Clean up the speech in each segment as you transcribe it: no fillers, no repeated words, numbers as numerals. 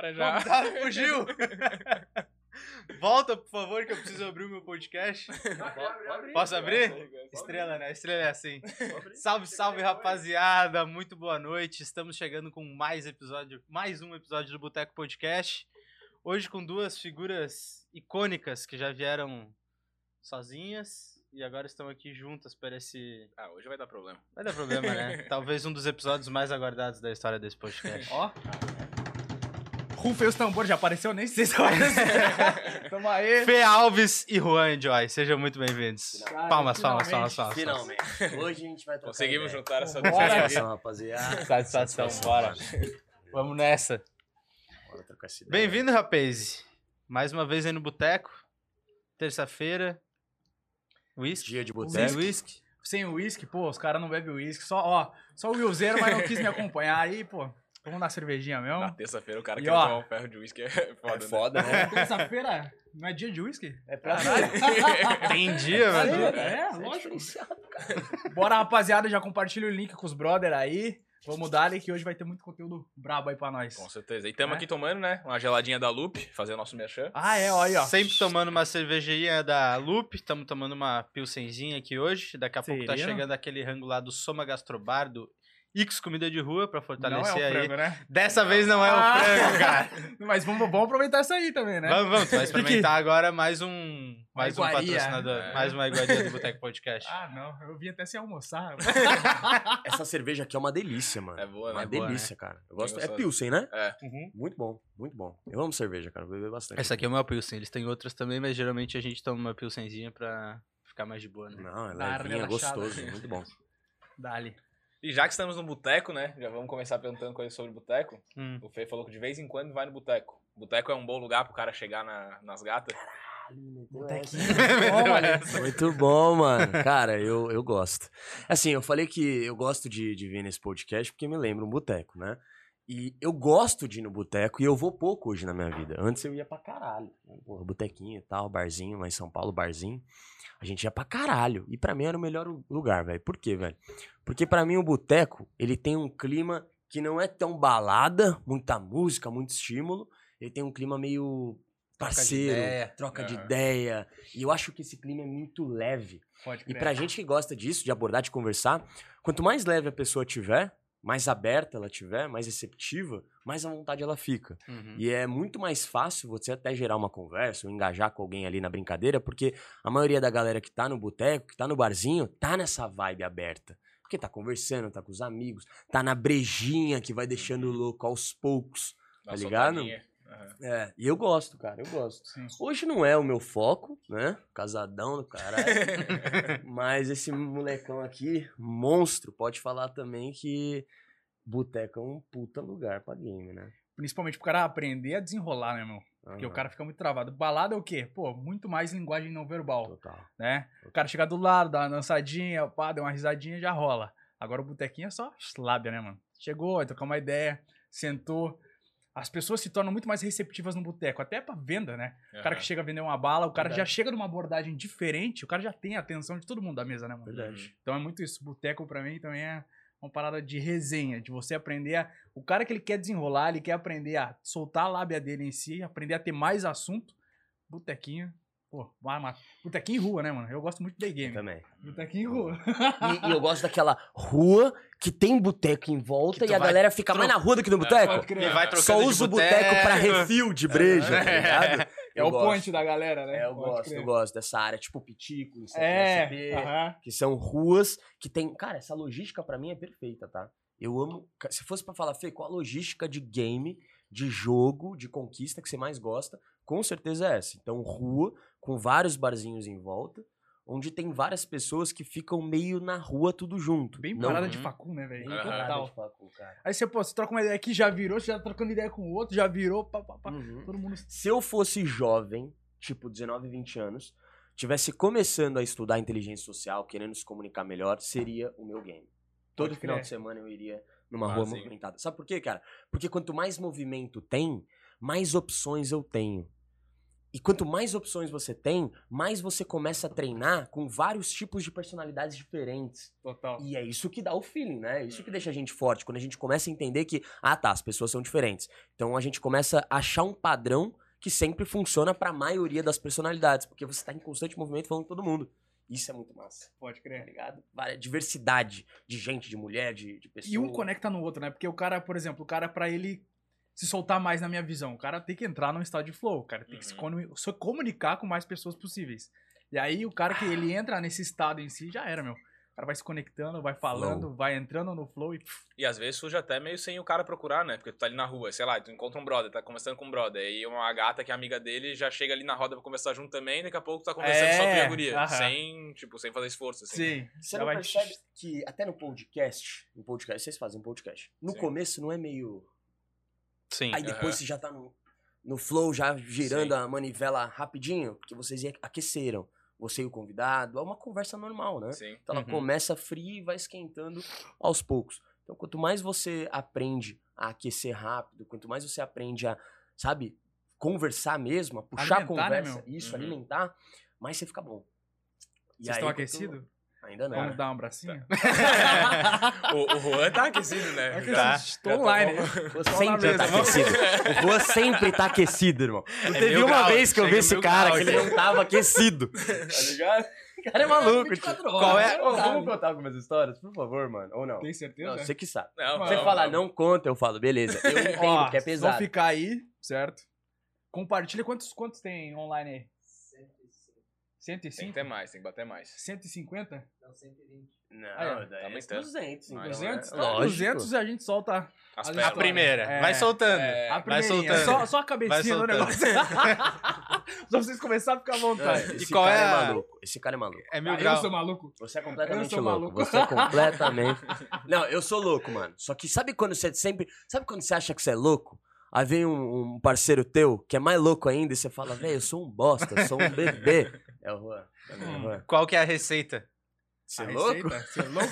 hora já. Convidado fugiu! Volta, por favor, que eu preciso abrir o meu podcast. Posso abrir? Estrela, né? Estrela é assim. Salve, salve, rapaziada. Muito boa noite. Estamos chegando com mais um episódio do Boteco Podcast. Hoje com duas figuras icônicas que já vieram sozinhas e agora estão aqui juntas para esse... hoje vai dar problema. Vai dar problema, né? Talvez um dos episódios mais aguardados da história desse podcast. Ó. Rufei os tambores, já apareceu? Nem sei se apareceu. Tamo aí. Fê Alves e Juan Joy, sejam muito bem-vindos. Palmas. Finalmente. Hoje a gente vai trocar Conseguimos ideia. juntar essa Satisfação, rapaziada. Satisfação, bora. Vamos nessa. Bora trocar essa ideia. Bem-vindo, rapaz. Mais uma vez aí no Boteco. Terça-feira. Whisky. Dia de Sem boteco. whisky. Sem uísque, pô, os caras não bebem uísque. Só o Willzeiro, mas não quis me acompanhar. Aí, pô, vamos dar cervejinha mesmo. Na terça-feira o cara E quer ó, tomar um ferro de uísque é foda, É foda, né? Terça-feira não é dia de uísque? É pra Tem dia, velho. É, lógico. Bora, rapaziada, já compartilha o link com os brother aí. Vamos dar ali que hoje vai ter muito conteúdo brabo aí pra nós. Com certeza. E estamos É? aqui tomando, né? Uma geladinha da Loop, fazer o nosso merchan. Ah, é, ó aí, ó. Sempre tomando uma cervejinha da Loop. Estamos tomando uma pilsenzinha aqui hoje. Daqui a pouco tá Sereno. chegando aquele rango lá do Soma Gastrobar, do Ix Comida de Rua, pra Não é fortalecer o aí. frango, né? Dessa vez não é Ah. o frango, cara. Mas vamos aproveitar isso aí também, né? Vamos. Tu vai experimentar agora mais um iguaria. patrocinador. É. Mais uma iguaria do Boteco Podcast. Ah, não. Eu vim até sem almoçar. Essa cerveja aqui é uma delícia, mano. É boa, né? Uma É boa, delícia, cara. Eu gosto. Bem É gostosa. Pilsen, né? É. Muito bom, muito bom. Eu amo cerveja, cara. Vou beber bastante. Essa aqui é uma Pilsen. Eles têm outras também, mas geralmente a gente toma uma Pilsenzinha pra ficar mais de boa, né? Não, é Dá levinha, relaxada. gostoso. Muito bom. Dali. E já que estamos no boteco, né? Já vamos começar perguntando coisas sobre boteco. O Fê falou que de vez em quando vai no boteco. Boteco é um bom lugar pro cara chegar nas gatas. Muito bom, mano. Cara, eu gosto. Assim, eu falei que eu gosto de vir nesse podcast porque me lembra um boteco, né? E eu gosto de ir no boteco e eu vou pouco hoje na minha vida. Antes eu ia pra caralho. Porra, botequinho e tal, barzinho, lá em São Paulo, barzinho. A gente ia pra caralho. E pra mim era o melhor lugar, velho. Por quê, velho? Porque pra mim o boteco, ele tem um clima que não é tão balada, muita música, muito estímulo. Ele tem um clima meio parceiro, troca de ideia. E eu acho que esse clima é muito leve. Pode E crer. pra gente que gosta disso, de abordar, de conversar, quanto mais leve a pessoa tiver, mais aberta ela tiver, mais receptiva, mais à vontade ela fica. Uhum. E é muito mais fácil você até gerar uma conversa ou engajar com alguém ali na brincadeira, porque a maioria da galera que tá no boteco, que tá no barzinho, tá nessa vibe aberta. Porque tá conversando, tá com os amigos, tá na brejinha que vai deixando louco aos poucos, Dá tá uma ligado? soltadinha. Aham. É, e eu gosto, cara, eu gosto. Sim. Hoje não é o meu foco, né? Casadão do caralho. Mas esse molecão aqui, monstro, pode falar também que boteco é um puta lugar pra game, né? Principalmente pro cara aprender a desenrolar, né, meu? Porque o Aham, cara fica muito travado. Balada é o quê? Pô, muito mais linguagem não verbal, total. né? O cara chegar do lado, dá uma dançadinha, pá, dá uma risadinha, já rola. Agora o botequinho é só lábia, né, mano? Chegou, vai trocar uma ideia, sentou. As pessoas se tornam muito mais receptivas no boteco, até pra venda, né? O cara que chega a vender uma bala, o cara já Verdade. chega numa abordagem diferente, o cara já tem a atenção de todo mundo da mesa, né, mano? Verdade. Então é muito isso. Boteco pra mim também é uma parada de resenha, de você aprender a... O cara que ele quer desenrolar, ele quer aprender a soltar a lábia dele em si, aprender a ter mais assunto. Botequinho. Pô, botequinho em rua, né, mano? Eu gosto muito de day game. Também. Botequinho em rua. E eu gosto daquela rua que tem boteco em volta Que tu e a vai galera fica mais na rua do que no boteco. Pode crer. E vai trocando Só de usa o boteco pra refil de breja, tá ligado? É Eu o gosto. point da galera, né? É, eu Pode gosto, crer. eu gosto dessa área, tipo Pitico, É, CP, aham. que são ruas que tem... Cara, essa logística pra mim é perfeita, tá? Eu amo... Se fosse pra falar, Fê, qual a logística de game, de jogo, de conquista que você mais gosta, com certeza é essa. Então, rua, com vários barzinhos em volta, onde tem várias pessoas que ficam meio na rua tudo junto. Bem Não- parada de facul, né, velho? Bem Aham. parada Total. de facu, cara. Aí você, pô, você troca uma ideia aqui, já virou, você já tá trocando ideia com o outro, já virou, pá. Uhum. Todo mundo... Se eu fosse jovem, tipo 19, 20 anos, tivesse começando a estudar inteligência social, querendo se comunicar melhor, seria o meu game. Todo Pode final crer. de semana eu iria numa rua Sim. movimentada. Sabe por quê, cara? Porque quanto mais movimento tem, mais opções eu tenho. E quanto mais opções você tem, mais você começa a treinar com vários tipos de personalidades diferentes. Total. E é isso que dá o feeling, né? É isso que deixa a gente forte. Quando a gente começa a entender que, as pessoas são diferentes. Então a gente começa a achar um padrão que sempre funciona pra maioria das personalidades. Porque você tá em constante movimento falando com todo mundo. Isso é muito massa. Pode crer. Tá ligado? Diversidade de gente, de mulher, de pessoas. E um conecta no outro, né? Porque o cara, por exemplo, pra ele se soltar mais na minha visão, o cara tem que entrar num estado de flow, o cara tem que se comunicar com mais pessoas possíveis. E aí o cara que ele entra nesse estado em si, já era, meu. O cara vai se conectando, vai falando, vai entrando no flow e... E às vezes surge até meio sem o cara procurar, né? Porque tu tá ali na rua, sei lá, tu encontra um brother, tá conversando com um brother, aí uma gata que é amiga dele já chega ali na roda pra conversar junto também, daqui a pouco tu tá conversando só tu e a guria. Sem fazer esforço, assim. Sim. Você não percebe que até no podcast, vocês fazem um podcast, no começo não é meio... Sim. Aí depois você já tá no flow, já girando a manivela rapidinho, porque vocês aqueceram. Você e o convidado, é uma conversa normal, né? Sim. Então ela começa fria e vai esquentando aos poucos. Então quanto mais você aprende a aquecer rápido, quanto mais você aprende a, sabe, conversar mesmo, a puxar a conversa, né, alimentar, mais você fica bom. Vocês estão aquecidos? Ainda não. Vamos dar um bracinho? O Juan tá aquecido, né? Estou online. Sempre tá aquecido. O Juan sempre tá aquecido, irmão. Não teve uma vez que eu vi esse cara que ele não tava aquecido. Tá ligado? O cara é maluco. Qual é? Vamos contar algumas histórias, por favor, mano? Ou não? Tem certeza? Não, você que sabe. Não, você fala, não conta, eu falo, beleza. Eu entendo que é pesado. Vou ficar aí, certo? Compartilha. Quantos tem online aí? 105? Tem que ter mais, tem que bater mais. 150? Não, 120. Não, tá é 200. Então, 200? Lógico. 200 a gente solta As a pérolas. A primeira. É. Vai soltando. a Vai primeirinha. soltando. Só a cabecinha do Vai negócio. Só vocês começarem a ficar à vontade. Esse qual cara é é a- maluco. Esse cara é maluco. É mil Eu graus. sou maluco. Você é completamente Eu sou louco. maluco. Você é completamente. Não, eu sou louco, mano. Só que sabe quando você sempre. Sabe quando você acha que você é louco? Aí vem um parceiro teu que é mais louco ainda e você fala, velho, eu sou um bosta, eu sou um bebê. É o Juan. Qual que é a receita? Você é A louco? receita? Você é louco?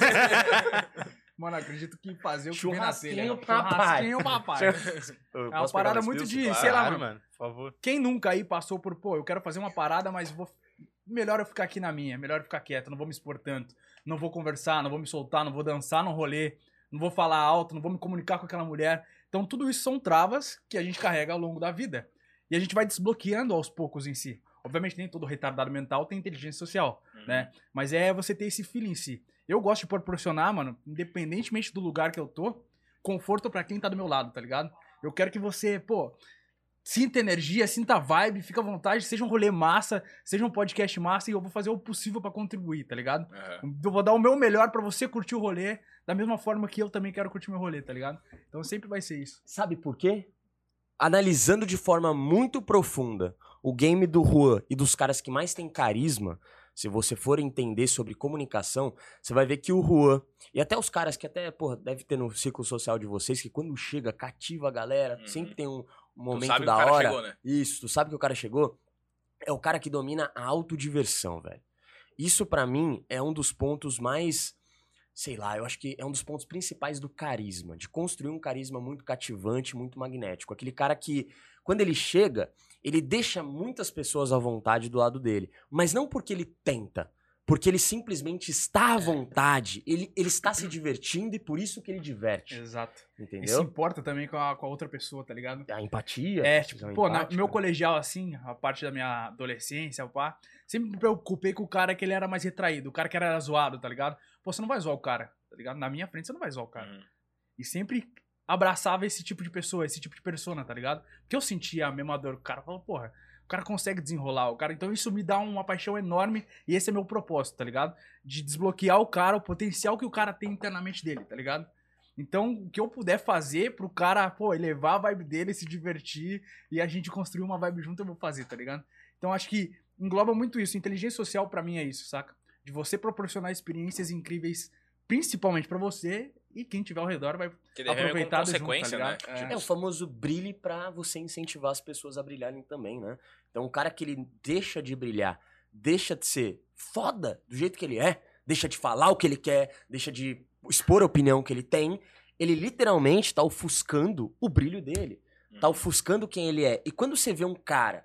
Mano, acredito que fazer o que vem na telha. Churrasquinho, papai. Churrasquinho, papai. Eu É posso uma pegar parada uns muito fios? de, Claro. sei lá, Claro, mano. por favor. Quem nunca aí passou por, pô, eu quero fazer uma parada, mas melhor eu ficar aqui na minha, melhor eu ficar quieto, não vou me expor tanto, não vou conversar, não vou me soltar, não vou dançar no rolê, não vou falar alto, não vou me comunicar com aquela mulher. Então tudo isso são travas que a gente carrega ao longo da vida. E a gente vai desbloqueando aos poucos em si. Obviamente nem todo retardado mental tem inteligência social, né? Mas é você ter esse feeling em si. Eu gosto de proporcionar, mano, independentemente do lugar que eu tô, conforto pra quem tá do meu lado, tá ligado? Eu quero que você, pô, sinta energia, sinta vibe, fica à vontade, seja um rolê massa, seja um podcast massa e eu vou fazer o possível pra contribuir, tá ligado? Eu vou dar o meu melhor pra você curtir o rolê da mesma forma que eu também quero curtir meu rolê, tá ligado? Então sempre vai ser isso. Sabe por quê? Analisando de forma muito profunda o game do Juan e dos caras que mais têm carisma, se você for entender sobre comunicação, você vai ver que o Juan, e até os caras que até, porra, deve ter no ciclo social de vocês, que quando chega, cativa a galera, sempre tem um momento sabe da que o cara hora. chegou, né? Isso, tu sabe que o cara chegou? É o cara que domina a autodiversão, velho. Isso pra mim é um dos pontos mais, sei lá, eu acho que é um dos pontos principais do carisma, de construir um carisma muito cativante, muito magnético. Aquele cara que, quando ele chega, ele deixa muitas pessoas à vontade do lado dele. Mas não porque ele tenta, porque ele simplesmente está à vontade. Ele está se divertindo e por isso que ele diverte. Exato. E se Entendeu? importa também com a outra pessoa, tá ligado? A empatia. É, precisa tipo, ser pô, no empática. meu colegial, assim, a parte da minha adolescência, pá, sempre me preocupei com o cara que ele era mais retraído, o cara que era zoado, tá ligado? Pô, você não vai zoar o cara, tá ligado? Na minha frente você não vai zoar o cara. E sempre abraçava esse tipo de pessoa, esse tipo de persona, tá ligado? Porque eu sentia a mesma dor. O cara falou, porra, o cara consegue desenrolar o cara. Então isso me dá uma paixão enorme e esse é meu propósito, tá ligado? De desbloquear o cara, o potencial que o cara tem internamente dele, tá ligado? Então, o que eu puder fazer pro cara, pô, elevar a vibe dele, se divertir e a gente construir uma vibe junto, eu vou fazer, tá ligado? Então, acho que engloba muito isso. Inteligência social, pra mim, é isso, saca? De você proporcionar experiências incríveis, principalmente pra você e quem tiver ao redor vai Que deve aproveitar como consequência, junto, tá né? ligado? É o famoso brilhe pra você incentivar as pessoas a brilharem também, né? Então, o cara que ele deixa de brilhar, deixa de ser foda do jeito que ele é, deixa de falar o que ele quer, deixa de expor a opinião que ele tem, ele literalmente tá ofuscando o brilho dele, tá ofuscando quem ele é. E quando você vê um cara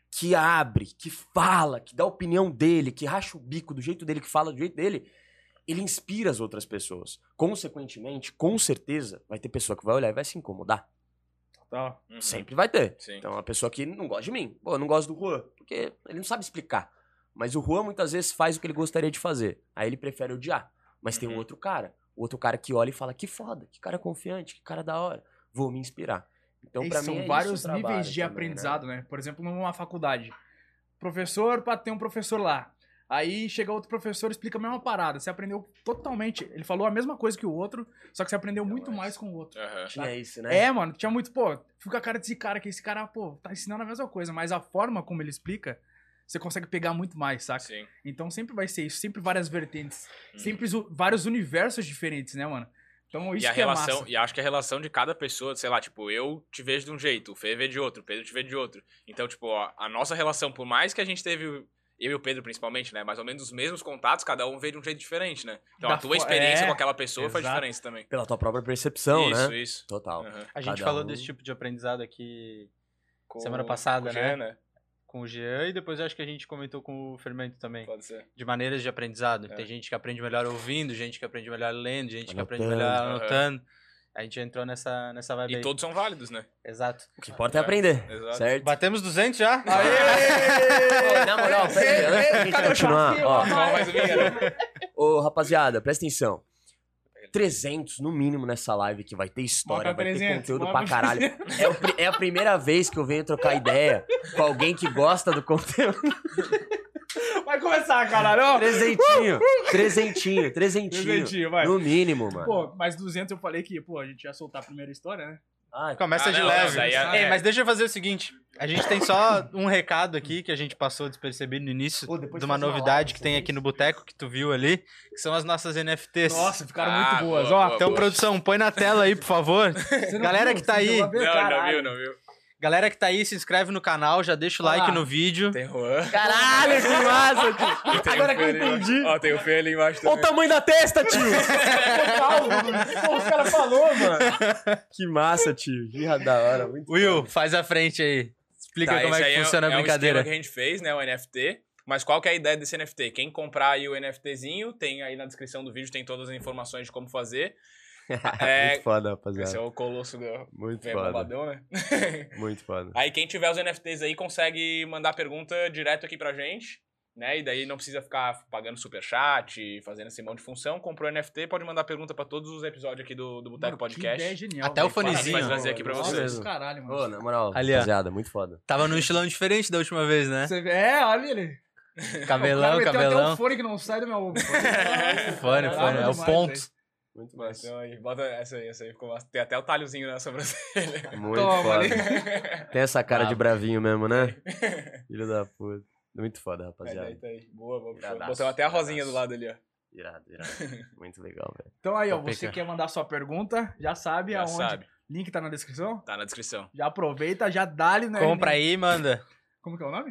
que abre, que fala, que dá a opinião dele, que racha o bico do jeito dele, que fala do jeito dele, ele inspira as outras pessoas. Consequentemente, com certeza, vai ter pessoa que vai olhar e vai se incomodar. Tá. Sempre vai ter. Sim. Então, a pessoa que não gosta de mim. Pô, eu não gosto do Juan, porque ele não sabe explicar. Mas o Juan, muitas vezes, faz o que ele gostaria de fazer. Aí ele prefere odiar. Mas tem um outro cara. O outro cara que olha e fala, que foda, que cara confiante, que cara da hora. Vou me inspirar. Então, pra mim, são é vários isso o trabalho níveis de também, aprendizado, né? Por exemplo, numa faculdade. Professor, tem um professor lá. Aí chega outro professor e explica a mesma parada. Você aprendeu totalmente. Ele falou a mesma coisa que o outro, só que você aprendeu muito mais com o outro. Tinha isso, né? Mano, tinha muito, pô, fica a cara desse cara, que esse cara, pô, tá ensinando a mesma coisa, mas a forma como ele explica, você consegue pegar muito mais, saca? Sim. Então sempre vai ser isso, sempre várias vertentes, sempre vários universos diferentes, né, mano? Então isso que é massa. E acho que a relação de cada pessoa, sei lá, tipo, eu te vejo de um jeito, o Fê vê de outro, o Pedro te vê de outro. Então, tipo, a nossa relação, por mais que a gente teve... Eu e o Pedro, principalmente, né? Mais ou menos os mesmos contatos, cada um veio de um jeito diferente, né? Então a tua experiência com aquela pessoa faz diferença também. Pela tua própria percepção, né? Isso. Total. A gente falou desse tipo de aprendizado aqui semana passada, com né? Jean, né? Com o Jean, e depois eu acho que a gente comentou com o Fermento também. Pode ser. De maneiras de aprendizado. Tem gente que aprende melhor ouvindo, gente que aprende melhor lendo, gente que aprende melhor anotando. A gente entrou nessa vibe aí. E todos são válidos, né? Exato. O que importa é aprender, certo? Batemos 200 já? Aê! Na moral, pera aí, antes da gente continuar, ó. Mais Ô, rapaziada, presta atenção. 300 no mínimo nessa live que vai ter história, vai ter conteúdo pra caralho. É a primeira vez que eu venho trocar ideia com alguém que gosta do conteúdo. Vai começar, caralho. Trezentinho, vai. No mínimo, mano. Pô, mas 200 eu falei que, pô, a gente ia soltar a primeira história, né? Começa de leve. Mas deixa eu fazer o seguinte. A gente tem só um recado aqui que a gente passou despercebido no início de uma novidade que tem aqui no Boteco, que tu viu ali, que são as nossas NFTs. Nossa, ficaram muito boas, ó. Então, produção, põe na tela aí, por favor. Galera que tá aí... Não viu. Galera que tá aí, se inscreve no canal, já deixa o like no vídeo. Tem Juan. Caralho, que massa, tio. Agora que eu entendi. Ó, tem o Fê ali embaixo também. Olha o tamanho da testa, tio. Pô, os caras falaram, mano. Que massa, tio. Que da hora. Muito Will, faz a frente aí. Explica como é que funciona a brincadeira. É o que a gente fez, né, o NFT. Mas qual que é a ideia desse NFT? Quem comprar aí o NFTzinho, tem aí na descrição do vídeo, tem todas as informações de como fazer. Muito foda, rapaziada. Esse é o colosso do... Muito foda. Bombadão, né? Muito foda. Aí quem tiver os NFTs aí consegue mandar pergunta direto aqui pra gente, né? E daí não precisa ficar pagando superchat, fazendo esse monte de função. Comprou NFT, pode mandar pergunta pra todos os episódios aqui do Boteco Podcast. Que ideia genial. Até o fonezinho. Vai trazer aqui pra vocês. Caralho, mano. Ô, na moral, ali, rapaziada, muito foda. Tava num estilão diferente da última vez, né? Olha ele. Cabelão. Tem até um fone que não sai do meu... Fone. É o ponto. Muito massa. Então aí, bota essa aí ficou massa. Tem até o talhozinho na sobrancelha. Muito foda. Tem essa cara de bravinho mesmo, né? Filho da puta. Muito foda, rapaziada. Tá aí. Boa. Botamos até a rosinha do lado ali, ó. Irado. Muito legal, velho. Então aí, ó, você quer mandar sua pergunta, já sabe aonde. Sabe. Link tá na descrição? Tá na descrição. Já aproveita, já dá-lhe, né? Compra aí e manda. Como que é o nome?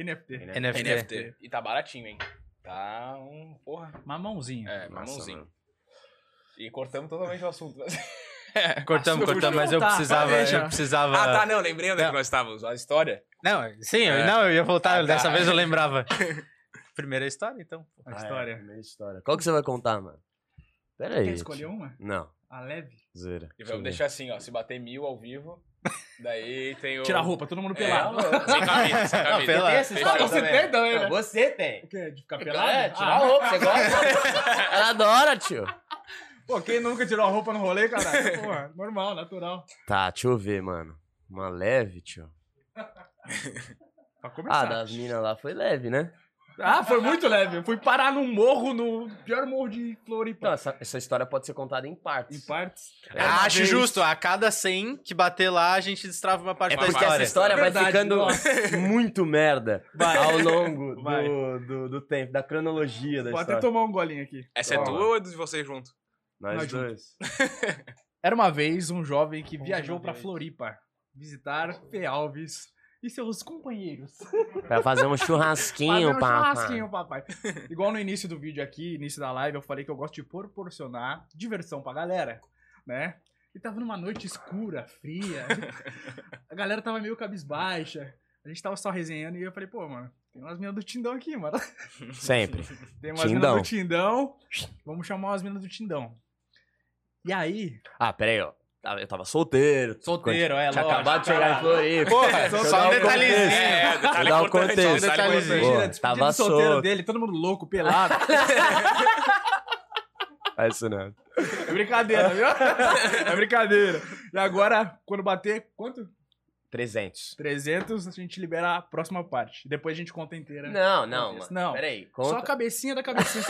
NFT. E tá baratinho, hein? Tá porra. Mamãozinho. Mamãozinho. E cortamos totalmente o assunto. Cortamos, mas eu precisava... Ah, tá, não, lembrei onde que nós estávamos, a história. Não, sim, eu ia voltar, dessa vez eu lembrava. Primeira história, então. Primeira história. Qual que você vai contar, mano? Pera aí. Quer escolher uma? Não. A leve? Zera. E vamos deixar assim, ó, se bater 1000 ao vivo, daí tem o... Tira a roupa, todo mundo pelado. Sem camisa. Você tem também, né? Você tem. O quê? De ficar pelado? Tirar a roupa, você gosta? Ela adora, tio. Pô, quem nunca tirou a roupa no rolê, caralho? Porra, normal, natural. Tá, deixa eu ver, mano. Uma leve, tio. Pra começar. Das minas lá foi leve, né? Foi muito leve. Eu fui parar num morro, no pior morro de Floripa. Não, essa história pode ser contada em partes. Em partes? Acho justo. A cada 100 que bater lá, a gente destrava uma parte da história. Porque essa história vai ficando muito merda ao longo do tempo, da cronologia da história. Vou até tomar um golinho aqui. Essa é tua ou é de vocês juntos? Nós dois. Era uma vez um jovem que viajou pra Floripa visitar Fê Alves e seus companheiros. Pra fazer um churrasquinho, papai. Igual no início do vídeo aqui, início da live, eu falei que eu gosto de proporcionar diversão pra galera, né? E tava numa noite escura, fria. A galera tava meio cabisbaixa. A gente tava só resenhando e eu falei, pô, mano, tem umas minas do Tindão aqui, mano. Sempre. Tem umas minas do Tindão. Vamos chamar umas minas do Tindão. E aí... Ah, peraí, ó. Eu tava solteiro. Solteiro, é, tinha lógico. acabado de chegar em Floripa. Porra, só um detalhezinho. Detalhe Dá um importante, contexto. detalhe importante. Imagina, Tava solteiro solto. dele, todo mundo louco, pelado. É isso não. É brincadeira, viu? É brincadeira. E agora, quando bater, quanto? 300. 300, a gente libera a próxima parte. Depois a gente conta inteira. Não, mano. Não. Peraí, Só a cabecinha da cabecinha.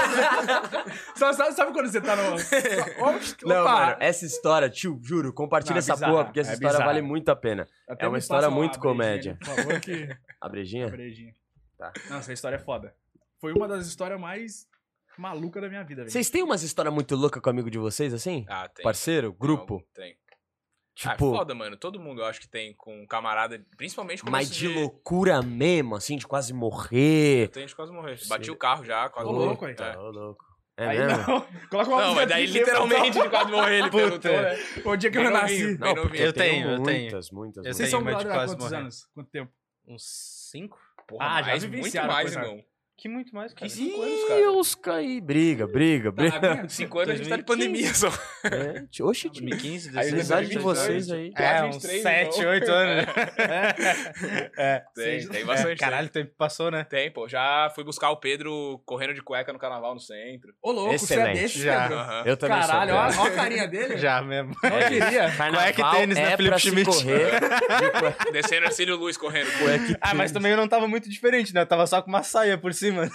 Sabe quando você tá no... Não, mano, essa história, tio, juro, compartilha essa bizarra, porra, porque essa história bizarra. vale muito a pena. Até É uma me história passa muito comédia. Por favor, que... A brejinha? Brejinha. Tá. Não, essa história é foda. Foi uma das histórias mais malucas da minha vida, velho. Vocês têm umas histórias muito loucas com amigo de vocês, assim? Ah, tem. Parceiro? Grupo? Tem. Tipo, foda, mano. Todo mundo eu acho que tem com um camarada, principalmente com mas de loucura mesmo, assim, de quase morrer. Eu tenho de quase morrer. Bati o carro já, quase Ô, morri. louco, aí. Ô, louco. É Aí mesmo? não. Coloca uma Não, música mas daí triste, literalmente de quase morrer ele Puta. perguntou, né? O dia que Bem eu nasci. novinho, bem novinho. Eu tenho. Muitas. Eu Vocês tenho são uma de brother há quase quantos morrer. anos? Quanto tempo? Uns 5? Porra, Ah, já mais, muito vivenciaram mais, coisa. irmão. Que muito mais, cara. Que 5 anos, cara. Deus, caí. Briga. Tá, 5 anos a gente tá de pandemia só. É, oxe, tio. 2015, Aí A 16 idade de 2022, vocês aí. É, Quase uns 23, 7, então. 8 anos. Tem bastante. Caralho, o tempo passou, né? Tem, pô. Já fui buscar o Pedro correndo de cueca no carnaval no centro. Ô, louco, Excelente. você é desse, Já. Pedro? Aham. Eu também Caralho, sou. ó, velho. ó a carinha dele. Já mesmo. Não queria. Carnaval Cueca e tênis, né, é Felipe pra se Schmidt? correr de cueca. Descendo Ercílio Luz correndo. Cueca e Ah, mas tênis. também eu não tava muito diferente, né? Eu tava só com uma saia por cima.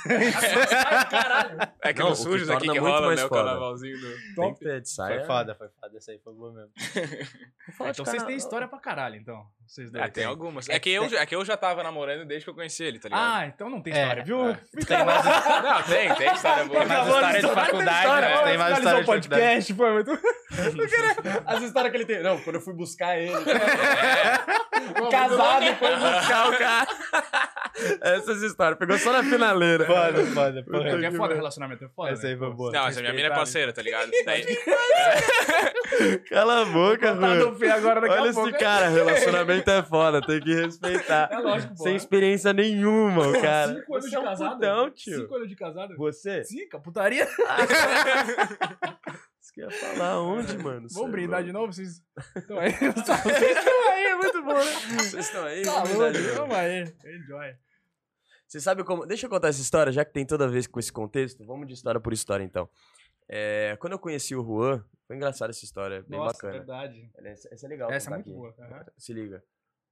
É que Não, nos o que sujos aqui torna que muito rola, mais né? O foda. carnavalzinho do... Tem que ter de saia. Foi foda. Essa aí foi boa mesmo. Então vocês têm história pra caralho, então. Vocês dois. Tem algumas. É que eu já tava namorando desde que eu conheci ele, tá ligado? Ah, então não tem história, viu? Tem mais, Não, tem história boa. tem mais história de faculdade, né? Tem mais história de faculdade. podcast, foi muito... As histórias que ele tem. Não, quando eu fui buscar ele. Casado e foi buscar o cara. Essas histórias. Pegou só na finaleira. Foda. Porque é foda, relacionamento é foda. Essa aí né? foi boa. Não, essa minha mina é parceira, tá ligado? Daí... Cala a boca, Tá mano. no fim agora daqui Olha a pouco. esse cara, relacionamento é foda, tem que respeitar. É lógico, pô. Sem experiência nenhuma, o cara. 5 anos Você de é um casado? putão, tio. 5 anos de casado? Você? 5, putaria. Você quer falar onde, mano? Vamos brindar de novo? Vocês estão aí? Vocês estão aí, é muito bom, né? Vocês estão aí? Tá vamos brindar louco, de novo. vamos aí. Enjoy. Você sabe como... Deixa eu contar essa história, já que tem toda vez com esse contexto. Vamos de história por história, então. Quando eu conheci o Juan, foi engraçada essa história, bem Nossa, bacana. verdade. Essa é legal. Essa é contar muito aqui. boa. Aham. Se liga.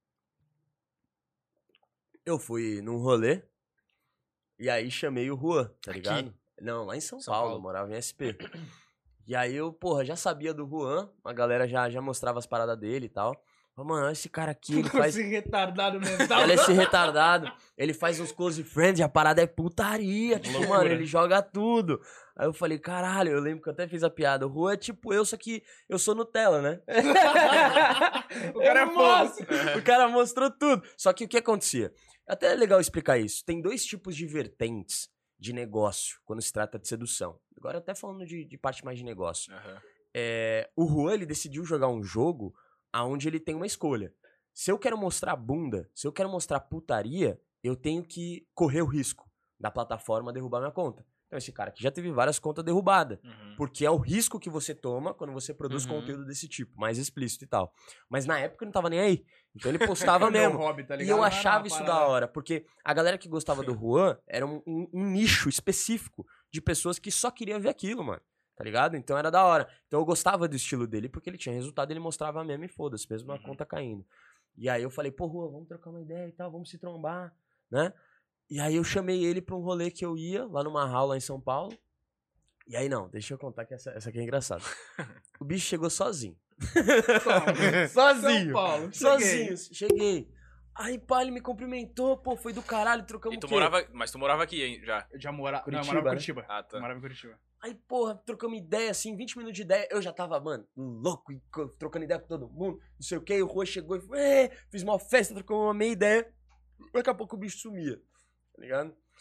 Eu fui num rolê e aí chamei o Juan, tá Aqui? ligado? Não, lá em São São Paulo, Paulo. morava em SP. E aí eu, porra, já sabia do Juan, a galera já mostrava as paradas dele e tal. Falei, mano, olha esse cara aqui, ele faz... Esse retardado mental. Olha esse retardado, ele faz uns close friends e a parada é putaria, tipo, Loucura. mano, ele joga tudo. Aí eu falei, caralho, eu lembro que eu até fiz a piada, o Juan é tipo eu, só que eu sou Nutella, né? O cara é fácil. O cara mostrou tudo. Só que o que acontecia? Até é legal explicar isso. Tem dois tipos de vertentes de negócio quando se trata de sedução. Agora até falando de parte mais de negócio. Aham. O Juan, ele decidiu jogar um jogo onde ele tem uma escolha. Se eu quero mostrar bunda, se eu quero mostrar putaria, eu tenho que correr o risco da plataforma derrubar minha conta. Então esse cara aqui já teve várias contas derrubadas. Uhum. Porque é o risco que você toma quando você produz Uhum. conteúdo desse tipo, mais explícito e tal. Mas na época ele não tava nem aí. Então ele postava mesmo. Hobby, tá E ligado? eu Não era achava uma isso parada- da hora, porque a galera que gostava do Juan era um nicho específico de pessoas que só queriam ver aquilo, mano. Tá ligado? Então era da hora. Então eu gostava do estilo dele, porque ele tinha resultado, ele mostrava mesmo e foda-se, mesmo a Uhum. conta caindo. E aí eu falei, pô, Juan, vamos trocar uma ideia e tal, vamos se trombar, né? E aí eu chamei ele pra um rolê que eu ia, lá numa aula em São Paulo. E aí não, deixa eu contar que essa aqui é engraçada. O bicho chegou sozinho. Sozinho. São Paulo. Sozinho, cheguei. Aí, pá, ele me cumprimentou, pô, foi do caralho, trocamos E tu o quê? Mas tu morava aqui, hein, já? Eu já morava. Não, eu Curitiba, morava em né? Curitiba. Ah, tá. Eu morava em Curitiba. Aí, porra, trocamos ideia, assim, 20 minutos de ideia, eu já tava, mano, louco, e trocando ideia com todo mundo, não sei o que, o Rua chegou e falou, fiz uma festa, trocamos uma meia ideia, daqui a pouco o bicho sumia, tá ligado?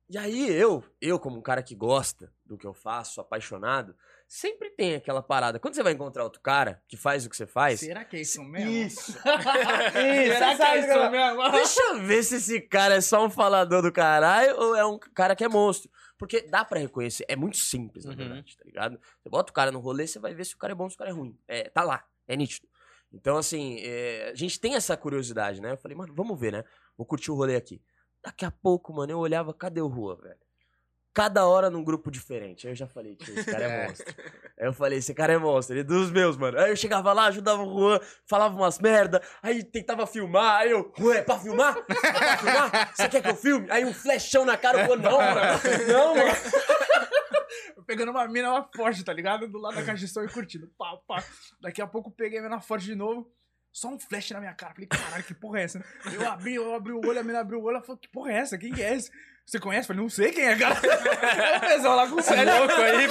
E aí eu como um cara que gosta do que eu faço, apaixonado, sempre tem aquela parada. Quando você vai encontrar outro cara que faz o que você faz... Será que é isso mesmo? Isso. Será que é isso mesmo? Deixa eu ver se esse cara é só um falador do caralho ou é um cara que é monstro. Porque dá pra reconhecer. É muito simples, na verdade, tá ligado? Você bota o cara no rolê, você vai ver se o cara é bom ou se o cara é ruim. Tá lá. É nítido. Então, assim, a gente tem essa curiosidade, né? Eu falei, mano, vamos ver, né? Vou curtir o rolê aqui. Daqui a pouco, mano, eu olhava, cadê o Rua, velho? Cada hora num grupo diferente. Aí eu já falei, tio, esse cara é monstro. Aí eu falei, esse cara é monstro, ele é dos meus, mano. Aí eu chegava lá, ajudava o Juan, falava umas merda, aí tentava filmar, aí eu, Juan, é pra filmar? É pra filmar? Você quer que eu filme? Aí um flechão na cara, o Juan, não, mano. Não, mano. Pegando uma mina lá forte, tá ligado? Do lado da caixa de som e curtindo. Pá, pá. Daqui a pouco peguei a mina forte de novo. Só um flash na minha cara. Falei, caralho, que porra é essa? Eu abri o olho, a mina abriu o olho. Ela falou, que porra é essa? Quem que é esse? Você conhece? Falei, não sei quem é, cara. O pessoal lá com o velho louco aí,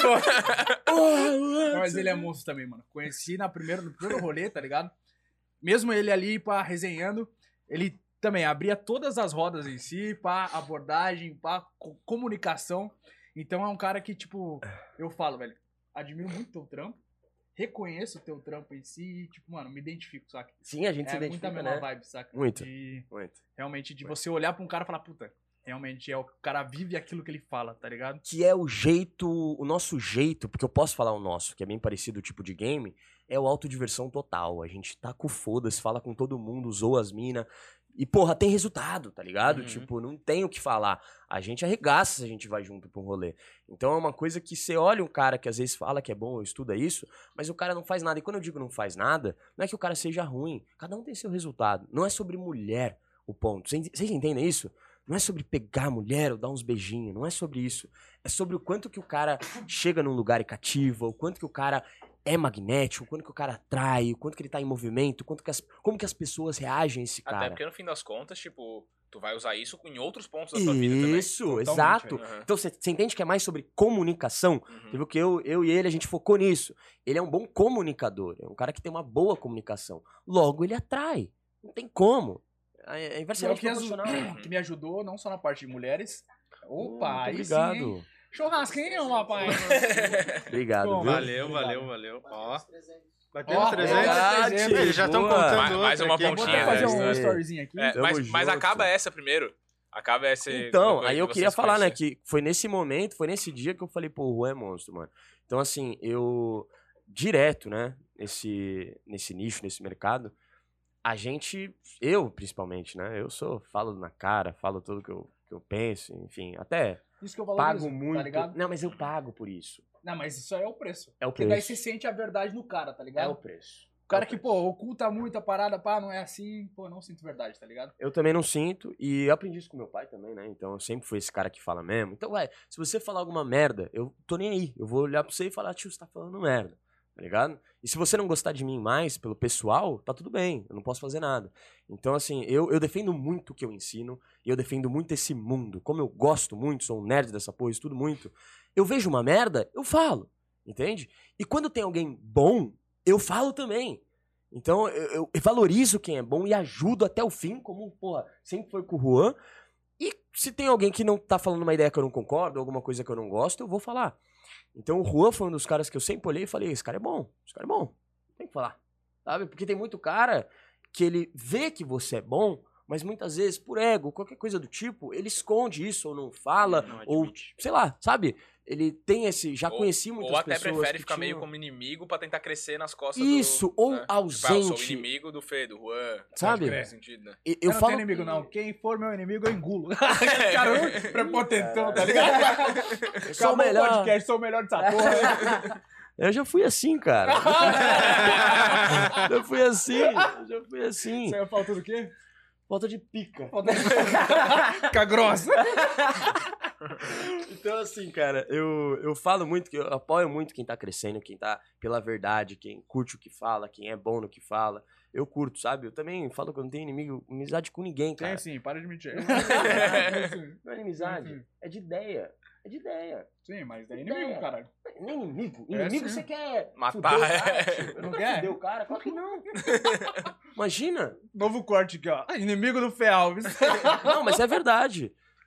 pô. Mas ele é monstro também, mano. Conheci no primeiro rolê, tá ligado? Mesmo ele ali, pá, resenhando, ele também abria todas as rodas em si, pá, abordagem, pá, comunicação. Então é um cara que, tipo, eu falo, velho, admiro muito teu trampo, reconheço o teu trampo em si e, tipo, mano, me identifico, saca? Sim, a gente se identifica, muito a mesma vibe, saca? Muito. Realmente, de você olhar pra um cara e falar, puta, realmente o cara vive aquilo que ele fala, tá ligado? Que é o nosso jeito, porque eu posso falar o nosso, que é bem parecido o tipo de game, é o autodiversão total. A gente tá com foda-se, fala com todo mundo, zoa as minas. E, porra, tem resultado, tá ligado? Tipo, não tem o que falar. A gente arregaça se a gente vai junto pra um rolê. Então é uma coisa que você olha um cara que às vezes fala que é bom, estuda isso, mas o cara não faz nada. E quando eu digo não faz nada, não é que o cara seja ruim. Cada um tem seu resultado. Não é sobre mulher o ponto. Vocês entendem isso? Não é sobre pegar a mulher ou dar uns beijinhos. Não é sobre isso. É sobre o quanto que o cara chega num lugar e cativa, o quanto que o cara é magnético, o quanto que o cara atrai, o quanto que ele tá em movimento, como que as pessoas reagem a esse cara. Até porque no fim das contas, tipo, tu vai usar isso em outros pontos da sua vida também. Isso, exato. Uhum. Então você entende que é mais sobre comunicação? Você viu que eu e ele, a gente focou nisso. Ele é um bom comunicador, é um cara que tem uma boa comunicação. Logo, ele atrai. Não tem como. É inversamente proporcional. Que me ajudou não só na parte de mulheres. Opa, aí obrigado. Sim, hein? Churrasquinho, rapaz. Obrigado, viu? Valeu. Ó. Bateu 300. Eles já estão contando mais uma pontinha. Vou fazer um storyzinho aqui. Mas acaba essa primeiro. Acaba essa... Então, aí eu queria falar, né, que foi nesse momento, foi nesse dia que eu falei, pô, o Juan é monstro, mano. Então, assim, eu... Direto, né, nesse nicho, nesse mercado, a gente... Eu, principalmente, né, falo na cara, falo tudo que eu penso, enfim, até... Isso que eu valorizo, pago muito. Tá ligado? Não, mas eu pago por isso. Não, mas isso aí é o preço. É o Porque preço. daí você sente a verdade no cara, tá ligado? É o preço. O cara que, pô, oculta muito a parada, pá, não é assim, pô, não sinto verdade, tá ligado? Eu também não sinto, e eu aprendi isso com meu pai também, né? Então eu sempre fui esse cara que fala mesmo. Então, se você falar alguma merda, eu tô nem aí. Eu vou olhar pra você e falar, tio, você tá falando merda, tá ligado? E se você não gostar de mim mais, pelo pessoal, tá tudo bem, eu não posso fazer nada. Então, assim, eu defendo muito o que eu ensino, e eu defendo muito esse mundo. Como eu gosto muito, sou um nerd dessa porra, estudo muito, eu vejo uma merda, eu falo, entende? E quando tem alguém bom, eu falo também. Então, eu valorizo quem é bom e ajudo até o fim, como, porra, sempre foi com o Juan. E se tem alguém que não tá falando uma ideia que eu não concordo, alguma coisa que eu não gosto, eu vou falar. Então, o Juan foi um dos caras que eu sempre olhei e falei, esse cara é bom, tem que falar, sabe? Porque tem muito cara que ele vê que você é bom, mas muitas vezes, por ego, qualquer coisa do tipo, ele esconde isso, ou não fala, ou, sei lá, sabe? Ele tem esse... Já conheci muitas pessoas... Ou até prefere ficar meio como inimigo pra tentar crescer nas costas isso, ou né? ausente. Tipo, eu sou inimigo do Fê, do Juan. Sabe? Faz sentido, né? Eu não tenho inimigo, não. Quem for meu inimigo, eu engulo. Cara, prepotentão, tá ligado? Eu sou o melhor. Podcast, sou o melhor dessa porra. Eu já fui assim, cara. Eu fui assim. Isso aí é falta do quê? Falta de pica. Fica grossa. Então, assim, cara, eu falo muito que eu apoio muito quem tá crescendo, quem tá pela verdade, quem curte o que fala, quem é bom no que fala. Eu curto, sabe? Eu também falo que eu não tenho amizade com ninguém, cara. Tem sim, para de mentir. Não é inimizade, é de ideia. É de ideia. Sim, mas é inimigo, caralho. Nem inimigo. Inimigo você quer matar. Fuder o cara, tio. Eu não quero quer? fuder o cara. Claro que não. Imagina. Novo corte aqui, ó. Inimigo do Fê Alves. Não, mas é verdade.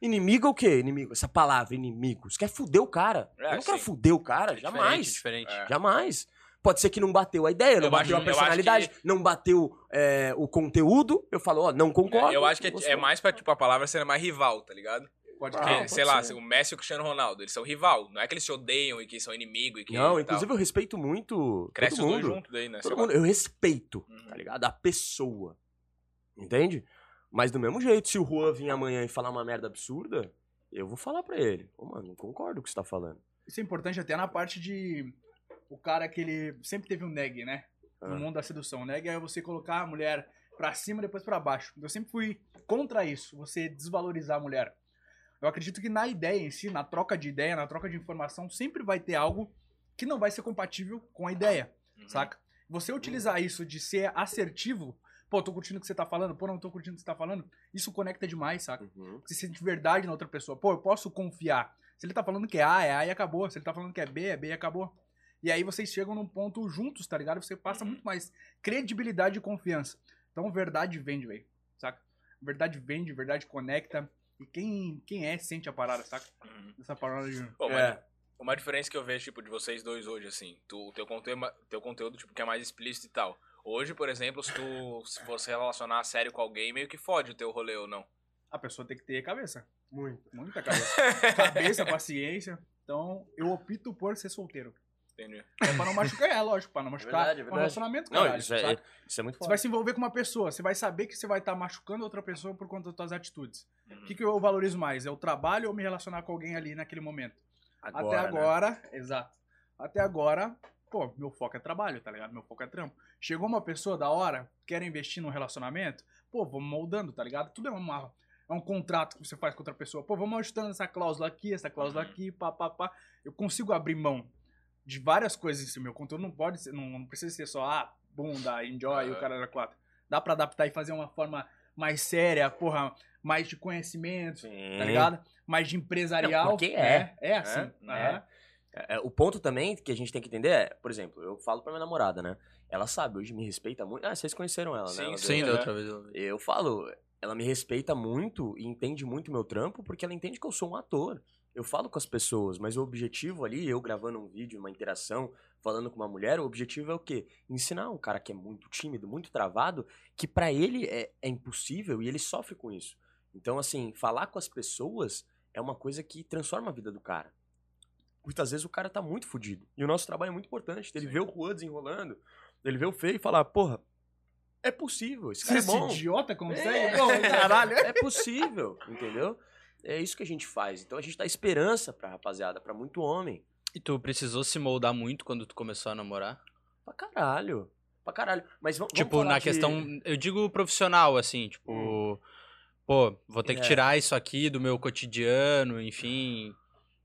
Inimigo é o quê? Inimigo, essa palavra, inimigo. Você quer fuder o cara. Eu não quero fuder o cara, jamais. Diferente. Jamais. Pode ser que não bateu a ideia, não bateu a personalidade, não bateu o conteúdo. Eu falo, não concordo. Eu acho que é mais pra, tipo, a palavra ser mais rival, tá ligado? Porque, sei lá, o Messi e o Cristiano Ronaldo, eles são rival. Não é que eles se odeiam e que são inimigo e que... Não, inclusive eu respeito muito Cresce todo mundo. os dois junto daí, né? Todo mundo. Eu respeito, tá ligado? A pessoa. Entende? Mas do mesmo jeito, se o Juan vir amanhã e falar uma merda absurda, eu vou falar pra ele. Mano, não concordo com o que você tá falando. Isso é importante até na parte de... O cara que ele sempre teve um neg, né? No mundo da sedução. Neg é você colocar a mulher pra cima e depois pra baixo. Eu sempre fui contra isso, você desvalorizar a mulher. Eu acredito que na ideia em si, na troca de ideia, na troca de informação, sempre vai ter algo que não vai ser compatível com a ideia, saca? Você utilizar isso de ser assertivo, pô, tô curtindo o que você tá falando, pô, não tô curtindo o que você tá falando, isso conecta demais, saca? Você sente verdade na outra pessoa, pô, eu posso confiar. Se ele tá falando que é A e acabou. Se ele tá falando que é B e acabou. E aí vocês chegam num ponto juntos, tá ligado? Você passa muito mais credibilidade e confiança. Então, verdade vende, velho, saca? Verdade vende, verdade conecta. E quem sente a parada, saca? Essa parada de... Pô, uma diferença que eu vejo, tipo, de vocês dois hoje, assim, o teu conteúdo, tipo, que é mais explícito e tal. Hoje, por exemplo, se você relacionar a sério com alguém, meio que fode o teu rolê ou não? A pessoa tem que ter cabeça. Muita cabeça. Cabeça, paciência. Então, eu opto por ser solteiro. Entendi. É pra não machucar, lógico, pra não machucar um relacionamento, caralho. Não, isso é muito foda. Você vai se envolver com uma pessoa, você vai saber que você vai estar machucando outra pessoa por conta das suas atitudes. O que eu valorizo mais? É o trabalho ou me relacionar com alguém ali naquele momento? Até agora, né? Exato. Até agora, pô, meu foco é trabalho, tá ligado? Meu foco é trampo. Chegou uma pessoa da hora, quer investir num relacionamento, pô, vamos moldando, tá ligado? Tudo é um contrato que você faz com outra pessoa. Pô, vamos ajustando essa cláusula aqui, pá. Eu consigo abrir mão de várias coisas em si. Meu conteúdo não precisa ser só, bunda, enjoy, o cara era 4. Dá pra adaptar e fazer uma forma mais séria, porra, mais de conhecimento, tá ligado? Mais de empresarial. Não, porque é assim. O ponto também que a gente tem que entender é, por exemplo, eu falo pra minha namorada, né? Ela sabe, hoje me respeita muito. Vocês conheceram ela, né? Sim, da outra vez. Eu falo, ela me respeita muito e entende muito o meu trampo porque ela entende que eu sou um ator. Eu falo com as pessoas, mas o objetivo ali, eu gravando um vídeo, uma interação, falando com uma mulher, o objetivo é o quê? Ensinar um cara que é muito tímido, muito travado, que pra ele é impossível e ele sofre com isso. Então, assim, falar com as pessoas é uma coisa que transforma a vida do cara. Muitas vezes o cara tá muito fodido. E o nosso trabalho é muito importante. Ele vê o Juan desenrolando, ele vê o Fê e fala, porra, é possível, esse cara é bom. Esse idiota consegue? Caralho. É possível, entendeu? É isso que a gente faz. Então a gente dá esperança pra rapaziada, pra muito homem. E tu precisou se moldar muito quando tu começou a namorar? Pra caralho. Mas vamos tipo, falar na questão, eu digo profissional, assim, tipo, pô, vou ter que tirar isso aqui do meu cotidiano, enfim.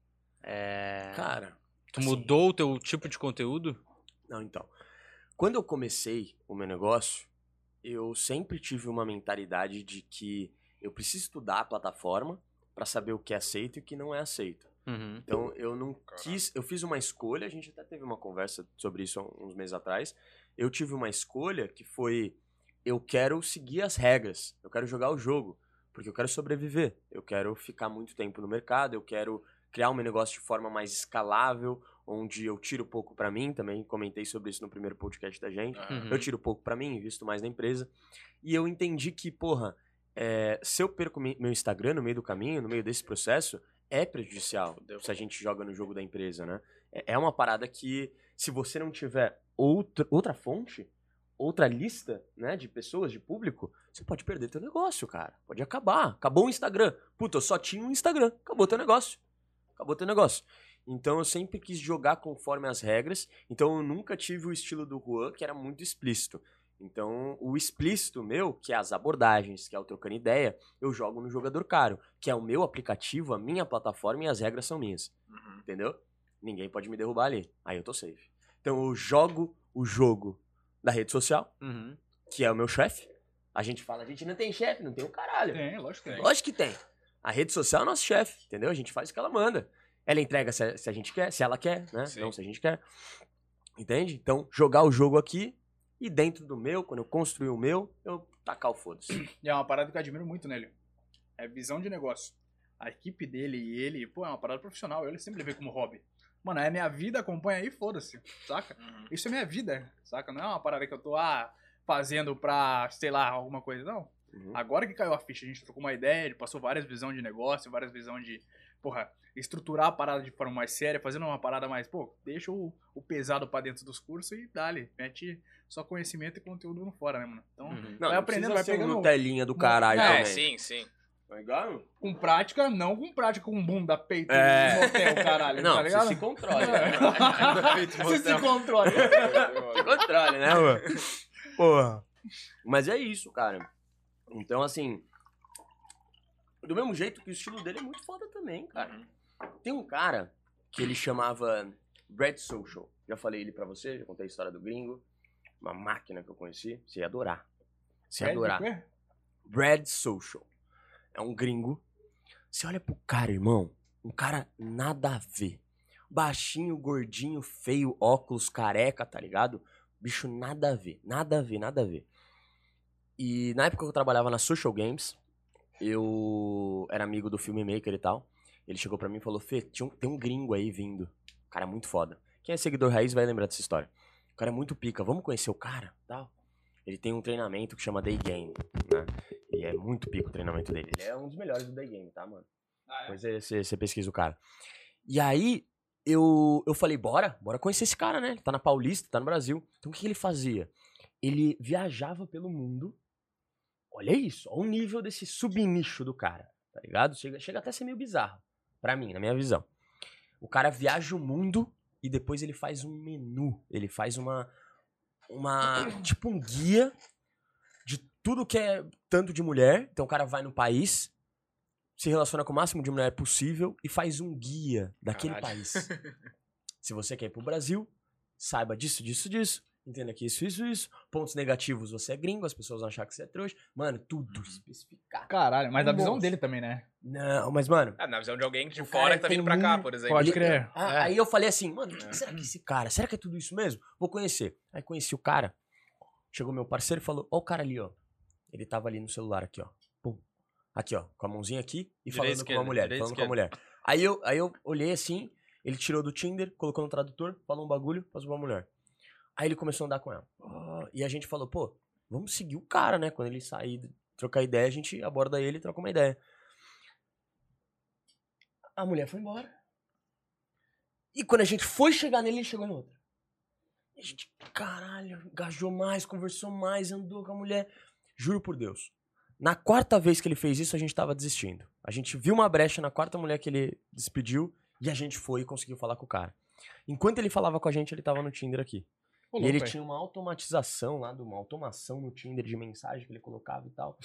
Cara, tu mudou o teu tipo de conteúdo? Não, então. Quando eu comecei o meu negócio, eu sempre tive uma mentalidade de que eu preciso estudar a plataforma pra saber o que é aceito e o que não é aceito. Então, eu não quis... Eu fiz uma escolha, a gente até teve uma conversa sobre isso há uns meses atrás. Eu tive uma escolha que foi... Eu quero seguir as regras, eu quero jogar o jogo, porque eu quero sobreviver. Eu quero ficar muito tempo no mercado, eu quero criar um meu negócio de forma mais escalável, onde eu tiro pouco pra mim, também comentei sobre isso no primeiro podcast da gente. Eu tiro pouco pra mim, invisto mais na empresa. E eu entendi que, porra, se eu perco meu Instagram no meio do caminho, no meio desse processo, é prejudicial se a gente joga no jogo da empresa, né? É uma parada que, se você não tiver outra fonte, outra lista, né, de pessoas, de público, você pode perder teu negócio, cara. Pode acabar. Acabou o Instagram. Puta, eu só tinha um Instagram. Acabou teu negócio. Então eu sempre quis jogar conforme as regras. Então eu nunca tive o estilo do Juan, que era muito explícito. Então, o explícito meu, que é as abordagens, que é o Trocando Ideia, eu jogo no Jogador Caro, que é o meu aplicativo, a minha plataforma e as regras são minhas. Entendeu? Ninguém pode me derrubar ali. Aí eu tô safe. Então, eu jogo o jogo da rede social, que é o meu chefe. A gente fala, a gente não tem chefe, não tem o caralho. Tem, lógico que tem. Lógico que tem. A rede social é o nosso chefe, entendeu? A gente faz o que ela manda. Ela entrega se a gente quer, se ela quer, né? Sim. Não se a gente quer. Entende? Então, jogar o jogo aqui. E dentro do meu, quando eu construir o meu, eu tacar o foda-se. E é uma parada que eu admiro muito nele. É visão de negócio. a equipe dele e ele, pô, é uma parada profissional. Eu sempre levei como hobby. Mano, é minha vida, acompanha aí, foda-se, saca? Isso é minha vida, saca? Não é uma parada que eu tô, fazendo pra, sei lá, alguma coisa, não. Agora que caiu a ficha, a gente trocou uma ideia, ele passou várias visões de negócio, várias visões de, porra, estruturar a parada de forma mais séria, fazendo uma parada mais, pô, deixa o pesado pra dentro dos cursos e dá-lhe, mete só conhecimento e conteúdo no fora, né, mano? Então, Não, vai aprendendo, vai pegando... Nutelinha do caralho também. Sim. Tá ligado? Com prática, não com prática com bunda, peito, motel, caralho, não, tá ligado? Você se controle. Você se controle. Se controle, né, mano? Porra. Mas é isso, cara. Então, assim, do mesmo jeito que o estilo dele é muito foda também, cara. Tem um cara que ele chamava Brad Social. Já falei ele pra você, já contei a história do gringo. Uma máquina que eu conheci. Você ia adorar. Você ia adorar. Brad Social. É um gringo. Você olha pro cara, irmão. Um cara nada a ver. Baixinho, gordinho, feio, óculos, careca, tá ligado? Bicho nada a ver. Nada a ver, nada a ver. E na época que eu trabalhava na Social Games, eu era amigo do filmmaker e tal. Ele chegou pra mim e falou, Fê, tem um gringo aí vindo. O cara é muito foda. Quem é seguidor raiz vai lembrar dessa história. O cara é muito pica, vamos conhecer o cara? Tal. Ele tem um treinamento que chama Day Game, né? E é muito pica o treinamento dele. Ele é um dos melhores do Day Game, tá, mano? Depois você pesquisa o cara. E aí, eu falei, bora conhecer esse cara, né? Ele tá na Paulista, tá no Brasil. Então o que ele fazia? Ele viajava pelo mundo. Olha isso, olha o nível desse subnicho do cara, tá ligado? Chega até a ser meio bizarro, pra mim, na minha visão. O cara viaja o mundo e depois ele faz um menu. Ele faz tipo um guia de tudo que é tanto de mulher. Então o cara vai no país, se relaciona com o máximo de mulher possível e faz um guia daquele país. Se você quer ir pro Brasil, saiba disso. Entenda que isso. Pontos negativos, você é gringo, as pessoas vão achar que você é trouxa. Mano, tudo especificado. Caralho, mas da visão dele também, né? Não, mas, mano... na visão de alguém de fora que tá vindo pra cá, por exemplo. Pode crer. Aí eu falei assim, mano, o que será que esse cara? Será que é tudo isso mesmo? Vou conhecer. Aí conheci o cara. Chegou meu parceiro e falou, ó o cara ali, ó. Ele tava ali no celular aqui, ó. Pum. Aqui, ó, com a mãozinha aqui e falando com uma mulher. Aí eu olhei assim, ele tirou do Tinder, colocou no tradutor, falou um bagulho, passou pra mulher. Aí ele começou a andar com ela. E a gente falou, pô, vamos seguir o cara, né? Quando ele sair, trocar ideia, a gente aborda ele e troca uma ideia. A mulher foi embora. E quando a gente foi chegar nele, ele chegou em outra. E a gente, caralho, engajou mais, conversou mais, andou com a mulher. Juro por Deus. Na quarta vez que ele fez isso, a gente tava desistindo. A gente viu uma brecha na quarta mulher que ele despediu e a gente foi e conseguiu falar com o cara. Enquanto ele falava com a gente, ele tava no Tinder aqui. E ele tinha uma automatização lá, uma automação no Tinder de mensagem que ele colocava e tal.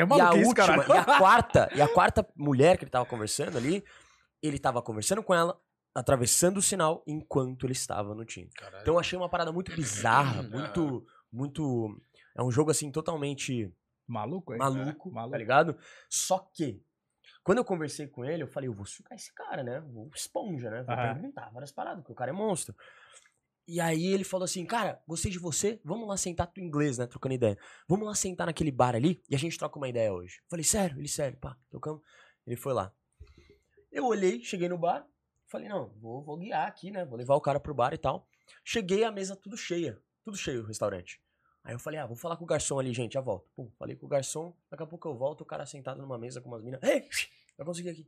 E a quarta mulher que ele tava conversando ali, ele tava conversando com ela, atravessando o sinal enquanto ele estava no Tinder. Caralho. Então eu achei uma parada muito bizarra, muito... É um jogo assim totalmente... Maluco, tá ligado? Só que, quando eu conversei com ele, eu falei, eu vou sugar esse cara, né? Vou esponja, né? Vou perguntar várias paradas, porque o cara é monstro. E aí ele falou assim, cara, gostei de você, vamos lá sentar em inglês, né, trocando ideia. Vamos lá sentar naquele bar ali e a gente troca uma ideia hoje. Eu falei, sério? Ele, sério, pá, tocamos. Ele foi lá. Eu olhei, cheguei no bar, falei, não, vou guiar aqui, né, vou levar o cara pro bar e tal. Cheguei, a mesa tudo cheio o restaurante. Aí eu falei, vou falar com o garçom ali, gente, já volto. Pum, falei com o garçom, daqui a pouco eu volto, o cara sentado numa mesa com umas minas. Ei, eu consegui aqui.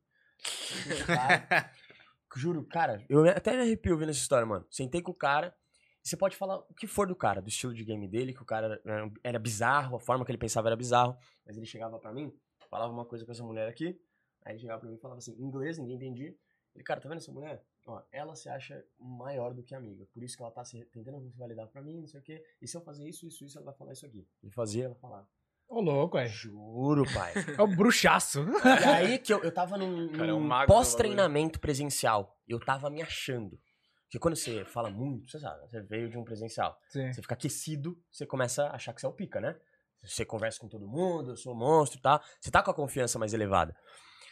Juro, cara, eu até me arrepio vendo essa história, mano. Sentei com o cara, e você pode falar o que for do cara, do estilo de game dele, que o cara era bizarro, a forma que ele pensava era bizarro, mas ele chegava pra mim, falava uma coisa com essa mulher aqui, aí ele chegava pra mim e falava assim, em inglês, ninguém entendia. Ele, cara, tá vendo essa mulher? Ó, ela se acha maior do que amiga, por isso que ela tá tentando validar pra mim, não sei o quê, e se eu fazer isso, ela vai falar isso aqui. Ele fazia, ela falava. Ô, louco, é. Juro, pai. É o bruxaço. E aí que eu tava num pós-treinamento presencial. E eu tava me achando. Porque quando você fala muito, você sabe, você veio de um presencial. Sim. Você fica aquecido, você começa a achar que você é o pica, né? Você conversa com todo mundo, eu sou um monstro e tal. Você tá com a confiança mais elevada.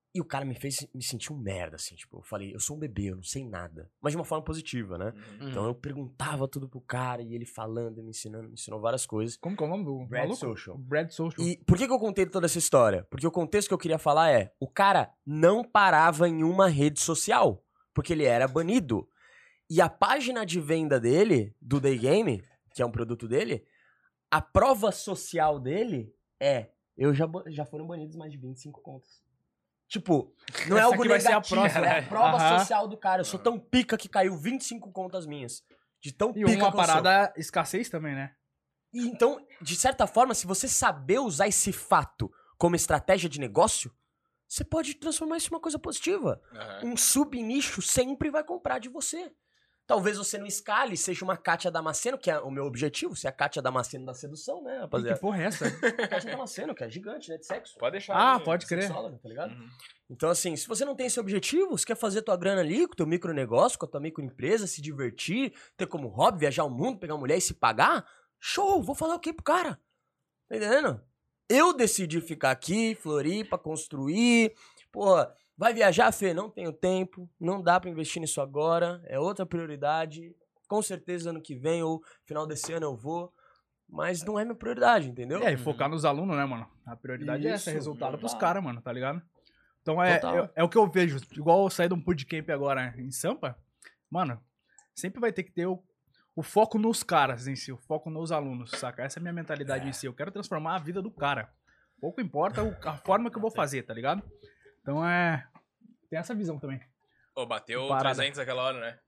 E o cara me fez me sentir um merda, assim, tipo, eu falei, eu sou um bebê, eu não sei nada. Mas de uma forma positiva, né? Então eu perguntava tudo pro cara, e ele falando, me ensinou várias coisas. Como que é o nome do Brad Social. Brad Social. E por que eu contei toda essa história? Porque o contexto que eu queria falar é, o cara não parava em uma rede social, porque ele era banido. E a página de venda dele, do Day Game, que é um produto dele, a prova social dele é, já foram banidos mais de 25 contas. Tipo, não é algo negativo, é a prova social do cara. Eu sou tão pica que caiu 25 contas minhas. De tão pica que eu sou. E uma parada escassez também, né? E então, de certa forma, se você saber usar esse fato como estratégia de negócio, você pode transformar isso em uma coisa positiva. Um sub-nicho sempre vai comprar de você. Talvez você não escale, seja uma Kátia Damasceno, que é o meu objetivo, ser a Kátia Damasceno da sedução, né, rapaziada? Que porra é essa? Kátia Damasceno, que é gigante, né, de sexo. Pode deixar. Ah, pode crer. Sexóloga, tá ligado? Então, assim, se você não tem esse objetivo, você quer fazer tua grana ali, com teu micronegócio, com a tua microempresa, se divertir, ter como hobby, viajar o mundo, pegar uma mulher e se pagar, show, vou falar o quê pro cara? Tá entendendo? Eu decidi ficar aqui, Floripa, construir, porra... Vai viajar, Fê? Não tenho tempo, não dá pra investir nisso agora, é outra prioridade. Com certeza ano que vem ou final desse ano eu vou, mas não é minha prioridade, entendeu? E focar nos alunos, né, mano? A prioridade é essa, resultado pros caras, mano, tá ligado? Então é o que eu vejo, igual eu saí de um bootcamp agora em Sampa, mano, sempre vai ter que ter o foco nos caras em si, o foco nos alunos, saca? Essa é a minha mentalidade em si, eu quero transformar a vida do cara. Pouco importa a forma que eu vou fazer, tá ligado? Então tem essa visão também. Pô, bateu 300 aquela hora, né?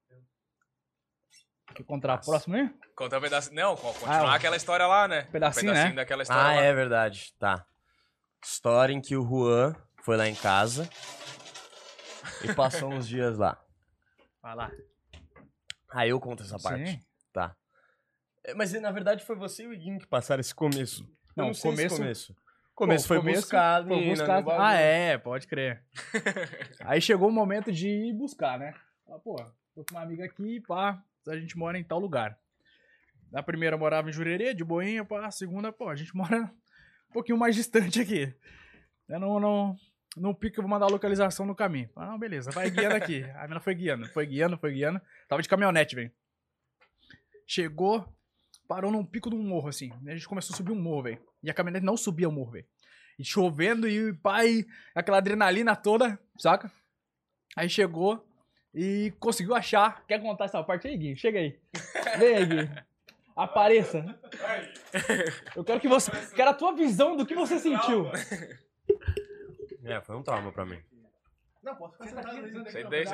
Quer contar a próxima aí? Contar um pedacinho. Não, continuar aquela história lá, né? Pedacinho, né? Daquela história lá. É verdade, tá. História em que o Juan foi lá em casa e passou uns dias lá. Vai lá. Aí eu conto essa parte. Sim. Tá. Mas na verdade foi você e o Iguinho que passaram esse começo. Não, começo foi buscado. Pode crer. Aí chegou o momento de ir buscar, né? Pô, tô com uma amiga aqui, pá, a gente mora em tal lugar. Na primeira eu morava em Jurerê, de boinha, pá, a segunda, pô, a gente mora um pouquinho mais distante aqui. Eu não pico, eu vou mandar a localização no caminho. Ah, não, beleza, vai guiando aqui. A menina foi guiando. Tava de caminhonete, velho. Chegou, parou num pico de um morro, assim. A gente começou a subir um morro, velho. E a caminhonete não subia o morro, velho. E chovendo e pai, aquela adrenalina toda, saca? Aí chegou e conseguiu achar. Quer contar essa parte aí, Gui? Chega aí. Vem aí, Gui. Apareça. Eu quero que você... Quero a tua visão do que você sentiu. Foi um trauma pra mim. Não, posso ficar aqui. Sei daí.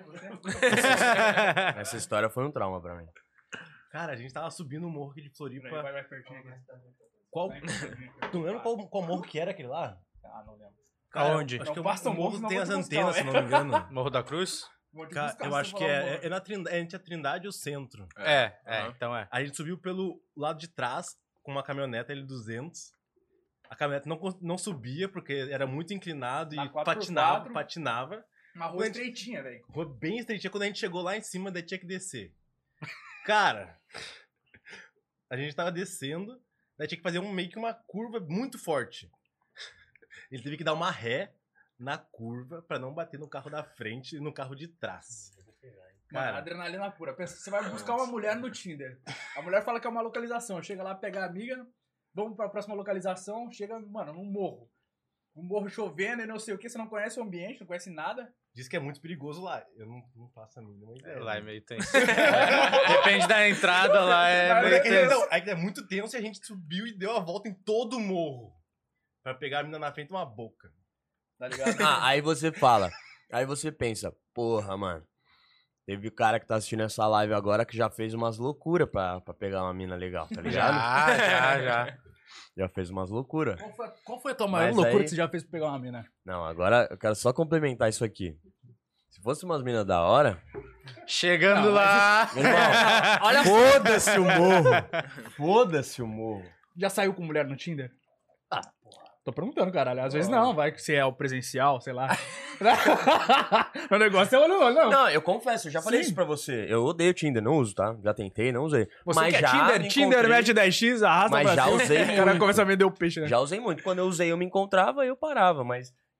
Essa história foi um trauma pra mim. Cara, a gente tava subindo um morro aqui de Floripa. Vai pertinho aqui. Qual? Tu lembra qual morro que era aquele lá? Ah, não lembro. Aonde? Acho que Basta o morro não tem vou as te buscar, antenas, se não me engano. Morro da Cruz? Cara, eu acho que é na Trindade, entre a Trindade e o centro. Então é. A gente subiu pelo lado de trás com uma caminhonete L200. A caminhonete não subia porque era muito inclinado e patinava. Uma rua estreitinha, velho. Rua bem estreitinha. Quando a gente chegou lá em cima, daí tinha que descer. Cara, a gente tava descendo, daí tinha que fazer meio que uma curva muito forte. Ele teve que dar uma ré na curva pra não bater no carro da frente e no carro de trás. Cara, adrenalina pura. Pensa, você vai buscar uma mulher no Tinder. A mulher fala que é uma localização. Chega lá, pega a amiga, vamos pra próxima localização, chega, mano, num morro. Um morro chovendo e não sei o que, você não conhece o ambiente, não conhece nada. Diz que é muito perigoso lá. Eu não faço a mínima ideia. Lá é meio tenso. Depende da entrada, lá é meio tenso. É muito tenso e a gente subiu e deu a volta em todo o morro. Pra pegar a menina na frente uma boca. Tá ligado? Aí você fala. Aí você pensa, porra, mano. Teve cara que tá assistindo essa live agora que já fez umas loucuras pra pegar uma mina legal, tá ligado? Já. Já fez umas loucuras. Qual foi a tua maior loucura que você já fez pra pegar uma mina? Não, agora eu quero só complementar isso aqui. Se fosse umas minas da hora... Chegando lá... Meu irmão, olha, foda-se o morro. Foda-se o morro. Já saiu com mulher no Tinder? Ah, porra. Tô perguntando, caralho. Às vezes não, vai que você é o presencial, sei lá. O negócio é olho no olho, não. Não, eu confesso, eu já falei isso pra você. Eu odeio Tinder, não uso, tá? Já tentei, não usei. Você mas quer já Tinder mete 10x, arrasta mas pra já cima. usei O cara começa a vender o peixe, né? Já usei muito. Quando eu usei, eu me encontrava e eu parava, mas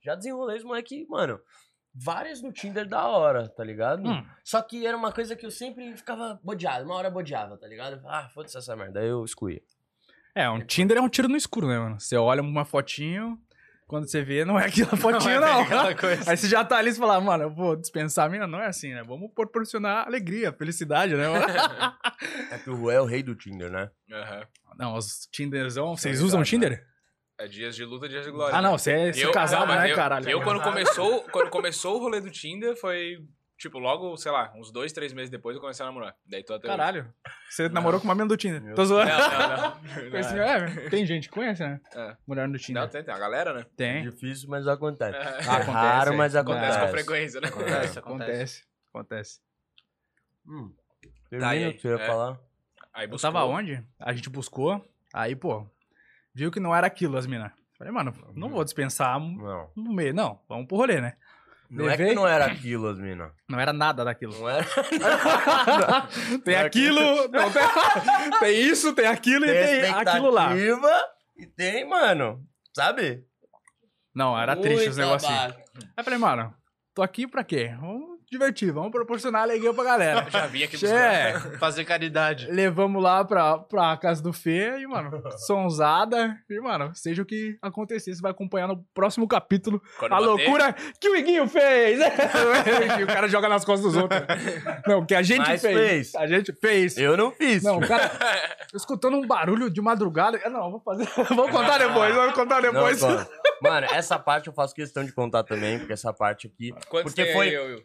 Já desenrolei os moleque, mano, várias no Tinder da hora, tá ligado? Só que era uma coisa que eu sempre ficava bodeado, uma hora bodeava, tá ligado? Foda-se essa merda, aí eu excluía. Um Tinder é um tiro no escuro, né, mano? Você olha uma fotinho, quando você vê, não é aquela fotinho, não. Aí você já tá ali e fala, mano, eu vou dispensar a mina, não é assim, né? Vamos proporcionar alegria, felicidade, né, mano? É que o Rui é o rei do Tinder, né? Não, os Tinderzão, vocês usam Tinder? É dias de luta, dias de glória. Não, você é casado, né, caralho? Quando começou o rolê do Tinder, foi... Tipo, logo, sei lá, uns 2, 3 meses depois eu comecei a namorar. Daí tô até Caralho. hoje. Você namorou com uma mina do Tinder. Tô zoando. Não. Tem gente que conhece, né? Mulher do Tinder. Não, tem a galera, né? Tem. É difícil, mas acontece. Acontece, raro, mas acontece. Acontece com frequência, né? Acontece. Termina o que você ia falar. Aí eu tava onde? A gente buscou. Aí, pô, viu que não era aquilo as minas. Falei, mano, não vou dispensar no meio. Não, vamos pro rolê, né? Não é que não era aquilo, as minas. Não era nada daquilo. Não era Tem aquilo, não, tem isso, tem aquilo e tem aquilo lá. E tem, mano, sabe? Não, era triste os negocinhos. Aí eu falei, mano, tô aqui pra quê? Vamos divertir, vamos proporcionar alegria pra galera. Já vim aqui buscar. Fazer caridade. Levamos lá pra casa do Fê e, mano, sonzada. E, mano, seja o que acontecer, você vai acompanhar no próximo capítulo loucura que o Iguinho fez. O cara joga nas costas dos outros. Não, que a gente fez. A gente fez. Eu não fiz. Não, o cara escutando um barulho de madrugada. Não, vou fazer. Vou contar depois. Não, mano, essa parte eu faço questão de contar também, porque essa parte aqui... Quantos porque foi... Aí,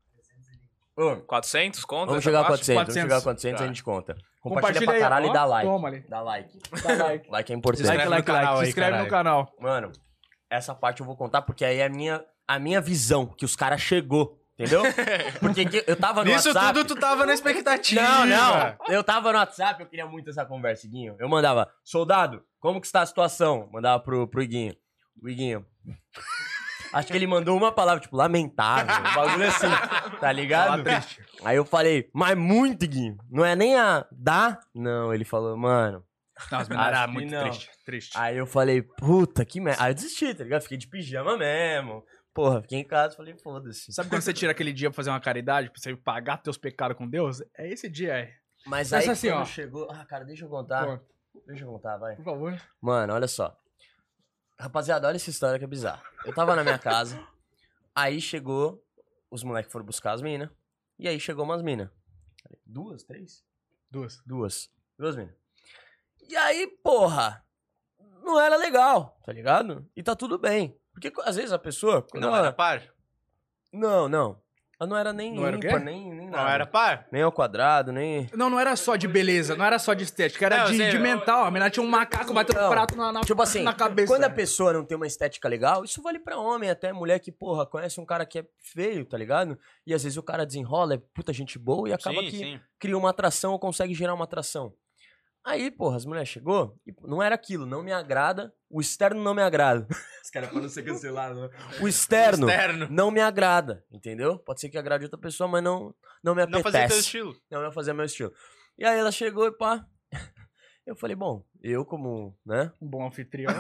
400? Conta? Vamos chegar a 400, a gente conta. Compartilha pra caralho e dá like. Toma ali. Dá like. Like é importante. Se inscreve no canal. Mano, essa parte eu vou contar porque aí é a minha visão, que os caras chegou. Entendeu? Porque eu tava no WhatsApp... Isso tudo tu tava na expectativa. Não. Eu tava no WhatsApp, eu queria muito essa conversa, Iguinho. Eu mandava, soldado, como que está a situação? Mandava pro Iguinho. O Iguinho... Acho que ele mandou uma palavra, tipo, lamentável, um bagulho assim, tá ligado? Aí eu falei, mas muito, Guinho, não é nem a dá? Não, ele falou, mano... Não, as meninas eram muito triste. Aí eu falei, puta, que merda. Aí eu desisti, tá ligado? Fiquei de pijama mesmo. Porra, fiquei em casa, falei, foda-se. Sabe quando você tira aquele dia pra fazer uma caridade, pra você pagar teus pecados com Deus? É esse dia aí. Mas aí assim, quando chegou... cara, deixa eu contar. Pô. Deixa eu contar, vai. Por favor. Mano, olha só. Rapaziada, olha essa história que é bizarra. Eu tava na minha casa, aí chegou, os moleques foram buscar as minas, e aí chegou umas minas. 2, 3? 2 minas. E aí, porra, não era legal, tá ligado? E tá tudo bem. Porque às vezes a pessoa... Não era par? Não. Ela não era nem ímpar, nem nada. Não era par? Nem ao quadrado, nem... Não era só de beleza, não era só de estética, era de mental. A menina tinha um macaco batendo prato tipo assim, na cabeça. Quando a pessoa não tem uma estética legal, isso vale pra homem, até mulher que, porra, conhece um cara que é feio, tá ligado? E às vezes o cara desenrola, é puta gente boa e acaba cria uma atração ou consegue gerar uma atração. Aí, porra, as mulheres chegou e não era aquilo, não me agrada, o externo não me agrada. Os caras podem ser cancelados, né? O externo não me agrada, entendeu? Pode ser que agrade outra pessoa, mas não me apetece. Não fazia teu estilo. Não ia fazer meu estilo. E aí ela chegou e pá... Eu falei, bom, eu como, né? Um bom anfitrião.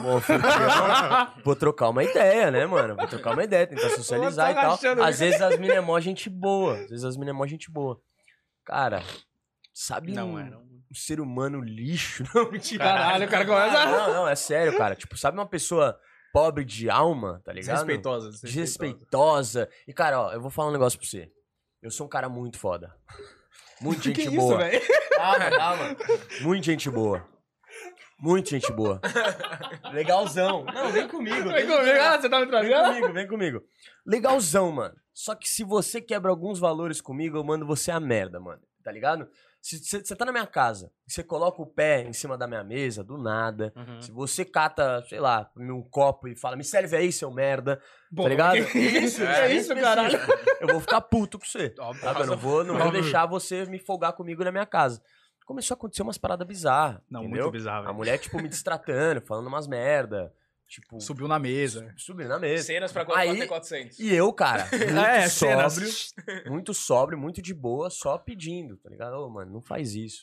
Vou trocar uma ideia, né, mano? Vou trocar uma ideia, tentar socializar e tal. Às vezes as minas é mó gente boa. Cara, sabe um ser humano lixo? Não, mentira. Caralho, o cara começa... Não, é sério, cara. Tipo, sabe uma pessoa pobre de alma, tá ligado? Desrespeitosa. E, cara, ó, eu vou falar um negócio pra você. Eu sou um cara muito foda. Muito gente boa. Isso, calma. Muito gente boa. Legalzão. Não, vem comigo. Vem comigo. Você tá me trazendo? Vem comigo. Legalzão, mano. Só que se você quebra alguns valores comigo, eu mando você a merda, mano. Tá ligado? Se você tá na minha casa, você coloca o pé em cima da minha mesa, do nada. Se você cata, sei lá, um copo e fala, me serve aí, seu merda. Bom, tá ligado? Que isso, caralho. Eu vou ficar puto com você. Sabe? Eu não vou deixar você me folgar comigo na minha casa. Começou a acontecer umas paradas bizarras. Não, entendeu? muito bizarro. A mulher, tipo, me destratando, falando umas merda. Tipo, subiu na mesa. Cenas pra 400. E eu, cara, muito sóbrio, muito de boa, só pedindo, tá ligado? Ô, mano, não faz isso.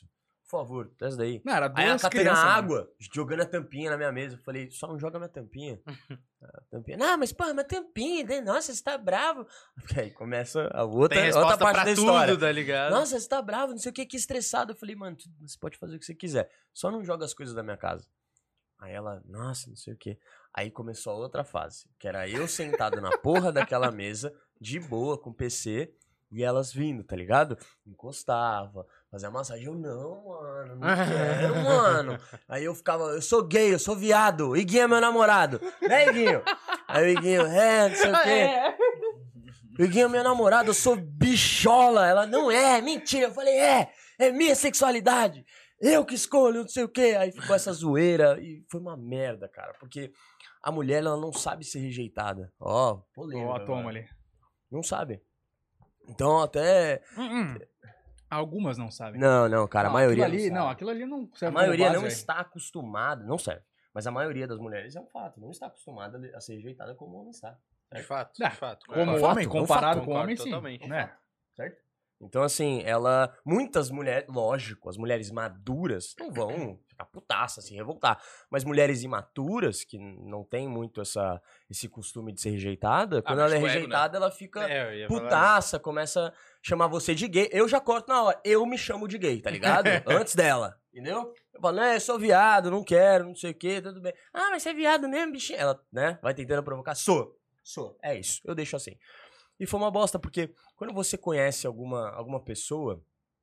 Por favor, essa daí. Não, era Aí ela duas catando crianças, a mano. água, jogando a tampinha na minha mesa. Eu falei, só não joga minha tampinha. A tampinha. Não, mas pô, minha tampinha. Nossa, você tá bravo. Porque aí começa a outra parte pra da tudo, história. tá ligado? Nossa, você tá bravo, não sei o que estressado. Eu falei, mano, você pode fazer o que você quiser. Só não joga as coisas da minha casa. Aí ela, nossa, não sei o que. Aí começou a outra fase, que era eu sentado na porra daquela mesa, de boa, com o PC, e elas vindo, tá ligado? Encostava, fazia massagem. Eu, não, mano, não quero, mano. Aí eu ficava, eu sou gay, eu sou viado, o Iguinho é meu namorado, né, Iguinho? Aí o Iguinho, não sei o quê. O Iguinho é meu namorado, eu sou bichola. Ela, não é, mentira. Eu falei, é minha sexualidade. Eu que escolho, não sei o quê. Aí ficou essa zoeira e foi uma merda, cara. Porque a mulher, ela não sabe ser rejeitada. Ó, polêmica. Ó, toma ali. Não sabe. Então, até... Algumas não sabem. Não, cara, a maioria aquilo ali, não sabe. aquilo ali não serve. A maioria como não base, está acostumada, não serve. Mas a maioria das mulheres, é um fato, não está acostumada a ser rejeitada como o homem está. De fato, É, de fato. Como É um homem, fato, é um comparado fato. com o homem, Concordo sim. totalmente. Né? Certo? Então, assim, muitas mulheres, lógico, as mulheres maduras não vão ficar putaça, se revoltar. Mas mulheres imaturas, que não tem muito esse costume de ser rejeitada, quando ela é mexe com o ego, rejeitada, ela fica Eu ia falar putaça, começa a chamar você de gay. Eu já corto na hora, eu me chamo de gay, tá ligado? Antes dela, entendeu? Eu falo, eu sou viado, não quero, não sei o quê, tudo bem. Ah, mas você é viado mesmo, bichinho? Ela, né, vai tentando provocar. Sou, é isso, eu deixo assim. E foi uma bosta, porque quando você conhece alguma pessoa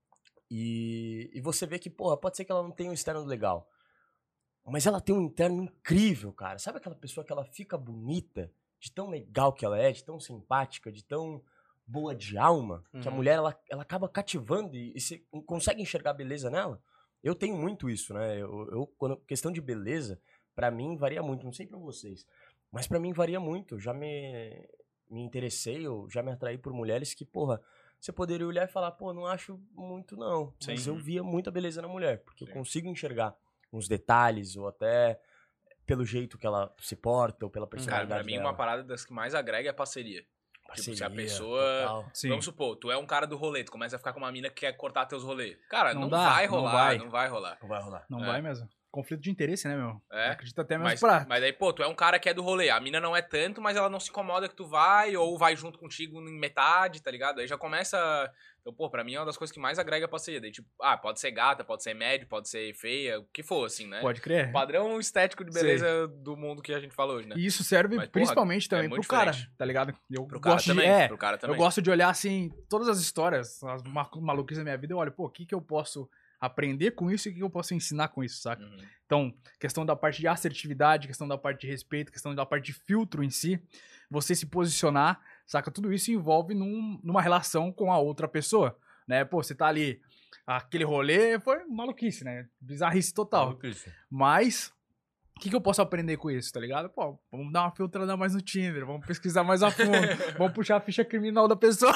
e você vê que, porra, pode ser que ela não tenha um externo legal, mas ela tem um interno incrível, cara. Sabe aquela pessoa que ela fica bonita, de tão legal que ela é, de tão simpática, de tão boa de alma, que a mulher, ela acaba cativando e você consegue enxergar beleza nela? Eu tenho muito isso, né? Quando questão de beleza, pra mim varia muito, não sei pra vocês, mas pra mim varia muito. Eu já me interessei, eu já me atraí por mulheres que, porra, você poderia olhar e falar, pô, não acho muito não. Sim. Mas eu via muita beleza na mulher, porque eu consigo enxergar uns detalhes, ou até pelo jeito que ela se porta, ou pela Cara, personalidade pra mim, dela. uma parada das que mais agrega é a parceria. Tipo, se a Parceria, pessoa... total. Sim. Vamos supor, tu é um cara do rolê, tu começa a ficar com uma mina que quer cortar teus rolês. Cara, Não não dá, vai não rolar, vai. não vai rolar. Não vai rolar. Não É. vai mesmo. Conflito de interesse, né, meu? É. Acredito até mesmo Mas, pra... mas aí, pô, tu é um cara que é do rolê. A mina não é tanto, mas ela não se incomoda que tu vai, ou vai junto contigo em metade, tá ligado? Aí já começa... Então, pô, pra mim é uma das coisas que mais agrega a parceria. Daí, tipo, pode ser gata, pode ser médio, pode ser feia, o que for, assim, né? Pode crer. Padrão estético de beleza do mundo que a gente falou hoje, né? E isso serve Mas, porra, principalmente é também pro muito cara, diferente. tá ligado? Eu Pro cara gosto também, pro de, cara também. eu gosto de olhar, assim, todas as histórias, as maluquices da minha vida, eu olho, pô, o que eu posso aprender com isso e o que eu posso ensinar com isso, saca? Uhum. Então, questão da parte de assertividade, questão da parte de respeito, questão da parte de filtro em si, você se posicionar, saca? Tudo isso envolve numa relação com a outra pessoa, né? Pô, você tá ali, aquele rolê foi maluquice, né? Bizarrice total. Mas, o que eu posso aprender com isso, tá ligado? Pô, vamos dar uma filtrada mais no Tinder, vamos pesquisar mais a fundo, vamos puxar a ficha criminal da pessoa.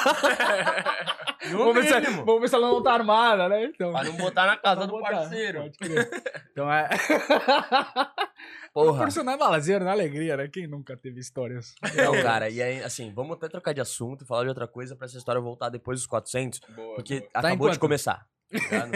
Vamos ver se ela não tá armada, né? Então, Pra não botar na casa pra do botar, parceiro. pode crer. Então é. Porra. Proporcionar lazer, na alegria, né? Quem nunca teve histórias? Não, cara, e aí, assim, vamos até trocar de assunto e falar de outra coisa pra essa história voltar depois dos 400, Boa, porque boa. acabou em de quanto? começar. Tá ligado?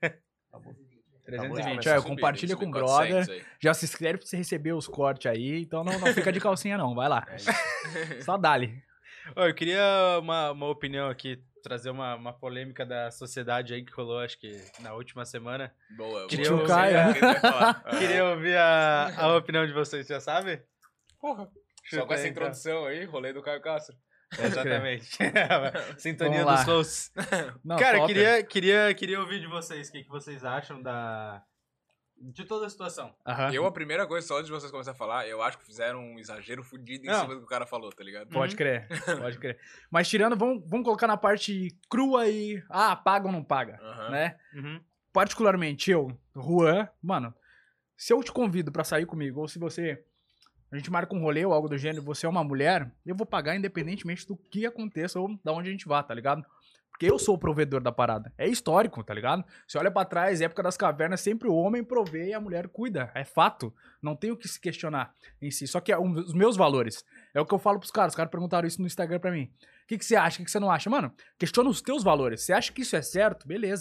320. Tá É, bom. compartilha com o 400 brother. aí. Já se inscreve pra você receber os cortes aí. Então não fica de calcinha, não. Vai lá. Só dá-lhe. Ô, eu queria uma opinião aqui, trazer uma polêmica da sociedade aí que rolou, acho que na última semana. Boa. Queria Tio ouvir Caio. O que tu vai falar? Queria ouvir a opinião de vocês, já sabe? Porra. Só Chuta com essa aí, então. introdução aí, rolê do Caio Castro. Exatamente. Sintonia Vamos dos lá. flows. Não, Cara, top. queria ouvir de vocês, o que vocês acham de toda a situação. Aham. A primeira coisa, só antes de vocês começarem a falar, eu acho que fizeram um exagero fudido em Não. cima do que o cara falou, tá ligado? Pode crer, pode crer. Mas tirando, vamos colocar na parte crua aí. Paga ou não paga, Aham. né? Uhum. Particularmente eu, Juan, mano, se eu te convido pra sair comigo, ou se a gente marca um rolê ou algo do gênero, você é uma mulher, eu vou pagar independentemente do que aconteça ou da onde a gente vá, tá ligado? Porque eu sou o provedor da parada. É histórico, tá ligado? Você olha pra trás, época das cavernas, sempre o homem provê e a mulher cuida. É fato. Não tem o que se questionar em si. Só que os meus valores. É o que eu falo pros caras. Os caras perguntaram isso no Instagram pra mim. O que você acha? O que você não acha? Mano, questiona os teus valores. Você acha que isso é certo? Beleza.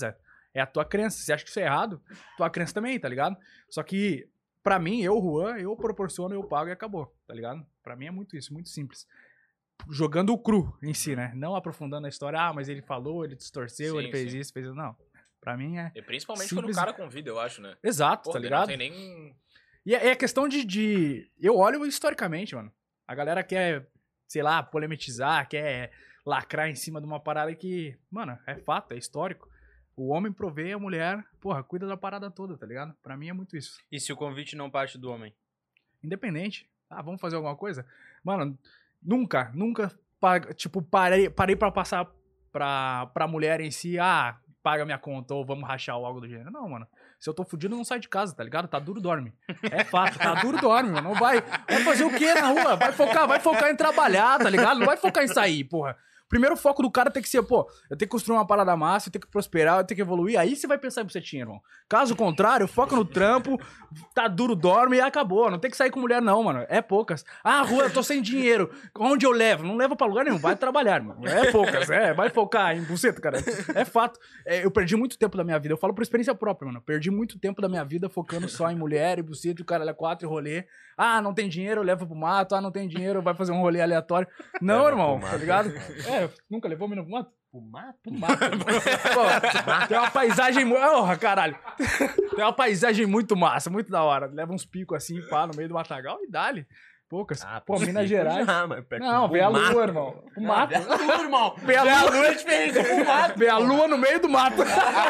É a tua crença. Se você acha que isso é errado, tua crença também, tá ligado? Só que, pra mim, Juan, eu proporciono, eu pago e acabou, tá ligado? Pra mim é muito isso, muito simples. Jogando o cru em si, né? Não aprofundando a história, mas ele falou, ele distorceu, ele fez isso, fez isso. Não. Pra mim é. E principalmente simples. quando o cara convida, eu acho, né? Exato, tá ligado? Não tem nem. E é questão de. Eu olho historicamente, mano. A galera quer, sei lá, polemizar, quer lacrar em cima de uma parada que, mano, é fato, é histórico. O homem provê, a mulher, porra, cuida da parada toda, tá ligado? Pra mim é muito isso. E se o convite não parte do homem? Independente. Ah, vamos fazer alguma coisa? Mano, nunca, tipo, parei pra passar pra mulher em si, paga minha conta ou vamos rachar ou algo do gênero. Não, mano. Se eu tô fudido, não sai de casa, tá ligado? Tá duro, dorme. É fato, tá duro, dorme, mano. Não vai fazer o quê na rua? Vai focar em trabalhar, tá ligado? Não vai focar em sair, porra. Primeiro foco do cara tem que ser, pô, eu tenho que construir uma parada massa, eu tenho que prosperar, eu tenho que evoluir. Aí você vai pensar em bucetinha, irmão. Caso contrário, foca no trampo, tá duro, dorme e acabou. Não tem que sair com mulher, não, mano. É poucas. Rua, eu tô sem dinheiro. Onde eu levo? Não leva pra lugar nenhum. Vai trabalhar, mano. É poucas. Vai focar em buceta, cara. É fato. Eu perdi muito tempo da minha vida. Eu falo por experiência própria, mano. Perdi muito tempo da minha vida focando só em mulher e buceta, e o cara é 4 e rolê. Não tem dinheiro, leva pro mato. Não tem dinheiro, vai fazer um rolê aleatório. Não, irmão, tá ligado? Nunca levou menino pro mato? Pro mato? Pro mato. Pô, tem uma paisagem muito... caralho. Tem uma paisagem muito massa, muito da hora. Leva uns picos assim, pá, no meio do matagal e dá-lhe. Poucas. Pô, Minas Gerais. Não, vê a lua, irmão. O mato. Vê a lua, irmão. Vê a lua é diferente do mato. Vê a lua no meio do mato.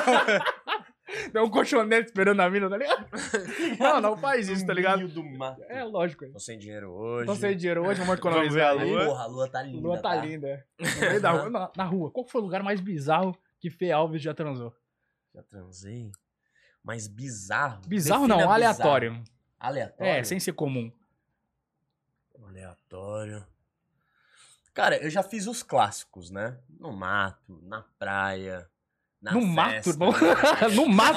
Tem um colchonete esperando a mina, tá ligado? Não faz isso, tá ligado? Do mato. É lógico. Tô sem dinheiro hoje. Vamos economizar a lua. Porra, a lua tá linda. A lua tá linda, é. No meio da rua, na rua. Qual foi o lugar mais bizarro que Fê Alves já transou? Já transei? Mas bizarro? Bizarro não, bizarro. aleatório. Aleatório? É, sem ser comum. Aleatório. Cara, eu já fiz os clássicos, né? No mato, na praia, na no festa. Mato, irmão? No mato?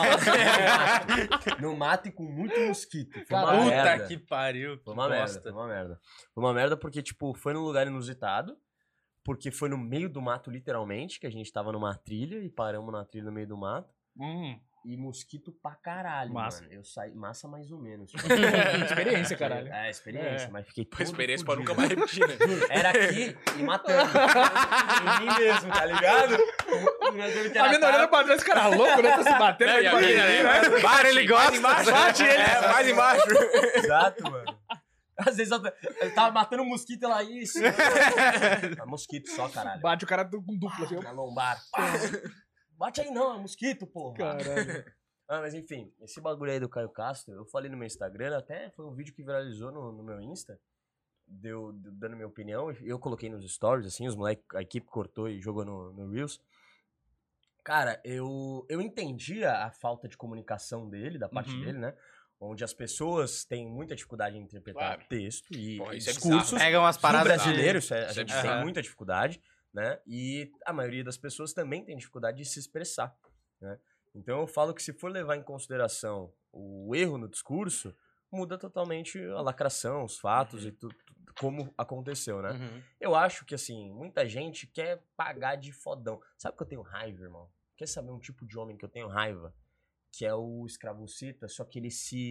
No mato e com muito mosquito. Foi uma uma puta merda. que pariu. Foi uma merda, foi uma merda. Foi uma merda porque, tipo, foi num lugar inusitado. Porque foi no meio do mato, literalmente, que a gente tava numa trilha e paramos na trilha no meio do mato. E mosquito pra caralho, massa. mano. Eu saí... Massa mais ou menos. Experiência, caralho. Experiência. Mas fiquei todo experiência fudido. pra nunca mais repetir, né? Era aqui e matando. Em mim mesmo, tá ligado? A mina olhando pra trás, esse cara louco, né? Tá se batendo. E a mina, né? Para, ele gosta. Bate ele. Mais embaixo. Exato, mano. Às vezes eu tava matando um mosquito lá, isso. Mosquito só, caralho. Bate o cara com dupla, assim. Na lombar. Bate aí não, é mosquito, porra. Caralho. Mas enfim, esse bagulho aí do Caio Castro, eu falei no meu Instagram, até foi um vídeo que viralizou no meu Insta, dando minha opinião, eu coloquei nos stories, assim, os moleques, a equipe cortou e jogou no Reels. Cara, eu entendia a falta de comunicação dele, da parte dele, né? Onde as pessoas têm muita dificuldade em interpretar texto e discursos. Pegam as paradas brasileiros, a gente tem muita dificuldade, né? E a maioria das pessoas também tem dificuldade de se expressar, né? Então eu falo que se for levar em consideração o erro no discurso, muda totalmente a lacração, os fatos e tudo como aconteceu, né? Eu acho que, assim, muita gente quer pagar de fodão. Sabe que eu tenho raiva, irmão? Quer saber um tipo de homem que eu tenho raiva? Que é o escravocita, só que ele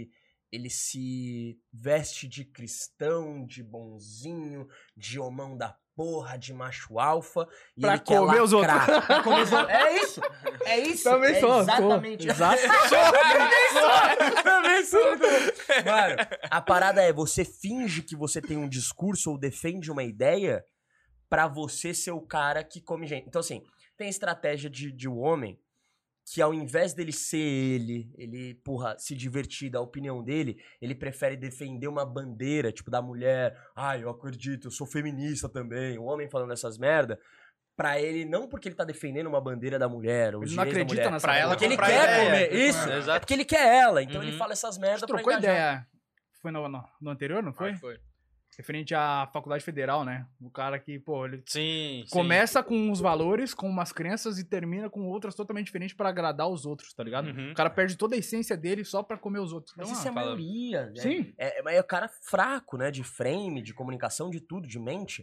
se veste de cristão, de bonzinho, de homão da porra, de macho alfa. E pra ele quer comer os outros. Pra comer os outros. É isso! É isso! Também sou. Exatamente. Também sou. Mano, a parada é, você finge que você tem um discurso ou defende uma ideia pra você ser o cara que come gente. Então, assim, tem a estratégia de um homem que ao invés dele ser ele, porra, se divertir da opinião dele, ele prefere defender uma bandeira, tipo, da mulher. Eu acredito, eu sou feminista também. O homem falando essas merda, pra ele, não porque ele tá defendendo uma bandeira da mulher, ou ele não acredita nessa pra ela, porque ele quer comer. Isso, é porque ele quer ela, então ele fala essas merdas pra trocou engajar. ideia. Foi no anterior, não foi? Foi. Referente à Faculdade Federal, né? O cara que, pô, ele Sim. começa com uns valores, com umas crenças e termina com outras totalmente diferentes pra agradar os outros, tá ligado? O cara perde toda a essência dele só pra comer os outros. Mas Então, isso é a maioria. Sim. Mas é o cara fraco, né? De frame, de comunicação, de tudo, de mente.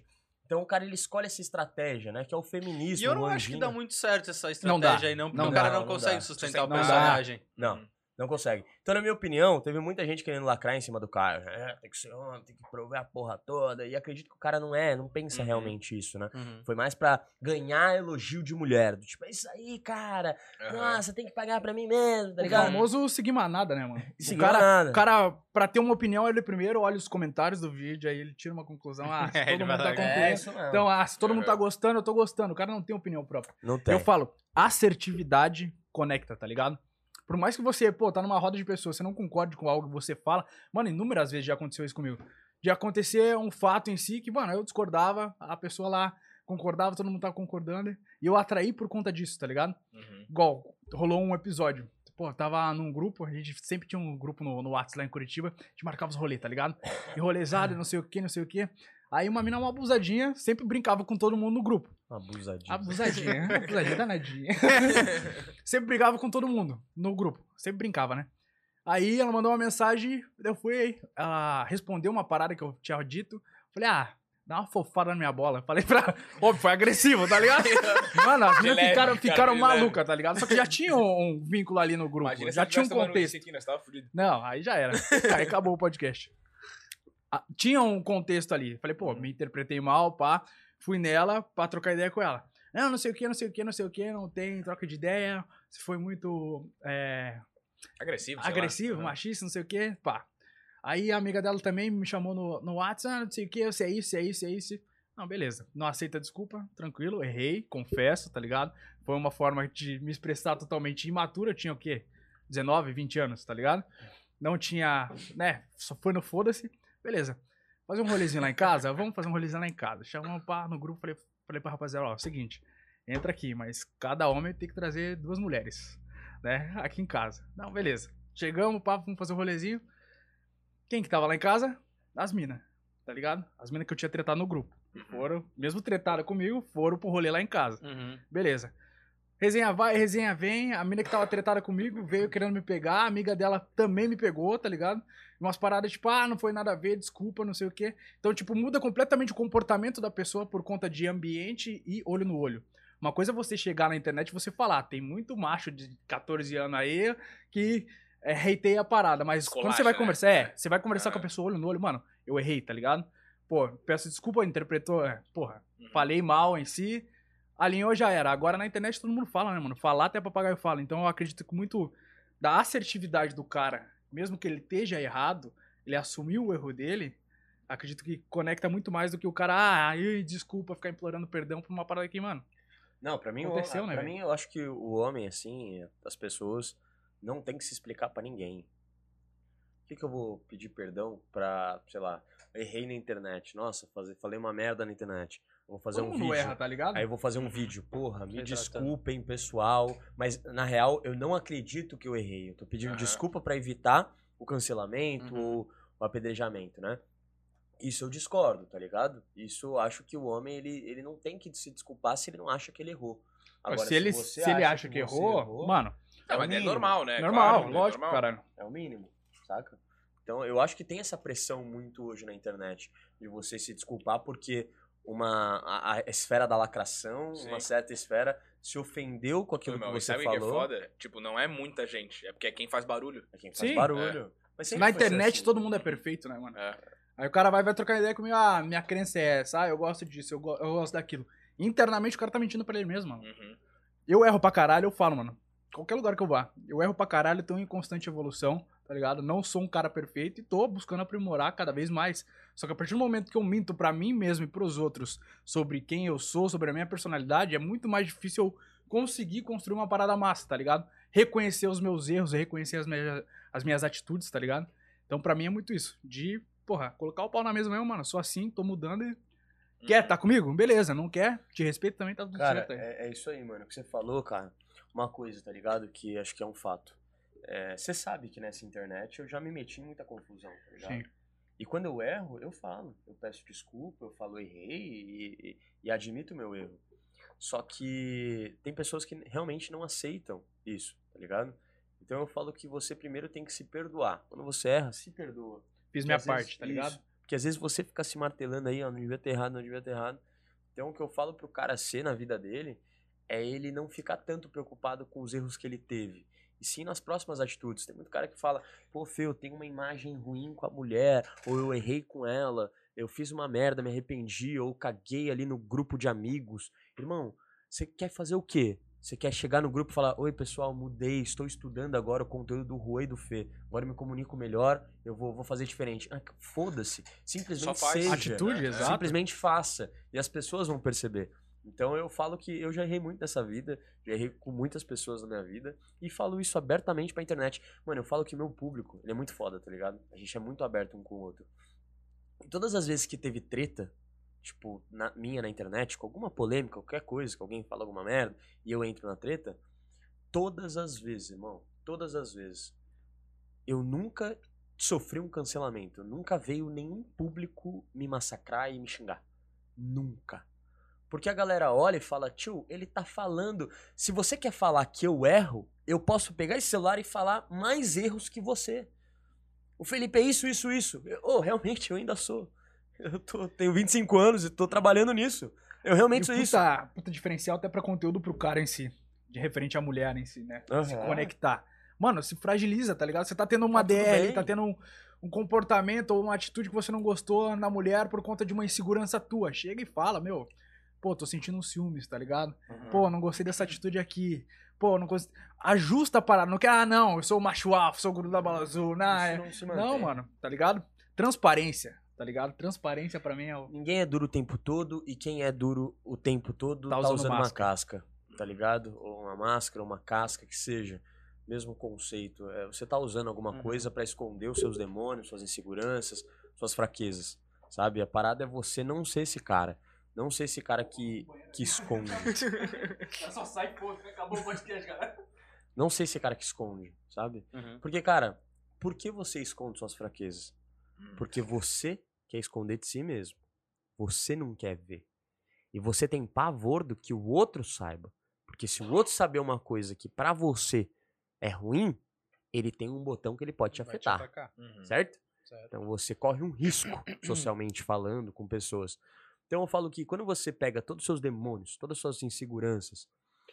Então o cara, ele escolhe essa estratégia, né? Que é o feminismo. E eu não acho que dá muito certo essa estratégia aí, não. Porque o cara não consegue sustentar o personagem. Não consegue. Então, na minha opinião, teve muita gente querendo lacrar em cima do cara. Tem que ser homem, tem que provar a porra toda. E acredito que o cara não pensa realmente isso, né? Foi mais pra ganhar elogio de mulher. Tipo, é isso aí, cara. Nossa, tem que pagar pra mim mesmo, tá ligado? O famoso seguir manada, né, mano? O cara, pra ter uma opinião, ele primeiro olha os comentários do vídeo, aí ele tira uma conclusão. Se todo mundo tá concluindo. Então, se todo mundo tá gostando, eu tô gostando. O cara não tem opinião própria. Não tem. Eu falo, assertividade conecta, tá ligado? Por mais que você, tá numa roda de pessoas, você não concorde com algo que você fala. Mano, inúmeras vezes já aconteceu isso comigo. De acontecer um fato em si que, mano, eu discordava, a pessoa lá concordava, todo mundo tava concordando. E eu atraí por conta disso, tá ligado? Igual, rolou um episódio. Tava num grupo, a gente sempre tinha um grupo no WhatsApp lá em Curitiba, a gente marcava os rolês, tá ligado? E rolezado, não sei o que, não sei o que. Aí uma mina, uma abusadinha, sempre brincava com todo mundo no grupo. Abusadinha, danadinha. Sempre brigava com todo mundo no grupo. Sempre brincava, né? Aí ela mandou uma mensagem, eu fui, ela respondeu uma parada que eu tinha dito. Falei, dá uma fofada na minha bola. Falei pra... Óbvio, foi agressivo, tá ligado? Mano, as meninas ficaram malucas, tá ligado? Só que já tinha um vínculo ali no grupo. Imagina, já tinha um contexto. Aqui, nós tava fudido. Não, aí já era. Aí acabou o podcast. Tinha um contexto ali. Falei, me interpretei mal, pá. Fui nela pra trocar ideia com ela. Não sei o que, não tem troca de ideia. Você foi muito... agressivo, machista, não sei o que, pá. Aí a amiga dela também me chamou no WhatsApp, não sei o que, você é isso. Não, beleza. Não aceita desculpa, tranquilo, errei, confesso, tá ligado? Foi uma forma de me expressar totalmente imatura, eu tinha o quê? 19, 20 anos, tá ligado? Não tinha, né, só foi no foda-se. Beleza. Fazer um rolezinho lá em casa? Vamos fazer um rolezinho lá em casa. Chamamos no grupo, falei pra rapaziada, seguinte, entra aqui, mas cada homem tem que trazer 2 mulheres, né, aqui em casa. Não, beleza. Chegamos, vamos fazer um rolezinho. Quem que tava lá em casa? As minas, tá ligado? As minas que eu tinha tretado no grupo. Foram, mesmo tretaram comigo, foram pro rolê lá em casa. Beleza. Resenha vai, resenha vem. A mina que tava tretada comigo veio querendo me pegar. A amiga dela também me pegou, tá ligado? Umas paradas tipo, não foi nada a ver, desculpa, não sei o quê. Então, tipo, muda completamente o comportamento da pessoa por conta de ambiente e olho no olho. Uma coisa é você chegar na internet e você falar, tem muito macho de 14 anos aí que hateia a parada, mas quando você vai conversar, você vai conversar com a pessoa olho no olho, mano, eu errei, tá ligado? Peço desculpa, interpretou, falei mal em si, alinhou, já era. Agora na internet todo mundo fala, né, mano? Falar até papagaio fala. Então eu acredito que muito da assertividade do cara, mesmo que ele esteja errado, ele assumiu o erro dele, acredito que conecta muito mais do que o cara, desculpa, ficar implorando perdão por uma parada aqui, mano. Não, pra mim, mim eu acho que o homem, assim, as pessoas não tem que se explicar pra ninguém. Por que eu vou pedir perdão pra, sei lá, errei na internet, nossa, falei uma merda na internet. Vou fazer um vídeo. Erra, tá ligado? Aí eu vou fazer um vídeo. Porra, me desculpem, pessoal. Mas, na real, eu não acredito que eu errei. Eu tô pedindo desculpa pra evitar o cancelamento ou o apedrejamento, né? Isso eu discordo, tá ligado? Isso eu acho que o homem, ele não tem que se desculpar se ele não acha que ele errou. Agora, se ele acha que errou, mano... mas é normal, né? Normal, claro, lógico, normal. caralho. É o mínimo, saca? Então, eu acho que tem essa pressão muito hoje na internet de você se desculpar porque a esfera da lacração, uma certa esfera, se ofendeu com aquilo que você falou. Que é foda? Tipo, não é muita gente, é porque é quem faz barulho. É quem faz barulho. Mas na internet assim, todo mundo é perfeito, né, mano? Aí o cara vai trocar ideia comigo, minha crença é essa, eu gosto disso, eu gosto daquilo. Internamente o cara tá mentindo pra ele mesmo, mano. Eu erro pra caralho, eu falo, mano. Qualquer lugar que eu vá, eu erro pra caralho, tô em constante evolução, tá ligado? Não sou um cara perfeito e tô buscando aprimorar cada vez mais. Só que a partir do momento que eu minto pra mim mesmo e pros outros sobre quem eu sou, sobre a minha personalidade, é muito mais difícil eu conseguir construir uma parada massa, tá ligado? Reconhecer os meus erros, reconhecer as minhas atitudes, tá ligado? Então pra mim é muito isso, de, colocar o pau na mesa mesmo, mano, sou assim, tô mudando e... Quer? Tá comigo? Beleza, não quer? Te respeito também, tá tudo certo aí. É isso aí, mano, o que você falou, cara, uma coisa, tá ligado? Que acho que é um fato. Você sabe que nessa internet eu já me meti em muita confusão, tá ligado? Sim. E quando eu erro, eu falo. Eu peço desculpa, eu falo errei e admito o meu erro. Só que tem pessoas que realmente não aceitam isso, tá ligado? Então eu falo que você primeiro tem que se perdoar. Quando você erra, se perdoa. Fiz minha parte, tá ligado? Porque às vezes você fica se martelando aí, não devia ter errado, não devia ter errado. Então, o que eu falo pro cara ser na vida dele é ele não ficar tanto preocupado com os erros que ele teve. E sim nas próximas atitudes. Tem muito cara que fala, pô, Fê, eu tenho uma imagem ruim com a mulher, ou eu errei com ela, eu fiz uma merda, me arrependi, ou caguei ali no grupo de amigos. Irmão, você quer fazer o quê? Você quer chegar no grupo e falar, oi pessoal, mudei, estou estudando agora o conteúdo do Juan e do Fê, agora eu me comunico melhor, eu vou fazer diferente. Ah, foda-se, simplesmente seja. Atitude, exato. Simplesmente faça, e as pessoas vão perceber. Então eu falo que eu já errei muito nessa vida, já errei com muitas pessoas na minha vida, e falo isso abertamente pra internet. Mano, eu falo que o meu público, ele é muito foda, tá ligado? A gente é muito aberto um com o outro. E todas as vezes que teve treta, tipo, na internet, com alguma polêmica, qualquer coisa, que alguém fala alguma merda, e eu entro na treta, todas as vezes, irmão, todas as vezes, eu nunca sofri um cancelamento, nunca veio nenhum público me massacrar e me xingar. Nunca. Porque a galera olha e fala, tio, ele tá falando, se você quer falar que eu erro, eu posso pegar esse celular e falar mais erros que você. O Felipe é isso. Realmente, eu ainda sou. Tenho 25 anos e tô trabalhando nisso. Eu realmente sou isso. Puta diferencial até pra conteúdo pro cara em si. De referente à mulher em si, né? Se conectar. Mano, se fragiliza, tá ligado? Você tá tendo uma DR, tá tendo um comportamento ou uma atitude que você não gostou na mulher por conta de uma insegurança tua. Chega e fala, meu, pô, tô sentindo um ciúmes, tá ligado? Pô, não gostei dessa atitude aqui. Pô, não gostei. Ajusta a parada. Não quer, não, eu sou o macho alfa, sou o guru da bala azul. Não, mano, tá ligado? Transparência. Tá ligado? Transparência pra mim é o... Ninguém é duro o tempo todo e quem é duro o tempo todo tá usando uma casca, tá ligado? Ou uma máscara, uma casca, que seja. Mesmo conceito. Você tá usando alguma coisa pra esconder os seus demônios, suas inseguranças, suas fraquezas, sabe? A parada é você não ser esse cara. Não ser esse cara que esconde. Só sai, pô, acabou o podcast, cara. Não ser esse cara que esconde, sabe? Porque, cara, por que você esconde suas fraquezas? Porque você quer esconder de si mesmo. Você não quer ver. E você tem pavor do que o outro saiba. Porque se o outro saber uma coisa que pra você é ruim, ele tem um botão que ele pode te afetar. Certo? Então você corre um risco, socialmente falando, com pessoas. Então eu falo que quando você pega todos os seus demônios, todas as suas inseguranças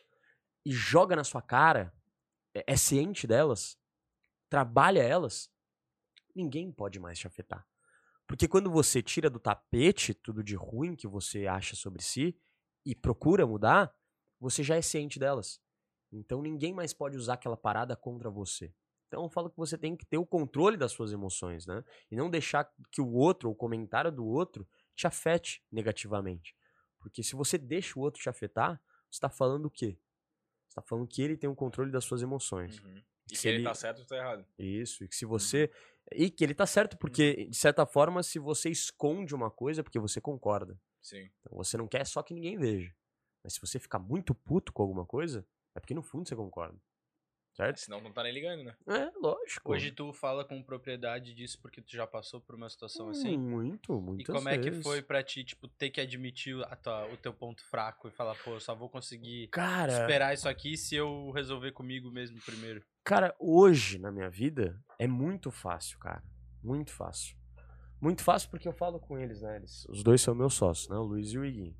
e joga na sua cara, é ciente delas, trabalha elas, ninguém pode mais te afetar. Porque quando você tira do tapete tudo de ruim que você acha sobre si e procura mudar, você já é ciente delas. Então ninguém mais pode usar aquela parada contra você. Então eu falo que você tem que ter o controle das suas emoções, né? E não deixar que o outro, ou o comentário do outro, te afete negativamente. Porque se você deixa o outro te afetar, você tá falando o quê? Você tá falando que ele tem o controle das suas emoções. E se ele tá certo ou tá errado. Isso, e que se você... E que ele tá certo porque, de certa forma, se você esconde uma coisa, é porque você concorda. Sim. Então você não quer só que ninguém veja. Mas se você ficar muito puto com alguma coisa, é porque no fundo você concorda. Certo? Senão não tá nem ligando, né? É, lógico. Hoje tu fala com propriedade disso porque tu já passou por uma situação assim? Muito E como é que foi pra ti, tipo, ter que admitir o teu ponto fraco e falar, pô, eu só vou conseguir superar isso aqui se eu resolver comigo mesmo primeiro? Cara, hoje na minha vida é muito fácil, cara. Muito fácil. Muito fácil porque eu falo com eles, né? Os dois são meus sócios, né? O Luiz e o Iguinho.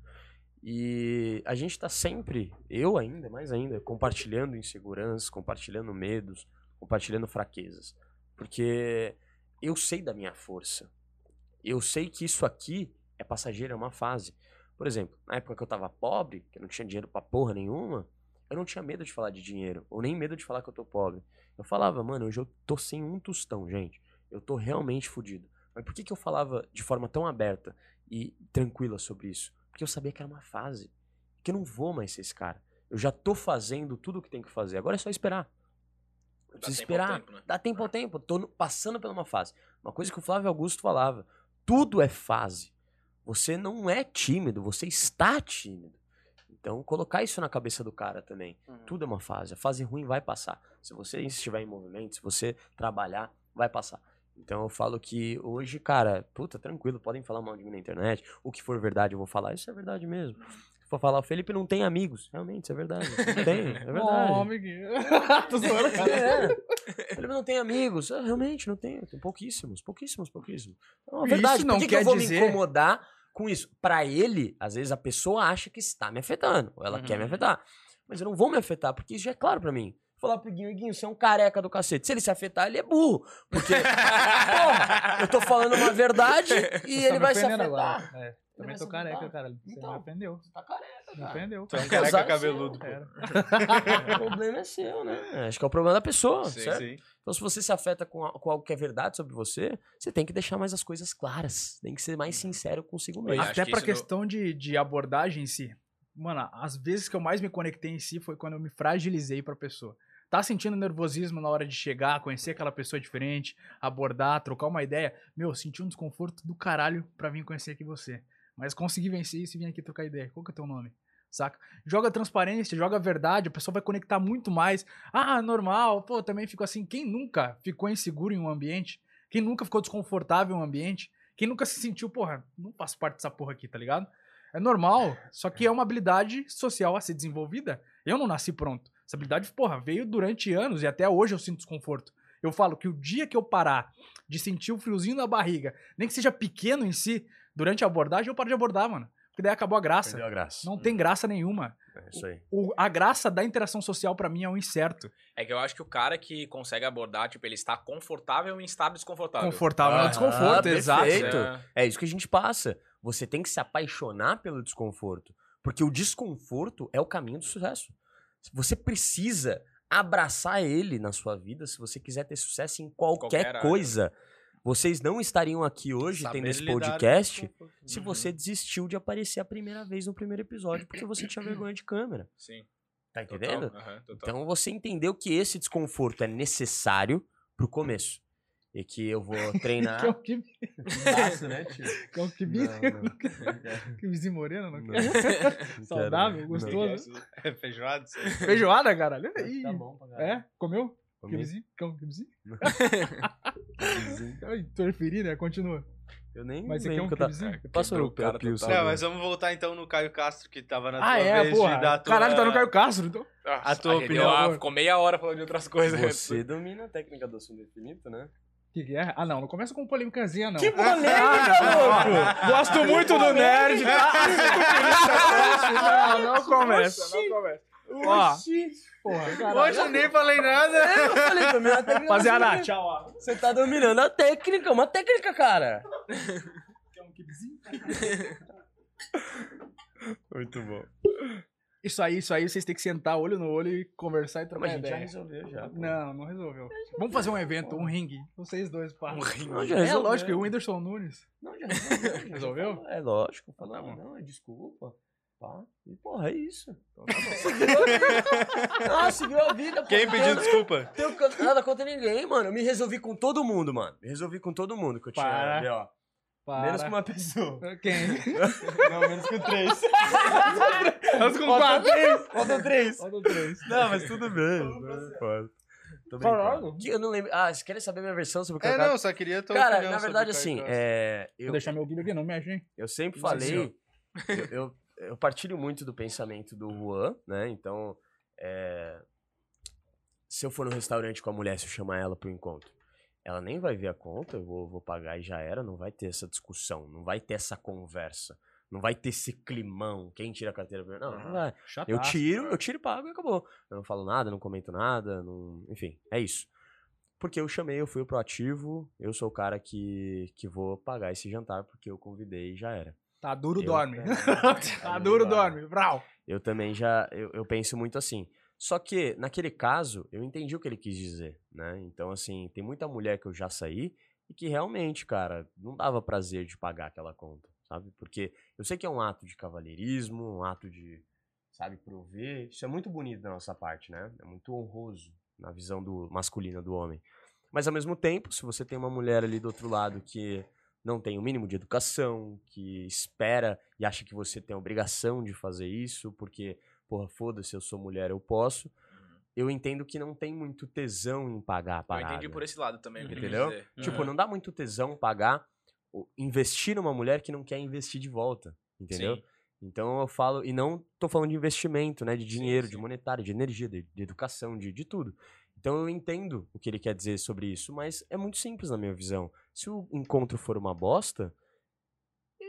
E a gente tá sempre, eu ainda, mais ainda, compartilhando inseguranças, compartilhando medos, compartilhando fraquezas. Porque eu sei da minha força. Eu sei que isso aqui é passageiro, é uma fase. Por exemplo, na época que eu tava pobre, que eu não tinha dinheiro pra porra nenhuma, eu não tinha medo de falar de dinheiro, ou nem medo de falar que eu tô pobre. Eu falava, mano, hoje eu tô sem um tostão, gente. Eu tô realmente fudido. Mas por que eu falava de forma tão aberta e tranquila sobre isso? Porque eu sabia que era uma fase. Que eu não vou mais ser esse cara. Eu já tô fazendo tudo o que tem que fazer. Agora é só esperar. Eu preciso esperar. Tempo, né? Dá tempo ao tempo. Tô passando por uma fase. Uma coisa que o Flávio Augusto falava. Tudo é fase. Você não é tímido. Você está tímido. Então, colocar isso na cabeça do cara também. Tudo é uma fase. A fase ruim vai passar. Se você estiver em movimento, se você trabalhar, vai passar. Então eu falo que hoje, cara, puta, tranquilo, podem falar mal de mim na internet, o que for verdade eu vou falar, isso é verdade mesmo. Se for falar, o Felipe não tem amigos, realmente, isso é verdade, não tem, é verdade. Ó, amiguinho. Tô zoando, cara. Felipe não tem amigos, realmente não tem pouquíssimos. Então, é verdade, isso não por que eu vou me incomodar com isso. Pra ele, às vezes a pessoa acha que está me afetando, ou ela quer me afetar. Mas eu não vou me afetar, porque isso já é claro pra mim. Falar pro Guinho, você é um careca do cacete. Se ele se afetar, ele é burro. Porque, porra, eu tô falando uma verdade e ele vai se afetar. Também tô careca, cara. Você então, me ofendeu. Você tá careca, cara. Me ofendeu. Tu é um careca cabeludo, pô. O problema é seu, né? Acho que é o problema da pessoa, certo? Sim. Então, se você se afeta com algo que é verdade sobre você, você tem que deixar mais as coisas claras. Tem que ser mais sincero consigo mesmo. Até pra questão de abordagem em si. Mano, as vezes que eu mais me conectei em si foi quando eu me fragilizei pra pessoa. Tá sentindo nervosismo na hora de chegar, conhecer aquela pessoa diferente, abordar, trocar uma ideia? Meu, senti um desconforto do caralho pra vir conhecer aqui você. Mas consegui vencer isso e vim aqui trocar ideia. Qual que é o teu nome? Saca? Joga transparência, joga verdade, a pessoa vai conectar muito mais. Ah, normal. Pô, também fico assim. Quem nunca ficou inseguro em um ambiente? Quem nunca ficou desconfortável em um ambiente? Quem nunca se sentiu, porra, não faço parte dessa porra aqui, tá ligado? É normal, só que é uma habilidade social a ser desenvolvida. Eu não nasci pronto. Essa habilidade, porra, veio durante anos e até hoje eu sinto desconforto. Eu falo que o dia que eu parar de sentir o friozinho na barriga, nem que seja pequeno em si, durante a abordagem, eu paro de abordar, mano. Porque daí acabou a graça. Perdeu a graça. Não tem graça nenhuma. É isso aí. A graça da interação social pra mim é um incerto. É que eu acho que o cara que consegue abordar, tipo, ele está confortável em estar desconfortável. Confortável no desconforto, exato. Perfeito. É isso que a gente passa. Você tem que se apaixonar pelo desconforto. Porque o desconforto é o caminho do sucesso. Você precisa abraçar ele na sua vida se você quiser ter sucesso em qualquer coisa. Vocês não estariam aqui hoje tendo esse podcast se você desistiu de aparecer a primeira vez no primeiro episódio porque você tinha vergonha de câmera. Sim. Tá entendendo? Total. Então você entendeu que esse desconforto é necessário pro começo. E que eu vou treinar. Que é o que... Baço, né, tio? Que é o que vizinho moreno, não quer? Saudável, gostoso. Feijoada? Feijoada, caralho? Tá bom pra caralho. É? Comeu? Comi. Que vizinho? Que vizinho? Interferir, né? Continua. Eu nem Mas você quer um vizinho? Passou o cara Não, mas vamos voltar então no Caio Castro, que tava na tua vez porra. de dar a tua... Caralho, tá no Caio Castro, então. A tua opinião. Ficou meia hora falando de outras coisas. Você domina a técnica do assunto infinito, né? Que é? Ah, não começa com polêmicazinha, não. Que polêmica, louco! Gosto muito do nerd, tá? Não começa. Ó, porra, caralho. Hoje eu nem falei nada. Eu falei, domina a técnica. Rapaziada, tchau, ó. Você tá dominando a técnica, uma técnica, cara. Quer um kibizinho? Muito bom. Isso aí, vocês têm que sentar olho no olho e conversar e trocar Mas a gente ideia. já resolveu, já. Não resolveu. Vamos fazer um evento, um ringue. Vocês dois, pá. Um ringue. Não, já É resolveu. lógico, o Whindersson Nunes. Não, já resolveu. Resolveu? É lógico. Tá bom. Não, desculpa. Tá? E porra, é isso. Então tá bom. Seguiu a vida. Quem pediu desculpa? Tenho nada contra ninguém, mano. Eu me resolvi com todo mundo, mano. Me resolvi com todo mundo que eu tinha. Ó. Menos com uma pessoa. Quem? Não, menos com 3. Menos com 4. Faltam 3. Faltam 3. Não, mas tudo bem. Tô brincando. Eu não lembro. Ah, vocês querem saber minha versão sobre o Caio Castro? Não, só queria tua Cara, opinião na verdade, sobre o assim, Caio Castro. Vou deixar meu guia aqui, não mexe, hein? eu sempre falei. Eu partilho muito do pensamento do Juan, né? Então, se eu for no restaurante com a mulher, se eu chamar ela pro encontro, ela nem vai ver a conta, eu vou pagar e já era, não vai ter essa discussão, não vai ter essa conversa, não vai ter esse climão, quem tira a carteira primeiro? Não vai. Eu tiro e pago e acabou. Eu não falo nada, não comento nada, enfim, é isso. Porque eu chamei, eu fui o proativo, eu sou o cara que vou pagar esse jantar porque eu convidei e já era. Tá duro, dorme. Tá duro, dorme. Vrau. Eu também eu penso muito assim. Só que, naquele caso, eu entendi o que ele quis dizer, né? Então, assim, tem muita mulher que eu já saí e que realmente, cara, não dava prazer de pagar aquela conta, sabe? Porque eu sei que é um ato de cavalheirismo, um ato de, sabe, prover. Isso é muito bonito da nossa parte, né? É muito honroso na visão masculina do homem. Mas, ao mesmo tempo, se você tem uma mulher ali do outro lado que não tem o mínimo de educação, que espera e acha que você tem a obrigação de fazer isso, porque, porra, foda-se, eu sou mulher, eu posso. Eu entendo que não tem muito tesão em pagar a parada. Eu entendi por esse lado também, entendeu? Tipo, não dá muito tesão pagar, investir numa mulher que não quer investir de volta, entendeu? Sim. Então eu falo, e não tô falando de investimento, né, de dinheiro, de monetário, de energia, de educação, de tudo. Então eu entendo o que ele quer dizer sobre isso, mas é muito simples na minha visão. Se o encontro for uma bosta,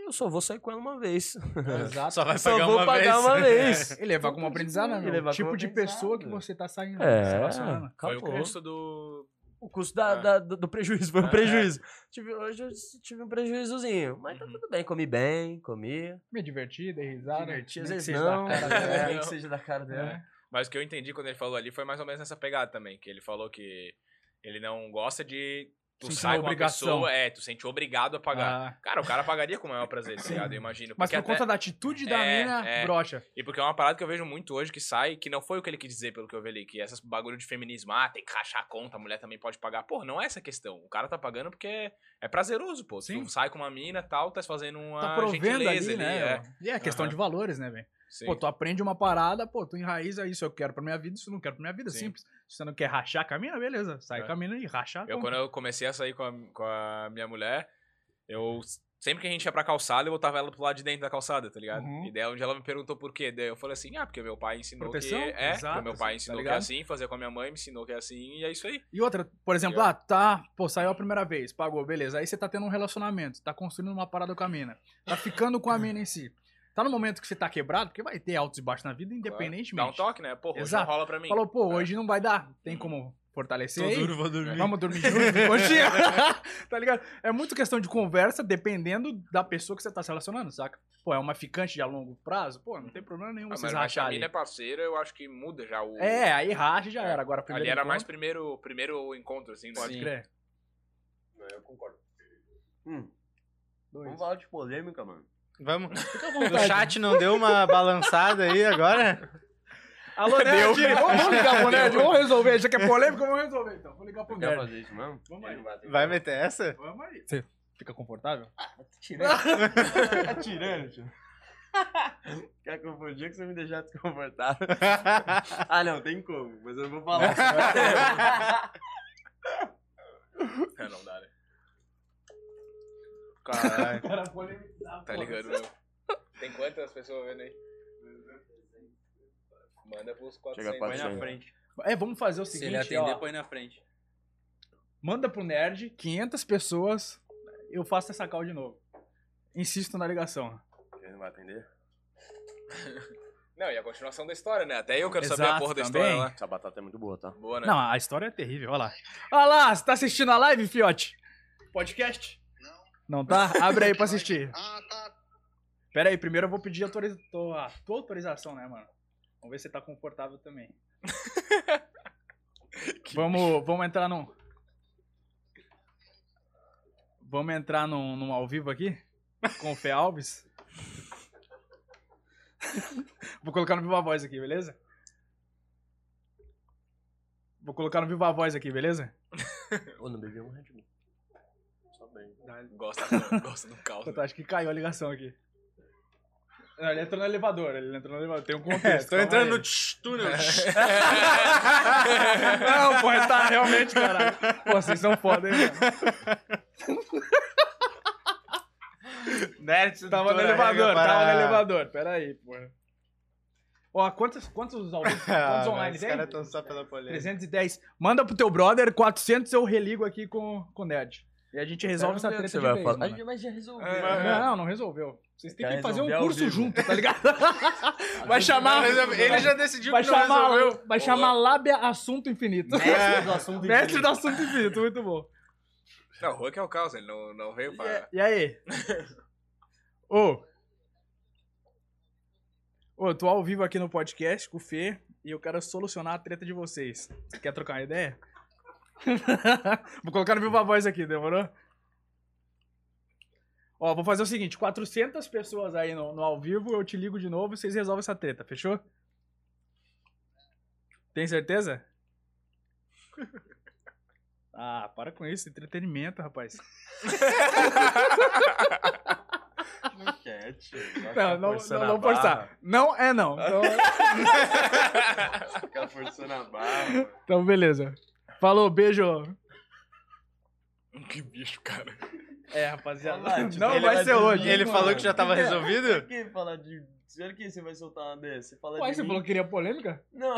eu só vou sair com ela uma vez. Exato. Só vai Só pagar vou uma pagar uma vez. E levar como aprendizado, né, meu? O tipo de pessoa que você tá saindo. Se relacionando. Foi o custo do... O custo do prejuízo, foi um prejuízo. Hoje eu tive um prejuízozinho, mas tá tudo bem, comi bem, Me diverti, dei risada. às vezes não, nem que seja da cara dela. Mas o que eu entendi quando ele falou ali foi mais ou menos nessa pegada também, que ele falou que ele não gosta de... Tu sai com uma pessoa, tu sente obrigado a pagar. Cara, o cara pagaria com o maior prazer, tá ligado? Eu imagino. Mas por conta da atitude da mina, brocha. E porque é uma parada que eu vejo muito hoje que sai, que não foi o que ele quis dizer, pelo que eu vi ali, que essas bagulho de feminismo, tem que rachar a conta, a mulher também pode pagar. Pô, não é essa a questão. O cara tá pagando porque é prazeroso, pô. Sim. Tu sai com uma mina e tal, tá fazendo uma tá provendo gentileza ali, né? E é questão de valores, né, velho? Pô, tu aprende uma parada, pô, tu enraiza isso, eu quero pra minha vida, isso eu não quero pra minha vida, simples. Se você não quer rachar a mina, beleza, sai com a mina e racha. Quando eu comecei a sair com a minha mulher, sempre que a gente ia pra calçada, eu botava ela pro lado de dentro da calçada, tá ligado? E daí onde ela me perguntou por quê, daí eu falei assim, porque meu pai ensinou proteção? Que porque meu pai ensinou que é assim, fazia com a minha mãe, me ensinou que é assim, e é isso aí. E outra, por exemplo, saiu a primeira vez, pagou, beleza, aí você tá tendo um relacionamento, tá construindo uma parada com a mina, tá ficando com a mina em si. Tá no momento que você tá quebrado, porque vai ter altos e baixos na vida, independentemente. Dá um toque, né? Pô, hoje não rola pra mim. Falou, pô, hoje não vai dar. Tem como fortalecer aí? Duro, vou dormir. Vamos dormir junto, coxinha. Tá ligado? É muito questão de conversa, dependendo da pessoa que você tá se relacionando, saca? Pô, é uma ficante de a longo prazo? Pô, não tem problema nenhum vocês racharem. Mas se a mina é parceira, eu acho que muda já o... aí racha e já era. Agora, primeiro ali era mais primeiro encontro, assim. Pode crer. Eu concordo. Vamos falar de polêmica, mano. Vamos. O chat não deu uma balançada aí agora? Alô, Nerd! Vamos ligar pro Nerd, vamos resolver. Já que é polêmica, vamos resolver então. Vou ligar pro Nerd. Quer fazer isso mesmo? Vamos aí. Vai meter essa? Vamos aí. Você fica confortável? Tá tirando. Tá tirando, tio. Quer confundir que você me deixar desconfortável? Não, tem como, mas eu não vou falar. Não dá, né? Caralho. Tá ligado, meu? Tem quantas pessoas vendo aí? Manda pros 400. Põe na frente. Vamos fazer o seguinte, se ele atender, põe na frente. Manda pro Nerd, 500 pessoas, eu faço essa call de novo. Insisto na ligação. Ele não vai atender? Não, e a continuação da história, né? Até eu quero saber a porra da história lá. Essa batata é muito boa, tá? Boa, né? Não, a história é terrível, olha lá. Olha lá, você tá assistindo a live, fiote? Podcast? Não tá? Abre aí pra assistir. Tá. Pera aí, primeiro eu vou pedir a tua autorização, né, mano? Vamos ver se você tá confortável também. Vamos entrar num... Vamos entrar num ao vivo aqui? Com o Fê Alves? Vou colocar no Viva Voz aqui, beleza? Vou colocar no Viva Voz aqui, beleza? Ô, não bebi um Red Bull. Só bem. Gosta do caos. Eu acho que caiu a ligação aqui. Não, ele entrou no elevador, Tem um contexto. Tô entrando no túnel. Não, pô, tá realmente, caralho. Pô, vocês são foda, hein, mano. Nerd, tava no elevador. Pera aí, porra. Ó, quantos online os tem? Os caras tão só pela polêmica. 310. Manda pro teu brother, 400 eu religo aqui com o Nerd. E a gente resolve essa treta de vez, mano. Mas já resolveu. Não resolveu. Vocês têm que fazer um curso junto, tá ligado? Vai chamar... Ele já decidiu que não resolveu. Vai chamar Lábia Assunto Infinito. Mestre do Assunto Infinito. Mestre do Assunto Infinito, muito bom. Não, o Hulk é o caos, ele não veio pra... E aí? Eu tô ao vivo aqui no podcast com o Fê e eu quero solucionar a treta de vocês. Você quer trocar uma ideia? Vou colocar no Viva Voz aqui, demorou? Ó, vou fazer o seguinte, 400 pessoas aí no ao vivo, eu te ligo de novo e vocês resolvem essa treta, fechou? Tem certeza? Para com isso, entretenimento, rapaz. Não quer, tio. Não forçar. Não é não. Fica forçando a barra. Então, beleza. Falou, beijo. Que bicho, cara. Rapaziada. Não vai ser hoje. Ele falou que já tava resolvido? Por que falar de... Será que você vai soltar uma dessa? Ué, você falou que queria polêmica? Não.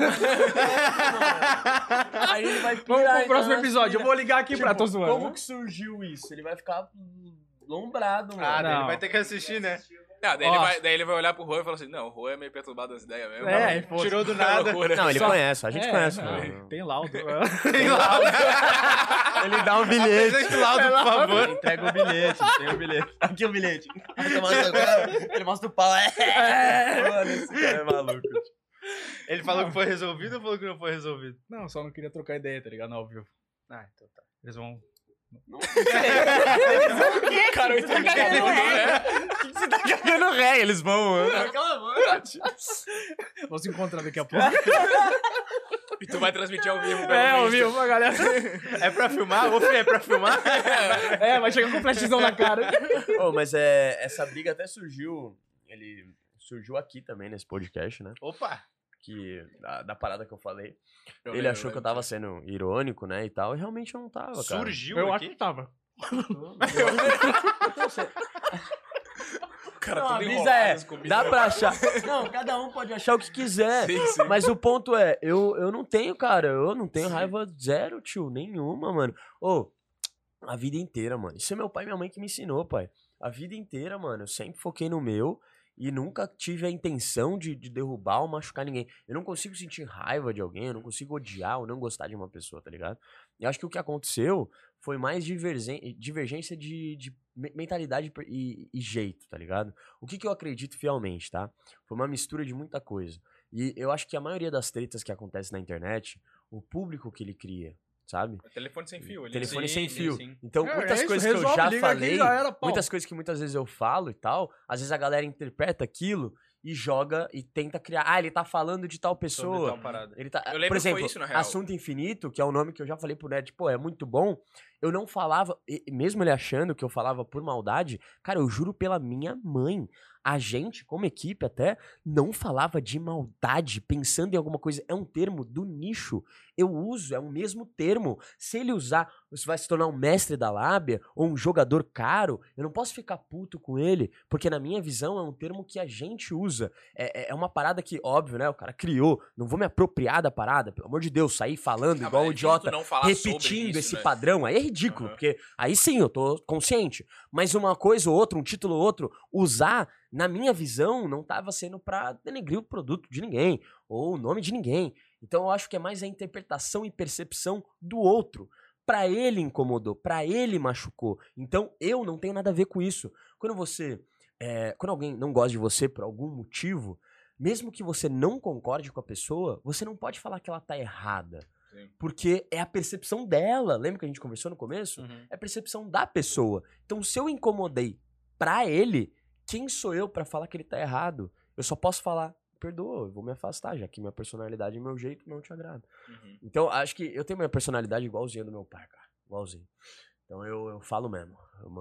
Aí ele vai pirar. Vamos pro próximo episódio. Eu vou ligar aqui pra... Tô zoando. Como que surgiu isso? Ele vai ficar Lombrado, mano. Ah, ele vai ter que assistir, né? Daí ele vai olhar pro Rô e falar assim, não, o Rô é meio perturbado das ideias mesmo. Tirou do nada. Não, ele conhece, a gente conhece, mano. Tem laudo. Tem laudo. Ele dá um bilhete. Apresente o laudo, por favor. Entrega o bilhete, tem o bilhete. Aqui o bilhete. Ele mostra o pau. Mano, esse cara é maluco. Ele falou que foi resolvido ou falou que não foi resolvido? Não, só não queria trocar ideia, tá ligado? Ao vivo. Ah, então tá. Eles vão... Cara, eu tô cagando ré. O que você tá cagando ré? Eles vão, mano. Vamos se encontrar daqui a pouco. E tu vai transmitir ao vivo. Ao vivo pra galera. É pra filmar? Ô, Fê, é pra filmar? Vai chegar com um flashzão na cara. Mas essa briga até surgiu... Ele surgiu aqui também, nesse podcast, né? Opa! Da parada que eu falei. Ele achou que eu tava sendo irônico, né, e tal. E realmente eu não tava, cara. Surgiu eu aqui? acho que tava. Cara, não, tudo a brisa enrolado, dá pra achar. Não, cada um pode achar o que quiser. Sim. Mas o ponto é, eu não tenho, cara. Eu não tenho raiva zero, tio. Nenhuma, mano. A vida inteira, mano. Isso é meu pai e minha mãe que me ensinou, pai. A vida inteira, mano. Eu sempre foquei no meu. E nunca tive a intenção de derrubar ou machucar ninguém. Eu não consigo sentir raiva de alguém, eu não consigo odiar ou não gostar de uma pessoa, tá ligado? E acho que o que aconteceu foi mais divergência de mentalidade e jeito, tá ligado? O que eu acredito fielmente, tá? Foi uma mistura de muita coisa. E eu acho que a maioria das tretas que acontecem na internet, o público que ele cria, sabe? É telefone sem fio. Telefone sem fio. Então, muitas coisas que eu já falei, muitas coisas que muitas vezes eu falo e tal, às vezes a galera interpreta aquilo e joga e tenta criar. Ah, ele tá falando de tal pessoa. Ele tá... Eu lembro, por exemplo, isso, na real. Assunto Infinito, que é um nome que eu já falei pro Ned, pô, é muito bom. Eu não falava, mesmo ele achando que eu falava por maldade, cara, eu juro pela minha mãe. A gente, como equipe até, não falava de maldade, pensando em alguma coisa. É um termo do nicho. Eu uso, é o mesmo termo. Se ele usar, você vai se tornar um mestre da lábia ou um jogador caro, eu não posso ficar puto com ele, porque na minha visão é um termo que a gente usa. É uma parada que, óbvio, né, o cara criou. Não vou me apropriar da parada, pelo amor de Deus, sair falando igual um idiota, repetindo esse padrão. Aí é ridículo, porque aí sim, eu tô consciente. Mas uma coisa ou outra, um título ou outro, usar... Na minha visão, não estava sendo pra denegrir o produto de ninguém, ou o nome de ninguém. Então eu acho que é mais a interpretação e percepção do outro. Pra ele incomodou, pra ele machucou. Então eu não tenho nada a ver com isso. Quando alguém não gosta de você por algum motivo, mesmo que você não concorde com a pessoa, você não pode falar que ela tá errada. Sim. Porque é a percepção dela. Lembra que a gente conversou no começo? Uhum. É a percepção da pessoa. Então se eu incomodei pra ele... Quem sou eu pra falar que ele tá errado? Eu só posso falar, perdoa, eu vou me afastar, já que minha personalidade e meu jeito não te agrada. Uhum. Então, acho que eu tenho minha personalidade igualzinha do meu pai, cara. Igualzinho. Então, eu falo mesmo.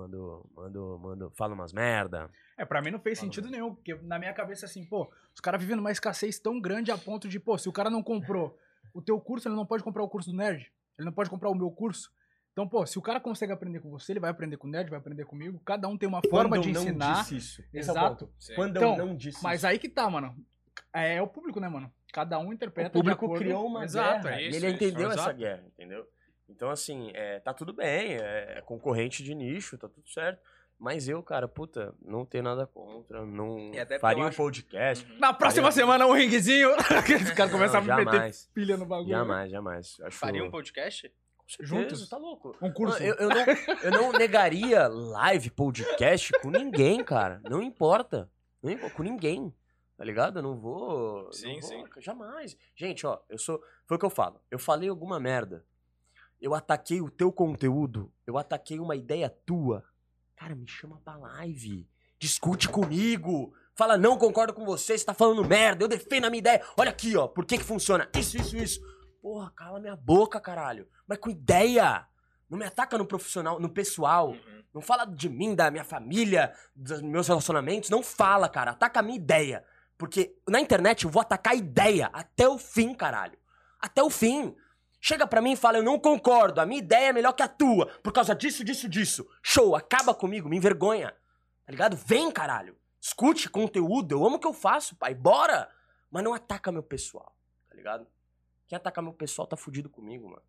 Eu falo umas merda. Pra mim não fez sentido nenhum, porque na minha cabeça, assim, pô, os caras vivem numa escassez tão grande a ponto de, pô, se o cara não comprou o teu curso, ele não pode comprar o curso do Nerd. Ele não pode comprar o meu curso. Então, pô, se o cara consegue aprender com você, ele vai aprender com o Nerd, vai aprender comigo. Cada um tem uma forma de ensinar. Não disse isso. Exato. Quando eu não disse isso. Mas aí que tá, mano. É o público, né, mano? Cada um interpreta. O público de acordo... criou uma guerra. E ele entendeu essa guerra, entendeu? Então, assim, tá tudo bem. É concorrente de nicho, tá tudo certo. Mas eu, cara, puta, não tenho nada contra. Não faria um podcast. Na próxima semana, um ringuezinho. Os caras começam a meter pilha no bagulho. Jamais. Faria um podcast? Juntos? Tá louco. Um curso. Eu não negaria live, podcast com ninguém, cara. Não importa. Com ninguém. Tá ligado? Eu não vou... Sim. Jamais. Gente, ó, foi o que eu falo. Eu falei alguma merda. Eu ataquei o teu conteúdo. Eu ataquei uma ideia tua. Cara, me chama pra live. Discute comigo. Fala, não concordo com você tá falando merda. Eu defendo a minha ideia. Olha aqui, ó. Por que funciona? Isso. Porra, cala minha boca, caralho. Mas com ideia. Não me ataca no profissional, no pessoal. Uhum. Não fala de mim, da minha família, dos meus relacionamentos. Não fala, cara. Ataca a minha ideia. Porque na internet eu vou atacar a ideia até o fim, caralho. Até o fim. Chega pra mim e fala, eu não concordo. A minha ideia é melhor que a tua. Por causa disso. Show, acaba comigo, me envergonha. Tá ligado? Vem, caralho. Escute conteúdo. Eu amo o que eu faço, pai. Bora. Mas não ataca meu pessoal. Tá ligado? Quem atacar meu pessoal tá fudido comigo, mano.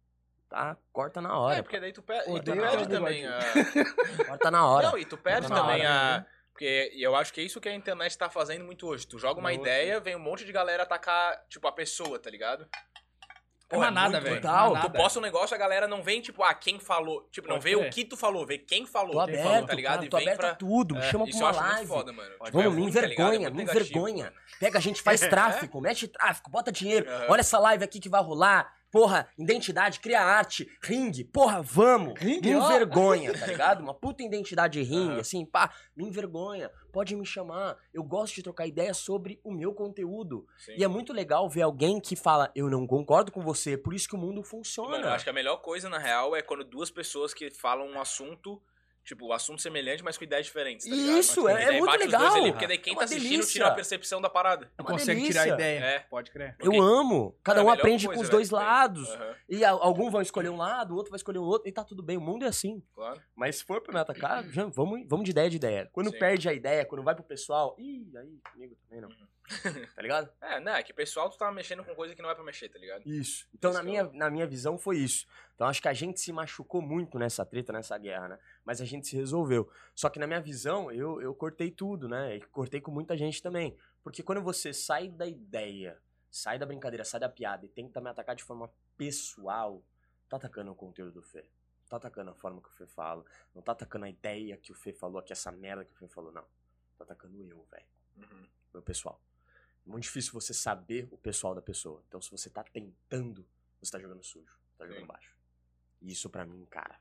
tá? Corta na hora. Porque daí tu perde Odeio também Corta na hora. Não, e tu perde também Porque eu acho que é isso que a internet tá fazendo muito hoje. Tu joga uma ideia, vem um monte de galera atacar, tipo, a pessoa, tá ligado? É manada, velho. Tu posta um negócio, a galera não vem, tipo, quem falou. Tipo, não vê o que tu falou, vê quem falou. Tô aberto, tá ligado? Tô aberto a tudo, me chama pra uma live. Muito foda, mano. Vamos, me envergonha. Pega a gente, faz tráfico, mete tráfico, bota dinheiro. Olha essa live aqui que vai rolar. Porra, identidade, cria arte, ringue, porra, vamos. Me envergonha, tá ligado? Uma puta identidade ringue, assim, pá, me envergonha. Pode me chamar. Eu gosto de trocar ideia sobre o meu conteúdo. Sim. E é muito legal ver alguém que fala, eu não concordo com você, por isso que o mundo funciona. Mano, eu acho que a melhor coisa, na real, é quando duas pessoas que falam um assunto... Tipo, o assunto semelhante, mas com ideias diferentes, tá ligado? Isso, é muito legal. Ali, porque daí quem tá assistindo tira a percepção da parada. Não consegue tirar a ideia. Pode crer. Porque eu amo. Cada um aprende com os dois lados. E alguns vão escolher um lado, o outro vai escolher o outro. E tá tudo bem, o mundo é assim. Claro. Mas se for pra me atacar, vamos de ideia. Quando perde a ideia, quando vai pro pessoal... Ih, aí comigo também não. Tá ligado? É que o pessoal tu tá mexendo com coisa que não é pra mexer, tá ligado? Isso. Então, na minha visão, foi isso. Então, acho que a gente se machucou muito nessa treta, nessa guerra, né? Mas a gente se resolveu. Só que na minha visão, eu cortei tudo, né? E cortei com muita gente também. Porque quando você sai da ideia, sai da brincadeira, sai da piada e tenta me atacar de forma pessoal, tá atacando o conteúdo do Fê. Tá atacando a forma que o Fê fala. Não tá atacando a ideia que o Fê falou aqui, essa merda que o Fê falou, não. Tá atacando eu, velho. Meu pessoal. É muito difícil você saber o pessoal da pessoa. Então, se você tá tentando, você tá jogando sujo. Tá jogando baixo. E isso pra mim, cara...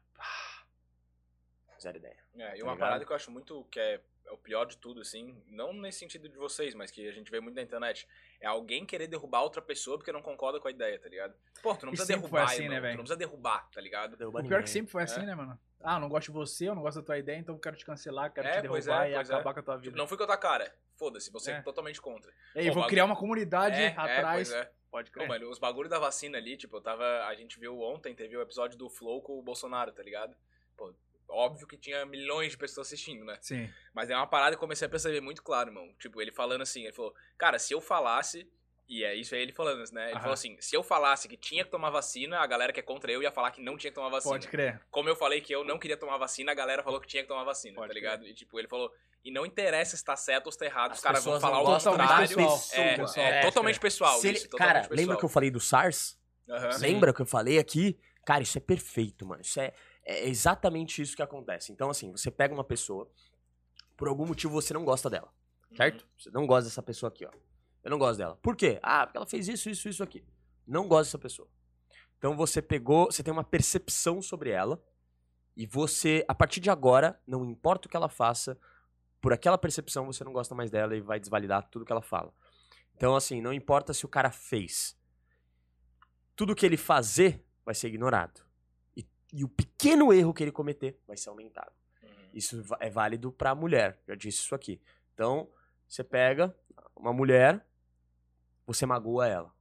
Zero ideia. E uma parada que eu acho muito que é o pior de tudo, assim, não nesse sentido de vocês, mas que a gente vê muito na internet, é alguém querer derrubar outra pessoa porque não concorda com a ideia, tá ligado? Pô, tu não precisa derrubar, assim, irmão, né, tu não precisa derrubar, tá ligado? O pior é que sempre foi assim, né, mano? Ah, eu não gosto de você, eu não gosto da tua ideia, então eu quero te cancelar, quero te derrubar e acabar com a tua vida. Tipo, não fui com a tua cara, foda-se, você é totalmente contra. E aí, vou criar uma comunidade atrás. Pode crer. Pô, mano, os bagulhos da vacina ali, tipo, a gente viu ontem, teve o episódio do Flow com o Bolsonaro, tá ligado? Pô, óbvio que tinha milhões de pessoas assistindo, né? Sim. Mas é uma parada que eu comecei a perceber muito claro, irmão. Tipo, ele falando assim, ele falou, cara, se eu falasse... E é isso aí ele falando, né? Ele falou assim, se eu falasse que tinha que tomar vacina, a galera que é contra eu ia falar que não tinha que tomar vacina. Pode crer. Como eu falei que eu não queria tomar vacina, a galera falou que tinha que tomar vacina, tá ligado? E tipo, ele falou, e não interessa se tá certo ou se tá errado, os caras vão falar o contrário. Totalmente pessoal. Cara, lembra que eu falei do SARS? Lembra que eu falei aqui? Cara, isso é perfeito, mano. Isso é exatamente isso que acontece. Então, assim, você pega uma pessoa, por algum motivo você não gosta dela, certo? Você não gosta dessa pessoa aqui, ó. Eu não gosto dela. Por quê? Ah, porque ela fez isso aqui. Não gosto dessa pessoa. Então você tem uma percepção sobre ela e você, a partir de agora, não importa o que ela faça, por aquela percepção você não gosta mais dela e vai desvalidar tudo que ela fala. Então, assim, não importa se o cara fez. Tudo que ele fazer vai ser ignorado. E o pequeno erro que ele cometer vai ser aumentado. Isso é válido pra mulher. Já disse isso aqui. Então, você pega uma mulher, você magoa ela.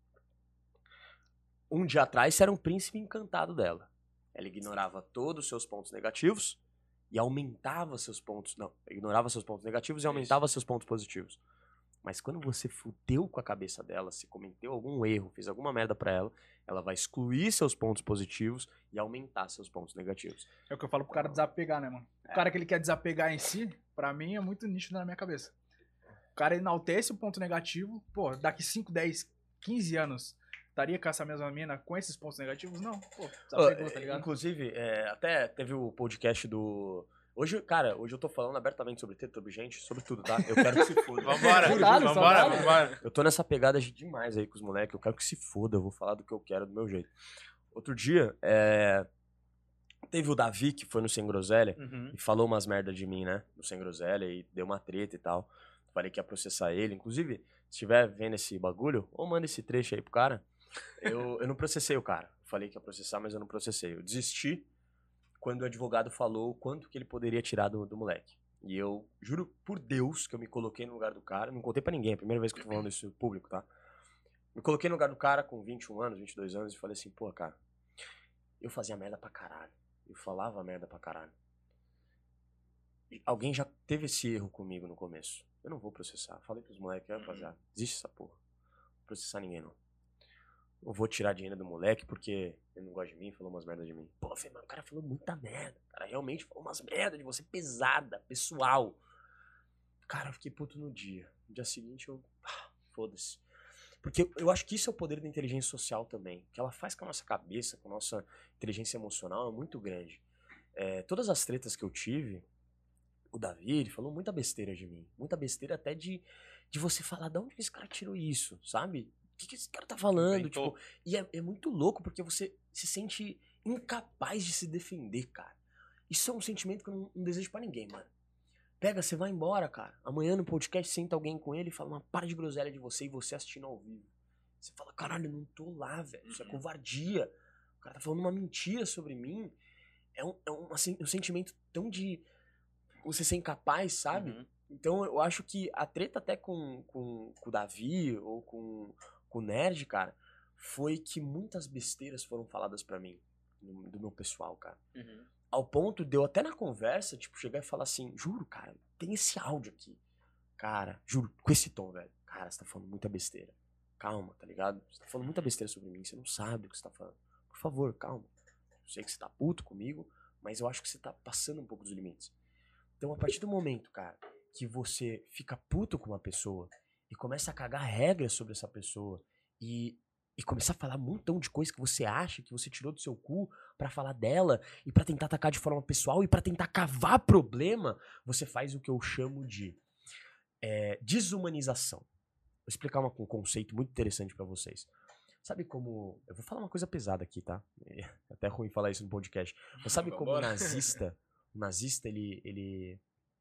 Um dia atrás, você era um príncipe encantado dela. Ela ignorava todos os seus pontos negativos e aumentava seus pontos... Não, ignorava seus pontos negativos e aumentava seus pontos positivos. Mas quando você fudeu com a cabeça dela, se cometeu algum erro, fez alguma merda pra ela, ela vai excluir seus pontos positivos e aumentar seus pontos negativos. É o que eu falo pro cara desapegar, né, mano? O cara que ele quer desapegar em si, pra mim, é muito nítido na minha cabeça. O cara enaltece o ponto negativo, pô, daqui 5, 10, 15 anos, estaria com essa mesma mina com esses pontos negativos? Não, pô, desapegou, tá ligado? Inclusive, até teve o podcast do... Hoje eu tô falando abertamente sobre treta, sobre gente, sobre tudo, tá? Eu quero que se foda. Vambora. Eu tô nessa pegada demais aí com os moleques, eu quero que se foda, eu vou falar do que eu quero, do meu jeito. Outro dia, teve o Davi, que foi no Sem Groselha, e falou umas merda de mim, né? No Sem Groselha, e deu uma treta e tal. Falei que ia processar ele. Inclusive, se estiver vendo esse bagulho, ou manda esse trecho aí pro cara. Eu não processei o cara. Falei que ia processar, mas eu não processei. Eu desisti quando o advogado falou o quanto que ele poderia tirar do moleque. E eu juro por Deus que eu me coloquei no lugar do cara. Não contei pra ninguém, é a primeira vez que eu tô falando isso público, tá? Me coloquei no lugar do cara com 21 anos, 22 anos e falei assim, pô, cara, eu fazia merda pra caralho. Eu falava merda pra caralho. Alguém já teve esse erro comigo no começo. Eu não vou processar. Falei pros moleques, rapaziada, desiste essa porra. Não vou processar ninguém, não. eu vou tirar dinheiro do moleque porque ele não gosta de mim, falou umas merdas de mim. Pô, eu falei, mano, o cara falou muita merda. O cara realmente falou umas merdas de você pesada, pessoal. Cara, eu fiquei puto no dia. No dia seguinte eu... foda-se. Porque eu acho que isso é o poder da inteligência social também. O que ela faz com a nossa cabeça, com a nossa inteligência emocional é muito grande. Todas as tretas que eu tive, o Davi, ele falou muita besteira de mim. Muita besteira até de você falar, de onde esse cara tirou isso, sabe? O que esse cara tá falando? Tipo, e é muito louco porque você se sente incapaz de se defender, cara. Isso é um sentimento que eu não desejo pra ninguém, mano. Pega, você vai embora, cara. Amanhã no podcast senta alguém com ele e fala uma para de groselha de você e você assistindo ao vivo. Você fala, caralho, eu não tô lá, velho. Isso é covardia. O cara tá falando uma mentira sobre mim. É um sentimento tão de você ser incapaz, sabe? Então eu acho que a treta até com o Davi ou com o Nerd, cara, foi que muitas besteiras foram faladas pra mim, do meu pessoal, cara. Ao ponto de eu até na conversa, tipo, chegar e falar assim, juro, cara, tem esse áudio aqui. Cara, juro, com esse tom, velho. Cara, você tá falando muita besteira. Calma, tá ligado? Você tá falando muita besteira sobre mim, você não sabe o que você tá falando. Por favor, calma. Eu sei que você tá puto comigo, mas eu acho que você tá passando um pouco dos limites. Então, a partir do momento, cara, que você fica puto com uma pessoa e começa a cagar regras sobre essa pessoa e começar a falar um montão de coisa que você acha que você tirou do seu cu pra falar dela e pra tentar atacar de forma pessoal e pra tentar cavar problema, você faz o que eu chamo de desumanização. Vou explicar um conceito muito interessante pra vocês. Sabe como... Eu vou falar uma coisa pesada aqui, tá? É até ruim falar isso no podcast. Mas sabe como o nazista, ele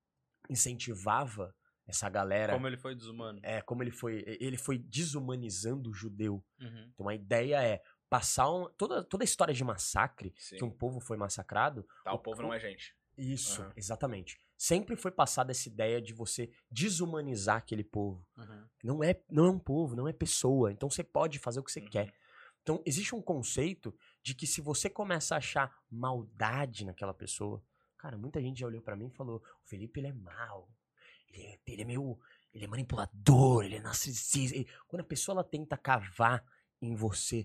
incentivava essa galera... Como ele foi desumano. Como ele foi desumanizando o judeu. Então a ideia é passar toda a história de massacre, que um povo foi massacrado... Tá, o povo não é gente. Isso, exatamente. Sempre foi passada essa ideia de você desumanizar aquele povo. Não é um povo, não é pessoa. Então você pode fazer o que você quer. Então existe um conceito de que se você começa a achar maldade naquela pessoa... Cara, muita gente já olhou pra mim e falou, o Felipe, ele é mau. Ele é manipulador, ele é narcisista. Quando a pessoa ela tenta cavar em você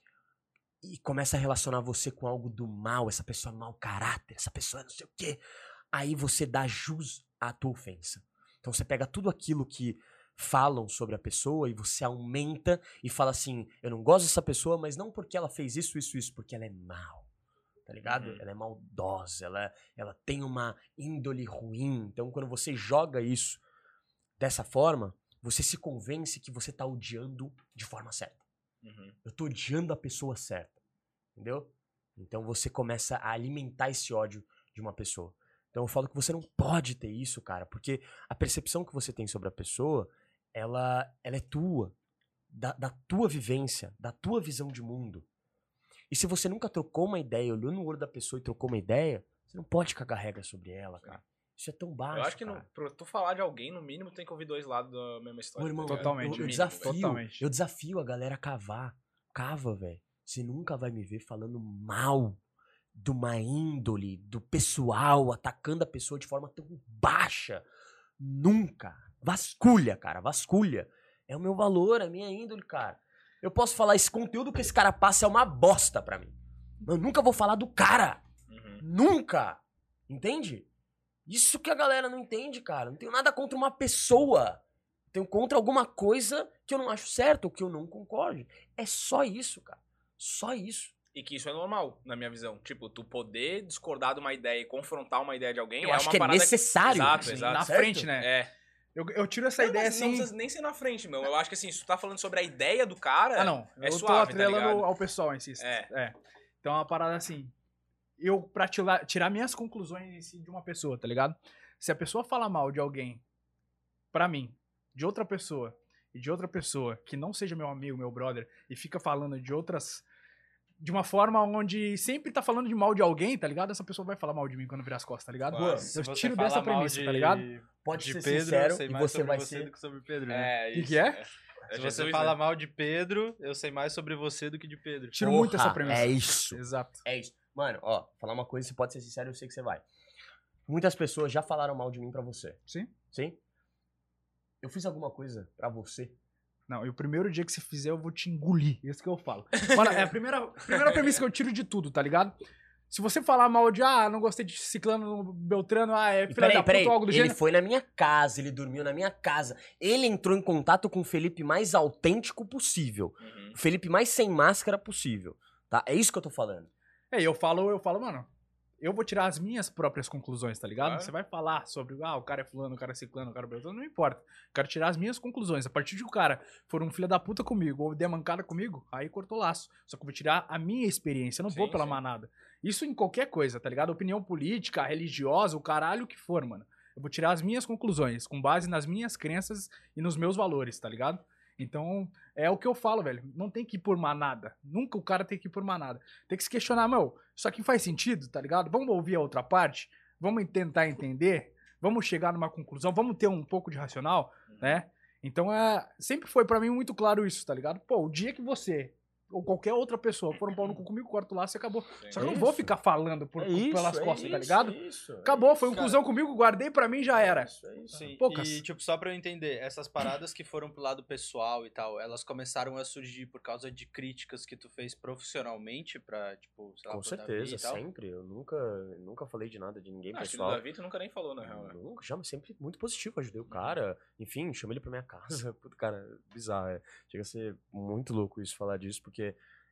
e começa a relacionar você com algo do mal, essa pessoa é mau caráter, essa pessoa é não sei o quê, aí você dá jus à tua ofensa. Então você pega tudo aquilo que falam sobre a pessoa e você aumenta e fala assim, eu não gosto dessa pessoa, mas não porque ela fez isso, porque ela é mau. Tá ligado? Ela é maldosa, ela tem uma índole ruim. Então, quando você joga isso dessa forma, você se convence que você tá odiando de forma certa. Eu tô odiando a pessoa certa. Entendeu? Então, você começa a alimentar esse ódio de uma pessoa. Então, eu falo que você não pode ter isso, cara, porque a percepção que você tem sobre a pessoa, ela é tua. Da tua vivência, da tua visão de mundo. E se você nunca trocou uma ideia, olhou no olho da pessoa e trocou uma ideia, você não pode cagar regra sobre ela, cara. Isso é tão baixo, eu acho que pra tu falar de alguém, no mínimo, tem que ouvir dois lados da mesma história. Ô, irmão, totalmente. Eu desafio a galera a cavar. Cava, velho. Você nunca vai me ver falando mal de uma índole, do pessoal, atacando a pessoa de forma tão baixa. Nunca. Vasculha, cara, vasculha. É o meu valor, é a minha índole, cara. Eu posso falar, esse conteúdo que esse cara passa é uma bosta pra mim. Eu nunca vou falar do cara. Nunca. Entende? Isso que a galera não entende, cara. Não tenho nada contra uma pessoa. Tenho contra alguma coisa que eu não acho certo ou que eu não concordo. É só isso, cara. Só isso. E que isso é normal, na minha visão. Tipo, tu poder discordar de uma ideia e confrontar uma ideia de alguém eu acho uma que é necessário. Exato. Na frente, né? Eu tiro essa ideia assim... Não precisa nem ser na frente, meu. Eu acho que assim, se tu tá falando sobre a ideia do cara... não. É eu suave, tô atrelando tá ao pessoal, insisto. Então é uma parada assim... Pra tirar minhas conclusões em si de uma pessoa, tá ligado? Se a pessoa fala mal de alguém, pra mim, de outra pessoa, e de outra pessoa que não seja meu amigo, meu brother, e fica falando de outras... De uma forma onde sempre tá falando de mal de alguém, tá ligado? Essa pessoa vai falar mal de mim quando virar as costas, tá ligado? Eu tiro dessa premissa, tá ligado? Pode ser Pedro, sincero sei e mais você sobre vai você ser... do que sobre Pedro, né? O que é? Se você fala mal de Pedro, eu sei mais sobre você do que de Pedro. Tiro muito essa premissa. É isso. Exato. É isso. Mano, ó, falar uma coisa, você pode ser sincero, eu sei que você vai. Muitas pessoas já falaram mal de mim pra você. Sim. Sim? Eu fiz alguma coisa pra você Não, e o primeiro dia que você fizer, eu vou te engolir. Isso que eu falo. Mano, é a primeira premissa que eu tiro de tudo, tá ligado? Se você falar mal de, não gostei de Ciclano, Beltrano, é filha da puta ou algo do gênero. Ele foi na minha casa, ele dormiu na minha casa. Ele entrou em contato com o Felipe mais autêntico possível. O Felipe mais sem máscara possível, tá? É isso que eu tô falando. Eu falo, mano, eu vou tirar as minhas próprias conclusões, tá ligado? Você vai falar sobre, o cara é fulano, o cara é ciclano, o cara é beltrano, não importa. Quero tirar as minhas conclusões. A partir de que o cara for um filho da puta comigo ou der mancada comigo, aí cortou o laço. Só que eu vou tirar a minha experiência, eu não vou pela manada. Isso em qualquer coisa, tá ligado? Opinião política, religiosa, o caralho que for, mano. Eu vou tirar as minhas conclusões, com base nas minhas crenças e nos meus valores, tá ligado? Então, é o que eu falo, velho. Não tem que ir por manada. Nunca o cara tem que ir por manada. Tem que se questionar, isso aqui faz sentido, tá ligado? Vamos ouvir a outra parte? Vamos tentar entender? Vamos chegar numa conclusão? Vamos ter um pouco de racional, né? Então, sempre foi pra mim muito claro isso, tá ligado? O dia que você ou qualquer outra pessoa for um pau no cu comigo, corto lá, você acabou. Só que eu não vou ficar falando pelas costas, tá ligado? Acabou, foi um cuzão comigo, guardei pra mim, já era. Sim, e tipo, só pra eu entender, essas paradas que foram pro lado pessoal e tal, elas começaram a surgir por causa de críticas que tu fez profissionalmente pra, tipo, sei lá, com certeza, sempre. Eu nunca falei de nada de ninguém pessoal. Acho que do Davi tu nunca nem falou, na real, né? Nunca, já, sempre muito positivo, ajudei o cara. Enfim, chamei ele pra minha casa. Puta, cara, bizarro. Chega a ser muito louco isso, falar disso, porque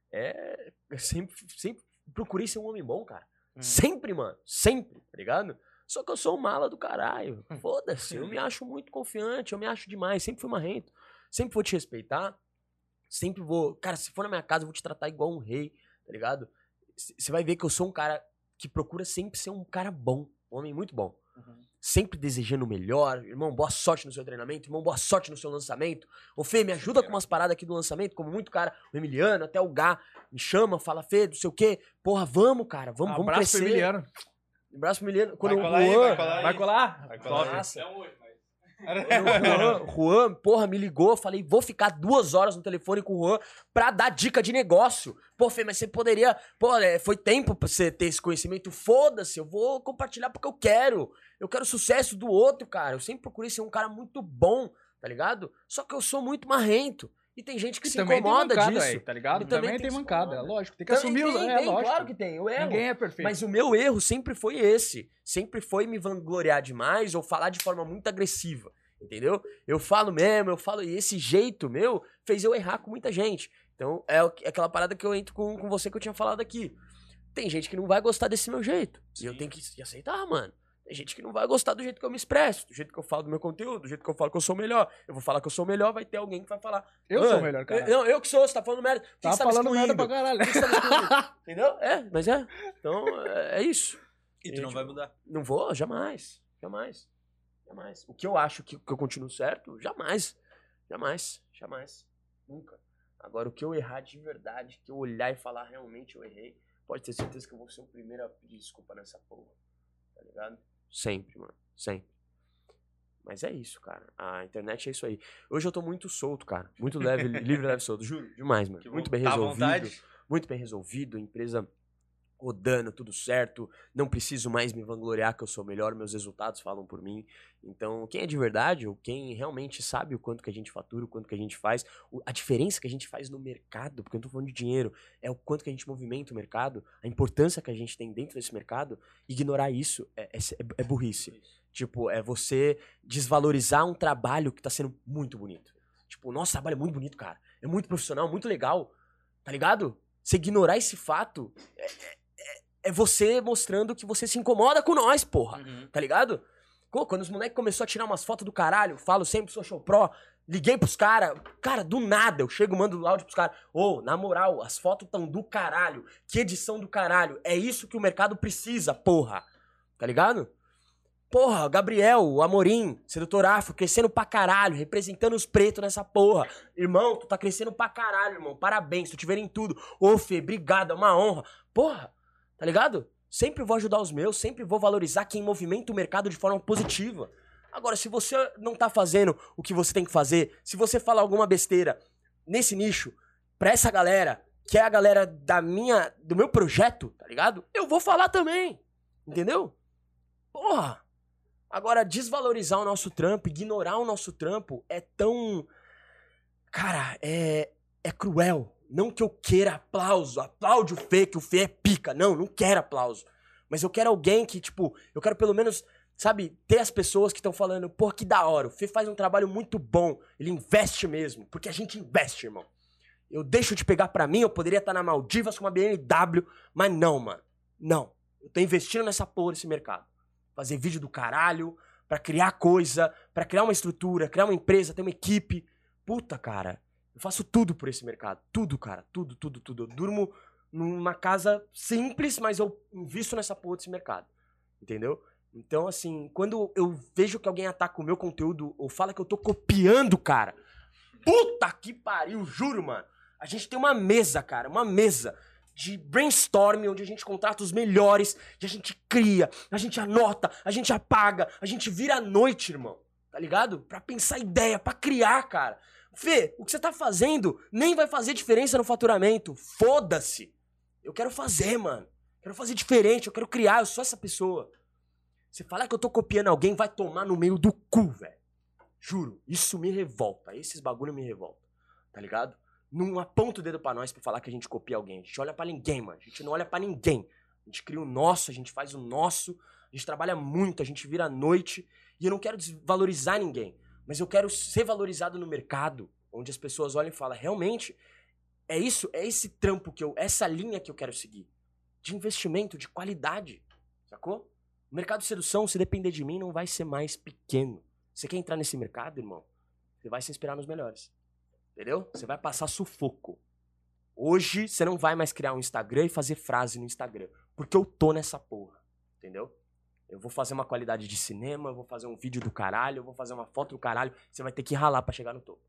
eu sempre procurei ser um homem bom, cara. Sempre, mano. Sempre, tá ligado? Só que eu sou um mala do caralho. Foda-se. Eu me acho muito confiante, eu me acho demais. Sempre fui marrento. Sempre vou te respeitar. Sempre vou... Cara, se for na minha casa, eu vou te tratar igual um rei, tá ligado? Você vai ver que eu sou um cara que procura sempre ser um cara bom. Um homem muito bom. Sempre desejando o melhor. Irmão, boa sorte no seu treinamento. Irmão, boa sorte no seu lançamento. Ô, Fê, me ajuda com umas paradas aqui do lançamento, como muito cara, o Emiliano, até o Gá, me chama, fala, Fê, não sei o quê. Porra, vamos, cara, vamos crescer. Abraço pro Emiliano. Abraço pro Emiliano. Quando vai colar? Vai colar. Não hoje, mas... Juan, porra, me ligou, falei, vou ficar 2 horas no telefone com o Juan pra dar dica de negócio. Pô, Fê, mas você poderia... Pô, foi tempo pra você ter esse conhecimento. Foda-se, eu vou compartilhar porque eu quero. Eu quero o sucesso do outro, cara. Eu sempre procurei ser um cara muito bom, tá ligado? Só que eu sou muito marrento. E tem gente que se incomoda disso. Aí, tá ligado? Também tem mancada, é lógico. Tem que assumir os erros. Lógico. Claro que tem, eu erro. Ninguém é perfeito. Mas o meu erro sempre foi esse. Sempre foi me vangloriar demais ou falar de forma muito agressiva. Entendeu? Eu falo mesmo, e esse jeito meu fez eu errar com muita gente. Então, é aquela parada que eu entro com você que eu tinha falado aqui. Tem gente que não vai gostar desse meu jeito. Sim. E eu tenho que aceitar, mano. Tem gente que não vai gostar do jeito que eu me expresso, do jeito que eu falo do meu conteúdo, do jeito que eu falo que eu sou melhor. Eu vou falar que eu sou melhor, vai ter alguém que vai falar. Eu sou melhor, cara. Eu que sou, você tá falando merda. Tá falando merda pra caralho. Entendeu? Mas é. Então, é isso. E tu não vai mudar? Não vou, jamais. O que eu acho que eu continuo certo, jamais. Nunca. Agora, o que eu errar de verdade, que eu olhar e falar realmente eu errei, pode ter certeza que eu vou ser o primeiro a pedir desculpa nessa porra. Tá ligado? Sempre, mano. Sempre. Mas é isso, cara. A internet é isso aí. Hoje eu tô muito solto, cara. Muito leve, livre, leve, solto. Juro, demais, mano. Muito bem resolvido. Muito bem resolvido. Empresa rodando, tudo certo. Não preciso mais me vangloriar que eu sou melhor. Meus resultados falam por mim. Então, quem é de verdade, ou quem realmente sabe o quanto que a gente fatura, o quanto que a gente faz, a diferença que a gente faz no mercado, porque eu não tô falando de dinheiro, é o quanto que a gente movimenta o mercado, a importância que a gente tem dentro desse mercado, ignorar isso é burrice. Tipo, é você desvalorizar um trabalho que tá sendo muito bonito. Tipo, o nosso trabalho é muito bonito, cara. É muito profissional, muito legal. Tá ligado? Você ignorar esse fato é você mostrando que você se incomoda com nós, porra. Tá ligado? Quando os moleques começaram a tirar umas fotos do caralho, falo sempre, sou show pro, liguei pros caras, cara, do nada, eu chego, mando o áudio pros caras, na moral, as fotos tão do caralho, que edição do caralho, é isso que o mercado precisa, porra. Tá ligado? Porra, Gabriel, o Amorim, Sedutor Afro, crescendo pra caralho, representando os pretos nessa porra. Irmão, tu tá crescendo pra caralho, irmão, parabéns, tu tiver em tudo. Ô, Fê, obrigado, é uma honra. Porra, tá ligado? Sempre vou ajudar os meus, sempre vou valorizar quem movimenta o mercado de forma positiva. Agora, se você não tá fazendo o que você tem que fazer, se você falar alguma besteira nesse nicho, pra essa galera, que é a galera do meu projeto, tá ligado? Eu vou falar também, entendeu? Porra! Agora, desvalorizar o nosso trampo, ignorar o nosso trampo é tão... Cara, é cruel. Não que eu queira aplauso. Aplaude o Fê, que o Fê é pica. Não quero aplauso. Mas eu quero alguém que, tipo, eu quero pelo menos, sabe, ter as pessoas que estão falando, pô, que da hora. O Fê faz um trabalho muito bom. Ele investe mesmo. Porque a gente investe, irmão. Eu deixo de pegar pra mim, eu poderia estar na Maldivas com uma BMW, mas não, mano. Não. Eu tô investindo nessa porra, nesse mercado. Fazer vídeo do caralho, pra criar coisa, pra criar uma estrutura, criar uma empresa, ter uma equipe. Puta, cara. Eu faço tudo por esse mercado. Tudo, cara. Tudo. Eu durmo numa casa simples, mas eu invisto nessa porra desse mercado. Entendeu? Então, assim, quando eu vejo que alguém ataca o meu conteúdo ou fala que eu tô copiando, cara. Puta que pariu, juro, mano. A gente tem uma mesa, cara, uma mesa de brainstorming, onde a gente contrata os melhores, e a gente cria, a gente anota, a gente apaga, a gente vira à noite, irmão, tá ligado? Pra pensar ideia, pra criar, cara. Fê, o que você tá fazendo nem vai fazer diferença no faturamento, foda-se. Eu quero fazer, mano. Quero fazer diferente, eu quero criar, eu sou essa pessoa. Você falar que eu tô copiando alguém, vai tomar no meio do cu, velho. Juro, isso me revolta, esses bagulho me revolta, tá ligado? Não aponta o dedo pra nós pra falar que a gente copia alguém. A gente olha pra ninguém, mano. A gente não olha pra ninguém. A gente cria o nosso, a gente faz o nosso. A gente trabalha muito, a gente vira à noite. E eu não quero desvalorizar ninguém. Mas eu quero ser valorizado no mercado. Onde as pessoas olham e falam, realmente, é isso, é esse trampo que essa linha que eu quero seguir. De investimento, de qualidade. Sacou? O mercado de sedução, se depender de mim, não vai ser mais pequeno. Você quer entrar nesse mercado, irmão? Você vai se inspirar nos melhores. Entendeu? Você vai passar sufoco. Hoje, você não vai mais criar um Instagram e fazer frase no Instagram. Porque eu tô nessa porra. Entendeu? Eu vou fazer uma qualidade de cinema, eu vou fazer um vídeo do caralho, eu vou fazer uma foto do caralho. Você vai ter que ralar pra chegar no topo.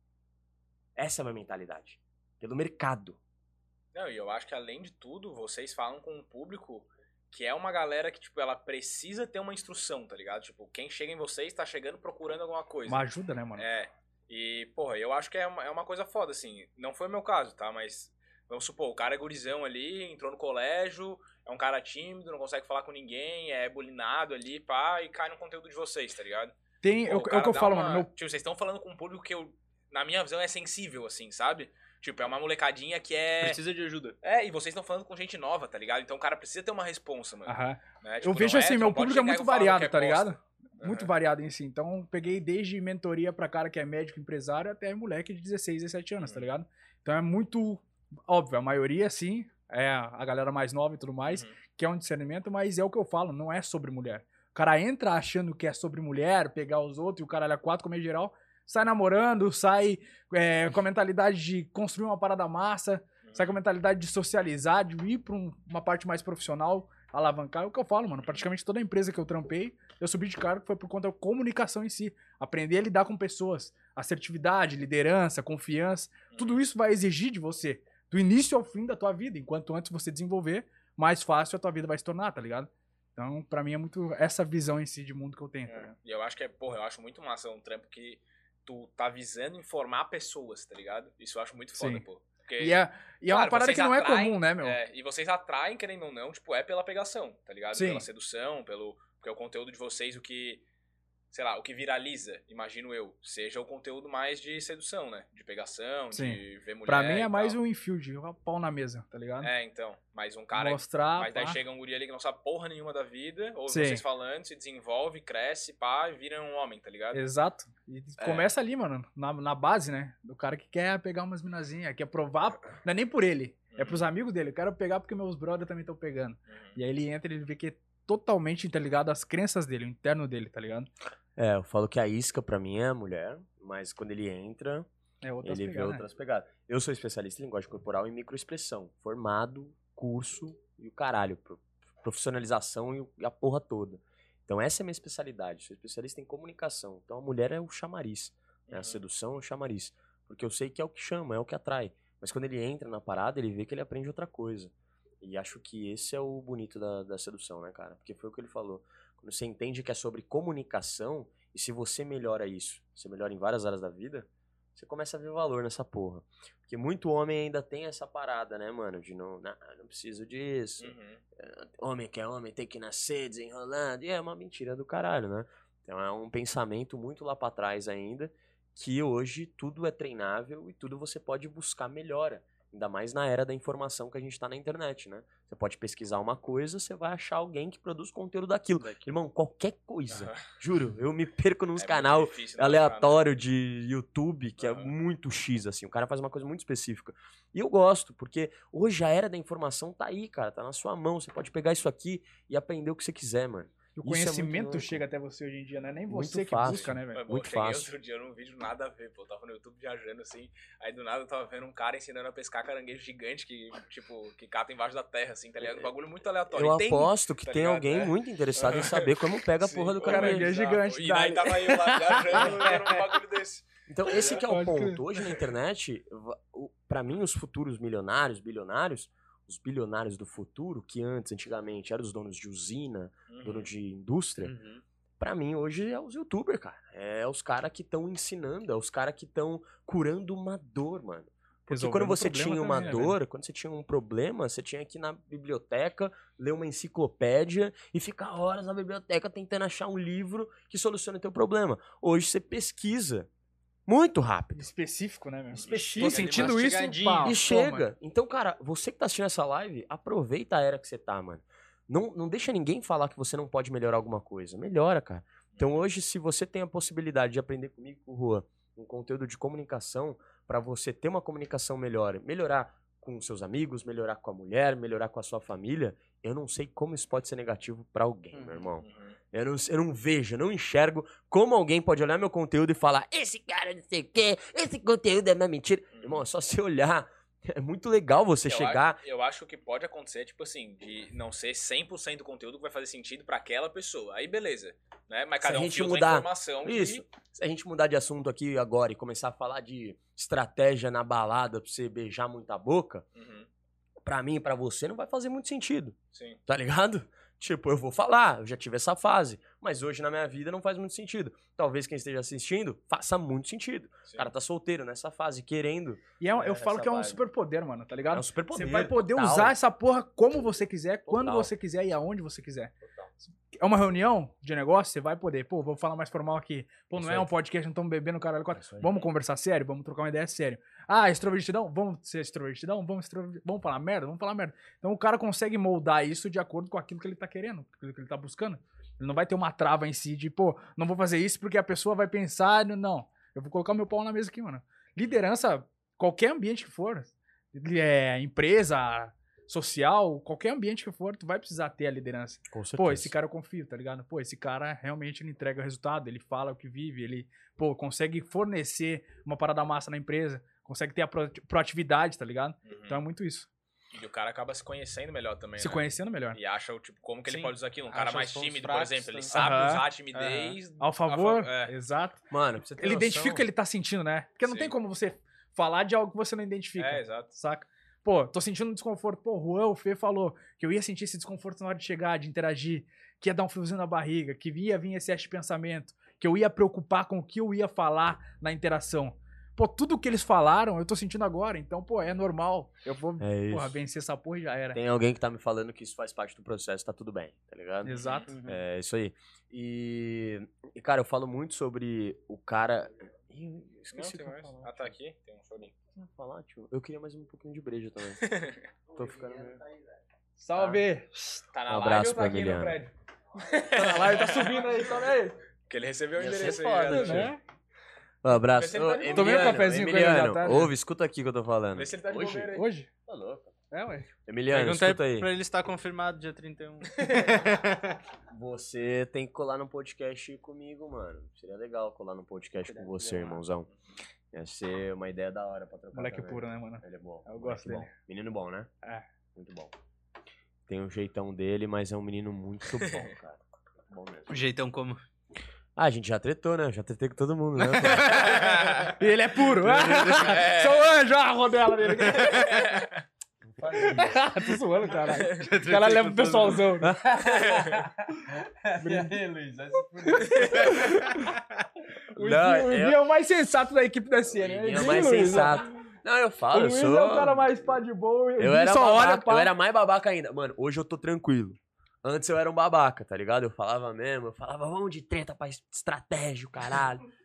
Essa é a minha mentalidade. Pelo mercado. Não, e eu acho que além de tudo, vocês falam com um público que é uma galera que, tipo, ela precisa ter uma instrução, tá ligado? Tipo, quem chega em vocês tá chegando procurando alguma coisa. Uma ajuda, né, mano? É. E, porra, eu acho que é uma coisa foda, assim. Não foi o meu caso, tá? Mas, vamos supor, o cara é gurizão ali, entrou no colégio, é um cara tímido, não consegue falar com ninguém, é bulinado ali, pá, e cai no conteúdo de vocês, tá ligado? Tem, é o que eu falo, mano. Tipo, vocês estão falando com um público que na minha visão, é sensível, assim, sabe? Tipo, é uma molecadinha que precisa de ajuda. É, e vocês estão falando com gente nova, tá ligado? Então o cara precisa ter uma responsa, mano. Né? Tipo, eu vejo assim, meu público é muito variado, tá ligado? Muito variado em si. Então, peguei desde mentoria pra cara que é médico, empresário, até moleque de 16, 17 anos, tá ligado? Então é muito óbvio, a maioria, sim, é a galera mais nova e tudo mais, que é um discernimento, mas é o que eu falo, não é sobre mulher. O cara entra achando que é sobre mulher, pegar os outros e o caralho é 4, como é geral, sai namorando, sai com a mentalidade de construir uma parada massa, sai com a mentalidade de socializar, de ir pra uma parte mais profissional, alavancar. É o que eu falo, mano. Praticamente toda empresa que eu trampei, eu subi de cargo foi por conta da comunicação em si. Aprender a lidar com pessoas. Assertividade, liderança, confiança. Tudo isso vai exigir de você, do início ao fim da tua vida. Enquanto antes você desenvolver, mais fácil a tua vida vai se tornar, tá ligado? Então, pra mim é muito essa visão em si de mundo que eu tenho, tá ligado? E eu acho que eu acho muito massa um trampo que tu tá visando informar pessoas, tá ligado? Isso eu acho muito foda, pô. Porque, e é uma parada que não é comum, né, meu? E vocês atraem, querendo ou não, tipo, pela pegação, tá ligado? Sim. Pela sedução, porque o conteúdo de vocês, o que viraliza, imagino eu, seja o conteúdo mais de sedução, né? De pegação, sim, de ver mulher. Pra mim é mais um infield, um pau na mesa, tá ligado? Então. Mais um cara. Mostrar. Mas daí chega um guri ali que não sabe porra nenhuma da vida, ou vocês falando, se desenvolve, cresce, pá, e vira um homem, tá ligado? Exato. E começa ali, mano, na base, né? Do cara que quer pegar umas minazinhas, quer provar, não é nem por ele, é pros amigos dele. Eu quero pegar porque meus brothers também estão pegando. E aí ele entra e ele vê que é totalmente interligado às crenças dele, o interno dele, tá ligado? Eu falo que a isca pra mim é a mulher, mas quando ele entra, ele vê outras pegadas. Eu sou especialista em linguagem corporal e microexpressão, formado, curso e o caralho, profissionalização e a porra toda. Então essa é a minha especialidade, sou especialista em comunicação. Então a mulher é o chamariz, né? A sedução é o chamariz, porque eu sei que é o que chama, é o que atrai. Mas quando ele entra na parada, ele vê que ele aprende outra coisa. E acho que esse é o bonito da sedução, né, cara? Porque foi o que ele falou. Quando você entende que é sobre comunicação, e se você melhora isso, você melhora em várias áreas da vida, você começa a ver valor nessa porra. Porque muito homem ainda tem essa parada, né, mano? De não preciso disso. Homem que é homem tem que nascer desenrolando. E é uma mentira do caralho, né? Então é um pensamento muito lá pra trás ainda. que hoje tudo é treinável e tudo você pode buscar melhora. Ainda mais na era da informação que a gente tá na internet, né? Você pode pesquisar uma coisa, você vai achar alguém que produz conteúdo daquilo. Irmão, qualquer coisa. Juro, eu me perco nos canal aleatório de YouTube, que é muito X, assim. O cara faz uma coisa muito específica. E eu gosto, porque hoje a era da informação tá aí, cara. Tá na sua mão. Você pode pegar isso aqui e aprender o que você quiser, mano. E o conhecimento chega até você hoje em dia, não é nem você que busca, né, velho? Muito fácil. Outro dia num vídeo nada a ver, pô. Eu tava no YouTube viajando assim, aí do nada eu tava vendo um cara ensinando a pescar caranguejo gigante que, tipo, que cata embaixo da terra, assim, tá ligado? Um bagulho muito aleatório. Eu aposto que tem alguém muito interessado em saber como pega a porra do caranguejo gigante. E aí tava eu lá viajando, era um bagulho desse. Então, esse que é o ponto. Hoje na internet, pra mim, os futuros milionários, bilionários, os bilionários do futuro, que antigamente eram os donos de usina, dono de indústria, pra mim hoje é os youtubers, cara. É os caras que estão ensinando, é os caras que estão curando uma dor, mano. Porque quando você tinha uma dor, quando você tinha um problema, você tinha que ir na biblioteca, ler uma enciclopédia e ficar horas na biblioteca tentando achar um livro que solucione o teu problema. Hoje você pesquisa. Muito rápido. Específico, né, meu? Específico. Tô sentindo isso, pá. E chega. Então, cara, você que tá assistindo essa live, aproveita a era que você tá, mano. Não deixa ninguém falar que você não pode melhorar alguma coisa. Melhora, cara. Então, hoje, se você tem a possibilidade de aprender comigo, com o Juan, um conteúdo de comunicação, pra você ter uma comunicação melhor, melhorar com seus amigos, melhorar com a mulher, melhorar com a sua família, eu não sei como isso pode ser negativo pra alguém, meu irmão. Eu não vejo, eu não enxergo como alguém pode olhar meu conteúdo e falar esse cara não sei o quê, esse conteúdo é uma mentira. Irmão, é só você olhar. É muito legal você chegar... Eu acho que pode acontecer, tipo assim, de não ser 100% do conteúdo que vai fazer sentido pra aquela pessoa. Aí beleza, né? Mas cada um filtra a informação. Isso. Se a gente mudar de assunto aqui agora e começar a falar de estratégia na balada pra você beijar muita boca, pra mim e pra você não vai fazer muito sentido. Sim. Tá ligado? Tipo, eu vou falar, eu já tive essa fase, mas hoje na minha vida não faz muito sentido. Talvez quem esteja assistindo faça muito sentido. Sim. O cara tá solteiro nessa fase, querendo. E eu falo que é um superpoder, mano, tá ligado? É um superpoder. Você vai poder usar essa porra como você quiser, quando você quiser e aonde você quiser. É uma reunião de negócio, você vai poder. Pô, vou falar mais formal aqui. Pô, não é um podcast, não estamos bebendo caralho. Vamos conversar sério? Vamos trocar uma ideia sério. Ah, extrovertidão? Vamos ser extrovertidão? Vamos falar merda? Vamos falar merda. Então o cara consegue moldar isso de acordo com aquilo que ele tá querendo, aquilo que ele tá buscando. Ele não vai ter uma trava em si de, pô, não vou fazer isso porque a pessoa vai pensar. Não, eu vou colocar meu pau na mesa aqui, mano. Liderança, qualquer ambiente que for, empresa, social, qualquer ambiente que for, tu vai precisar ter a liderança. Com certeza. Pô, esse cara eu confio, tá ligado? Pô, esse cara realmente ele entrega o resultado, ele fala o que vive, ele, pô, consegue fornecer uma parada massa na empresa, consegue ter a proatividade, tá ligado? Então é muito isso. E o cara acaba se conhecendo melhor também, Se conhecendo melhor. E acha, tipo, como que ele pode usar aquilo. Um cara mais tímido, por exemplo, ele sabe usar a timidez... Ao favor, exato. Mano, ele identifica o que ele tá sentindo, né? Porque não tem como você falar de algo que você não identifica. Exato. Saca? Pô, tô sentindo um desconforto. Pô, o Fê falou que eu ia sentir esse desconforto na hora de chegar, de interagir, que ia dar um friozinho na barriga, que ia vir esse pensamento, que eu ia preocupar com o que eu ia falar na interação. Pô, tudo que eles falaram, eu tô sentindo agora. Então, pô, é normal. Eu vou, vencer essa porra e já era. Tem alguém que tá me falando que isso faz parte do processo, tá tudo bem, tá ligado? Exato. É isso aí. E, cara, eu falo muito sobre o cara... Esqueci o que eu falar. Ah, tá aqui? Tem um chorinho. Falar, tio. Eu queria mais um pouquinho de breja também. Tô ficando meio... Salve! Tá na Um abraço live ou tá pra aqui Emiliano. no prédio? Tá na live, tá subindo aí, calma aí. Porque ele recebeu o Ia endereço ser aí. foda, já, né? Um abraço. Vê se ele tá de Ô, Tomei um cafezinho com ele Emiliano, da tarde. ouve, escuta aqui o que eu tô falando. Vê se ele tá de bobeira aí. Hoje? Tá louco. É, ué. Emiliano, Pergunta escuta aí. pra ele estar confirmado dia 31. Você tem que colar no podcast comigo, mano. Seria legal colar no podcast com você, irmãozão. Ia ser uma ideia da hora pra trocar. Moleque também. puro, né, mano? Ele é bom. Eu gosto bom. dele. Menino bom, né? É. Muito bom. Tem um jeitão dele, mas é um menino muito bom, cara. Muito bom mesmo. O jeitão como? Ah, a gente já tretou, né? Já tretei com todo mundo, né? E ele é puro. Sou anjo, a rodela dele. Tô zoando, caralho. O cara leva o pessoalzão. Né? Luiz, vai O Gui é o mais sensato da equipe da CNN. Ele é o mais sensato. Não, eu falo, O Luiz eu sou... é o cara mais pá de boa. Eu era babaca, eu era mais babaca ainda. Mano, hoje eu tô tranquilo. Antes eu era um babaca, tá ligado? Eu falava mesmo, vamos de treta pra estratégia, caralho.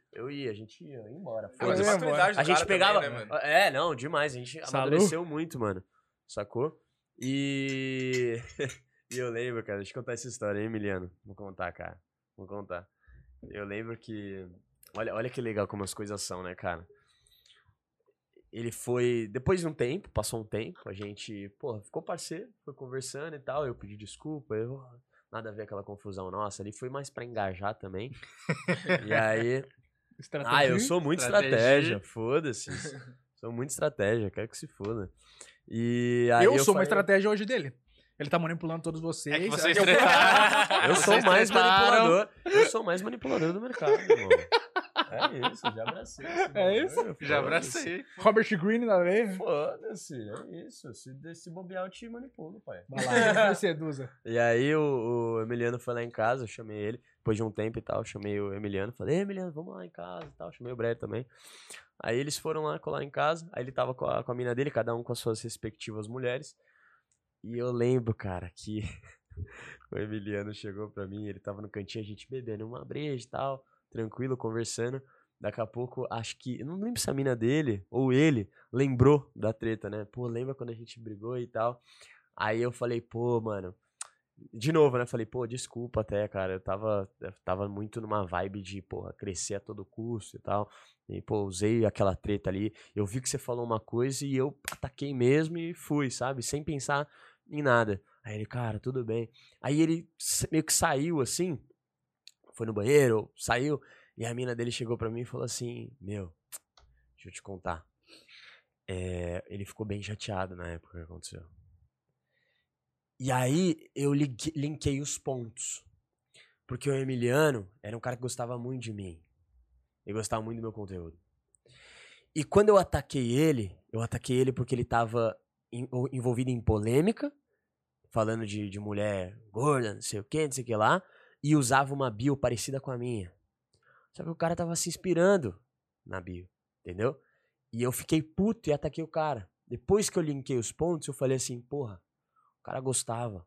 Eu ia, a gente ia embora. Mas a maturidade do A gente cara pegava. também, né, mano? Não, demais. A gente amadureceu muito, mano. Sacou? E. E eu lembro, cara, deixa eu contar essa história, hein, Emiliano? Vou contar, cara. Vou contar. Eu lembro que. Olha que legal como as coisas são, né, cara? Ele foi. Depois de um tempo, passou um tempo, a gente, porra, ficou parceiro, foi conversando e tal. Eu pedi desculpa, nada a ver aquela confusão nossa ali. Foi mais pra engajar também. E aí. Eu sou muito estratégia, foda-se. Sou muito estratégia, quero que se foda. E aí eu sou uma estratégia hoje dele. Ele tá manipulando todos vocês. É que vocês tretaram. Eu sou mais manipulador. Eu sou mais manipulador do mercado, irmão. É isso, já abracei. É isso? Já abracei. Robert Greene na veia. Foda-se, é isso. Se bobear, eu te manipulo, pai. Vai lá, me seduza. E aí o Emiliano foi lá em casa, eu chamei ele. Depois de um tempo e tal, eu chamei o Emiliano. Falei, Emiliano, vamos lá em casa e tal. Chamei o Brad também. Aí eles foram lá colar em casa. Aí ele tava com a mina dele, cada um com as suas respectivas mulheres. E eu lembro, cara, que o Emiliano chegou pra mim, ele tava no cantinho, a gente bebendo uma breja e tal, tranquilo, conversando. Daqui a pouco, acho que, eu não lembro se a mina dele ou ele lembrou da treta, né? Pô, lembra quando a gente brigou e tal? Aí eu falei, pô, mano, de novo, né? Falei, pô, desculpa até, cara, eu tava muito numa vibe de, porra, crescer a todo custo e tal. E, pô, usei aquela treta ali, eu vi que você falou uma coisa e eu ataquei mesmo e fui, sabe? Sem pensar em nada. Aí ele, cara, tudo bem. Aí ele meio que saiu assim, foi no banheiro, saiu, e a mina dele chegou pra mim e falou assim, meu, deixa eu te contar. Ele ficou bem chateado na época que aconteceu. E aí eu linkei os pontos. Porque o Emiliano era um cara que gostava muito de mim. Ele gostava muito do meu conteúdo. E quando eu ataquei ele porque ele tava envolvido em polêmica, falando de mulher gorda, não sei o que lá, e usava uma bio parecida com a minha. Só que o cara tava se inspirando na bio, entendeu? E eu fiquei puto e ataquei o cara. Depois que eu linkei os pontos, eu falei assim, porra, o cara gostava.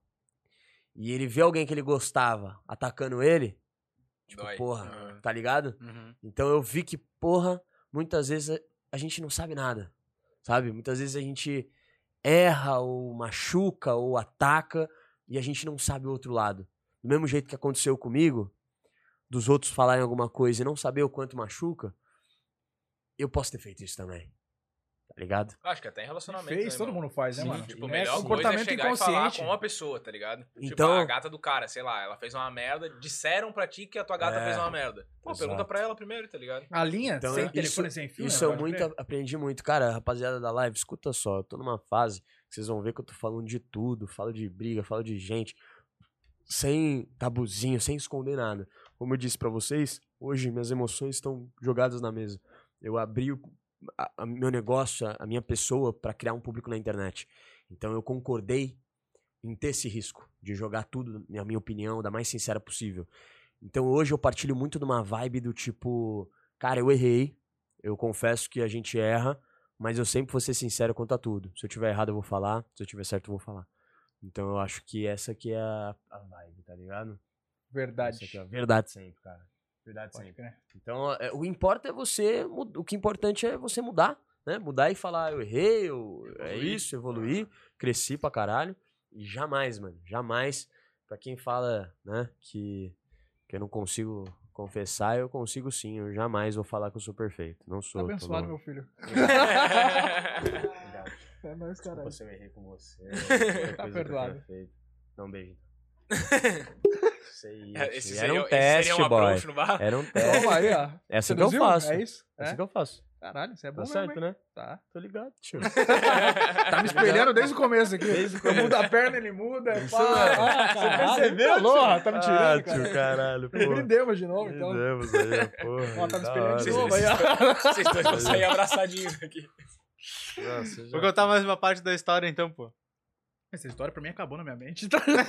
E ele vê alguém que ele gostava atacando ele, tipo, Dói. porra, tá ligado? Uhum. Então eu vi que, porra, muitas vezes a gente não sabe nada, sabe? Muitas vezes a gente erra ou machuca ou ataca e a gente não sabe o outro lado. Do mesmo jeito que aconteceu comigo, dos outros falarem alguma coisa e não saber o quanto machuca, eu posso ter feito isso também. Tá ligado? Acho que até em relacionamento. Fez, né, todo mano? mundo faz, né, Sim, mano? tipo, a É melhor coisa é comportamento chegar e falar inconsciente. com uma pessoa, tá ligado? Tipo, Então- a gata do cara, sei lá, ela fez uma merda, disseram pra ti que a tua gata fez uma merda. Pô, exato. pergunta pra ela primeiro, tá ligado? A linha, Então, sem isso- telefone, sem fio. Isso né? eu Pode muito crer. aprendi muito. Cara, rapaziada da live, escuta só. Eu tô numa fase que vocês vão ver que eu tô falando de tudo. Falo de briga, falo de gente. Sem tabuzinho, sem esconder nada. Como eu disse pra vocês, hoje minhas emoções estão jogadas na mesa. Eu abri o meu negócio, a minha pessoa, pra criar um público na internet. Então eu concordei em ter esse risco de jogar tudo, na minha opinião, da mais sincera possível. Então hoje eu partilho muito de uma vibe do tipo, cara, eu errei, eu confesso que a gente erra, mas eu sempre vou ser sincero quanto a tudo. Se eu tiver errado eu vou falar, se eu tiver certo eu vou falar. Então eu acho que essa aqui é a vibe, tá ligado? Verdade. Essa aqui é a verdade sempre, cara. Verdade Pode sempre. crer. Então, o que importa é você, o que é importante é você mudar, né? Mudar e falar, eu errei, é isso, evoluir, cresci pra caralho. E jamais, mano, jamais, pra quem fala, né, que eu não consigo confessar, eu consigo sim, eu jamais vou falar que eu sou perfeito, não Tá sou. tô abençoado, longe. meu filho. Obrigado. É nóis, caralho. Desculpa se eu errei com você. Tá perdoado. Dá um beijo. Isso aí, Esse era um esse teste, seria um boy. approach no bar? Era um teste. Toma aí, ó. É assim Você que eu viu? faço. É isso? É assim É? que eu faço. Caralho, isso é bom Tá mesmo, certo, hein? né? Tá. Tô ligado, tio. Tá me espelhando desde o começo aqui. Eu mudo a perna, ele muda. Isso Pá. mesmo. Você percebeu? Porra, tá me tirando, cara. tio, caralho, pô. Prendemos de novo, então. Prendemos aí, porra. Ó, tá me da espelhando de hora. novo aí, ó. Vocês dois vão sair abraçadinhos aqui. Nossa, já... Vou contar mais uma parte da história então, pô. Essa história pra mim acabou na minha mente.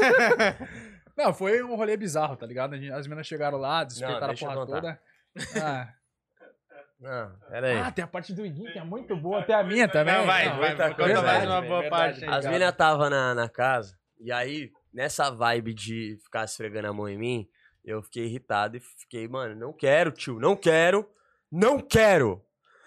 Não, foi um rolê bizarro, tá ligado? As meninas chegaram lá, despertaram a deixa eu porra contar. toda. Ah. Não, pera aí. Tem a parte do Iguinho que é muito boa, até a minha também. Não, vai, muita conta coisa, mais né? uma boa Verdade, parte aí. As cara. meninas tava na casa, e aí, nessa vibe de ficar esfregando a mão em mim, eu fiquei irritado e fiquei, mano, não quero, tio, não quero Não quero!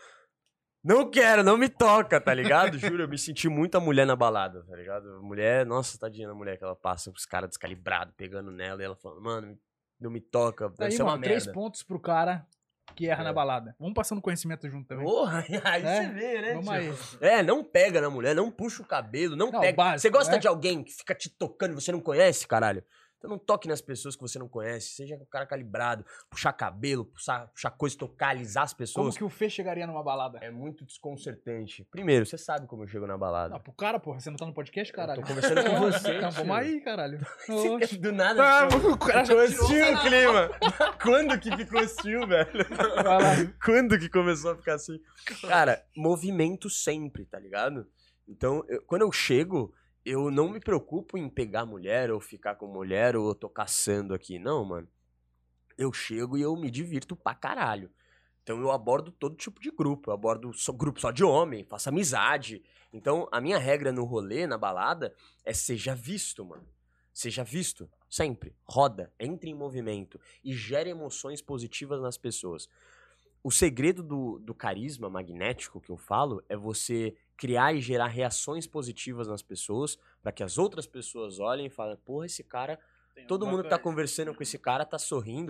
Não quero, não me toca, tá ligado? Juro, eu me senti muito a mulher na balada, tá ligado? Mulher, nossa, tadinha da mulher que ela passa com os caras descalibrados, pegando nela, e ela falando, mano, não me toca, deve ser uma merda. 3 pontos pro cara que erra na balada. Vamos passando conhecimento junto também. Porra, aí você vê, né? Vamos aí. Não pega na mulher, não puxa o cabelo, não pega. Básico, você gosta de alguém que fica te tocando e você não conhece, caralho? Então não toque nas pessoas que você não conhece, seja um cara calibrado, puxar cabelo, puxar coisa, tocar, alisar as pessoas. Como que o Fê chegaria numa balada? É muito desconcertante. Primeiro, você sabe como eu chego na balada. Não, pro cara, porra, você não tá no podcast, caralho? Eu tô conversando com você. Então vamos aí, caralho. Do nada. O cara já hostil o clima. Quando que ficou hostil, velho? Quando que começou a ficar assim? Cara, movimento sempre, tá ligado? Então, quando eu chego, eu não me preocupo em pegar mulher, ou ficar com mulher, ou eu tô caçando aqui. Não, mano. Eu chego e eu me divirto pra caralho. Então eu abordo todo tipo de grupo. Eu abordo grupo só de homem, faço amizade. Então a minha regra no rolê, na balada, é seja visto, mano. Seja visto, sempre. Roda, entre em movimento e gere emoções positivas nas pessoas. O segredo do carisma magnético que eu falo é você criar e gerar reações positivas nas pessoas para que as outras pessoas olhem e falem, porra, esse cara, todo mundo que tá conversando com esse cara tá sorrindo,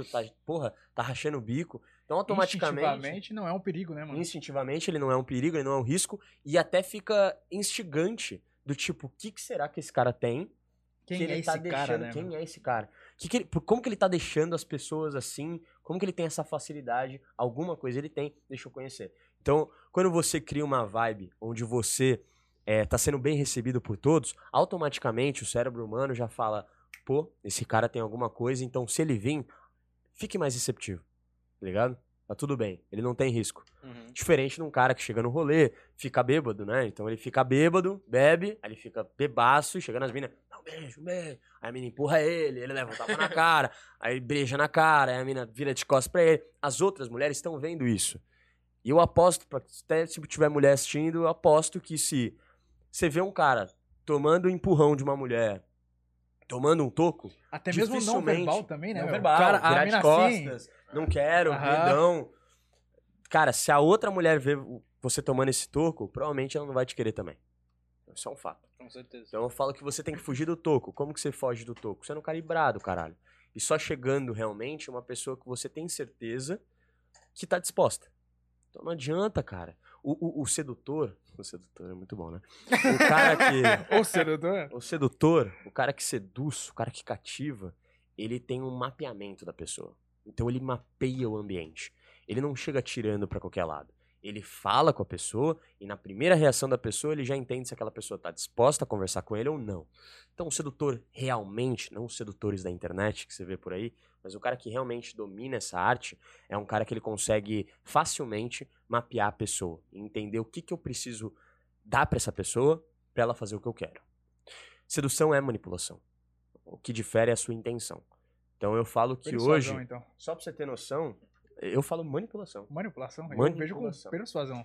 tá rachando o bico. Então automaticamente... Instintivamente não é um perigo, né, mano? Instintivamente ele não é um perigo, ele não é um risco e até fica instigante do tipo, o que será que esse cara tem? Quem é esse cara, né? Quem é esse cara? Como que ele tá deixando as pessoas assim? Como que ele tem essa facilidade? Alguma coisa ele tem, deixa eu conhecer. Então, quando você cria uma vibe onde você tá sendo bem recebido por todos, automaticamente o cérebro humano já fala, pô, esse cara tem alguma coisa, então se ele vir, fique mais receptivo, tá ligado? Tá tudo bem, ele não tem risco. Uhum. Diferente de um cara que chega no rolê, fica bêbado, né? Então ele fica bêbado, bebe, aí ele fica bebaço, chega nas minas, dá um beijo. Aí a mina empurra ele leva um tapa na cara, aí beija na cara, aí a mina vira de costas pra ele. As outras mulheres estão vendo isso. E eu aposto, até se tiver mulher assistindo, eu aposto que se você vê um cara tomando um empurrão de uma mulher, tomando um toco... Até mesmo não verbal também, né? Não verbal, cara, virar de costas, não quero, perdão. Cara, se a outra mulher vê você tomando esse toco, provavelmente ela não vai te querer também. Isso é um fato. Com certeza. Então eu falo que você tem que fugir do toco. Como que você foge do toco? Você é um calibrado, caralho. E só chegando realmente uma pessoa que você tem certeza que tá disposta. Então não adianta, cara. O sedutor... O sedutor é muito bom, né? O cara que... O sedutor? O sedutor, o cara que seduz, o cara que cativa, ele tem um mapeamento da pessoa. Então ele mapeia o ambiente. Ele não chega tirando pra qualquer lado. Ele fala com a pessoa e na primeira reação da pessoa ele já entende se aquela pessoa tá disposta a conversar com ele ou não. Então o sedutor realmente, não os sedutores da internet que você vê por aí, mas o cara que realmente domina essa arte é um cara que ele consegue facilmente mapear a pessoa e entender o que eu preciso dar pra essa pessoa pra ela fazer o que eu quero. Sedução é manipulação. O que difere é a sua intenção. Então eu falo que hoje, então. Só pra você ter noção, eu falo manipulação. Manipulação? Eu vejo com persuasão.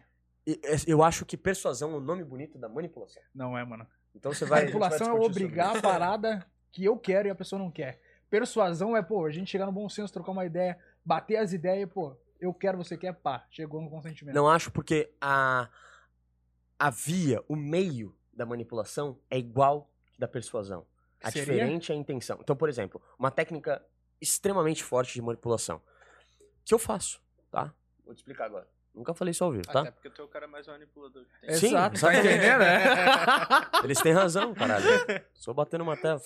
Eu acho que persuasão é o nome bonito da manipulação. Não é, mano. Então você vai... Manipulação é obrigar a parada que eu quero e a pessoa não quer. Persuasão é, pô, a gente chegar no bom senso, trocar uma ideia, bater as ideias, pô, eu quero, você quer, pá, chegou no consentimento. Não acho porque a via, o meio da manipulação é igual da persuasão. A diferente é a intenção. Então, por exemplo, uma técnica extremamente forte de manipulação. Que eu faço, tá? Vou te explicar agora. Nunca falei isso ao vivo, tá? Até porque tu é o cara mais manipulador que tem. Sim, exato, tá entendendo, né? Eles têm razão, caralho. Só batendo uma tela.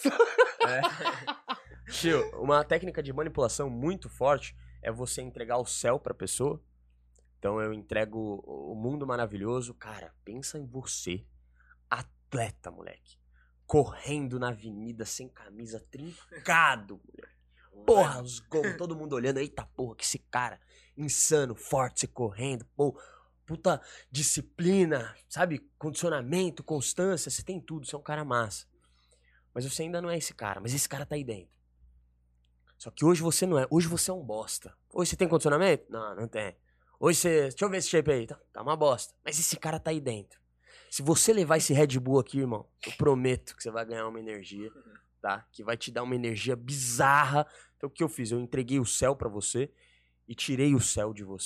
Tio, uma técnica de manipulação muito forte é você entregar o céu pra pessoa. Então eu entrego o mundo maravilhoso. Cara, pensa em você, atleta, moleque. Correndo na avenida sem camisa, trincado, moleque. Porra, os gols, todo mundo olhando. Eita porra, que esse cara insano, forte, você correndo. Pô, puta disciplina, sabe? Condicionamento, constância, você tem tudo, você é um cara massa. Mas você ainda não é esse cara, mas esse cara tá aí dentro. Só que hoje você não é, hoje você é um bosta. Hoje você tem condicionamento? Não, não tem. Hoje você, deixa eu ver esse shape aí, tá uma bosta. Mas esse cara tá aí dentro. Se você levar esse Red Bull aqui, irmão, eu prometo que você vai ganhar uma energia, tá? Que vai te dar uma energia bizarra. Então o que eu fiz? Eu entreguei o céu pra você e tirei o céu de você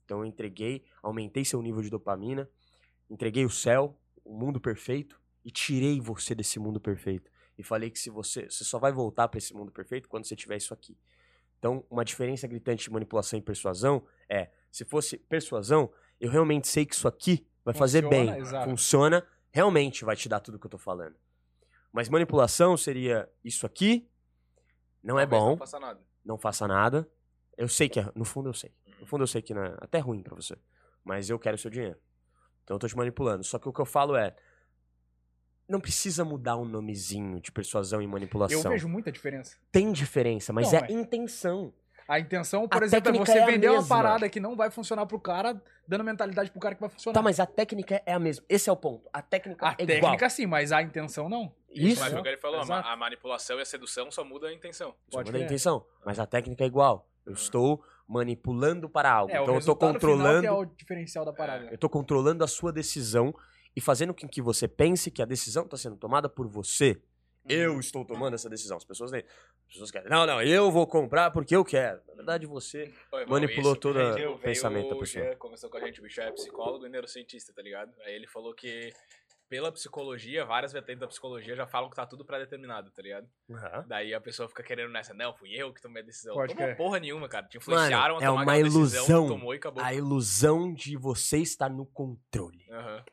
Então eu entreguei, aumentei seu nível de dopamina, entreguei o céu, o mundo perfeito, e tirei você desse mundo perfeito. E falei que você só vai voltar pra esse mundo perfeito quando você tiver isso aqui. Então, uma diferença gritante de manipulação e persuasão é, se fosse persuasão, eu realmente sei que isso aqui vai fazer bem, funciona, realmente vai te dar tudo que eu tô falando. Mas manipulação seria isso aqui, não é bom, não faça nada. Eu sei que, no fundo eu sei. No fundo eu sei que não é até ruim pra você, mas eu quero o seu dinheiro. Então eu tô te manipulando. Só que o que eu falo é, não precisa mudar um nomezinho de persuasão e manipulação. Eu vejo muita diferença. Tem diferença, mas é intenção. A intenção, por exemplo, é você vender uma parada que não vai funcionar pro cara, dando mentalidade pro cara que vai funcionar. Tá, mas a técnica é a mesma. Esse é o ponto. A técnica é igual. A técnica sim, mas a intenção não. Isso. Mas o que ele falou, a manipulação e a sedução só muda a intenção. Só muda a intenção, mas a técnica é igual. Eu estou manipulando para algo. Então eu tô controlando... que é o diferencial da parada. Eu tô controlando a sua decisão e fazendo com que você pense que a decisão está sendo tomada por você. Eu estou tomando essa decisão. As pessoas querem. Não, eu vou comprar porque eu quero. Na verdade, você manipulou todo o pensamento da pessoa. Ele conversou com a gente, o bicho é psicólogo e neurocientista, tá ligado? Aí ele falou que pela psicologia, várias vertentes da psicologia já falam que tá tudo pré-determinado, tá ligado? Daí a pessoa fica querendo nessa, não, fui eu que tomei a decisão. Tomou porra nenhuma, cara. Te influenciaram a tomar uma decisão, tomou e acabou. A ilusão de você estar no controle.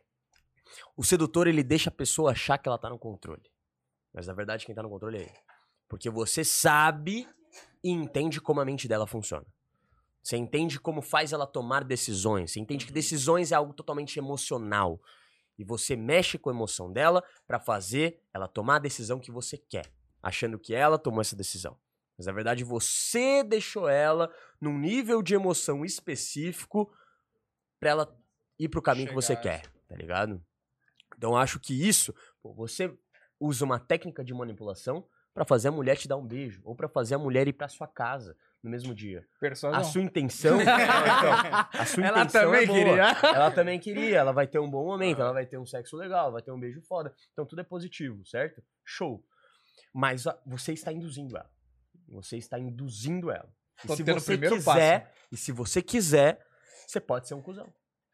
O sedutor, ele deixa a pessoa achar que ela tá no controle. Mas na verdade quem tá no controle é ele. Porque você sabe e entende como a mente dela funciona. Você entende como faz ela tomar decisões. Você entende que decisões é algo totalmente emocional. E você mexe com a emoção dela pra fazer ela tomar a decisão que você quer. Achando que ela tomou essa decisão. Mas na verdade você deixou ela num nível de emoção específico pra ela ir pro caminho que você quer. Tá ligado? Então eu acho que isso, você usa uma técnica de manipulação pra fazer a mulher te dar um beijo, ou pra fazer a mulher ir pra sua casa no mesmo dia. Persuasão. A sua intenção... a sua ela intenção também queria. Ela também queria, ela vai ter um bom momento, ela vai ter um sexo legal, vai ter um beijo foda. Então tudo é positivo, certo? Show. Mas você está induzindo ela. Você está induzindo ela. E se você quiser, se você quiser, você pode ser um cuzão.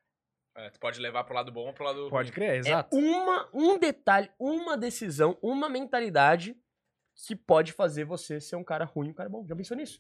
Tu pode levar pro lado bom ou pro lado Pode crer, exato. Um detalhe, uma decisão, uma mentalidade que pode fazer você ser um cara ruim, um cara bom. Já pensou nisso?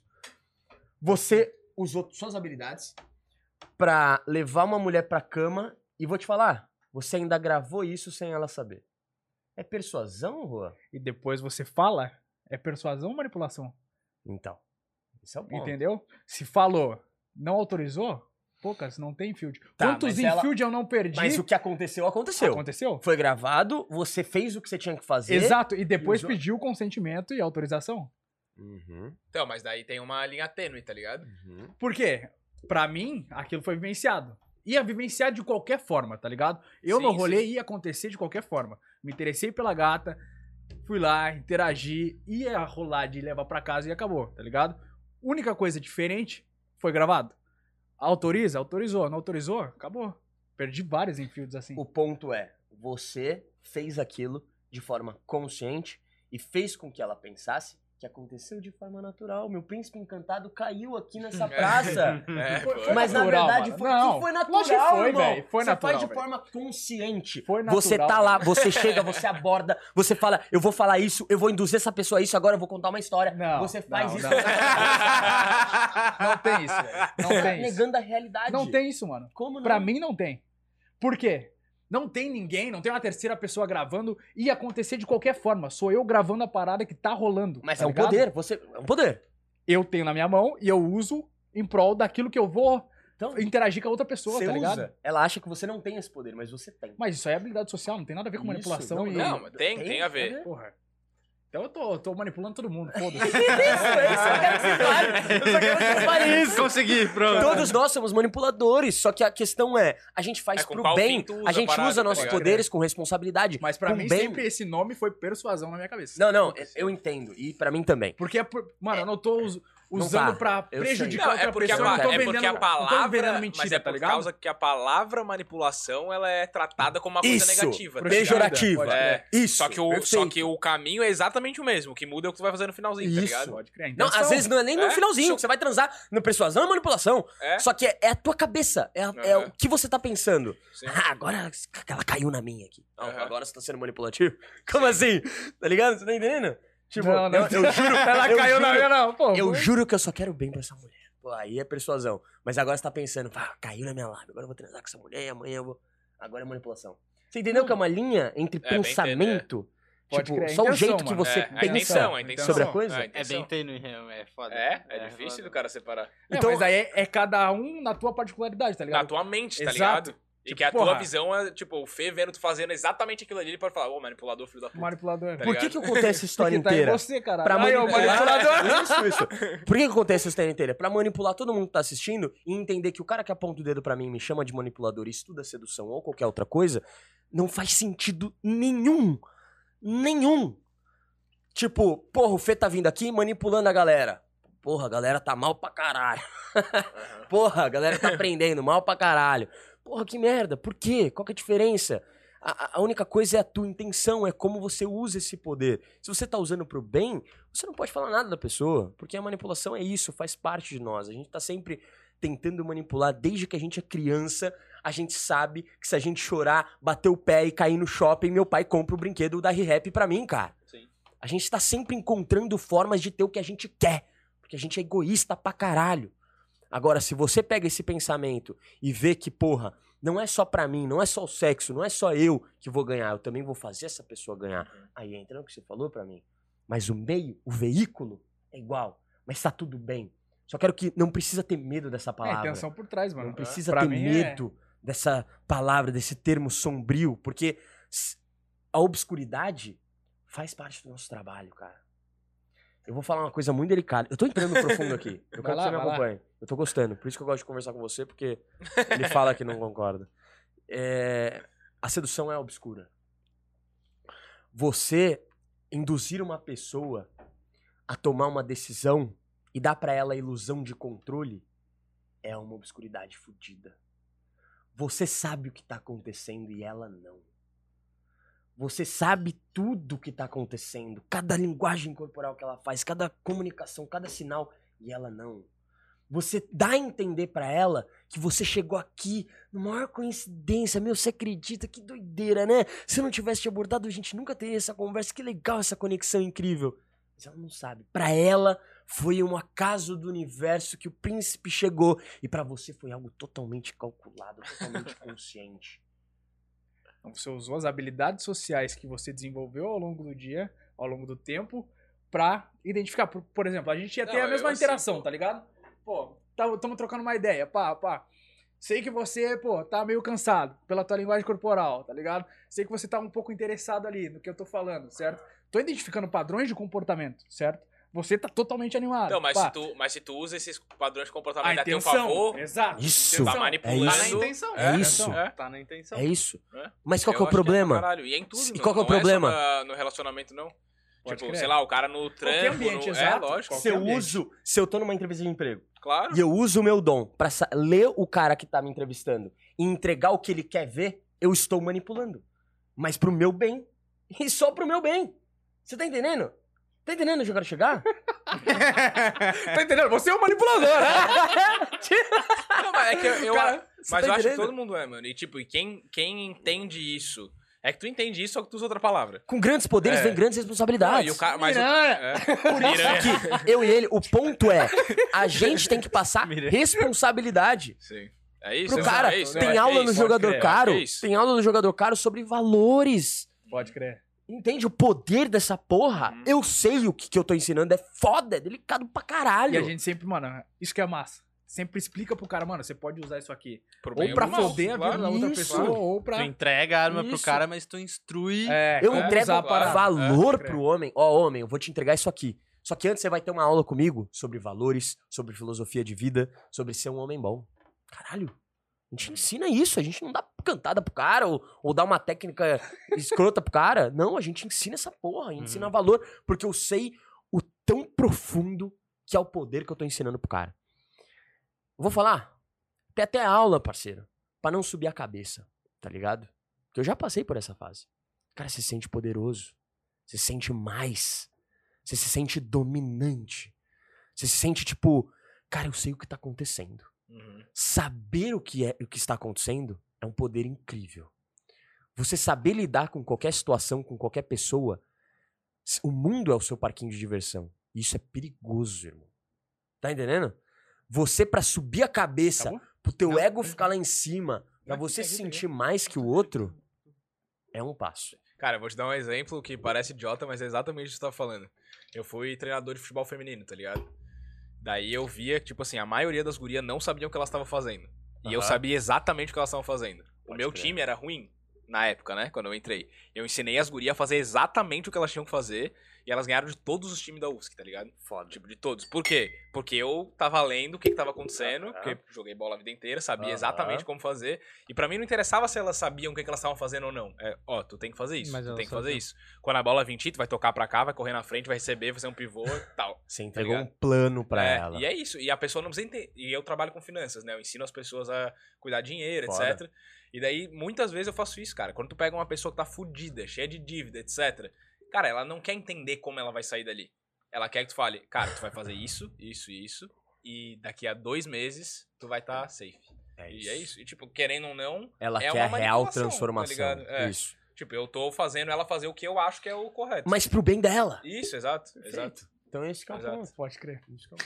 Você usou suas habilidades pra levar uma mulher pra cama e vou te falar, você ainda gravou isso sem ela saber. É persuasão, Rua? E depois você fala, é persuasão ou manipulação? Então, esse é o ponto. Entendeu? Se falou, não autorizou... Poucas, não tem field. Tá, quantos infield eu não perdi? Mas o que aconteceu, aconteceu. Aconteceu? Foi gravado, você fez o que você tinha que fazer. Exato, e depois pediu consentimento e autorização. Então, mas daí tem uma linha tênue, tá ligado? Por quê? Pra mim, aquilo foi vivenciado. Ia vivenciar de qualquer forma, tá ligado? Eu no rolê ia acontecer de qualquer forma. Me interessei pela gata, fui lá, interagi, ia rolar de levar pra casa e acabou, tá ligado? Única coisa diferente foi gravado. Autoriza? Autorizou. Não autorizou? Acabou. Perdi vários infields assim. O ponto é, você fez aquilo de forma consciente e fez com que ela pensasse que aconteceu de forma natural. Meu príncipe encantado caiu aqui nessa praça. Foi mas natural, na verdade mano. foi natural, foi, irmão. Véio. Foi você natural, faz de forma consciente. Foi natural, você tá lá, você chega, você aborda, você fala, eu vou falar isso, eu vou induzir essa pessoa a isso, agora eu vou contar uma história. Não, você faz isso. Não tem isso, velho. Não tem isso. Negando a realidade. Não tem isso, mano. Como não? Pra mim não tem. Por quê? Não tem ninguém, não tem uma terceira pessoa gravando. Ia acontecer de qualquer forma. Sou eu gravando a parada que tá rolando. Mas tá é um poder, é um poder. Eu tenho na minha mão e eu uso em prol daquilo que eu vou interagir com a outra pessoa, tá ligado? Usa. Ela acha que você não tem esse poder, mas você tem. Mas isso aí é habilidade social, não tem nada a ver com manipulação. Não, mas tem a ver. Porra. Então eu tô manipulando todo mundo, foda-se. Isso, eu só quero que você fale. Eu só quero que você fale isso. Consegui, pronto. Todos nós somos manipuladores, só que a questão é, a gente faz pro bem, a gente usa nossos poderes com responsabilidade. Mas pra mim sempre esse nome foi persuasão na minha cabeça. Não, eu entendo, e pra mim também. Porque, mano, eu não tô usando pra prejudicar outra pessoa. Porque a palavra, mas é por causa que a palavra manipulação, ela é tratada como uma coisa negativa. Pejorativa. Isso. Só que o caminho é exatamente o mesmo. O que muda é o que tu vai fazer no finalzinho, tá ligado? Pode crer. Não, às vezes não é nem no finalzinho, que você vai transar. No persuasão é manipulação. Só que é a tua cabeça. É o que você tá pensando. Agora ela caiu na minha aqui. Não, agora você tá sendo manipulativo? Como assim? Tá ligado? Você tá entendendo? Tipo, não, eu juro. Ela caiu na minha, não. Pô, eu juro que eu só quero bem pra essa mulher. Pô, aí é persuasão. Mas agora você tá pensando, caiu na minha lábia. Agora eu vou transar com essa mulher e amanhã eu vou... Agora é manipulação. Você entendeu que é uma linha entre pensamento... Pode tipo, crer, só o jeito que você pensa sobre a coisa? É bem tênue, é foda. É difícil do cara separar. Então, mas aí é cada um na tua particularidade, tá ligado? Na tua mente, tá ligado? E tipo, que a tua visão é, tipo, o Fê vendo tu fazendo exatamente aquilo ali, ele pode falar, manipulador, filho da puta. Manipulador. Tá Por que eu contei essa história inteira? Tá em você, cara. Pra manipulador. Isso. Por que eu contei essa história inteira? Pra manipular todo mundo que tá assistindo e entender que o cara que aponta o dedo pra mim, me chama de manipulador e estuda sedução ou qualquer outra coisa, não faz sentido nenhum. Tipo, porra, o Fê tá vindo aqui manipulando a galera. Porra, a galera tá mal pra caralho. Porra, a galera tá aprendendo mal pra caralho. Porra, que merda. Por quê? Qual que é a diferença? A única coisa é a tua intenção, é como você usa esse poder. Se você tá usando pro bem, você não pode falar nada da pessoa, porque a manipulação é isso, faz parte de nós. A gente tá sempre tentando manipular. Desde que a gente é criança, a gente sabe que se a gente chorar, bater o pé e cair no shopping, meu pai compra o brinquedo da ReHap pra mim, cara. Sim. A gente tá sempre encontrando formas de ter o que a gente quer, porque a gente é egoísta pra caralho. Agora, se você pega esse pensamento e vê que, porra, não é só pra mim, não é só o sexo, não é só eu que vou ganhar, eu também vou fazer essa pessoa ganhar. Aí entra no que você falou pra mim. Mas o meio, o veículo, é igual. Mas tá tudo bem. Só quero que não precisa ter medo dessa palavra. É a intenção por trás, mano. Não precisa ter medo dessa palavra, desse termo sombrio, porque a obscuridade faz parte do nosso trabalho, cara. Eu vou falar uma coisa muito delicada. Eu tô entrando profundo aqui. Eu quero que você me acompanhe. Eu tô gostando. Por isso que eu gosto de conversar com você, porque ele fala que não concorda. A sedução é obscura. Você induzir uma pessoa a tomar uma decisão e dar pra ela a ilusão de controle é uma obscuridade fodida. Você sabe o que tá acontecendo e ela não. Você sabe tudo o que tá acontecendo, cada linguagem corporal que ela faz, cada comunicação, cada sinal, e ela não. Você dá a entender pra ela que você chegou aqui numa maior coincidência. Meu, você acredita? Que doideira, né? Se eu não tivesse te abordado, a gente nunca teria essa conversa. Que legal essa conexão incrível. Mas ela não sabe. Pra ela, foi um acaso do universo que o príncipe chegou. E pra você foi algo totalmente calculado, totalmente consciente. Você usou as habilidades sociais que você desenvolveu ao longo do dia, ao longo do tempo, pra identificar. Por exemplo, a gente ia ter a mesma interação, tá ligado? Pô, estamos trocando uma ideia, pá. Sei que você, tá meio cansado pela tua linguagem corporal, tá ligado? Sei que você tá um pouco interessado ali no que eu tô falando, certo? Tô identificando padrões de comportamento, certo? Você tá totalmente animado. Não, mas se tu usa esses padrões de comportamento a teu favor... Exato. Isso. Tá manipulando. Tá na intenção. É isso. Tá na intenção. É isso. Mas qual que é o problema? E é em tudo. E qual que é o problema? Não é só no relacionamento, não. Pode tipo, crer. sei lá, o cara no trampo... Ambiente, exato. Lógico. Se eu tô numa entrevista de emprego, Claro. e eu uso o meu dom pra ler o cara que tá me entrevistando e entregar o que ele quer ver, eu estou manipulando. Mas pro meu bem. E só pro meu bem. Você tá entendendo? Tá entendendo onde eu quero chegar? Tá entendendo? Você é um manipulador, né? Não, mas é que eu acho que todo mundo. mundo é, mano. E tipo, quem entende isso... É que tu entende isso, só que tu usa outra palavra. Com grandes poderes vem grandes responsabilidades. Não, e o cara, mas Por isso que eu e ele, o ponto é, a gente tem que passar responsabilidade. Sim. É isso. Pro cara, tem aula no Jogador Caro, tem aula no Jogador Caro sobre valores. Pode crer. Entende o poder dessa porra? Eu sei o que eu tô ensinando, é foda, é delicado pra caralho. E a gente sempre, mano, isso que é massa. Sempre explica pro cara, mano, você pode usar isso aqui. Ou pra foder a vida da outra pessoa, ou pra... Tu entrega a arma pro cara, mas tu instrui... Eu entrego valor É. pro homem. Ó, homem, eu vou te entregar isso aqui. Só que antes você vai ter uma aula comigo sobre valores, sobre filosofia de vida, sobre ser um homem bom. Caralho. A gente ensina isso, a gente não dá cantada pro cara ou dá uma técnica escrota pro cara. Não, a gente ensina essa porra, ensina valor, porque eu sei o tão profundo que é o poder que eu tô ensinando pro cara. Eu vou falar, tem até aula, parceiro, pra não subir a cabeça, tá ligado? Porque eu já passei por essa fase. Cara, você se sente poderoso, você se sente mais, você se sente dominante, você se sente tipo, cara, eu sei o que tá acontecendo. Saber o que está acontecendo é um poder incrível. Você saber lidar com qualquer situação, com qualquer pessoa, o mundo é o seu parquinho de diversão. E isso é perigoso, irmão. Tá entendendo? Você, pra subir a cabeça, pro teu ego ficar lá em cima, pra você se sentir mais que o outro, é um passo. Cara, eu vou te dar um exemplo que parece idiota, mas é exatamente o que você tá falando. Eu fui treinador de futebol feminino, tá ligado? Daí eu via que, tipo assim, a maioria das gurias não sabiam o que elas estavam fazendo. E eu sabia exatamente o que elas estavam fazendo. O meu time era ruim na época, né? Quando eu entrei. Eu ensinei as gurias a fazer exatamente o que elas tinham que fazer. E elas ganharam de todos os times da UFSC, tá ligado? Foda. Tipo, de todos. Por quê? Porque eu tava lendo o que tava acontecendo, porque joguei bola a vida inteira, sabia exatamente como fazer. E pra mim não interessava se elas sabiam o que elas estavam fazendo ou não. Tu tem que fazer isso, tu tem que fazer isso. Quando a bola vir, tu vai tocar pra cá, vai correr na frente, vai receber, vai ser um pivô e tal. Você entregou um plano pra ela. E é isso. E a pessoa não precisa entender. E eu trabalho com finanças, né? Eu ensino as pessoas a cuidar de dinheiro, etc. E daí, muitas vezes eu faço isso, cara. Quando tu pega uma pessoa que tá fudida, cheia de dívida, etc. Cara, ela não quer entender como ela vai sair dali. Ela quer que tu fale, cara, tu vai fazer isso, isso e isso, e daqui a 2 meses tu vai estar safe. E é isso. E, tipo, querendo ou não, ela é quer uma a real manipulação, transformação. tá ligado? Isso. Tipo, eu tô fazendo ela fazer o que eu acho que é o correto. Mas pro bem dela. Isso, exato. Exato. Então esse cara pode crer.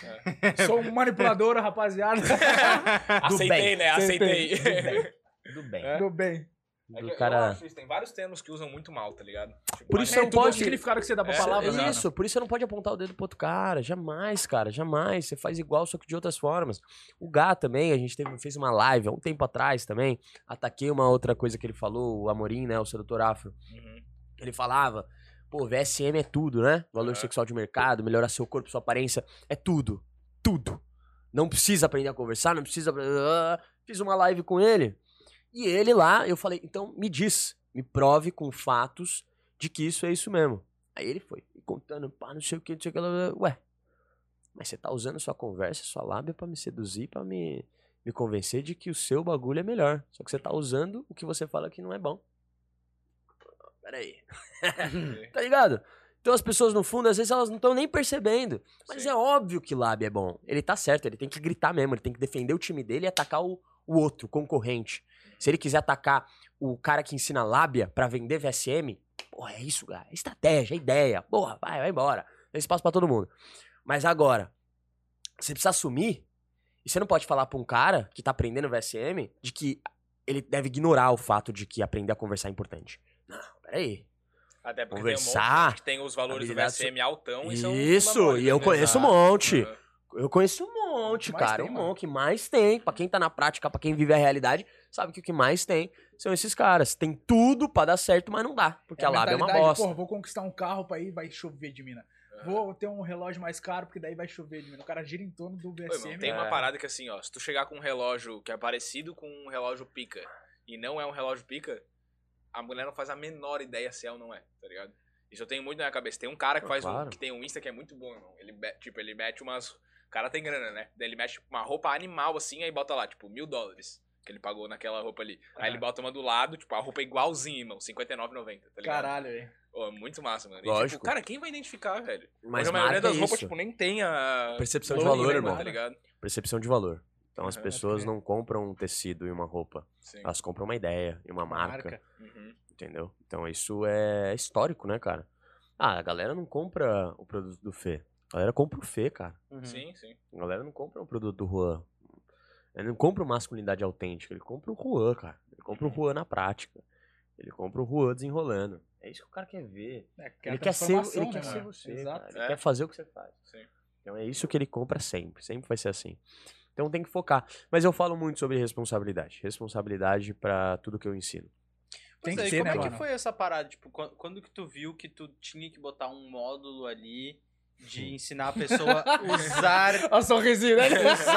Sou manipuladora, rapaziada. Aceitei, né? Aceitei. Do bem. Do bem. Eu acho isso, tem vários termos que usam muito mal, tá ligado? Tipo, por isso você não pode... o significado que você dá pra palavra. Isso, por isso você não pode apontar o dedo pro outro cara. Jamais, cara, jamais. Você faz igual, só que de outras formas. O Gá também, a gente fez uma live há um tempo atrás também. Ataquei uma outra coisa que ele falou, o Amorim, né, o sedutor afro. Ele falava, pô, VSM é tudo, né? Valor sexual de mercado, melhorar seu corpo, sua aparência, é tudo. Tudo. Não precisa aprender a conversar, não precisa... Fiz uma live com ele. E ele lá, eu falei, então me diz, me prove com fatos de que isso é isso mesmo. Aí ele foi, contando, pá, não sei o que, não sei o que. Ué, mas você tá usando sua conversa, sua lábia pra me seduzir, pra me convencer de que o seu bagulho é melhor. Só que você tá usando o que você fala que não é bom. Peraí. Tá ligado? Então as pessoas, no fundo, às vezes elas não estão nem percebendo. Mas é óbvio que lábia é bom. Ele tá certo, ele tem que gritar mesmo, ele tem que defender o time dele e atacar o outro, o concorrente. Se ele quiser atacar o cara que ensina lábia pra vender VSM, porra, é isso, cara. É estratégia, é ideia. Porra, vai embora. Tem espaço pra todo mundo. Mas agora, você precisa assumir, e você não pode falar pra um cara que tá aprendendo VSM de que ele deve ignorar o fato de que aprender a conversar é importante. Não, peraí. Até porque conversar, tem um monte que tem os valores do VSM altão e são... Isso, e eu conheço um monte. Eu conheço um monte, cara. Um monte que mais tem. Pra quem tá na prática, pra quem vive a realidade, sabe que o que mais tem são esses caras. Tem tudo pra dar certo, mas não dá. Porque a lábia é uma bosta. Pô, vou conquistar um carro pra ir, vai chover de mina. Vou ter um relógio mais caro, porque daí vai chover de mina. O cara gira em torno do VSM. Tem uma parada que assim, ó. Se tu chegar com um relógio que é parecido com um relógio pica e não é um relógio pica, a mulher não faz a menor ideia se é ou não é, tá ligado? Isso eu tenho muito na minha cabeça. Tem um cara que faz que tem um Insta que é muito bom, irmão. Ele mete umas... O cara tem grana, né? Daí ele mete uma roupa animal assim, aí bota lá, tipo, $1.000 que ele pagou naquela roupa ali. Aí ele bota uma do lado, tipo, a roupa é igualzinha, irmão, R$59,90, tá ligado? Caralho, velho. Oh, muito massa, mano. Lógico. E, tipo, cara, quem vai identificar, velho? Mas a maioria das roupas, isso. tipo, nem tem a... Percepção de valor, irmão. Tá ligado? Percepção de valor. Então as pessoas não compram um tecido e uma roupa. Sim. Elas compram uma ideia e uma marca. Uhum. Entendeu? Então isso é histórico, né, cara? Ah, a galera não compra o produto do Fê. A galera compra o Fê, cara. Sim, sim. A galera não compra o produto do Juan. Ele não compra masculinidade autêntica. Ele compra o Juan, cara. Ele compra o Juan na prática. Ele compra o Juan desenrolando. É isso que o cara quer ver. Ele quer ser você. Exato. Ele quer fazer o que você faz. Sim. Então é isso que ele compra sempre. Sempre vai ser assim. Então tem que focar. Mas eu falo muito sobre responsabilidade. Responsabilidade pra tudo que eu ensino. Tem que ter, como é que foi essa parada? Tipo, quando que tu viu que tu tinha que botar um módulo ali de ensinar a pessoa a usar... Olha o sorrisinho, né?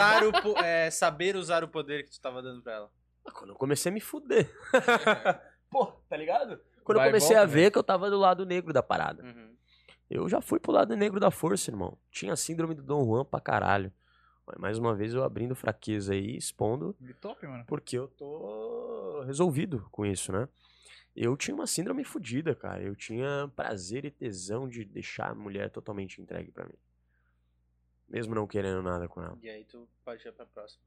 Saber usar o poder que tu tava dando pra ela. Quando eu comecei a me fuder. Pô, tá ligado? Quando eu comecei a ver que eu tava do lado negro da parada. Eu já fui pro lado negro da força, irmão. Tinha a síndrome do Dom Juan pra caralho. Mas, mais uma vez, eu abrindo fraqueza aí, expondo. Top, mano. Porque eu tô resolvido com isso, né? Eu tinha uma síndrome fodida, cara. Eu tinha prazer e tesão de deixar a mulher totalmente entregue pra mim. Mesmo não querendo nada com ela. E aí tu pode ir pra próxima.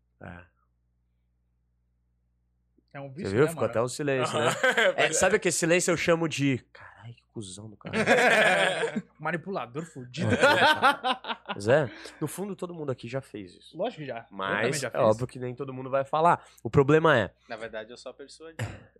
É um vício, Você viu? né, Ficou mano? até o silêncio, né? Sabe aquele silêncio eu chamo de... Caralho, que cuzão do cara. Manipulador fudido. Mas no fundo todo mundo aqui já fez isso. Lógico que já. Mas já é óbvio que nem todo mundo vai falar. O problema é... Na verdade, eu só persuadi.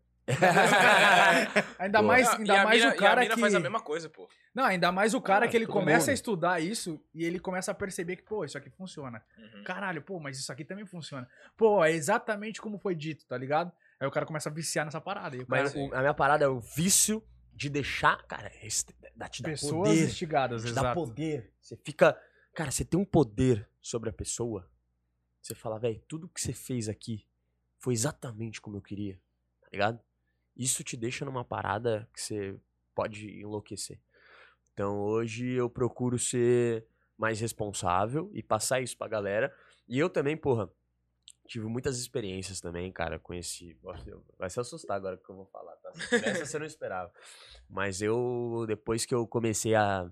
ainda mais o cara a mina que... faz a mesma coisa, pô. Não, ainda mais o cara que ele começa mundo. a estudar isso e ele começa a perceber que, pô, isso aqui funciona. Uhum. Caralho, pô, mas isso aqui também funciona. Pô, é exatamente como foi dito, tá ligado? Aí o cara começa a viciar nessa parada. E o cara, Mas a minha parada é o vício de deixar, cara, te dá pessoas poder. instigadas, Te exato. dá poder. Você fica... Cara, você tem um poder sobre a pessoa. Você fala, velho, tudo que você fez aqui foi exatamente como eu queria. Tá ligado? Isso te deixa numa parada que você pode enlouquecer. Então hoje eu procuro ser mais responsável e passar isso pra galera. E eu também, porra, tive muitas experiências também, cara. Conheci... Vai se assustar agora que eu vou falar, tá? Essa você não esperava. Mas depois que eu comecei a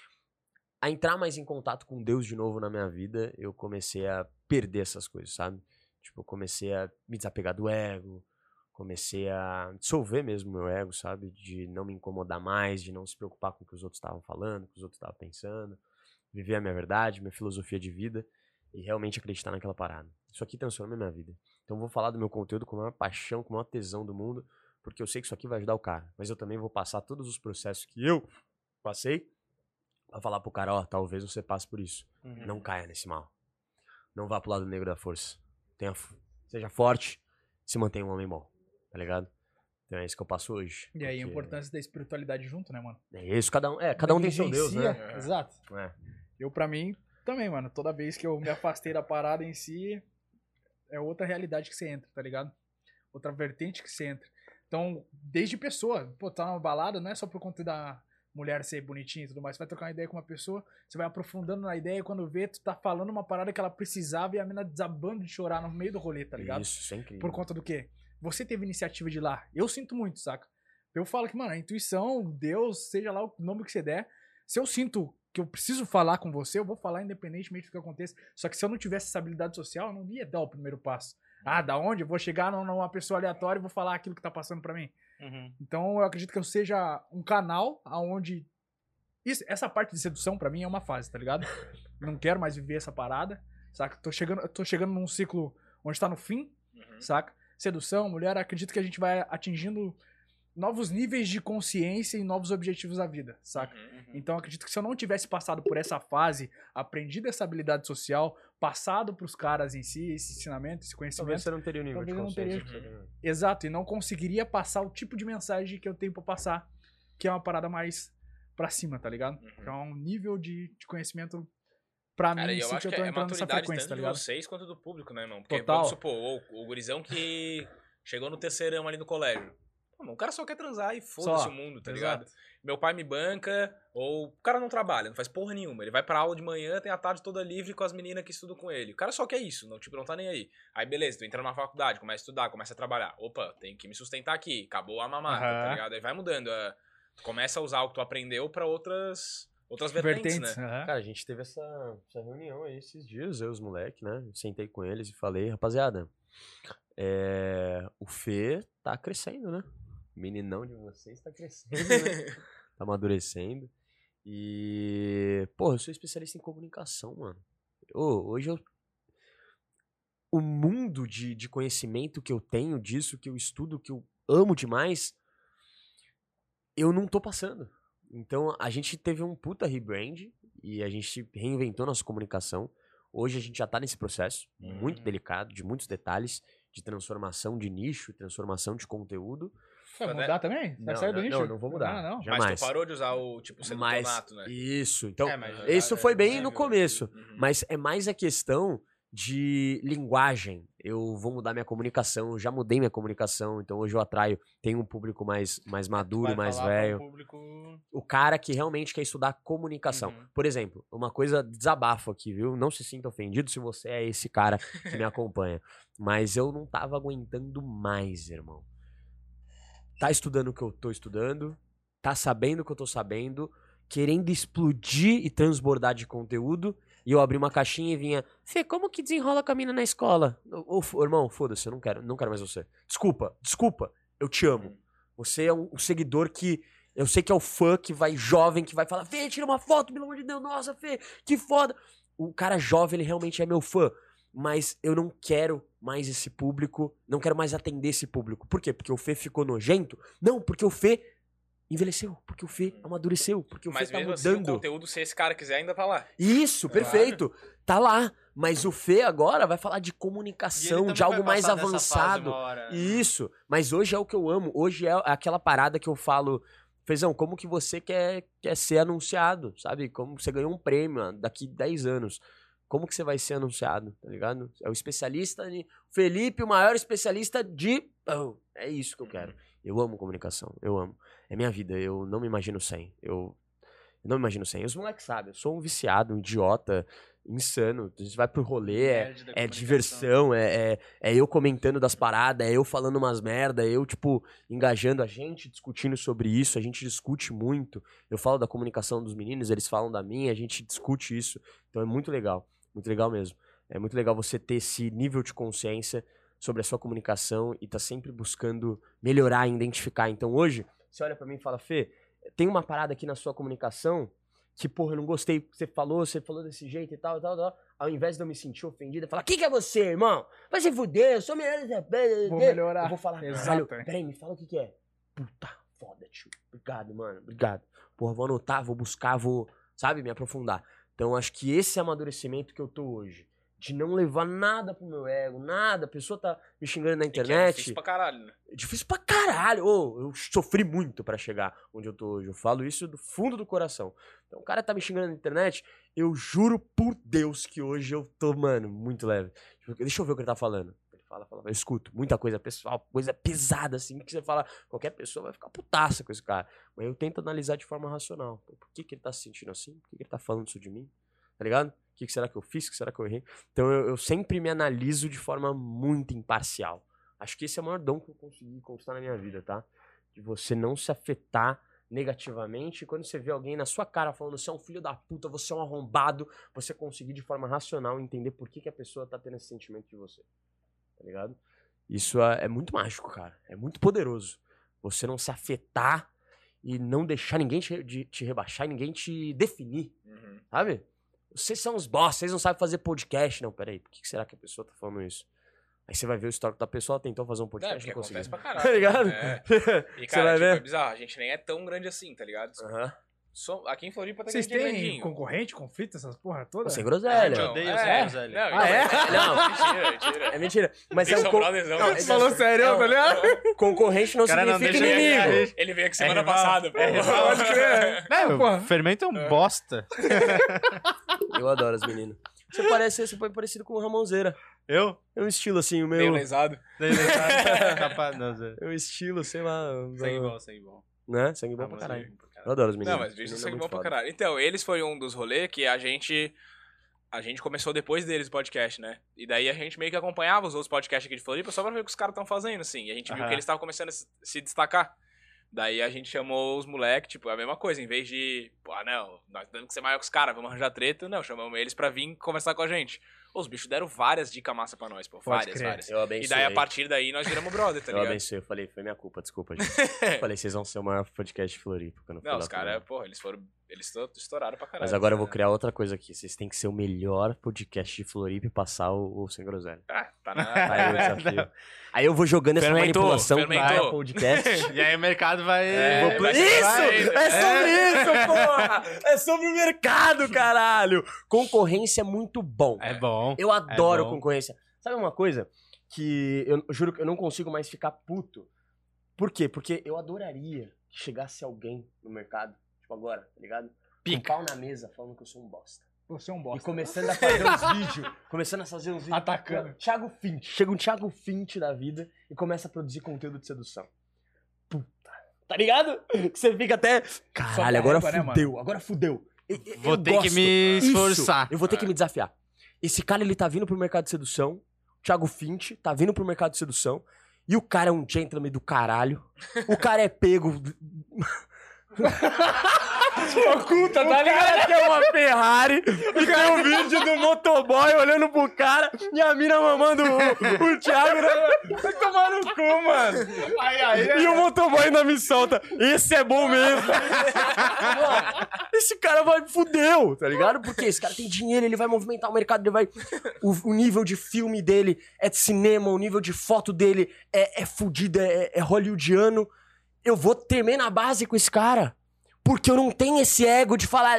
entrar mais em contato com Deus de novo na minha vida, eu comecei a perder essas coisas, sabe? Tipo, eu comecei a me desapegar do ego, comecei a dissolver mesmo meu ego, sabe? De não me incomodar mais, de não se preocupar com o que os outros estavam falando, o que os outros estavam pensando, viver a minha verdade, minha filosofia de vida e realmente acreditar naquela parada. Isso aqui transforma a minha vida. Então eu vou falar do meu conteúdo com a maior paixão, com a maior tesão do mundo, porque eu sei que isso aqui vai ajudar o cara. Mas eu também vou passar todos os processos que eu passei pra falar pro cara, ó, talvez você passe por isso. Uhum. Não caia nesse mal. Não vá pro lado negro da força. Seja forte, se mantenha um homem bom. Tá ligado? Então é isso que eu passo hoje. E aí a importância da espiritualidade junto, né, mano? É isso, cada um tem seu Deus, né? Exato. Eu, pra mim, também, mano. Toda vez que eu me afastei da parada em si, é outra realidade que você entra, tá ligado? Outra vertente que você entra. Então, desde pessoa, pô, tá numa balada, não é só por conta da mulher ser bonitinha e tudo mais. Você vai trocar uma ideia com uma pessoa, você vai aprofundando na ideia e quando vê, tu tá falando uma parada que ela precisava e a mina desabando de chorar no meio do rolê, tá ligado? Isso é incrível. Por conta do quê? Você teve iniciativa de ir lá. Eu sinto muito, saca? Eu falo que, mano, a intuição, Deus, seja lá o nome que você der, se eu sinto que eu preciso falar com você, eu vou falar independentemente do que aconteça. Só que se eu não tivesse essa habilidade social, eu não ia dar o primeiro passo. Da onde? Eu vou chegar numa pessoa aleatória e vou falar aquilo que tá passando pra mim. Uhum. Então, eu acredito que eu seja um canal onde... essa parte de sedução, pra mim, é uma fase, tá ligado? Não quero mais viver essa parada, saca? Tô chegando num ciclo onde tá no fim, saca? Sedução, mulher, acredito que a gente vai atingindo novos níveis de consciência e novos objetivos da vida, saca? Então, acredito que se eu não tivesse passado por essa fase, aprendido essa habilidade social, passado pros caras em si, esse ensinamento, esse conhecimento... Talvez você não teria o nível de consciência. Exato, e não conseguiria passar o tipo de mensagem que eu tenho pra passar, que é uma parada mais pra cima, tá ligado? Que é um nível de conhecimento... Pra mim, eu acho que eu tô entrando nessa frequência, tá ligado? De vocês quanto do público, né, irmão? Porque, Total. vamos supor, o gurizão que chegou no terceirão ali no colégio. Pô, mano, o cara só quer transar e foda-se o mundo, tá ligado? Meu pai me banca, ou o cara não trabalha, não faz porra nenhuma. Ele vai pra aula de manhã, tem a tarde toda livre com as meninas que estudam com ele. O cara só quer isso, não tá nem aí. Aí beleza, tu entra na faculdade, começa a estudar, começa a trabalhar. Opa, tem que me sustentar aqui, acabou a mamata, tá ligado? Aí vai mudando. Tu começa a usar o que tu aprendeu pra outras vertentes, né? Cara, a gente teve essa reunião aí esses dias, eu e os moleques, né? Eu sentei com eles e falei, rapaziada, o Fê tá crescendo, né? O meninão de vocês tá crescendo, né? Tá amadurecendo. E, pô, eu sou especialista em comunicação, mano. Hoje o mundo de conhecimento que eu tenho disso, que eu estudo, que eu amo demais, eu não tô passando. Então, a gente teve um puta rebrand e a gente reinventou nossa comunicação. Hoje a gente já tá nesse processo muito delicado, de muitos detalhes, de transformação de nicho, transformação de conteúdo. Vai mudar também? Vai sair do nicho? Não vou mudar. Não. Jamais. Mas tu parou de usar o tipo sedutonato, né? Isso. Então, isso foi bem no começo. Mas é mais a questão de linguagem. eu vou mudar minha comunicação, eu já mudei minha comunicação, então hoje eu tenho um público mais maduro, mais velho. O cara que realmente quer estudar comunicação. Por exemplo, uma coisa, desabafo aqui, viu? Não se sinta ofendido se você é esse cara que me acompanha. Mas eu não tava aguentando mais, irmão. Tá estudando o que eu tô estudando, tá sabendo o que eu tô sabendo, querendo explodir e transbordar de conteúdo, e eu abri uma caixinha e vinha, Fê, como que desenrola com a mina na escola? Irmão, foda-se, eu não quero mais você. Desculpa, eu te amo. Você é um seguidor que, eu sei que é o fã que vai jovem, que vai falar, Fê, tira uma foto, pelo amor de Deus, nossa, Fê, que foda. O cara jovem, ele realmente é meu fã, mas eu não quero mais esse público, não quero mais atender esse público. Por quê? Porque o Fê ficou nojento? Não, porque o Fê envelheceu, porque o Fê amadureceu, porque o Fê tá mudando. Mas mesmo assim, o conteúdo, se esse cara quiser, ainda tá lá. Isso, perfeito. Claro. Tá lá. Mas o Fê agora vai falar de comunicação, de algo mais avançado. Isso. Mas hoje é o que eu amo. Hoje é aquela parada que eu falo, Fezão, como que você quer ser anunciado, sabe? Como você ganhou um prêmio daqui 10 anos. Como que você vai ser anunciado, tá ligado? É o especialista Felipe, o maior especialista de... Oh, é isso que eu quero. Eu amo comunicação, eu amo. É minha vida, eu não me imagino sem. Eu não me imagino sem. Os moleques sabem, eu sou um viciado, um idiota, insano. A gente vai pro rolê, é diversão, é eu comentando das paradas, é eu falando umas merda, eu, tipo, engajando a gente, discutindo sobre isso, a gente discute muito. Eu falo da comunicação dos meninos, eles falam da minha, a gente discute isso. Então é muito legal mesmo. É muito legal você ter esse nível de consciência sobre a sua comunicação e tá sempre buscando melhorar e identificar. Então hoje, você olha pra mim e fala, Fê, tem uma parada aqui na sua comunicação que, porra, eu não gostei que você falou desse jeito e tal. Ao invés de eu me sentir ofendido, eu falar, quem que é você, irmão? Vai se fuder, eu sou melhor. Vou melhorar. Eu vou falar, caralho, peraí, me fala o que é. Puta, foda, tio. Obrigado, mano, obrigado. Porra, vou anotar, vou buscar, sabe, me aprofundar. Então acho que esse é o amadurecimento que eu tô hoje. De não levar nada pro meu ego, nada. A pessoa tá me xingando na internet. É difícil pra caralho, né? Difícil pra caralho. Eu sofri muito pra chegar onde eu tô hoje. Eu falo isso do fundo do coração. Então o cara tá me xingando na internet, eu juro por Deus que hoje eu tô, mano, muito leve. Deixa eu ver o que ele tá falando. Ele fala, eu escuto muita coisa pessoal, coisa pesada assim, que você fala, qualquer pessoa vai ficar putaça com esse cara. Mas eu tento analisar de forma racional. Por que ele tá se sentindo assim? Por que ele tá falando isso de mim? Tá ligado? O que será que eu fiz? O que será que eu errei? Então eu sempre me analiso de forma muito imparcial. Acho que esse é o maior dom que eu consegui conquistar na minha vida, tá? De você não se afetar negativamente. E quando você vê alguém na sua cara falando, você é um filho da puta, você é um arrombado, você conseguir de forma racional entender por que a pessoa tá tendo esse sentimento de você. Tá ligado? Isso é muito mágico, cara. É muito poderoso. Você não se afetar e não deixar ninguém te rebaixar, ninguém te definir. Sabe? Vocês são os boss, vocês não sabem fazer podcast. Não, peraí, por que será que a pessoa tá falando isso? Aí você vai ver o histórico da pessoa, ela tentou fazer um podcast e não conseguiu. Pra caralho, tá ligado? E cara, tipo, é bizarro, a gente nem é tão grande assim, tá ligado? Aqui em Floripa tá grandinho. Vocês têm concorrente, conflito, essas porra toda? Sem groselha. Eu odeio sem groselha. Não, é mentira. Mas é um Você falou sério, tá ligado? Concorrente não significa inimigo. Ele veio aqui semana passada, pô. Pode crer. Não, fermento é um bosta. Eu adoro as meninas. Você foi parecido com o Ramonzeira. Eu? É um estilo assim, o meu... Meio lesado. Capaz, não, Zé. É um estilo, sei lá... Sangue bom. Né? Sangue bom pra caralho. Eu adoro os meninos. Não, mas bicho, sangue bom pra caralho. Então, eles foi um dos rolês que a gente começou depois deles o podcast, né? E daí a gente meio que acompanhava os outros podcasts aqui de Floripa só pra ver o que os caras estão fazendo, assim. E a gente viu que eles estavam começando a se destacar. Daí a gente chamou os moleques, tipo, a mesma coisa. Em vez de, pô, não, nós temos que ser maior que os caras, vamos arranjar treta. Não, chamamos eles pra vir conversar com a gente. Os bichos deram várias dicas massa pra nós, pô. Várias. Eu abençoei. E daí, a partir daí, nós viramos brother, tá ligado? Eu abençoei. Eu falei, foi minha culpa, desculpa, gente. Falei, vocês vão ser o maior podcast de Floripa. Não, os caras, porra, eles estouraram pra caralho. Mas agora eu vou criar outra coisa aqui. Vocês têm que ser o melhor podcast de Floripa e passar o Sem Groselha. Tá na... Aí o desafio. Aí eu vou jogando essa manipulação para o podcast. E aí o mercado vai... Isso! É sobre isso, porra! É sobre o mercado, caralho! Concorrência é muito bom. É bom. Eu adoro concorrência. Sabe uma coisa? Que eu juro que eu não consigo mais ficar puto. Por quê? Porque eu adoraria que chegasse alguém no mercado, tipo agora, tá ligado? Com um pau na mesa falando que eu sou um bosta. Você é um bosta. E começando a fazer uns vídeos. Atacando. Thiago Fint. Chega um Thiago Fint da vida e começa a produzir conteúdo de sedução. Puta. Tá ligado? Que você fica até... Caralho, agora fudeu. Agora fudeu. Vou ter que me esforçar. Eu vou ter que me desafiar. Esse cara, ele tá vindo pro mercado de sedução. Thiago Fint tá vindo pro mercado de sedução. E o cara é um gentleman do caralho. O cara é pego... Oculta, tá ligado? Que é uma Ferrari. E tem um vídeo do motoboy olhando pro cara e a mina mamando o Thiago. Vai tomar no cu, mano. E o motoboy ainda me solta. Esse é bom mesmo. Mano, esse cara vai fudeu, tá ligado? Porque esse cara tem dinheiro, ele vai movimentar o mercado, ele vai... O nível de filme dele é de cinema, o nível de foto dele é fudido, é hollywoodiano. Eu vou tremer na base com esse cara. Porque eu não tenho esse ego de falar,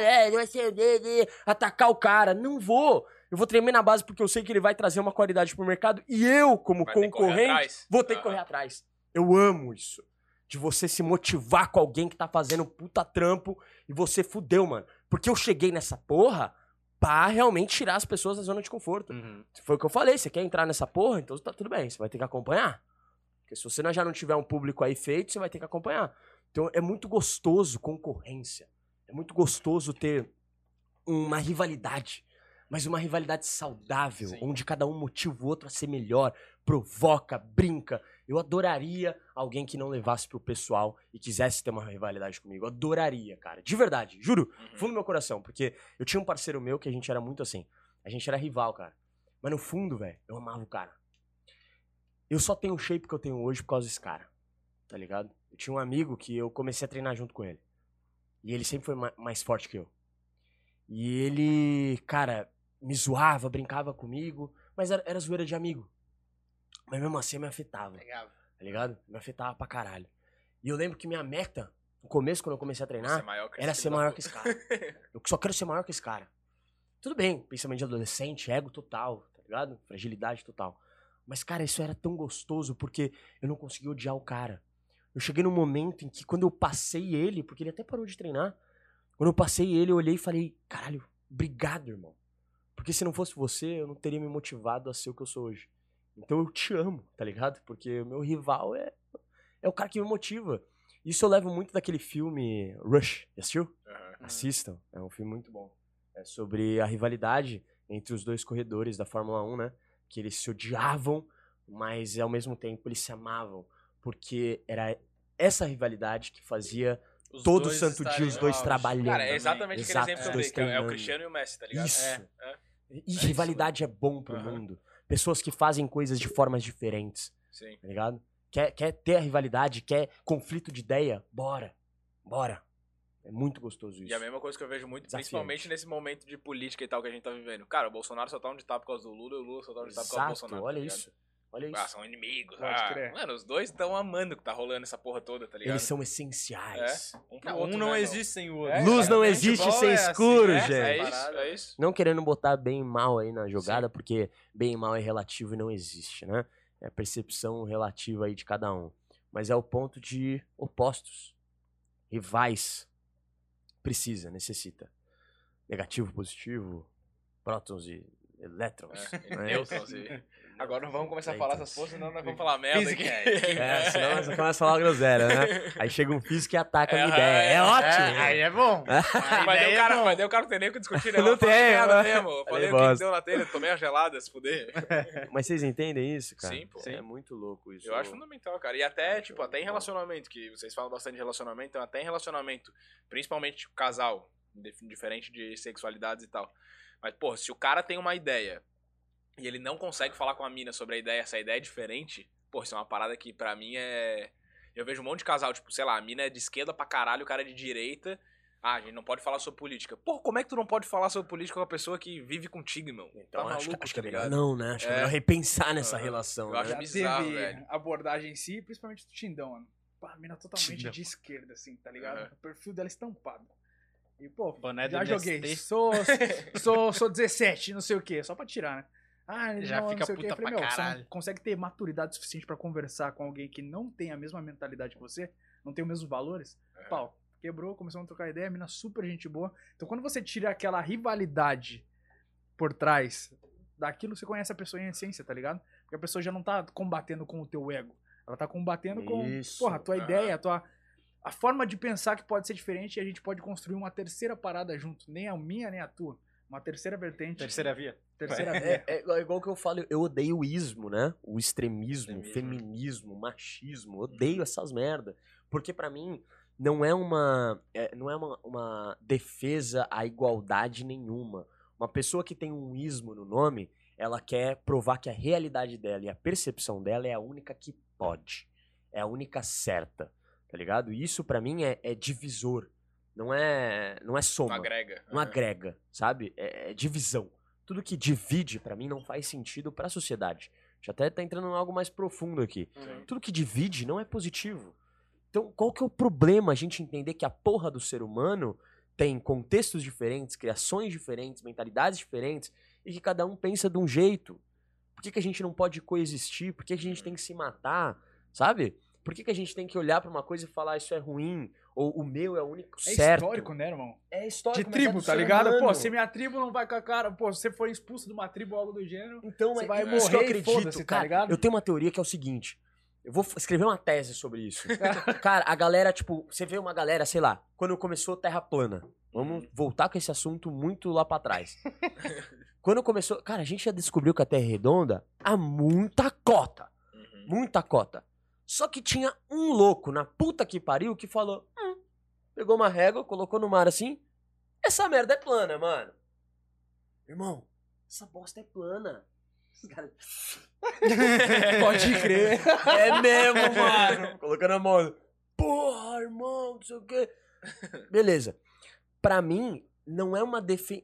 atacar o cara. Não vou. Eu vou tremer na base porque eu sei que ele vai trazer uma qualidade pro mercado e eu, como concorrente, vou ter que correr atrás. Eu amo isso. De você se motivar com alguém que tá fazendo puta trampo e você fudeu, mano. Porque eu cheguei nessa porra pra realmente tirar as pessoas da zona de conforto. Foi o que eu falei. Você quer entrar nessa porra? Então tá tudo bem. Você vai ter que acompanhar. Porque se você já não tiver um público aí feito, você vai ter que acompanhar. Então é muito gostoso concorrência. É muito gostoso ter uma rivalidade. Mas uma rivalidade saudável, sim, onde cada um motiva o outro a ser melhor, provoca, brinca. Eu adoraria alguém que não levasse pro pessoal e quisesse ter uma rivalidade comigo. Eu adoraria, cara. De verdade, juro. Fundo do meu coração. Porque eu tinha um parceiro meu que a gente era muito assim. A gente era rival, cara. Mas no fundo, velho, eu amava o cara. Eu só tenho o shape que eu tenho hoje por causa desse cara. Tá ligado? Eu tinha um amigo que eu comecei a treinar junto com ele. E ele sempre foi mais forte que eu. E ele, cara, me zoava, brincava comigo. Mas era zoeira de amigo. Mas mesmo assim me afetava. Legal. Tá ligado? Me afetava pra caralho. E eu lembro que minha meta, no começo, quando eu comecei a treinar, era ser maior que esse cara. Eu só quero ser maior que esse cara. Tudo bem, pensamento de adolescente, ego total, tá ligado? Fragilidade total. Mas, cara, isso era tão gostoso porque eu não conseguia odiar o cara. Eu cheguei num momento em que, quando eu passei ele, porque ele até parou de treinar, quando eu passei ele, eu olhei e falei, caralho, obrigado, irmão. Porque se não fosse você, eu não teria me motivado a ser o que eu sou hoje. Então eu te amo, tá ligado? Porque o meu rival é o cara que me motiva. Isso eu levo muito daquele filme Rush, já assistiu? Assistam, é um filme muito bom. É sobre a rivalidade entre os dois corredores da Fórmula 1, né? Que eles se odiavam, mas ao mesmo tempo eles se amavam. Porque era essa rivalidade que fazia todo santo dia os dois trabalhando. Cara, é exatamente aquele exemplo que eu dei, que é o Cristiano e o Messi, tá ligado? Isso. E rivalidade é bom pro mundo. Pessoas que fazem coisas de formas diferentes. Sim. Tá ligado? Quer ter a rivalidade, quer conflito de ideia? Bora. É muito gostoso isso. E a mesma coisa que eu vejo muito, principalmente nesse momento de política e tal que a gente tá vivendo. Cara, o Bolsonaro só tá onde tá por causa do Lula e o Lula só tá onde tá por causa do Bolsonaro. Olha isso. Olha isso. São inimigos. Mano, os dois estão amando que tá rolando essa porra toda, tá ligado? Eles são essenciais. Um não existe sem o outro. Luz não existe sem escuro, gente. É isso. Não querendo botar bem e mal aí na jogada, porque bem e mal é relativo e não existe, né? É a percepção relativa aí de cada um. Mas é o ponto de opostos. Rivais. Necessita. Negativo, positivo, prótons e elétrons. Nêutrons e... Agora não vamos começar a falar essas coisas, senão nós vamos falar merda aqui. Senão nós começamos a falar groselha, né? Aí chega um físico e ataca a minha ideia. É ótimo. Aí é bom. Mas daí o cara não tem nem o que discutir, né? Não tem, mesmo. Eu falei o que deu na telha, tomei a gelada, se fuder. Mas vocês entendem isso, cara? Sim, pô. É muito louco isso. Eu acho fundamental, cara. E até, até em relacionamento, que vocês falam bastante de relacionamento, então até em relacionamento, principalmente casal, diferente de sexualidades e tal. Mas, pô, se o cara tem uma ideia e ele não consegue falar com a mina sobre a ideia, essa ideia é diferente, pô, isso é uma parada que pra mim é... Eu vejo um monte de casal, tipo, sei lá, a mina é de esquerda pra caralho, o cara é de direita. A gente não pode falar sobre política. Pô, como é que tu não pode falar sobre política com uma pessoa que vive contigo, irmão? Então, tá acho maluco, que é melhor não, né? Acho que é melhor repensar nessa relação. Eu acho bizarro, teve velho. abordagem em si, principalmente do Tindão, mano. Pô, a mina totalmente de esquerda, assim, tá ligado? O perfil dela estampado. E, pô, já joguei. Sou 17, não sei o quê. Só pra tirar, né? Já não, fica não sei puta o quê. Eu falei, pra você caralho. não consegue ter maturidade suficiente pra conversar com alguém que não tem a mesma mentalidade que você, não tem os mesmos valores? Pau, quebrou, começamos a trocar ideia, a mina super gente boa. Então quando você tira aquela rivalidade por trás daquilo, você conhece a pessoa em essência, tá ligado? Porque a pessoa já não tá combatendo com o teu ego. Ela tá combatendo com, porra, a tua ideia, a forma de pensar que pode ser diferente e a gente pode construir uma terceira parada junto. Nem a minha, nem a tua. Uma terceira vertente. Terceira via. Terceira via. É igual que eu falo, eu odeio o ismo, né? O extremismo, feminismo, machismo. Odeio essas merda. Porque pra mim não é uma defesa à igualdade nenhuma. Uma pessoa que tem um ismo no nome, ela quer provar que a realidade dela e a percepção dela é a única que pode. É a única certa, tá ligado? E isso pra mim é divisor. Não é soma. Não agrega. Não agrega, sabe? É divisão. Tudo que divide, pra mim, não faz sentido pra sociedade. Já até tá entrando em algo mais profundo aqui. Tudo que divide não é positivo. Então, qual que é o problema a gente entender que a porra do ser humano tem contextos diferentes, criações diferentes, mentalidades diferentes, e que cada um pensa de um jeito? Por que a gente não pode coexistir? Por que a gente tem que se matar? Sabe? Por que a gente tem que olhar pra uma coisa e falar isso é ruim? Ou o meu é o único certo? É histórico, né, irmão? É histórico. De tribo, tá ligado? Pô, se minha tribo não vai com a cara... Pô, se você for expulso de uma tribo ou algo do gênero, então, você vai morrer, isso que eu acredito, tá ligado? Eu tenho uma teoria que é o seguinte... Eu vou escrever uma tese sobre isso. Cara, a galera, tipo... Você vê uma galera, sei lá... Quando começou Terra Plana. Vamos voltar com esse assunto muito lá pra trás. Quando começou... Cara, a gente já descobriu que a Terra é redonda há muita cota. Muita cota. Só que tinha um louco na puta que pariu que falou... Pegou uma régua, colocou no mar assim... Essa merda é plana, mano. Irmão, essa bosta é plana. Cara... Pode crer. É mesmo, mano. Colocando a mão. Porra, irmão, não sei o quê. Beleza. Pra mim, não é uma defesa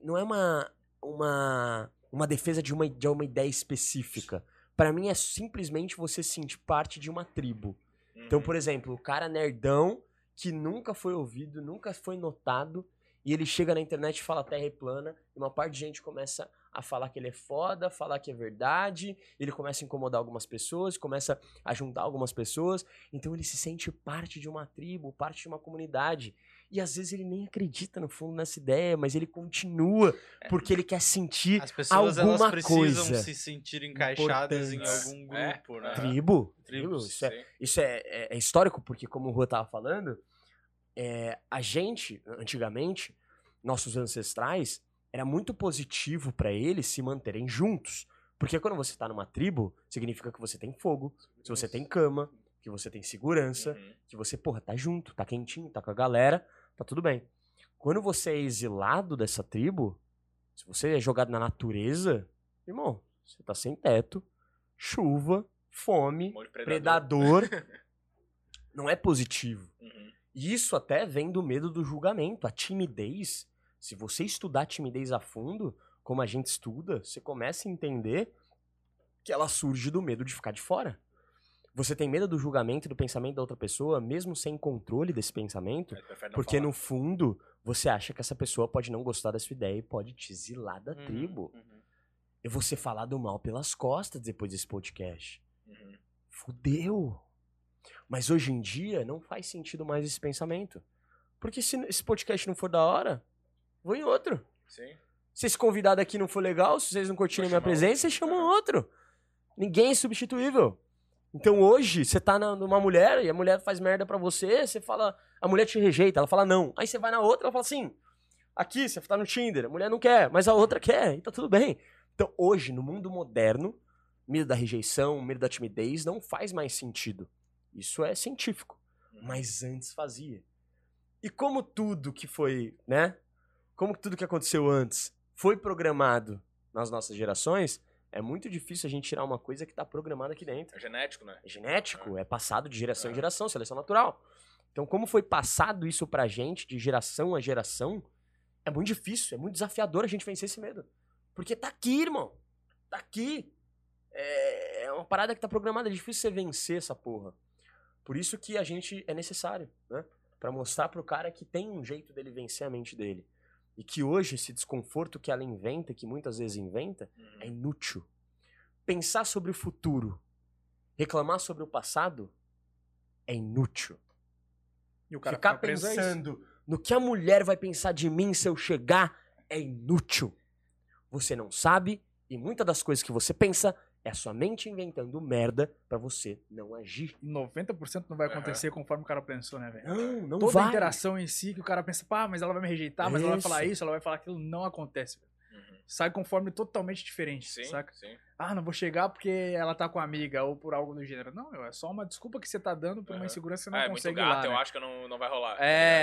de uma ideia específica. Pra mim é simplesmente você sentir parte de uma tribo. Então, por exemplo, o cara nerdão que nunca foi ouvido, nunca foi notado, e ele chega na internet e fala Terra é plana, e uma parte de gente começa a falar que ele é foda, falar que é verdade, ele começa a incomodar algumas pessoas, começa a juntar algumas pessoas, então ele se sente parte de uma tribo, parte de uma comunidade. E às vezes ele nem acredita no fundo nessa ideia, mas ele continua porque ele quer sentir as pessoas, alguma elas precisam coisa. Se sentir encaixadas em algum grupo, né? Tribo. Tribos, Isso é histórico, porque como o Rô tava falando, a gente, antigamente, nossos ancestrais, era muito positivo pra eles se manterem juntos. Porque quando você tá numa tribo, significa que você tem fogo, que você tem cama, que você tem segurança, que você, porra, tá junto, tá quentinho, tá com a galera, tá tudo bem. Quando você é exilado dessa tribo, se você é jogado na natureza, irmão, você tá sem teto, chuva, fome, predador. Não é positivo. E isso até vem do medo do julgamento. A timidez, se você estudar timidez a fundo, como a gente estuda, você começa a entender que ela surge do medo de ficar de fora. Você tem medo do julgamento e do pensamento da outra pessoa, mesmo sem controle desse pensamento, porque no fundo você acha que essa pessoa pode não gostar da sua ideia e pode te exilar da tribo. Eu vou ser falado mal pelas costas depois desse podcast. Fudeu. Mas hoje em dia não faz sentido mais esse pensamento. Porque se esse podcast não for da hora, vou em outro. Sim. Se esse convidado aqui não for legal, se vocês não curtirem minha presença, vocês chamam outro. Ninguém é substituível. Então hoje, você tá numa mulher e a mulher faz merda pra você, você fala, a mulher te rejeita, ela fala não. Aí você vai na outra, ela fala assim, aqui, você tá no Tinder, a mulher não quer, mas a outra quer, e tá tudo bem. Então hoje, no mundo moderno, medo da rejeição, medo da timidez, não faz mais sentido. Isso é científico. Mas antes fazia. E como tudo que foi, né? Como tudo que aconteceu antes foi programado nas nossas gerações, é muito difícil a gente tirar uma coisa que tá programada aqui dentro. É genético, né? É genético, é passado de geração em geração, seleção natural. Então, como foi passado isso pra gente, de geração a geração, é muito difícil, é muito desafiador a gente vencer esse medo. Porque tá aqui, irmão. Tá aqui. É uma parada que tá programada, é difícil você vencer essa porra. Por isso que a gente é necessário, né? Pra mostrar pro cara que tem um jeito dele vencer a mente dele. E que hoje esse desconforto que ela inventa, que muitas vezes inventa, é inútil. Pensar sobre o futuro, reclamar sobre o passado, é inútil. E o cara ficar pensando no que a mulher vai pensar de mim se eu chegar é inútil. Você não sabe e muitas das coisas que você pensa é a sua mente inventando merda pra você não agir. 90% não vai acontecer conforme o cara pensou, né, velho? Não Toda vai. a interação em si que o cara pensa, pá, mas ela vai me rejeitar, mas ela vai falar isso, ela vai falar aquilo, não acontece, velho. Sai conforme totalmente diferente, saca? Sim. Ah, não vou chegar porque ela tá com a amiga ou por algo do gênero. Não, meu, é só uma desculpa que você tá dando por uma insegurança que você não consegue muito gato, lá, eu né? acho que não vai rolar.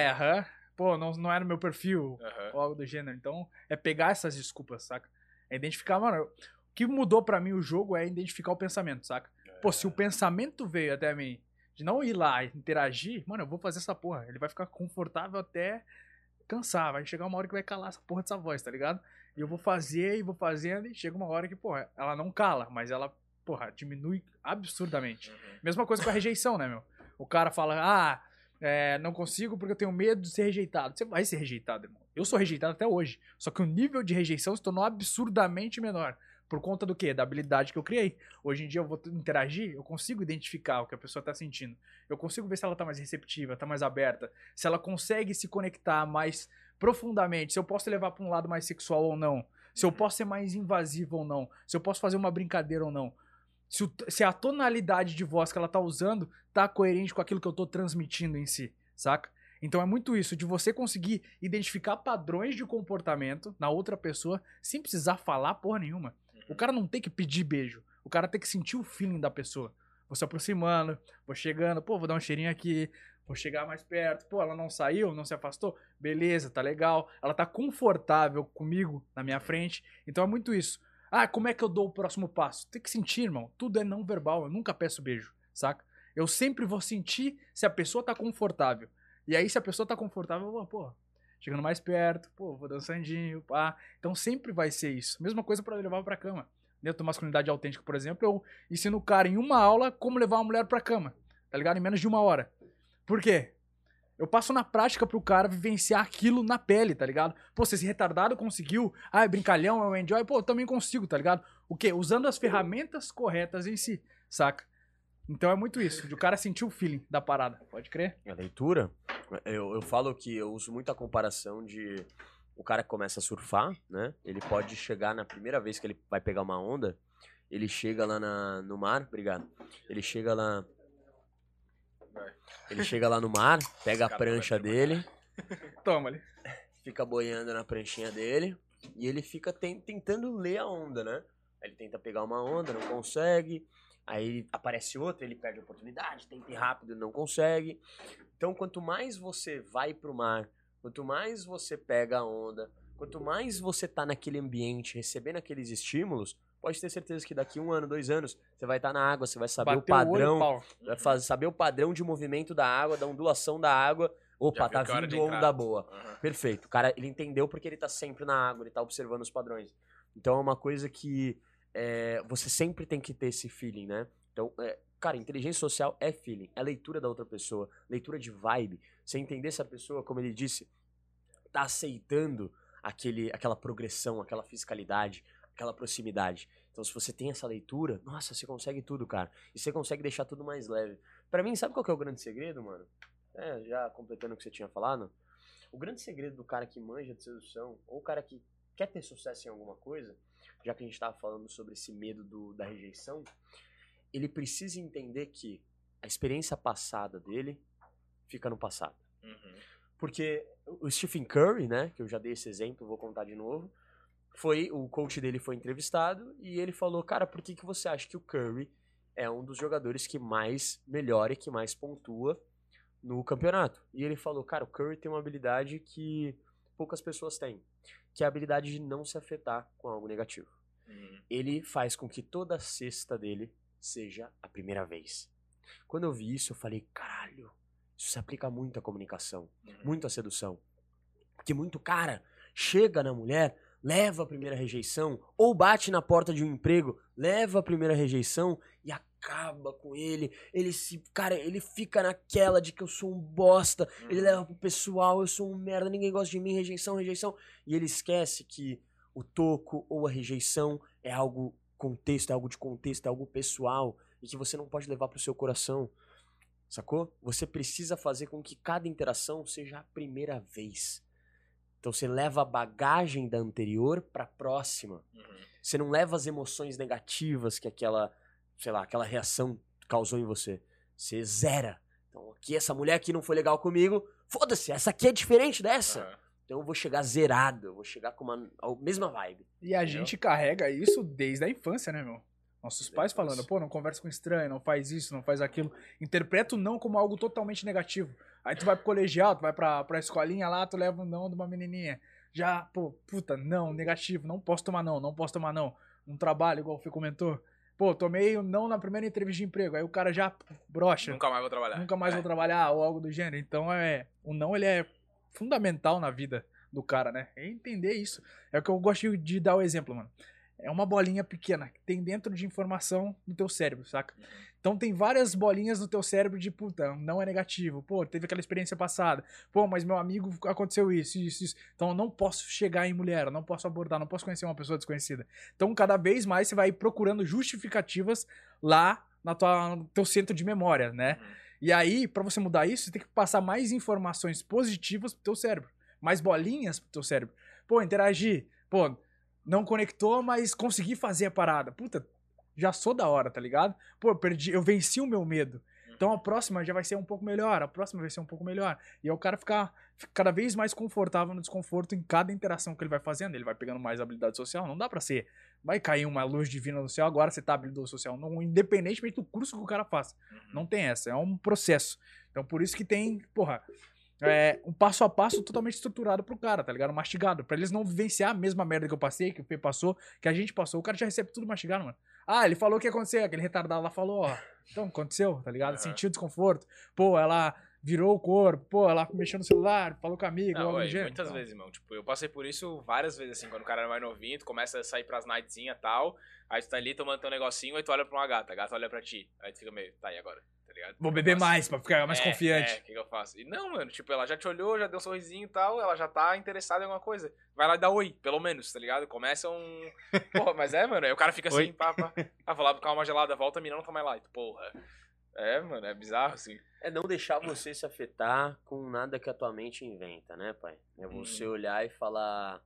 Pô, não era meu perfil ou algo do gênero. Então, é pegar essas desculpas, saca? É identificar, mano, o que mudou pra mim o jogo é identificar o pensamento, saca? Pô, se o pensamento veio até mim de não ir lá e interagir, mano, eu vou fazer essa porra. Ele vai ficar confortável até cansar. Vai chegar uma hora que vai calar essa porra dessa voz, tá ligado? E eu vou fazer e vou fazendo e chega uma hora que, porra, ela não cala, mas ela, porra, diminui absurdamente. Mesma coisa com a rejeição, né, meu? O cara fala, não consigo porque eu tenho medo de ser rejeitado. Você vai ser rejeitado, irmão. Eu sou rejeitado até hoje. Só que o nível de rejeição se tornou absurdamente menor. Por conta do quê? Da habilidade que eu criei. Hoje em dia eu vou interagir, eu consigo identificar o que a pessoa tá sentindo. Eu consigo ver se ela tá mais receptiva, tá mais aberta, se ela consegue se conectar mais profundamente, se eu posso levar pra um lado mais sexual ou não, se eu posso ser mais invasivo ou não, se eu posso fazer uma brincadeira ou não. Se a tonalidade de voz que ela tá usando tá coerente com aquilo que eu tô transmitindo em si, saca? Então é muito isso, de você conseguir identificar padrões de comportamento na outra pessoa sem precisar falar porra nenhuma. O cara não tem que pedir beijo, o cara tem que sentir o feeling da pessoa. Vou se aproximando, vou chegando, pô, vou dar um cheirinho aqui, vou chegar mais perto, pô, ela não saiu, não se afastou, beleza, tá legal, ela tá confortável comigo na minha frente, então é muito isso. Ah, como é que eu dou o próximo passo? Tem que sentir, irmão, tudo é não verbal, eu nunca peço beijo, saca? Eu sempre vou sentir se a pessoa tá confortável, e aí se a pessoa tá confortável, eu vou, pô, chegando mais perto, pô, vou dançandinho, pá, então sempre vai ser isso, mesma coisa pra levar pra cama. Dentro da masculinidade autêntica, por exemplo, eu ensino o cara em uma aula como levar uma mulher pra cama, tá ligado? Em menos de 1 hora. Por quê? Eu passo na prática pro cara vivenciar aquilo na pele, tá ligado? Pô, se esse retardado conseguiu, é brincalhão, é um enjoy, pô, eu também consigo, tá ligado? O quê? Usando as ferramentas corretas em si, saca? Então é muito isso, de o cara sentir o feeling da parada, pode crer? A leitura, eu falo que eu uso muito a comparação de o cara que começa a surfar, né? Ele pode chegar na primeira vez que ele vai pegar uma onda, ele chega lá no mar, obrigado. Ele chega lá no mar, pega a prancha dele, Toma ali. fica boiando na pranchinha dele e ele fica tentando ler a onda, né? Ele tenta pegar uma onda, não consegue. Aí aparece outra, ele perde a oportunidade, tenta ir rápido, não consegue. Então, quanto mais você vai pro mar, quanto mais você pega a onda, quanto mais você tá naquele ambiente, recebendo aqueles estímulos, pode ter certeza que daqui 1 ano, 2 anos, você vai estar na água, você vai saber o padrão, vai saber o padrão de movimento da água, da ondulação da água. Opa, tá vindo onda boa. Perfeito. O cara, ele entendeu porque ele tá sempre na água, ele tá observando os padrões. Então é uma coisa que você sempre tem que ter esse feeling, né? Então, cara, inteligência social é feeling, é leitura da outra pessoa, leitura de vibe. Você entender se a pessoa, como ele disse, tá aceitando aquela progressão, aquela fiscalidade, aquela proximidade. Então, se você tem essa leitura, nossa, você consegue tudo, cara. E você consegue deixar tudo mais leve. Pra mim, sabe qual que é o grande segredo, mano? Já completando o que você tinha falado, o grande segredo do cara que manja de sedução, ou o cara que quer ter sucesso em alguma coisa, já que a gente tava falando sobre esse medo da rejeição, ele precisa entender que a experiência passada dele fica no passado. Porque o Stephen Curry, né, que eu já dei esse exemplo, vou contar de novo, o coach dele foi entrevistado e ele falou, cara, por que você acha que o Curry é um dos jogadores que mais melhora e que mais pontua no campeonato? E ele falou, cara, o Curry tem uma habilidade que poucas pessoas têm, que é a habilidade de não se afetar com algo negativo. Ele faz com que toda cesta dele seja a primeira vez. Quando eu vi isso, eu falei, caralho, isso se aplica muito à comunicação, muito à sedução. Porque muito cara chega na mulher, leva a primeira rejeição, ou bate na porta de um emprego, leva a primeira rejeição e acaba com ele. Ele fica naquela de que eu sou um bosta, ele leva pro pessoal, eu sou um merda, ninguém gosta de mim, rejeição, rejeição. E ele esquece que o toco ou a rejeição é algo contexto, é algo de contexto, é algo pessoal e que você não pode levar pro seu coração. sacou? Você precisa fazer com que cada interação seja a primeira vez. Então você leva a bagagem da anterior pra próxima. Você não leva as emoções negativas que aquela reação causou em você. Você zera. Então aqui essa mulher aqui não foi legal comigo, foda-se, essa aqui é diferente dessa. Então eu vou chegar zerado, eu vou chegar com a mesma vibe. E a gente carrega isso desde a infância, né, meu? Nossos pais falando, pô, não conversa com estranho, não faz isso, não faz aquilo. Interpreta o não como algo totalmente negativo. Aí tu vai pro colegial, tu vai pra escolinha lá, tu leva um não de uma menininha. Já, pô, puta, não, negativo, não posso tomar não, não posso tomar não. Um trabalho, igual o Fê comentou. Pô, tomei um não na primeira entrevista de emprego. Aí o cara já brocha. Nunca mais vou trabalhar. Nunca mais vou trabalhar, ou algo do gênero. Então, o não, ele é fundamental na vida do cara, né? É entender isso. É o que eu gosto de dar o exemplo, mano. É uma bolinha pequena que tem dentro de informação no teu cérebro, saca? Então tem várias bolinhas no teu cérebro de, puta, não é negativo. Pô, teve aquela experiência passada. Pô, mas meu amigo aconteceu isso. Então eu não posso chegar em mulher, eu não posso abordar, não posso conhecer uma pessoa desconhecida. Então cada vez mais você vai procurando justificativas lá no teu centro de memória, né? E aí, pra você mudar isso, você tem que passar mais informações positivas pro teu cérebro. Mais bolinhas pro teu cérebro. Pô, interagir. Pô, não conectou, mas consegui fazer a parada. Puta, já sou da hora, tá ligado? Pô, eu venci o meu medo. Então a próxima já vai ser um pouco melhor, a próxima vai ser um pouco melhor. E aí o cara fica cada vez mais confortável no desconforto em cada interação que ele vai fazendo. Ele vai pegando mais habilidade social. Não dá pra ser. Vai cair uma luz divina no céu, agora você tá habilidoso social. Não, independentemente do curso que o cara faça. Não tem essa, é um processo. Então por isso que tem, porra... um passo a passo totalmente estruturado pro cara, tá ligado? Mastigado. Pra eles não vivenciar a mesma merda que eu passei, que o Fê passou, que a gente passou. O cara já recebe tudo mastigado, mano. Ah, ele falou o que ia acontecer. Aquele retardado lá falou, ó. Então, aconteceu, tá ligado? Sentiu desconforto. Pô, ela virou o corpo. Pô, ela mexeu no celular, falou com a amiga. Não, muitas vezes, irmão. Tipo, eu passei por isso várias vezes, assim. Quando o cara era mais novinho, tu começa a sair pras nightzinhas e tal. Aí tu tá ali tomando teu negocinho, aí tu olha pra uma gata. A gata olha pra ti. Aí tu fica meio, tá, e agora? Vou beber mais pra ficar mais confiante. O que eu faço? E não, mano, tipo, ela já te olhou, já deu um sorrisinho e tal, ela já tá interessada em alguma coisa. Vai lá e dá oi, pelo menos, tá ligado? Começa um... Porra, mas mano, aí o cara fica assim, pá. Vou lá buscar uma gelada, volta, a mina não tá mais lá. E tu, porra. Mano, é bizarro, assim. É não deixar você se afetar com nada que a tua mente inventa, né, pai? É você olhar e falar...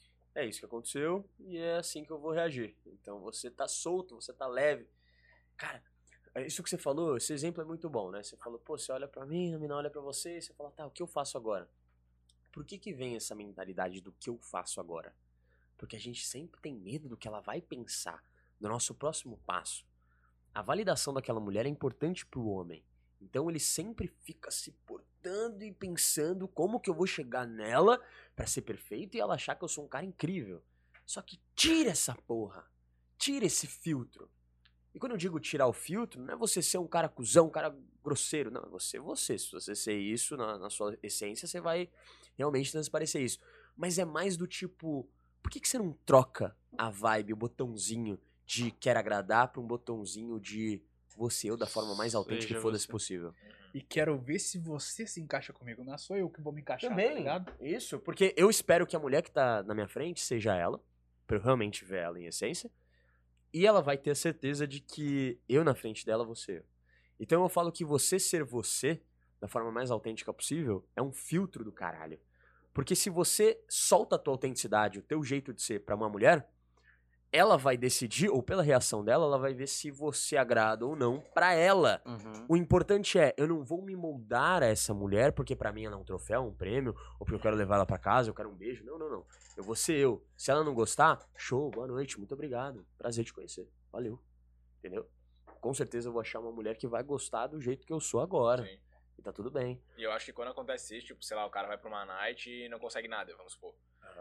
É isso que aconteceu e é assim que eu vou reagir. Então você tá solto, você tá leve. Cara... Isso que você falou, esse exemplo é muito bom, né? Você falou, pô, você olha pra mim, a mina olha pra você, e você fala, tá, o que eu faço agora? Por que vem essa mentalidade do que eu faço agora? Porque a gente sempre tem medo do que ela vai pensar, do nosso próximo passo. A validação daquela mulher é importante pro homem. Então ele sempre fica se portando e pensando como que eu vou chegar nela pra ser perfeito e ela achar que eu sou um cara incrível. Só que tira essa porra, tira esse filtro. E quando eu digo tirar o filtro, não é você ser um cara cuzão, um cara grosseiro. Não, é você. Se você ser isso na sua essência, você vai realmente transparecer isso. Mas é mais do tipo, por que você não troca a vibe, o botãozinho de quer agradar pra um botãozinho de você eu da forma mais autêntica que foda-se possível? E quero ver se você se encaixa comigo. Não sou eu que vou me encaixar, também, tá ligado? Isso, porque eu espero que a mulher que tá na minha frente seja ela, pra eu realmente ver ela em essência. E ela vai ter a certeza de que eu na frente dela vou ser eu. Então eu falo que você ser você, da forma mais autêntica possível, é um filtro do caralho. Porque se você solta a tua autenticidade, o teu jeito de ser pra uma mulher, ela vai decidir, ou pela reação dela, ela vai ver se você agrada ou não pra ela. O importante é, eu não vou me moldar a essa mulher porque pra mim ela é um troféu, um prêmio, ou porque eu quero levar ela pra casa, eu quero um beijo. Não. Eu vou ser eu. Se ela não gostar, show, boa noite, muito obrigado. Prazer te conhecer. Valeu. Entendeu? Com certeza eu vou achar uma mulher que vai gostar do jeito que eu sou agora. Sim. E tá tudo bem. E eu acho que quando acontece isso, tipo, sei lá, o cara vai pra uma night e não consegue nada, vamos supor.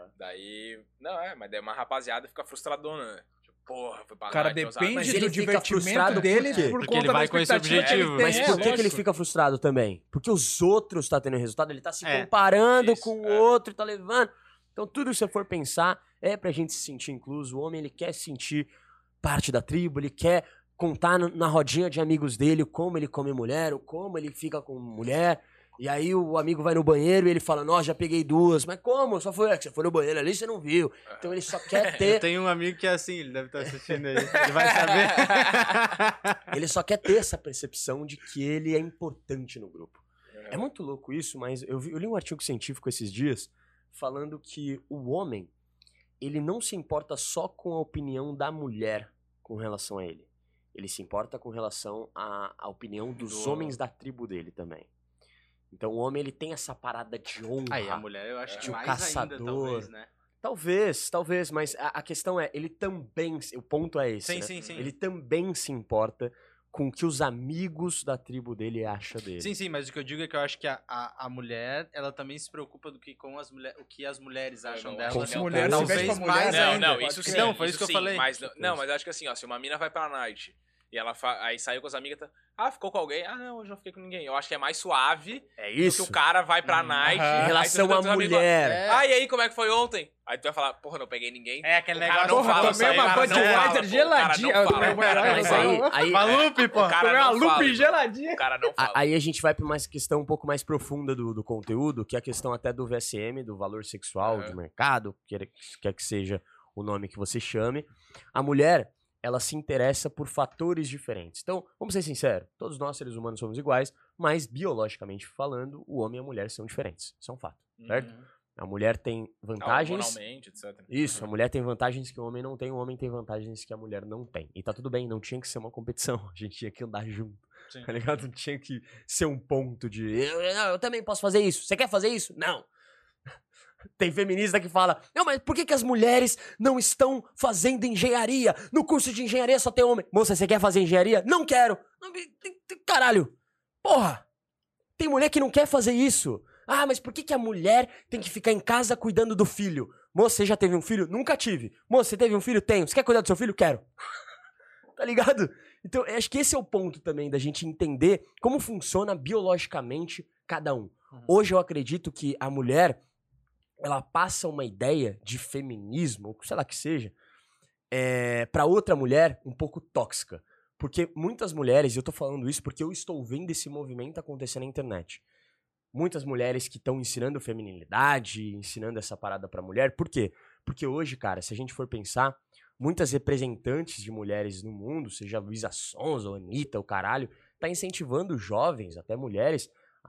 Daí, mas daí uma rapaziada fica frustradona, né? Tipo, porra, foi pra cara, night. Depende mas do divertimento dele por conta ele vai com esse objetivo. Mas por que ele fica frustrado também? Porque os outros tá tendo resultado, ele tá se comparando com o outro e tá levando. Então tudo que você for pensar é pra gente se sentir incluso. O homem, ele quer se sentir parte da tribo, ele quer contar na rodinha de amigos dele como ele come mulher, ou como ele fica com mulher. E aí o amigo vai no banheiro e ele fala, nossa, já peguei 2. Mas como? Só foi, você foi no banheiro ali, você não viu. Então ele só quer ter... Eu tenho um amigo que é assim, ele deve estar assistindo aí. Ele vai saber. Ele só quer ter essa percepção de que ele é importante no grupo. É muito louco isso, mas eu li um artigo científico esses dias falando que o homem, ele não se importa só com a opinião da mulher com relação a ele. Ele se importa com relação à opinião dos homens da tribo dele também. Então o homem, ele tem essa parada de honra. Aí a mulher, eu acho que mais caçador. ainda, talvez, né? Talvez, mas a questão é, ele também, o ponto é esse, Sim, né? sim. Ele também se importa com o que os amigos da tribo dele acham dele. Sim, mas o que eu digo é que eu acho que a mulher, ela também se preocupa o que as mulheres acham dela. Com as mulheres, talvez mais ainda. Não, isso sim. Não, foi isso isso que eu falei. Mas eu acho que assim, ó, se uma mina vai pra night e ela aí saiu com as amigas, ficou com alguém? Ah, não, eu já fiquei com ninguém. Eu acho que é mais suave isso. do que o cara vai pra night. Em relação à mulher. E aí, como é que foi ontem? Aí tu vai falar, porra, não peguei ninguém. É aquele negócio. Não fala, tomei uma Budweiser geladinha. Mas aí Uma lupe, pô. Tomei uma lupe geladinha. O cara não fala. Aí a gente vai pra uma questão um pouco mais profunda do conteúdo, que é a questão até do VSM, do valor sexual, de mercado, quer que seja o nome que você chame. A mulher, ela se interessa por fatores diferentes. Então, vamos ser sinceros, todos nós seres humanos somos iguais, mas biologicamente falando, o homem e a mulher são diferentes. Isso é um fato, certo? A mulher tem vantagens... Hormonalmente, etc. Isso, a mulher tem vantagens que o homem não tem, o homem tem vantagens que a mulher não tem. E tá tudo bem, não tinha que ser uma competição, a gente tinha que andar junto, tá ligado? Não tinha que ser um ponto de... Eu também posso fazer isso, você quer fazer isso? Não! Tem feminista que fala, não, mas por que as mulheres não estão fazendo engenharia? No curso de engenharia só tem homem. Moça, você quer fazer engenharia? Não quero. Caralho. Porra. Tem mulher que não quer fazer isso. Ah, mas por que a mulher tem que ficar em casa cuidando do filho? Moça, você já teve um filho? Nunca tive. Moça, você teve um filho? Tenho. Você quer cuidar do seu filho? Quero. Tá ligado? Então, eu acho que esse é o ponto também da gente entender como funciona biologicamente cada um. Hoje eu acredito que a mulher... ela passa uma ideia de feminismo, ou sei lá que seja, pra outra mulher um pouco tóxica. Porque muitas mulheres, e eu tô falando isso porque eu estou vendo esse movimento acontecer na internet. Muitas mulheres que estão ensinando feminilidade, ensinando essa parada pra mulher. Por quê? Porque hoje, cara, se a gente for pensar, muitas representantes de mulheres no mundo, seja Luísa Sonza ou Anitta, o caralho, tá incentivando jovens, até mulheres,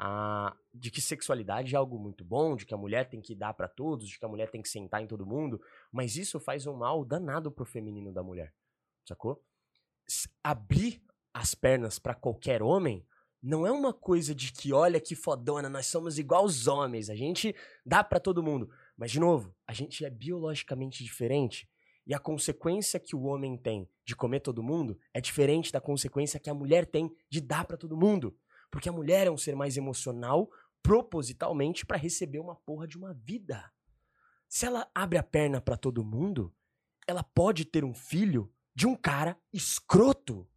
de que sexualidade é algo muito bom, de que a mulher tem que dar pra todos, de que a mulher tem que sentar em todo mundo, mas isso faz um mal danado pro feminino da mulher, sacou? Abrir as pernas pra qualquer homem não é uma coisa de que, olha que fodona, nós somos igual os homens, a gente dá pra todo mundo, mas de novo, a gente é biologicamente diferente, e a consequência que o homem tem de comer todo mundo é diferente da consequência que a mulher tem de dar pra todo mundo. Porque a mulher é um ser mais emocional, propositalmente, pra receber uma porra de uma vida. Se ela abre a perna pra todo mundo, ela pode ter um filho de um cara escroto.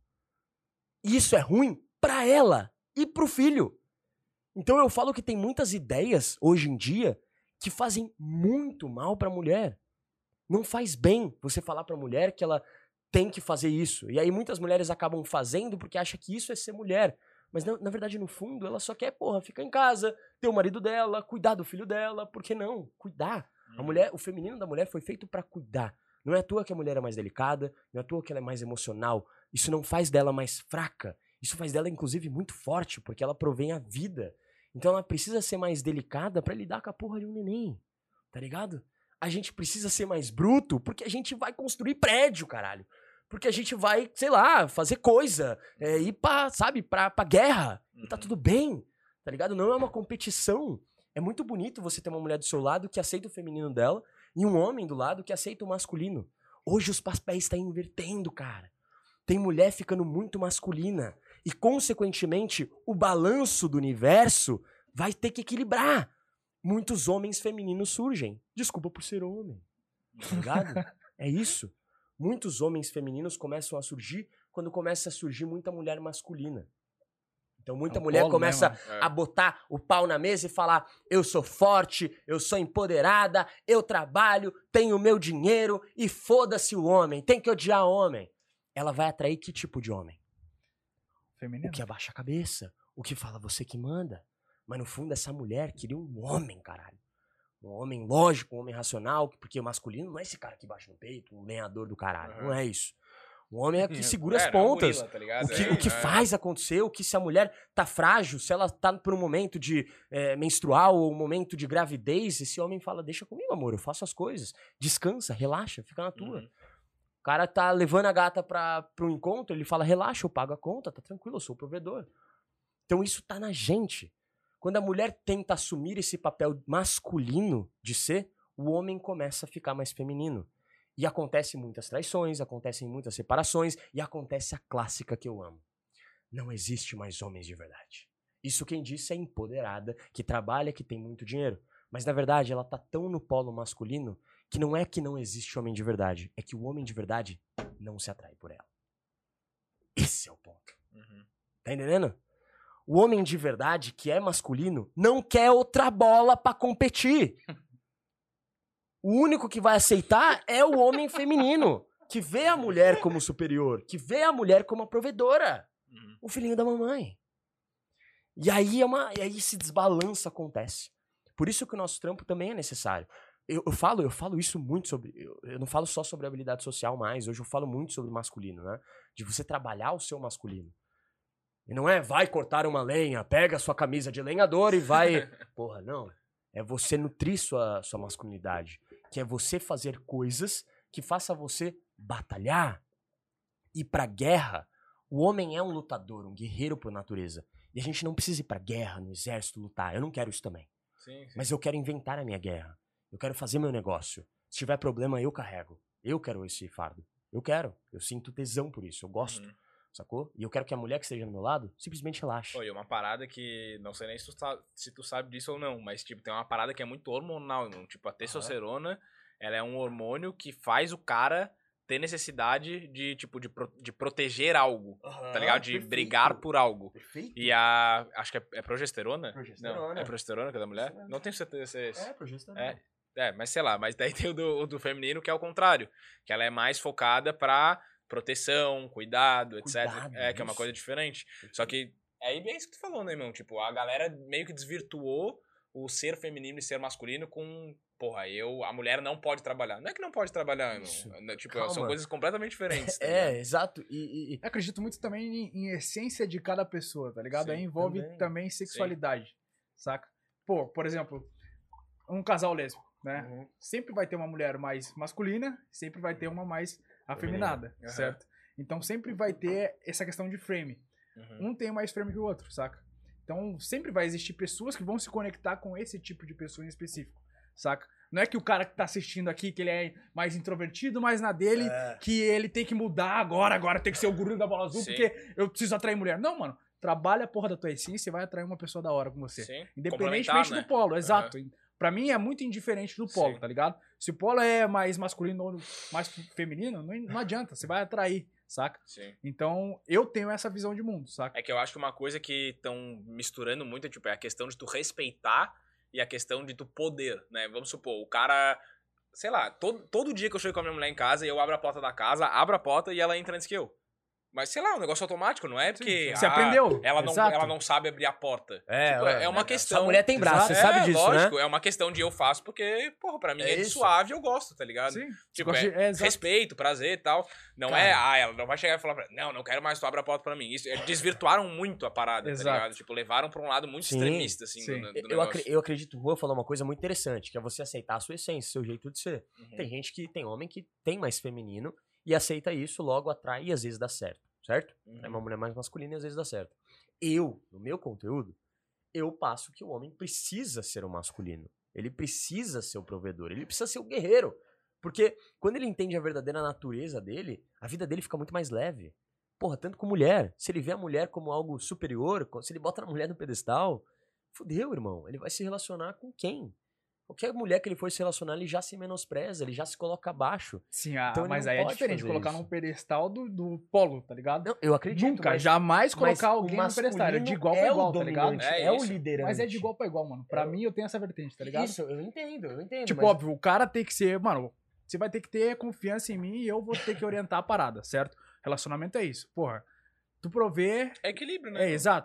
E isso é ruim pra ela e pro filho. Então eu falo que tem muitas ideias, hoje em dia, que fazem muito mal pra mulher. Não faz bem você falar pra mulher que ela tem que fazer isso. E aí muitas mulheres acabam fazendo porque acham que isso é ser mulher. Mas, na verdade, no fundo, ela só quer, ficar em casa, ter o marido dela, cuidar do filho dela. Por que não? Cuidar. A mulher, o feminino da mulher foi feito pra cuidar. Não é à toa que a mulher é mais delicada, não é à toa que ela é mais emocional. Isso não faz dela mais fraca. Isso faz dela, inclusive, muito forte, porque ela provém a vida. Então ela precisa ser mais delicada pra lidar com a porra de um neném. Tá ligado? A gente precisa ser mais bruto porque a gente vai construir prédio, caralho. Porque a gente vai, sei lá, fazer coisa, ir pra guerra. E tá tudo bem, tá ligado? Não é uma competição. É muito bonito você ter uma mulher do seu lado que aceita o feminino dela e um homem do lado que aceita o masculino. Hoje os papéis estão invertendo, cara. Tem mulher ficando muito masculina. E, consequentemente, o balanço do universo vai ter que equilibrar. Muitos homens femininos surgem. Desculpa por ser homem. Tá ligado? É isso. Muitos homens femininos começam a surgir quando começa a surgir muita mulher masculina. Então muita mulher começa a botar o pau na mesa e falar: eu sou forte, eu sou empoderada, eu trabalho, tenho meu dinheiro e foda-se o homem, tem que odiar o homem. Ela vai atrair que tipo de homem? Feminino. O que abaixa a cabeça, o que fala você que manda. Mas no fundo, essa mulher queria um homem, caralho. Um homem lógico, um homem racional, porque o masculino não é esse cara que bate no peito, um lenhador do caralho. Não é isso. O homem é que segura as pontas. Gorila, tá ligado? O que faz acontecer, o que se a mulher tá frágil, se ela tá por um momento de menstrual ou um momento de gravidez, esse homem fala, deixa comigo, amor, eu faço as coisas. Descansa, relaxa, fica na tua. O cara tá levando a gata pro encontro, ele fala, relaxa, eu pago a conta, tá tranquilo, eu sou o provedor. Então isso tá na gente. Quando a mulher tenta assumir esse papel masculino de ser, o homem começa a ficar mais feminino. E acontece muitas traições, acontecem muitas separações, e acontece a clássica que eu amo. Não existe mais homens de verdade. Isso quem disse é empoderada, que trabalha, que tem muito dinheiro. Mas na verdade ela tá tão no polo masculino que não é que não existe homem de verdade, é que o homem de verdade não se atrai por ela. Esse é o ponto. Tá entendendo? O homem de verdade, que é masculino, não quer outra bola pra competir. O único que vai aceitar é o homem feminino, que vê a mulher como superior, que vê a mulher como a provedora. O filhinho da mamãe. E aí, esse desbalanço acontece. Por isso que o nosso trampo também é necessário. Eu falo isso muito sobre... Eu não falo só sobre habilidade social mais. Hoje eu falo muito sobre masculino, né? De você trabalhar o seu masculino. E não é vai cortar uma lenha, pega a sua camisa de lenhador e vai... Porra, não. É você nutrir sua masculinidade. Que é você fazer coisas que faça você batalhar. Ir pra guerra. O homem é um lutador, um guerreiro por natureza. E a gente não precisa ir pra guerra, no exército, lutar. Eu não quero isso também. Sim. Mas eu quero inventar a minha guerra. Eu quero fazer meu negócio. Se tiver problema, eu carrego. Eu quero esse fardo. Eu quero. Eu sinto tesão por isso. Eu gosto. Sacou? E eu quero que a mulher que esteja do meu lado simplesmente relaxe. Pô, e uma parada que, não sei nem se tu sabe disso ou não, mas tipo, tem uma parada que é muito hormonal, irmão. Tipo, a testosterona, ela é um hormônio que faz o cara ter necessidade de, tipo, de proteger algo, tá ligado? De brigar por algo. Perfeito. E acho que é progesterona? Progesterona. Não, é progesterona que é da mulher? Não tenho certeza se é esse. Progesterona. Mas sei lá, mas daí tem o do feminino que é o contrário, que ela é mais focada pra proteção, cuidado, etc. Que é uma coisa diferente. Só que é bem isso que tu falou, né, irmão? Tipo, a galera meio que desvirtuou o ser feminino e ser masculino com... Porra, a mulher não pode trabalhar. Não é que não pode trabalhar, irmão. Tipo, são coisas completamente diferentes. Tá ligado? Exato. Eu acredito muito também em essência de cada pessoa, tá ligado? Sim, aí envolve também sexualidade, saca? Pô, por exemplo, um casal lésbico, né? Sempre vai ter uma mulher mais masculina, sempre vai ter uma mais afeminada, certo? Então sempre vai ter essa questão de frame. Um tem mais frame que o outro, saca? Então sempre vai existir pessoas que vão se conectar com esse tipo de pessoa em específico, saca? Não é que o cara que tá assistindo aqui, que ele é mais introvertido, mais na dele, que ele tem que mudar agora tem que ser o guru da bola azul, porque eu preciso atrair mulher. Não, mano. Trabalha a porra da tua essência e vai atrair uma pessoa da hora com você. Sim. Independentemente do polo, exato. Pra mim é muito indiferente do polo, tá ligado? Se o polo é mais masculino ou mais feminino, não adianta, você vai atrair, saca? Sim. Então, eu tenho essa visão de mundo, saca? É que eu acho que uma coisa que estão misturando muito tipo, é a questão de tu respeitar e a questão de tu poder, né? Vamos supor, o cara... Sei lá, todo dia que eu chego com a minha mulher em casa e eu abro a porta da casa, abro a porta e ela entra antes que eu. Mas, sei lá, um negócio automático, não é? Porque você aprendeu. Ela não sabe abrir a porta. É uma questão... A mulher tem braço, você sabe disso, lógico, né? É uma questão de eu faço porque, porra, pra mim é suave, eu gosto, tá ligado? Sim. Tipo, respeito, prazer e tal. Não ela não vai chegar e falar pra não quero mais tu abrir a porta pra mim. Isso, desvirtuaram muito a parada, tá ligado? Tipo, levaram pra um lado muito extremista, assim, do negócio. Eu acredito, o Juan falou uma coisa muito interessante, que é você aceitar a sua essência, seu jeito de ser. Tem homem que tem mais feminino e aceita isso, logo atrai e às vezes dá certo. Certo? É uma mulher mais masculina e às vezes dá certo. No meu conteúdo, eu passo que o homem precisa ser o masculino. Ele precisa ser o provedor. Ele precisa ser o guerreiro. Porque quando ele entende a verdadeira natureza dele, a vida dele fica muito mais leve. Porra, tanto com mulher. Se ele vê a mulher como algo superior, se ele bota a mulher no pedestal, fudeu, irmão. Ele vai se relacionar com quem? Qualquer mulher que ele for se relacionar, ele já se menospreza, ele já se coloca abaixo. Sim, então mas aí é diferente, colocar num pedestal do polo, tá ligado? Não, eu acredito. Nunca, jamais colocar alguém no pedestal. É de igual pra igual, tá ligado? É o liderante. Mas é de igual pra igual, mano. Pra mim, eu tenho essa vertente, tá ligado? Isso, eu entendo. Tipo, óbvio, o cara tem que ser... Mano, você vai ter que ter confiança em mim e eu vou ter que orientar a parada, certo? Relacionamento é isso. Porra, tu prover... É equilíbrio, né? Exato.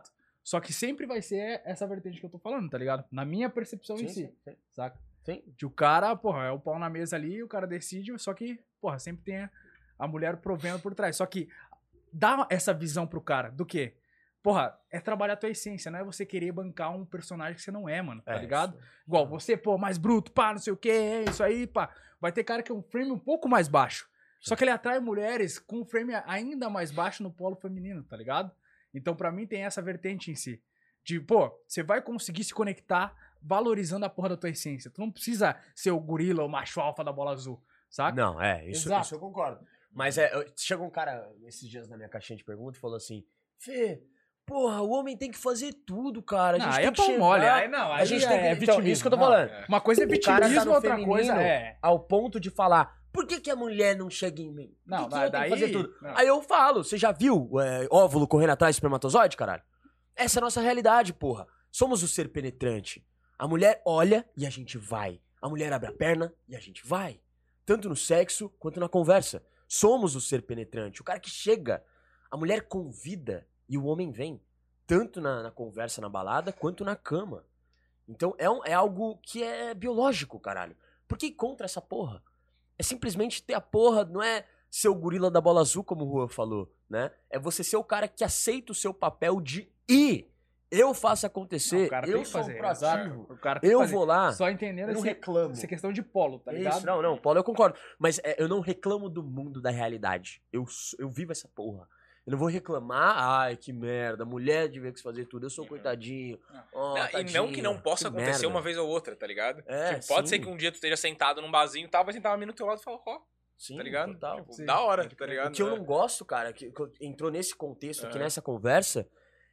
Só que sempre vai ser essa vertente que eu tô falando, tá ligado? Na minha percepção em si, sim. saca? Sim. De o cara, porra, é o pau na mesa ali, o cara decide, só que, porra, sempre tem a mulher provendo por trás. Só que dá essa visão pro cara do quê? Porra, é trabalhar a tua essência, não é você querer bancar um personagem que você não é, mano, tá ligado? Isso. Igual você, pô, mais bruto, pá, não sei o quê, isso aí, pá. Vai ter cara que é um frame um pouco mais baixo. Só que ele atrai mulheres com um frame ainda mais baixo no polo feminino, tá ligado? Então, pra mim, tem essa vertente em si. De, pô, você vai conseguir se conectar valorizando a porra da tua essência. Tu não precisa ser o gorila, o macho alfa da bola azul, saca? Não, isso eu concordo. Mas chegou um cara esses dias na minha caixinha de perguntas e falou assim, Fê, porra, o homem tem que fazer tudo, cara. A gente tem aí é pau mole. Aí não, aí a gente tem que... é vitimismo. Então, isso que eu tô falando. Uma coisa é vitimismo, outra coisa é... Ao ponto de falar, por que a mulher não chega em mim? Não, por que eu tenho que fazer tudo? Não. Aí eu falo, você já viu óvulo correndo atrás do espermatozoide, caralho? Essa é a nossa realidade, porra. Somos o ser penetrante. A mulher olha e a gente vai. A mulher abre a perna e a gente vai. Tanto no sexo quanto na conversa. Somos o ser penetrante. O cara que chega. A mulher convida e o homem vem. Tanto na conversa na balada quanto na cama. Então é algo que é biológico, caralho. Por que ir contra essa porra? É simplesmente ter a porra, não é ser o gorila da bola azul, como o Juan falou, né? É você ser o cara que aceita o seu papel de ir. Eu faço acontecer, eu sou proativo, eu vou lá, só entendendo eu não reclamo. Essa questão de polo, tá ligado? Isso, não, polo eu concordo. Mas eu não reclamo do mundo da realidade. Eu vivo essa porra. Eu não vou reclamar, ai, que merda, mulher devia que fazer tudo, eu sou coitadinho. Oh, não, e não que não possa acontecer merda. Uma vez ou outra, tá ligado? É, tipo, pode ser que um dia tu esteja sentado num barzinho e tal, vai sentar uma mina do teu lado e falar, ó, sim, tá ligado? Total. Tipo, da hora, tá ligado? O que eu não gosto, cara, que entrou nesse contexto aqui, nessa conversa,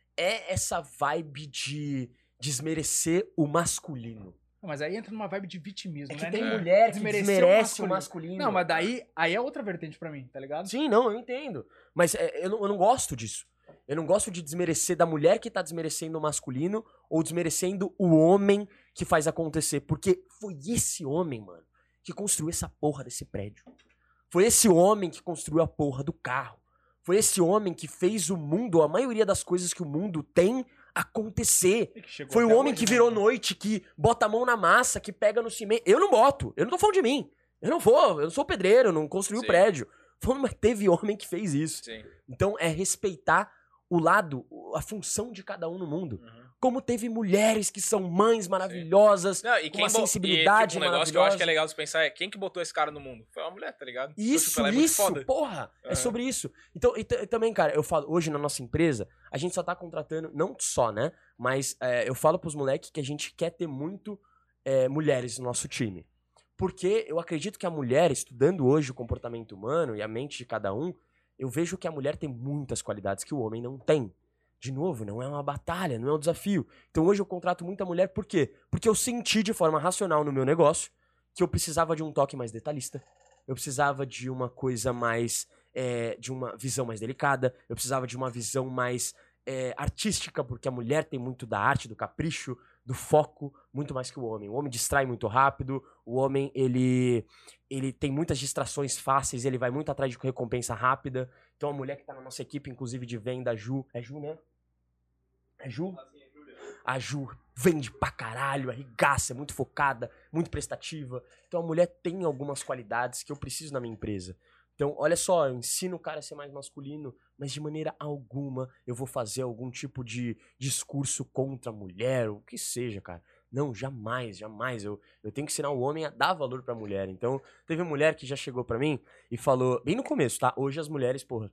é essa vibe de desmerecer o masculino. Mas aí entra numa vibe de vitimismo, que né? tem mulher que desmerece o masculino. Não, mas daí aí é outra vertente pra mim, tá ligado? Sim, não, eu entendo. Mas eu não gosto disso. Eu não gosto de desmerecer da mulher que tá desmerecendo o masculino ou desmerecendo o homem que faz acontecer. Porque foi esse homem, mano, que construiu essa porra desse prédio. Foi esse homem que construiu a porra do carro. Foi esse homem que fez o mundo, a maioria das coisas que o mundo tem, acontecer. Foi o homem que virou noite, que bota a mão na massa, que pega no cimento. Eu não boto, eu não tô falando de mim. Eu não sou pedreiro, eu não construí o prédio. Mas teve homem que fez isso. Sim. Então é respeitar o lado, a função de cada um no mundo. Como teve mulheres que são mães maravilhosas, não, e com uma sensibilidade tipo, um negócio que eu acho que é legal de pensar é quem que botou esse cara no mundo? Foi uma mulher, tá ligado? Isso, então, tipo, porra! É sobre isso. Então, e também, cara, eu falo, hoje na nossa empresa, a gente só tá contratando, não só, né? Mas eu falo pros moleques que a gente quer ter muito mulheres no nosso time. Porque eu acredito que a mulher, estudando hoje o comportamento humano e a mente de cada um, eu vejo que a mulher tem muitas qualidades que o homem não tem. De novo, não é uma batalha, não é um desafio. Então hoje eu contrato muita mulher, por quê? Porque eu senti de forma racional no meu negócio que eu precisava de um toque mais detalhista, eu precisava de uma coisa mais, de uma visão mais delicada, eu precisava de uma visão mais artística, porque a mulher tem muito da arte, do capricho, do foco, muito mais que o homem. O homem distrai muito rápido, o homem, ele tem muitas distrações fáceis, ele vai muito atrás de recompensa rápida. Então a mulher que tá na nossa equipe, inclusive de venda, a Ju, é Ju, né? É Ju? A Ju vende pra caralho, arregaça, é muito focada, muito prestativa. Então a mulher tem algumas qualidades que eu preciso na minha empresa. Então, olha só, eu ensino o cara a ser mais masculino, mas de maneira alguma eu vou fazer algum tipo de discurso contra a mulher, ou o que seja, cara. Não, jamais, jamais. Eu tenho que ensinar o homem a dar valor pra mulher. Então, teve uma mulher que já chegou pra mim e falou, bem no começo, tá? Hoje as mulheres, porra,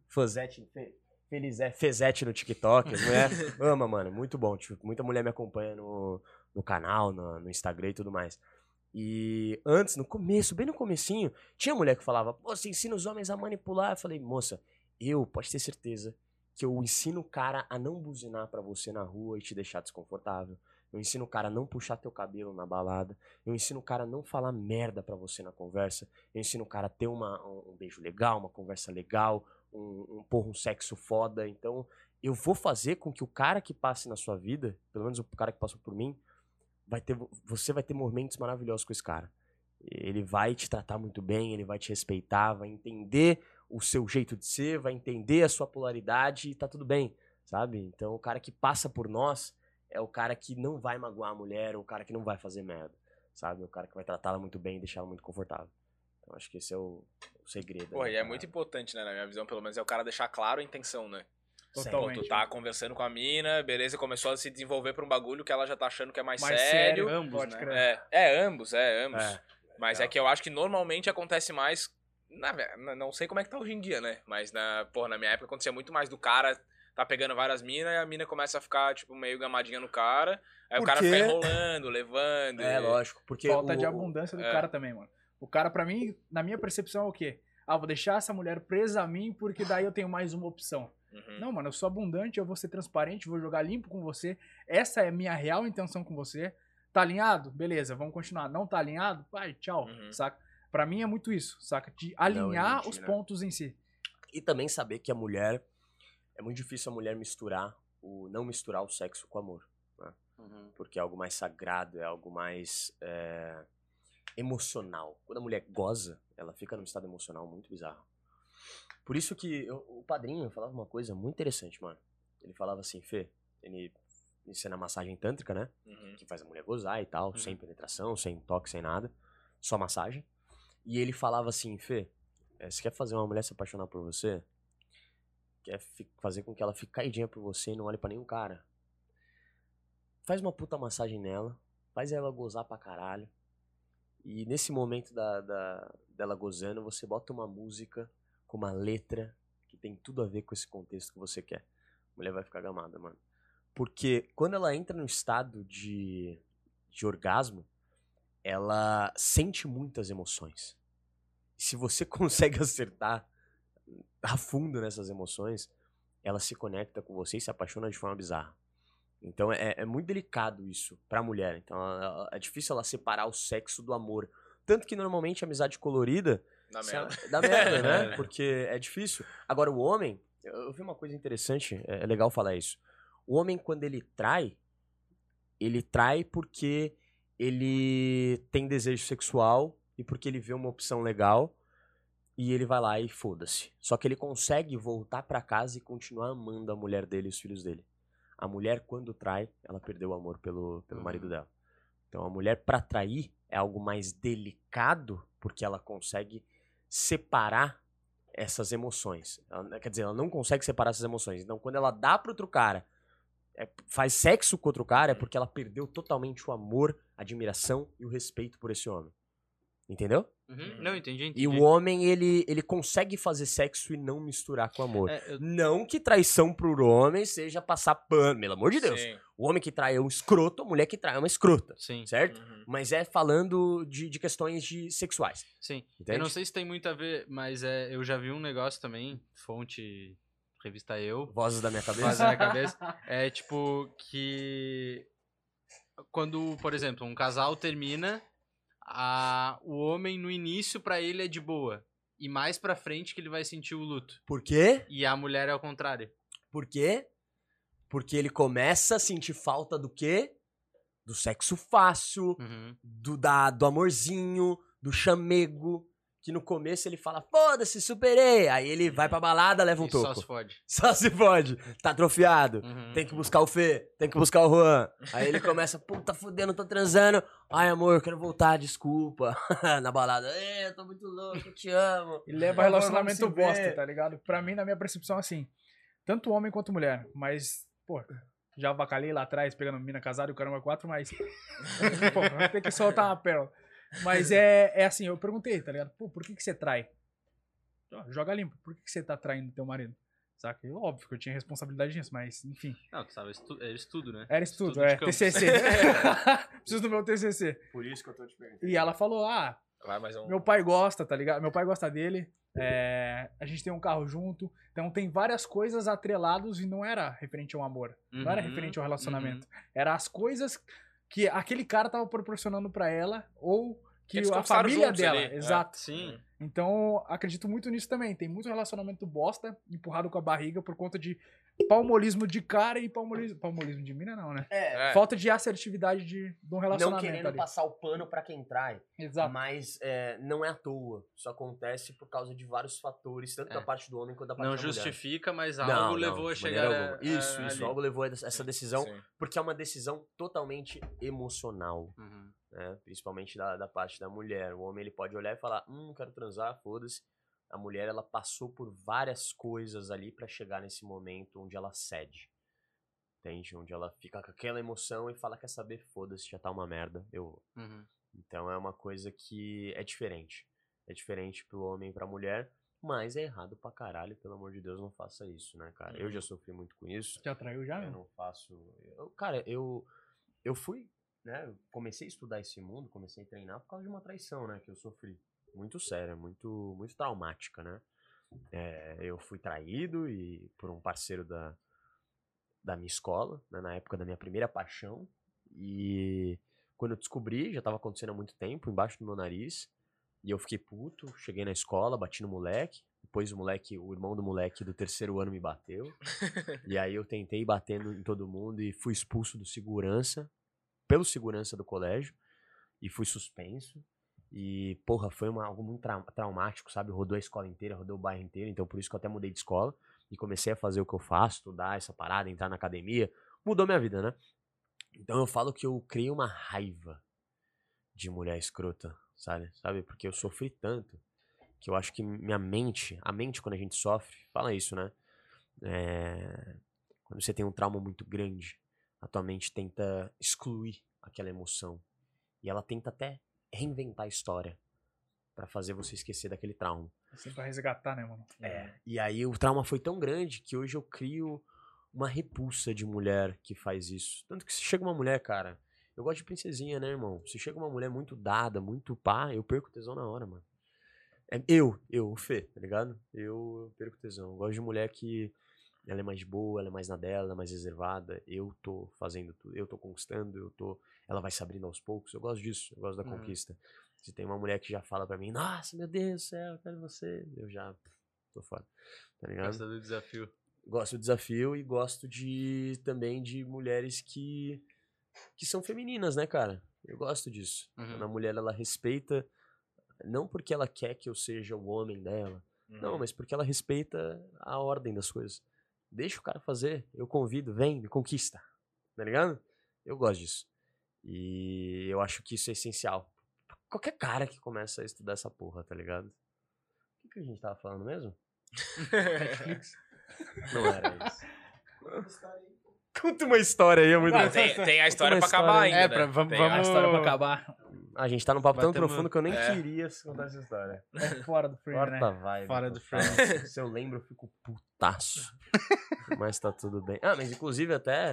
Fezete no TikTok, as mulheres ama, mano, muito bom. Tipo, muita mulher me acompanha no canal, no Instagram e tudo mais. E antes, no começo, bem no comecinho, tinha mulher que falava, pô, você ensina os homens a manipular. Eu falei, moça, pode ter certeza que eu ensino o cara a não buzinar pra você na rua e te deixar desconfortável. Eu ensino o cara a não puxar teu cabelo na balada. Eu ensino o cara a não falar merda pra você na conversa. Eu ensino o cara a ter um beijo legal, uma conversa legal, um sexo foda. Então, eu vou fazer com que o cara que passe na sua vida, pelo menos o cara que passou por mim, você vai ter momentos maravilhosos com esse cara. Ele vai te tratar muito bem, ele vai te respeitar, vai entender o seu jeito de ser, vai entender a sua polaridade e tá tudo bem, sabe? Então, o cara que passa por nós é o cara que não vai magoar a mulher, ou o cara que não vai fazer merda, sabe? O cara que vai tratá-la muito bem e deixá-la muito confortável. Então, acho que esse é o segredo. Pô, e é muito importante, né? Na minha visão, pelo menos, é o cara deixar claro a intenção, né? Totalmente. Pô, tu tá conversando com a mina, beleza, começou a se desenvolver pra um bagulho que ela já tá achando que é mais sério. sério. Ambos, Pode né? crer. Ambos. Mas é que eu acho que normalmente acontece mais... Não sei como é que tá hoje em dia, né? Mas na minha época acontecia muito mais do cara tá pegando várias minas e a mina começa a ficar, tipo, meio gamadinha no cara. Aí o cara fica enrolando, levando. Lógico. Porque falta de abundância do cara também, mano. O cara, pra mim, na minha percepção, é o quê? Vou deixar essa mulher presa a mim porque daí eu tenho mais uma opção. Não, mano, eu sou abundante, eu vou ser transparente, vou jogar limpo com você. Essa é a minha real intenção com você. Tá alinhado? Beleza, vamos continuar. Não tá alinhado? Vai, tchau, saca? Pra mim é muito isso, saca? De alinhar os pontos em si. E também saber que a mulher... É muito difícil a mulher não misturar o sexo com o amor, né? Porque é algo mais sagrado, é algo mais emocional. Quando a mulher goza, ela fica num estado emocional muito bizarro. Por isso que o padrinho falava uma coisa muito interessante, mano. Ele falava assim, Fê, ele ensina massagem tântrica, né? Que faz a mulher gozar e tal, sem penetração, sem toque, sem nada. Só massagem. E ele falava assim, Fê, você quer fazer uma mulher se apaixonar por você? Quer fazer com que ela fique caidinha por você e não olhe pra nenhum cara? Faz uma puta massagem nela, faz ela gozar pra caralho. E nesse momento dela gozando, você bota uma música com uma letra que tem tudo a ver com esse contexto que você quer. A mulher vai ficar gamada, mano. Porque quando ela entra no estado de orgasmo, ela sente muitas emoções. E se você consegue acertar a fundo nessas emoções, ela se conecta com você e se apaixona de forma bizarra. Então é muito delicado isso pra mulher. Então é difícil ela separar o sexo do amor. Tanto que normalmente a amizade colorida dá merda, né? Porque é difícil. Agora o homem, eu vi uma coisa interessante, é legal falar isso. O homem, quando ele trai porque ele tem desejo sexual e porque ele vê uma opção legal. E ele vai lá e foda-se. Só que ele consegue voltar pra casa e continuar amando a mulher dele e os filhos dele. A mulher, quando trai, ela perdeu o amor pelo marido dela. Então a mulher, pra trair, é algo mais delicado, porque ela consegue separar essas emoções. Quer dizer, ela não consegue separar essas emoções. Então quando ela dá pro outro cara, faz sexo com outro cara, é porque ela perdeu totalmente o amor, a admiração e o respeito por esse homem. Entendeu? Não, entendi. E o homem, ele consegue fazer sexo e não misturar com amor. Não que traição pro homem seja passar pano, pelo amor de Deus. Sim. O homem que trai é um escroto, a mulher que trai é uma escrota. Sim. Certo? Mas é falando de questões sexuais. Sim. Entende? Eu não sei se tem muito a ver, mas eu já vi um negócio também, fonte, revista Eu. Vozes da minha cabeça. Vozes da minha cabeça. É tipo que quando, por exemplo, um casal termina... o homem no início pra ele é de boa e mais pra frente que ele vai sentir o luto. Por quê? E a mulher é ao contrário. Por quê? Porque ele começa a sentir falta do quê? Do sexo fácil, do amorzinho, do chamego, que no começo ele fala, foda-se, superei. Aí ele vai pra balada, leva um toco. Só se fode. Só se fode. Tá atrofiado. Tem que buscar o Fê, tem que buscar o Juan. Aí ele começa, puta, fudendo, tô transando. Ai, amor, eu quero voltar, desculpa. Na balada, eu tô muito louco, eu te amo. E leva relacionamento bosta, tá ligado? Pra mim, na minha percepção, assim, tanto homem quanto mulher, mas, pô, já avacalhei lá atrás, pegando mina casada e o caramba 4, mas, pô, tem que soltar uma pérola. Mas é assim, eu perguntei, tá ligado? Pô, por que você trai? Joga limpo, por que você tá traindo teu marido? Saca? E, óbvio que eu tinha responsabilidade nisso, mas enfim. Não, tu sabe, era estudo, né? Era estudo TCC. Preciso do meu TCC. Por isso que eu tô te perguntando. E ela falou, meu pai gosta, tá ligado? Meu pai gosta dele, a gente tem um carro junto, então tem várias coisas atreladas e não era referente ao amor, não era referente ao relacionamento. Era as coisas que aquele cara tava proporcionando pra ela ou que a família dela, ali. exato. Sim. Então, acredito muito nisso também. Tem muito relacionamento bosta, empurrado com a barriga por conta de palmolismo de cara e palmolismo de mina não, né? Falta de assertividade de um relacionamento. Não querendo ali. passar o pano pra quem trai. Exato. Mas não é à toa. Isso acontece por causa de vários fatores, tanto da parte do homem quanto da parte da mulher. Não justifica, mas algo levou a chegar Isso, algo levou a essa decisão, Sim. porque é uma decisão totalmente emocional. Né? Principalmente da parte da mulher. O homem ele pode olhar e falar, quero transar, foda-se. A mulher ela passou por várias coisas ali pra chegar nesse momento onde ela cede. Entende? Onde ela fica com aquela emoção e fala, quer saber, foda-se, já tá uma merda, eu vou. Então é uma coisa que é diferente. É diferente pro homem e pra mulher, mas é errado pra caralho, pelo amor de Deus, não faça isso, né, cara? Eu já sofri muito com isso. Já traiu já? Eu não faço... Cara, eu fui, né, eu comecei a estudar esse mundo, comecei a treinar por causa de uma traição, né, que eu sofri. Muito séria, muito traumática, né? Eu fui traído por um parceiro da minha escola, né, na época da minha primeira paixão. E quando eu descobri, já estava acontecendo há muito tempo, embaixo do meu nariz. E eu fiquei puto, cheguei na escola, bati no moleque. Depois o irmão do moleque do terceiro ano me bateu. E aí eu tentei batendo em todo mundo e fui expulso pelo segurança do colégio. E fui suspenso. E, porra, foi algo muito traumático, sabe? Rodou a escola inteira, rodou o bairro inteiro. Então, por isso que eu até mudei de escola. E comecei a fazer o que eu faço, estudar essa parada, entrar na academia. Mudou minha vida, né? Então, eu falo que eu criei uma raiva de mulher escrota, sabe? Porque eu sofri tanto que eu acho que a mente quando a gente sofre, fala isso, né? Quando você tem um trauma muito grande, a tua mente tenta excluir aquela emoção. E ela tenta até reinventar a história pra fazer você esquecer daquele trauma. Assim, pra resgatar, né, mano? E aí o trauma foi tão grande que hoje eu crio uma repulsa de mulher que faz isso. Tanto que se chega uma mulher, cara, eu gosto de princesinha, né, irmão? Se chega uma mulher muito dada, muito pá, eu perco o tesão na hora, mano. O Fê, tá ligado? Eu perco o tesão. Eu gosto de mulher que ela é mais de boa, ela é mais na dela, ela é mais reservada. Eu tô fazendo tudo, eu tô conquistando, ela vai se abrindo aos poucos. Eu gosto disso, eu gosto da conquista. Se tem uma mulher que já fala pra mim, nossa, meu Deus do céu, eu quero você, eu já tô fora, tá ligado? Gosta do desafio. Gosto do desafio e gosto também de mulheres que são femininas, né, cara? Eu gosto disso. Quando a mulher, ela respeita, não porque ela quer que eu seja o homem dela, não, mas porque ela respeita a ordem das coisas. Deixa o cara fazer, eu convido, vem, me conquista, tá ligado? Eu gosto disso. E eu acho que isso é essencial. Qualquer cara que começa a estudar essa porra, tá ligado? O que a gente tava falando mesmo? Netflix. Não era isso. Conta uma história aí, é muito Tem a história pra acabar ainda. Né? Vamos a história pra acabar. A gente tá num papo tão profundo que eu nem queria contar essa história. Fora do frame, né? Vai, fora do frame. Se eu lembro, eu fico putaço. Mas tá tudo bem. Mas inclusive até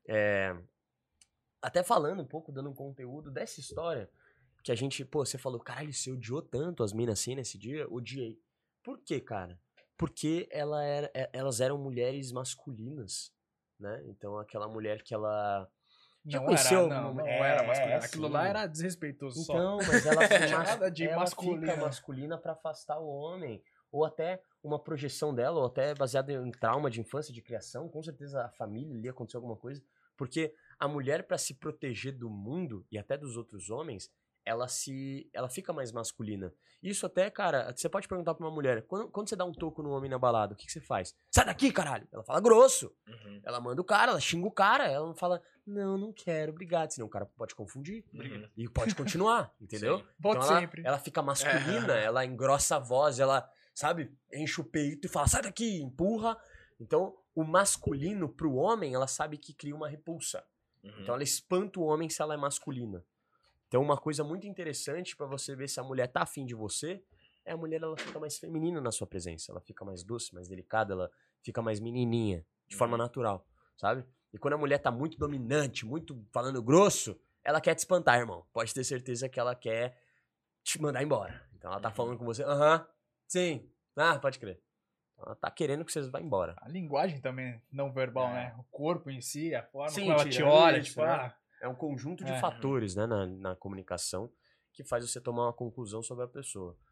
falando um pouco, dando um conteúdo dessa história, que a gente, você falou, caralho, você odiou tanto as minas assim nesse dia? Odiei. Por quê, cara? Porque elas eram mulheres masculinas, né? Então aquela mulher que ela... Não era masculina. Aquilo lá era desrespeitoso então, só. Mas ela fica masculina pra afastar o homem. Ou até uma projeção dela, ou até baseada em trauma de infância, de criação. Com certeza a família ali aconteceu alguma coisa. Porque a mulher, pra se proteger do mundo e até dos outros homens, ela fica mais masculina. Isso até, cara, você pode perguntar pra uma mulher, quando você dá um toco no homem na balada, o que você faz? Sai daqui, caralho! Ela fala grosso. Ela manda o cara, ela xinga o cara, ela não fala, não quero, obrigado. Senão o cara pode confundir. E pode continuar, entendeu? Sim. Então ela fica masculina, ela engrossa a voz, ela, sabe, enche o peito e fala, sai daqui, empurra. Então, o masculino pro homem, ela sabe que cria uma repulsa. Então ela espanta o homem se ela é masculina. Então, uma coisa muito interessante pra você ver se a mulher tá afim de você, a mulher ela fica mais feminina na sua presença. Ela fica mais doce, mais delicada, ela fica mais menininha, de forma natural, sabe? E quando a mulher tá muito dominante, muito falando grosso, ela quer te espantar, irmão. Pode ter certeza que ela quer te mandar embora. Então, ela tá falando com você, sim, pode crer. Ela tá querendo que você vá embora. A linguagem também não verbal, né? O corpo em si, a forma sim, como ela te olha, isso, tipo, né? É um conjunto de fatores, né, na comunicação que faz você tomar uma conclusão sobre a pessoa.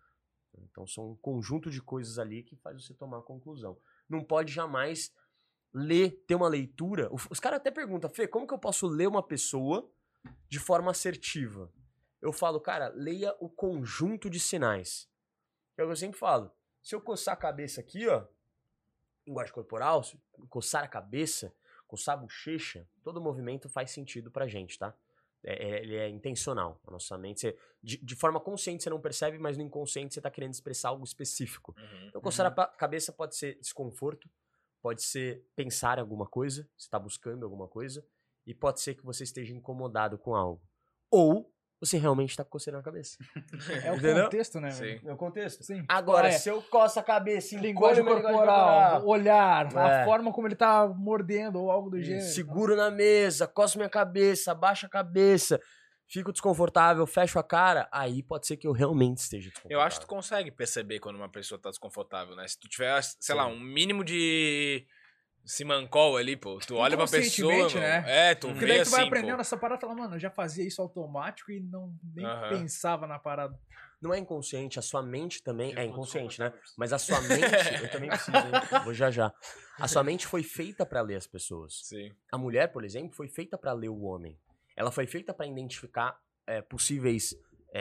Então são um conjunto de coisas ali que faz você tomar a conclusão. Não pode jamais ter uma leitura. Os caras até perguntam, Fê, como que eu posso ler uma pessoa de forma assertiva? Eu falo, cara, leia o conjunto de sinais. É o que eu sempre falo. Se eu coçar a cabeça aqui, ó, linguagem corporal, se eu coçar a cabeça, coçar a bochecha, todo movimento faz sentido pra gente, tá? Ele é intencional. A nossa mente, de forma consciente você não percebe, mas no inconsciente você tá querendo expressar algo específico. Então coçar a cabeça pode ser desconforto, pode ser pensar em alguma coisa, você tá buscando alguma coisa, e pode ser que você esteja incomodado com algo. Ou você realmente tá coçando a cabeça. É o contexto, né? Sim. É o contexto. Sim. Agora, se eu coço a cabeça, linguagem corporal, olhar, a forma como ele tá mordendo ou algo do gênero. Seguro na mesa, coço minha cabeça, abaixo a cabeça, fico desconfortável, fecho a cara, aí pode ser que eu realmente esteja desconfortável. Eu acho que tu consegue perceber quando uma pessoa tá desconfortável, né? Se tu tiver, sei lá, um mínimo de simancol ali, pô, tu olha pra pessoa, né? Tu porque vê daí tu vai assim, aprendendo essa parada e fala, mano, eu já fazia isso automático e nem pensava na parada. Não é inconsciente, a sua mente também é inconsciente, né? Mas a sua mente, eu também preciso, hein? Vou já. A sua mente foi feita pra ler as pessoas. Sim. A mulher, por exemplo, foi feita pra ler o homem. Ela foi feita pra identificar possíveis,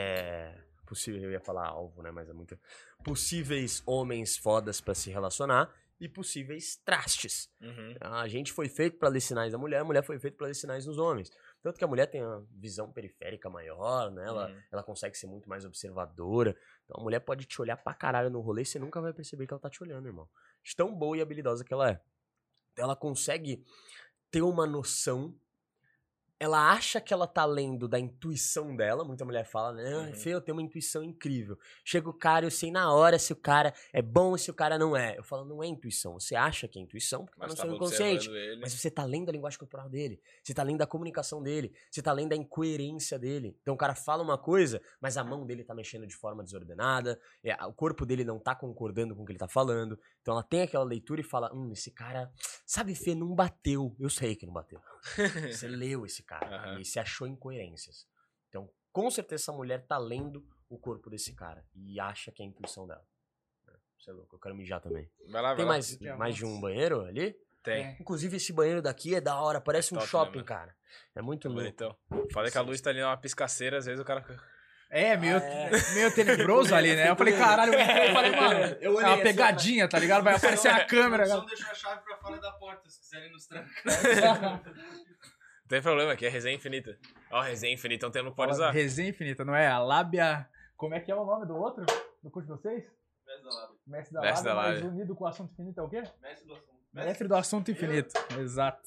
eu ia falar alvo, né? Mas é muito... Possíveis homens fodas pra se relacionar e possíveis trastes. A gente foi feito pra ler sinais da mulher, a mulher foi feita pra ler sinais nos homens. Tanto que a mulher tem uma visão periférica maior, né? Ela consegue ser muito mais observadora. Então a mulher pode te olhar pra caralho no rolê e você nunca vai perceber que ela tá te olhando, irmão. De tão boa e habilidosa que ela é. Então ela consegue ter uma noção. Ela acha que ela tá lendo da intuição dela. Muita mulher fala, né? Fê, eu tenho uma intuição incrível. Chega o cara, eu sei na hora se o cara é bom ou se o cara não é. Eu falo, não é intuição. Você acha que é intuição, porque tá no seu inconsciente. Mas você tá lendo a linguagem corporal dele. Você tá lendo a comunicação dele. Você tá lendo a incoerência dele. Então o cara fala uma coisa, mas a mão dele tá mexendo de forma desordenada. O corpo dele não tá concordando com o que ele tá falando. Então ela tem aquela leitura e fala, esse cara, sabe, Fê, não bateu. Eu sei que não bateu. Você leu esse cara. E se achou incoerências. Então, com certeza essa mulher tá lendo o corpo desse cara e acha que é a intuição dela. Você é louco, eu quero mijar também. Vai lá, Tem mais de um banheiro ali? Tem. Inclusive esse banheiro daqui é da hora, parece um shopping, mesmo, cara. É muito louco. Então, falei que a luz tá ali numa piscaceira, às vezes o cara... Meio tenebroso ali, né? Eu falei, caralho, eu falei, mano, é uma pegadinha, tá ligado? Vai aparecer a câmera. Só deixar a chave pra fora da porta, se quiserem nos trancar. Não tem problema, aqui é resenha infinita. Resenha infinita, então não pode usar. Resenha infinita, não é? A lábia... Como é que é o nome do outro? Do curso de vocês? Mestre da lábia, mas unido com o assunto infinito é o quê? Mestre do assunto. Mestre do assunto infinito, exato.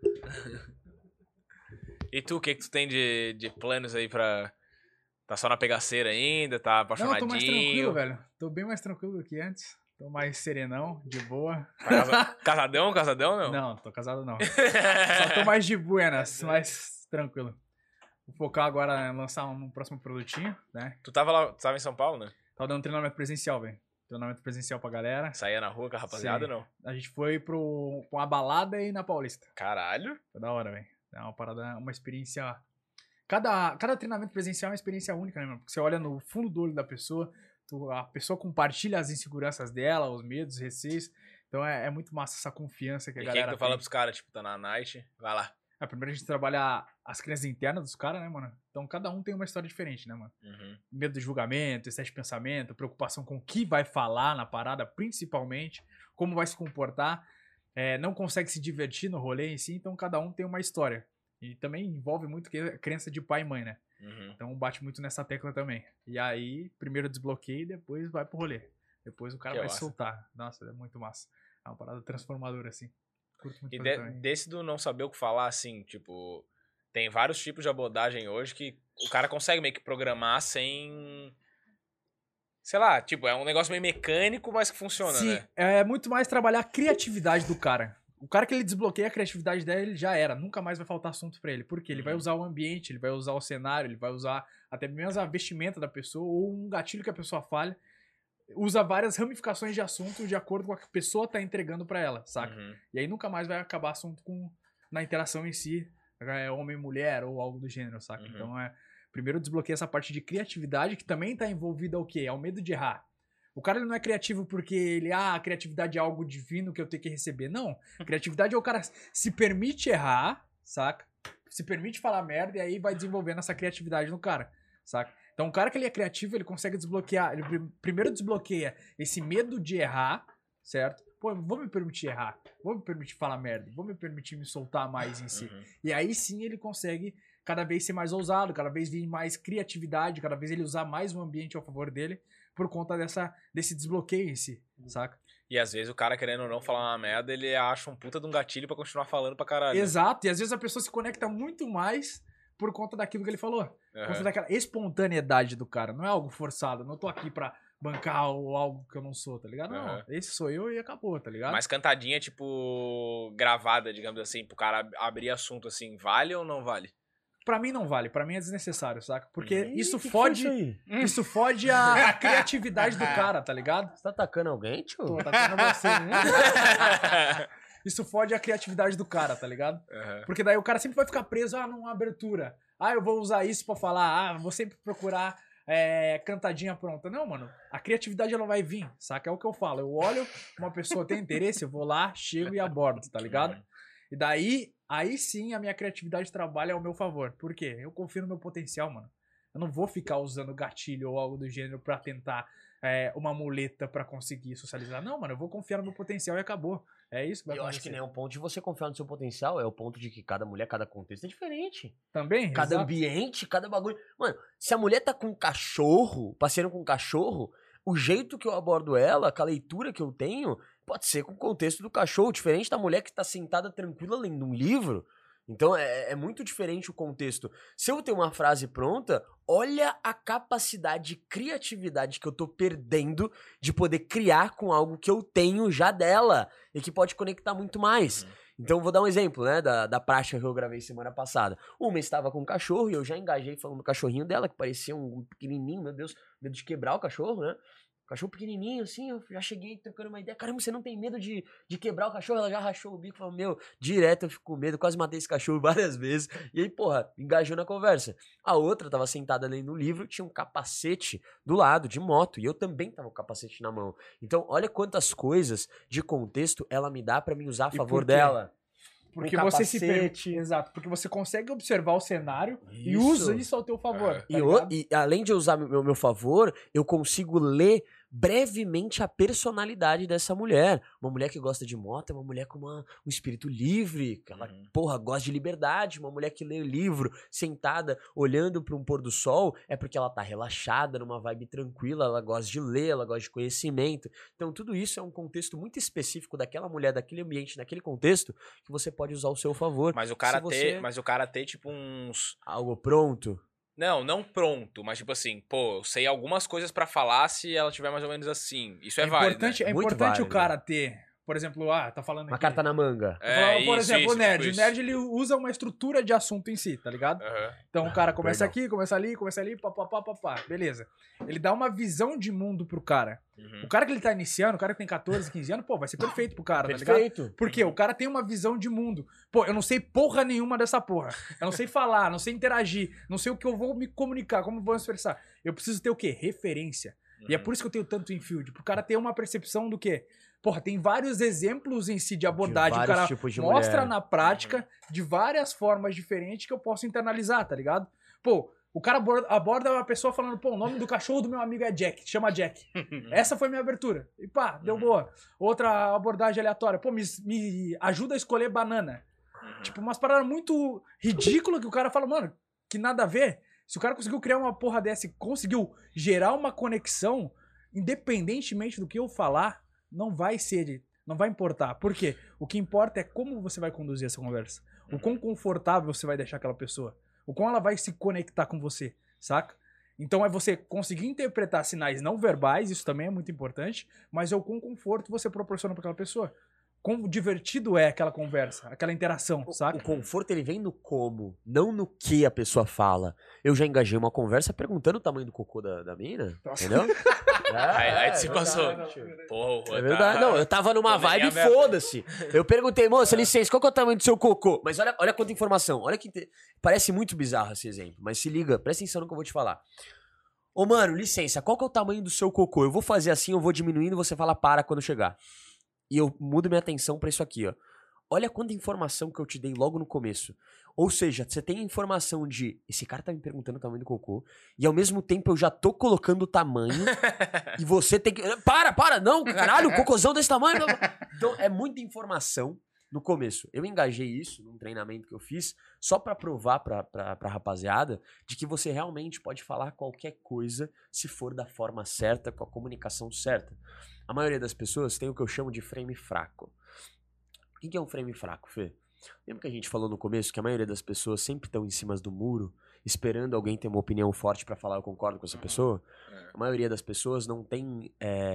E tu, o que tu tem de planos aí pra... Tá só na pegaceira ainda? Tá apaixonadinho? Não, tô mais tranquilo, velho. Tô bem mais tranquilo do que antes. Tô mais serenão, de boa. Casadão não? Não, tô casado não. Só tô mais de buenas, mais tranquilo. Vou focar agora em lançar um próximo produtinho, né? Tu tava em São Paulo, né? Tava dando treinamento presencial, velho. Treinamento presencial pra galera. Saía na rua com a rapaziada ou não? A gente foi pra uma balada aí na Paulista. Caralho. Foi da hora, velho. É uma parada, uma experiência... Cada treinamento presencial é uma experiência única, né, mano? Porque você olha no fundo do olho da pessoa, a pessoa compartilha as inseguranças dela, os medos, os receios. Então é muito massa essa confiança que a galera tem. E o que tu fala pros caras, tipo, tá na night, vai lá. Primeiro a gente trabalha as crenças internas dos caras, né, mano? Então cada um tem uma história diferente, né, mano? Medo do julgamento, excesso de pensamento, preocupação com o que vai falar na parada, principalmente, como vai se comportar. Não consegue se divertir no rolê em si, então cada um tem uma história. E também envolve muito crença de pai e mãe, né? Então bate muito nessa tecla também. E aí, primeiro desbloqueia e depois vai pro rolê. Depois o cara vai soltar. Nossa, é muito massa. É uma parada transformadora, assim. Curto muito desse do não saber o que falar, assim, tipo... Tem vários tipos de abordagem hoje que o cara consegue meio que programar sem... Sei lá, tipo, é um negócio meio mecânico, mas que funciona, Sim, né? É muito mais trabalhar a criatividade do cara. O cara que ele desbloqueia a criatividade dele, ele já era. Nunca mais vai faltar assunto pra ele. Por quê? Ele vai usar o ambiente, ele vai usar o cenário, ele vai usar até mesmo a vestimenta da pessoa ou um gatilho que a pessoa fale. Usa várias ramificações de assunto de acordo com o que a pessoa tá entregando pra ela, saca? E aí nunca mais vai acabar assunto na interação em si, homem e mulher ou algo do gênero, saca? Então primeiro desbloqueia essa parte de criatividade que também tá envolvida ao quê? Ao medo de errar. O cara ele não é criativo porque a criatividade é algo divino que eu tenho que receber. Não. Criatividade é o cara se permite errar, saca? Se permite falar merda e aí vai desenvolvendo essa criatividade no cara, saca? Então, o cara que ele é criativo, ele consegue desbloquear. Ele primeiro desbloqueia esse medo de errar, certo? Pô, vou me permitir errar. Vou me permitir falar merda. Vou me permitir me soltar mais em si. E aí sim ele consegue cada vez ser mais ousado, cada vez vir mais criatividade, cada vez ele usar mais o ambiente ao favor dele por conta desse desbloqueio em si, saca? E às vezes o cara, querendo ou não falar uma merda, ele acha um puta de um gatilho pra continuar falando pra caralho. Exato, e às vezes a pessoa se conecta muito mais por conta daquilo que ele falou. Por conta daquela espontaneidade do cara. Não é algo forçado, não tô aqui pra bancar algo que eu não sou, tá ligado? Não, esse sou eu e acabou, tá ligado? Mas cantadinha, tipo, gravada, digamos assim, pro cara abrir assunto assim, vale ou não vale? Pra mim não vale, pra mim é desnecessário, saca? Porque isso fode a criatividade do cara, tá ligado? Você tá atacando alguém, tio? Tô atacando você. Isso fode a criatividade do cara, tá ligado? Porque daí o cara sempre vai ficar preso, numa abertura. Eu vou usar isso pra falar, vou sempre procurar cantadinha pronta. Não, mano, a criatividade ela vai vir, saca? É o que eu falo. Eu olho, uma pessoa tem interesse, eu vou lá, chego e abordo, tá ligado? E daí, aí sim a minha criatividade trabalha ao meu favor. Por quê? Eu confio no meu potencial, mano. Eu não vou ficar usando gatilho ou algo do gênero pra tentar uma muleta pra conseguir socializar. Não, mano, eu vou confiar no meu potencial e acabou. É isso que vai acontecer. Eu acho que nem o ponto de você confiar no seu potencial, é o ponto de que cada mulher, cada contexto é diferente. Também? Cada ambiente, cada bagulho. Mano, se a mulher tá com um cachorro, passeando com um cachorro, o jeito que eu abordo ela, com a leitura que eu tenho, pode ser com o contexto do cachorro, diferente da mulher que tá sentada tranquila lendo um livro. Então é muito diferente o contexto. Se eu tenho uma frase pronta, olha a capacidade de criatividade que eu tô perdendo de poder criar com algo que eu tenho já dela e que pode conectar muito mais. Então vou dar um exemplo, né, da prática que eu gravei semana passada. Uma estava com um cachorro e eu já engajei falando do cachorrinho dela, que parecia um pequenininho, meu Deus, medo de quebrar o cachorro, né? Cachorro pequenininho, assim, eu já cheguei trocando uma ideia. Caramba, você não tem medo de quebrar o cachorro? Ela já rachou o bico, falou, meu, direto eu fico com medo, quase matei esse cachorro várias vezes. E aí, porra, engajou na conversa. A outra tava sentada lendo um livro, tinha um capacete do lado, de moto, e eu também tava com o capacete na mão. Então, olha quantas coisas de contexto ela me dá pra me usar a favor dela. Porque você se permite. Exato, porque você consegue observar o cenário e usa isso ao teu favor. Tá e além de usar meu favor, eu consigo ler brevemente a personalidade dessa mulher. Uma mulher que gosta de moto é uma mulher com um espírito livre, que ela, gosta de liberdade. Uma mulher que lê o livro sentada, olhando para um pôr do sol, é porque ela tá relaxada, numa vibe tranquila, ela gosta de ler, ela gosta de conhecimento. Então tudo isso é um contexto muito específico daquela mulher, daquele ambiente, naquele contexto, que você pode usar ao seu favor. Mas o cara ter tipo uns... Algo pronto... Não pronto, mas tipo assim, pô, eu sei algumas coisas pra falar se ela tiver mais ou menos assim. Isso é válido, né? É importante o cara ter, por exemplo, tá falando uma carta na manga. Por exemplo, o nerd. Tipo o nerd, ele usa uma estrutura de assunto em si, tá ligado? Então o cara começa aqui, começa ali, papapá. Beleza. Ele dá uma visão de mundo pro cara. O cara que ele tá iniciando, o cara que tem 14, 15 anos, vai ser perfeito pro cara, tá ligado? Porque o cara tem uma visão de mundo. Pô, eu não sei porra nenhuma dessa porra. Eu não sei falar, não sei interagir, não sei o que eu vou me comunicar, como vou expressar. Eu preciso ter o quê? Referência. E é por isso que eu tenho tanto infield, pro cara ter uma percepção do quê? Porra, tem vários exemplos em si de abordagem. O cara mostra na prática de várias formas diferentes que eu posso internalizar, tá ligado? Pô, o cara aborda uma pessoa falando, pô, o nome do cachorro do meu amigo é Jack, chama Jack. Essa foi minha abertura. E pá, deu boa. Outra abordagem aleatória, pô, me ajuda a escolher banana. Tipo, umas paradas muito ridículas que o cara fala, mano, que nada a ver. Se o cara conseguiu criar uma porra dessa e conseguiu gerar uma conexão, independentemente do que eu falar, não vai importar. Por quê? O que importa é como você vai conduzir essa conversa. O quão confortável você vai deixar aquela pessoa. O quão ela vai se conectar com você, saca? Então é você conseguir interpretar sinais não verbais, isso também é muito importante, mas é o quão conforto você proporciona para aquela pessoa. Quão divertido é aquela conversa, aquela interação, saca? O conforto, ele vem no como, não no que a pessoa fala. Eu já engajei uma conversa perguntando o tamanho do cocô da mina, entendeu? Aí você passou. Porra, é verdade. Não, eu tava numa vibe, foda-se. Eu perguntei, moça, licença, qual que é o tamanho do seu cocô? Mas olha quanta informação. Olha que parece muito bizarro esse exemplo, mas se liga, presta atenção no que eu vou te falar. Ô, mano, licença, qual que é o tamanho do seu cocô? Eu vou fazer assim, eu vou diminuindo, você fala para quando chegar. E eu mudo minha atenção pra isso aqui, ó. Olha quanta informação que eu te dei logo no começo. Ou seja, você tem a informação de, esse cara tá me perguntando o tamanho do cocô, e ao mesmo tempo eu já tô colocando o tamanho, e você tem que... Para, não, caralho, o cocôzão desse tamanho... Então, é muita informação no começo. Eu engajei isso num treinamento que eu fiz, só pra provar pra rapaziada, de que você realmente pode falar qualquer coisa, se for da forma certa, com a comunicação certa. A maioria das pessoas tem o que eu chamo de frame fraco. O que é um frame fraco, Fê? Lembra que a gente falou no começo que a maioria das pessoas sempre estão em cima do muro, esperando alguém ter uma opinião forte pra falar eu concordo com essa pessoa? A maioria das pessoas não tem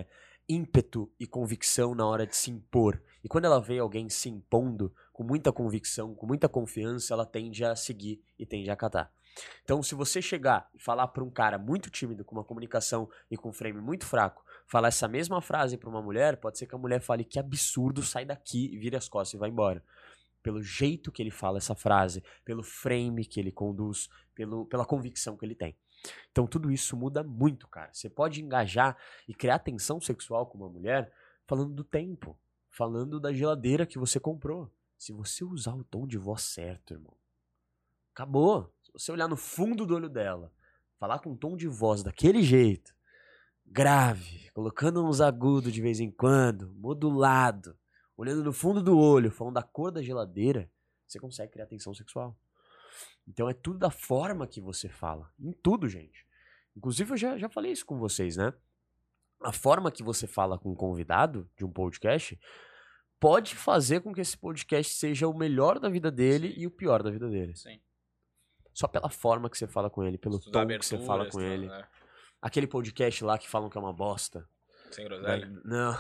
ímpeto e convicção na hora de se impor. E quando ela vê alguém se impondo com muita convicção, com muita confiança, ela tende a seguir e tende a acatar. Então, se você chegar e falar pra um cara muito tímido, com uma comunicação e com um frame muito fraco, falar essa mesma frase pra uma mulher, pode ser que a mulher fale que absurdo, sai daqui e vire as costas e vai embora. Pelo jeito que ele fala essa frase, pelo frame que ele conduz, pela convicção que ele tem. Então tudo isso muda muito, cara. Você pode engajar e criar tensão sexual com uma mulher falando do tempo, falando da geladeira que você comprou. Se você usar o tom de voz certo, irmão, acabou. Se você olhar no fundo do olho dela, falar com um tom de voz daquele jeito, grave, colocando uns agudos de vez em quando, modulado, olhando no fundo do olho, falando da cor da geladeira, você consegue criar tensão sexual. Então é tudo da forma que você fala. Em tudo, gente. Inclusive eu já falei isso com vocês, né? A forma que você fala com um convidado de um podcast pode fazer com que esse podcast seja o melhor da vida dele e o pior da vida dele. Sim. Só pela forma que você fala com ele, pelo tom que você fala com ele. Né? Aquele podcast lá que falam que é uma bosta. Sem groselha? Não.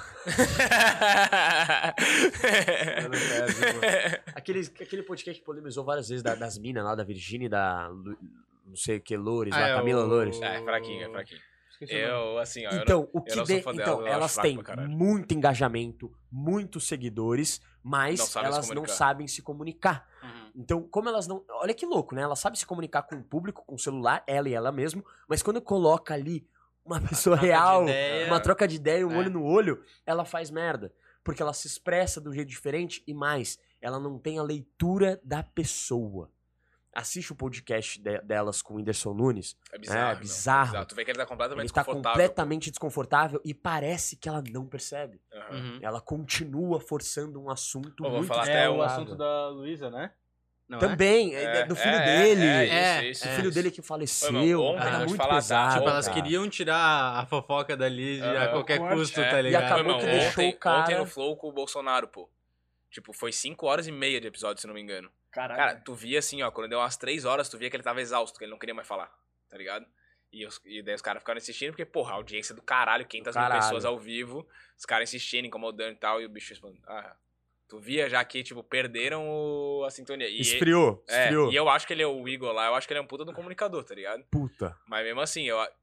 Aquele podcast que polemizou várias vezes das minas lá, da Virgínia e da não sei o que, Loures, lá, Camila Loures. É fraquinho. Eu, assim, ó, então, elas têm muito engajamento, muitos seguidores, mas elas não sabem se comunicar. Então, como elas não... Olha que louco, né? Ela sabe se comunicar com o público, com o celular, ela e ela mesma, mas quando coloca ali uma pessoa real, uma troca de ideia, um olho no olho, ela faz merda. Porque ela se expressa de um jeito diferente e mais, ela não tem a leitura da pessoa. Assiste o podcast delas com o Whindersson Nunes. É bizarro. É bizarro. Tu vê que ele tá completamente desconfortável. Ele tá completamente desconfortável e parece que ela não percebe. Ela continua forçando um assunto muito falar até o assunto da Luísa, né? Não também, do filho dele. Isso. O filho dele que faleceu. Muito pesado. Tipo, elas queriam tirar a fofoca da Liz a qualquer custo, tá ligado? E acabou que deixou o cara... Ontem no Flow com o Bolsonaro, pô. Tipo, foi 5h30 de episódio, se não me engano. Caralho. Cara, tu via assim, ó, quando deu umas 3 horas, tu via que ele tava exausto, que ele não queria mais falar, tá ligado? E daí os caras ficaram insistindo, porque, porra, a audiência do caralho, 500 mil pessoas ao vivo, os caras insistindo, incomodando e tal, e o bicho respondendo, tu via já que, tipo, perderam a sintonia. E esfriou. E eu acho que ele é o Igor lá, eu acho que ele é um puta do comunicador, tá ligado? Puta. Mas mesmo assim,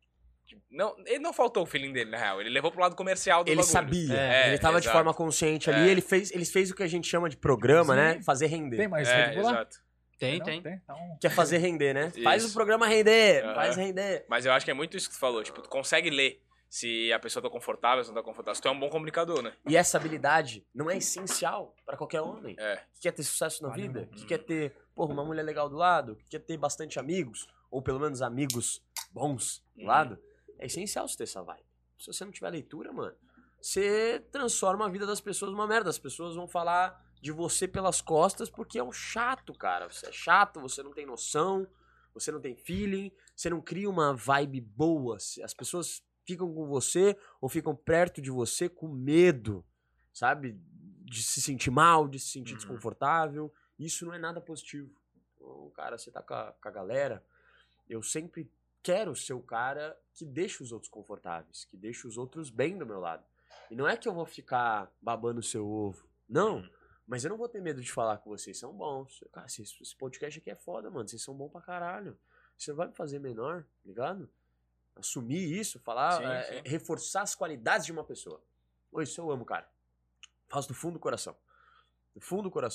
ele não faltou o feeling dele, na real. Ele levou pro lado comercial do bagulho. Ele sabia. Ele tava de forma consciente ali. Ele fez o que a gente chama de programa, né? Fazer render. Tem mais Red Bull lá? Exato. Tem. Então... Quer fazer render, né? Isso. Faz o programa render. Faz render. Mas eu acho que é muito isso que tu falou. Tipo, tu consegue ler se a pessoa tá confortável, se não tá confortável. Se tu é um bom comunicador, né? E essa habilidade não é essencial pra qualquer homem. Que quer ter sucesso na vida, que quer ter, uma mulher legal do lado, que quer ter bastante amigos, ou pelo menos amigos bons do lado. É essencial você ter essa vibe. Se você não tiver leitura, mano, você transforma a vida das pessoas numa merda. As pessoas vão falar de você pelas costas porque é um chato, cara. Você é chato, você não tem noção, você não tem feeling, você não cria uma vibe boa. As pessoas ficam com você ou ficam perto de você com medo, sabe? De se sentir mal, de se sentir desconfortável. Isso não é nada positivo. Então, cara, você tá com a galera, eu sempre quero ser o cara que deixa os outros confortáveis, que deixa os outros bem do meu lado. E não é que eu vou ficar babando o seu ovo. Não. Mas eu não vou ter medo de falar com vocês. São bons. Cara, esse podcast aqui é foda, mano. Vocês são bons pra caralho. Você vai me fazer menor, ligado? Assumir isso, falar, reforçar as qualidades de uma pessoa. Isso eu amo, cara. Faço do fundo do coração. Do fundo do coração.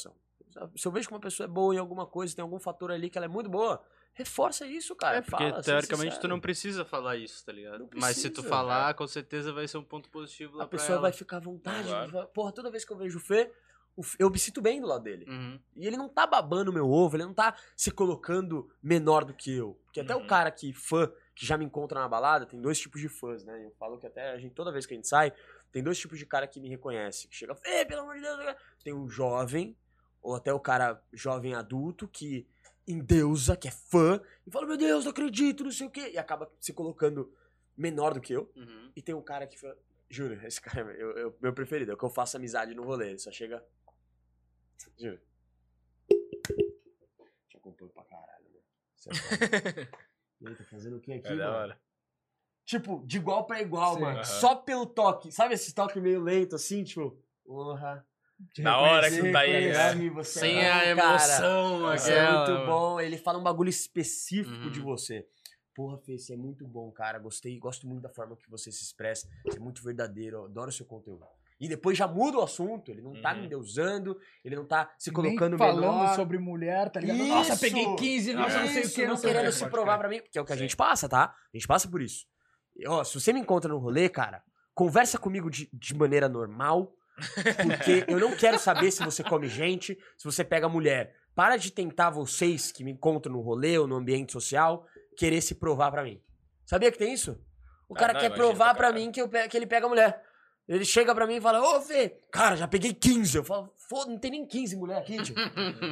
Se eu vejo que uma pessoa é boa em alguma coisa, tem algum fator ali que ela é muito boa, reforça isso, cara. Porque fala, teoricamente tu não precisa falar isso, tá ligado? Mas se tu falar, com certeza vai ser um ponto positivo lá pra ela. A pessoa vai ficar à vontade. Porra, toda vez que eu vejo o Fê, eu me sinto bem do lado dele. E ele não tá babando meu ovo, ele não tá se colocando menor do que eu. Porque até o cara fã, que já me encontra na balada, tem 2 tipos de fãs, né? Eu falo que até toda vez que a gente sai, tem 2 tipos de cara que me reconhece. Que chega, Fê, pelo amor de Deus. Tem um jovem, ou até o cara jovem adulto, que endeusa, que é fã, e fala, meu Deus, não acredito, não sei o quê. E acaba se colocando menor do que eu. E tem um cara que fala, juro, esse cara é meu preferido, é o que eu faço amizade no rolê. Ele só chega... Juro. Te acompanho pra caralho, né? E aí, tá fazendo o que aqui, mano? Da hora. Tipo, de igual pra igual, mano. Só pelo toque. Sabe esse toque meio lento, assim? Tipo, porra. Na hora que tá aí, sem a emoção, cara. É muito bom. Ele fala um bagulho específico de você. Porra, Fê, você é muito bom, cara. Gosto muito da forma que você se expressa. Você é muito verdadeiro, eu adoro o seu conteúdo. E depois já muda o assunto, ele não tá me endeusando, ele não tá se colocando falando sobre mulher, tá ligado? Isso, nossa, peguei 15, nossa, não sei o que. Não querendo se provar pra mim, porque é o que a gente passa, tá? A gente passa por isso. E, ó, se você me encontra no rolê, cara, conversa comigo de maneira normal, porque eu não quero saber se você come gente, se você pega mulher. Para de tentar vocês que me encontram no rolê ou no ambiente social, querer se provar pra mim. Sabia que tem isso? O cara quer provar pra mim que ele pega mulher. Ele chega pra mim e fala, ô Fê, cara, já peguei 15. Eu falo, foda, não tem nem 15 mulher aqui, tio.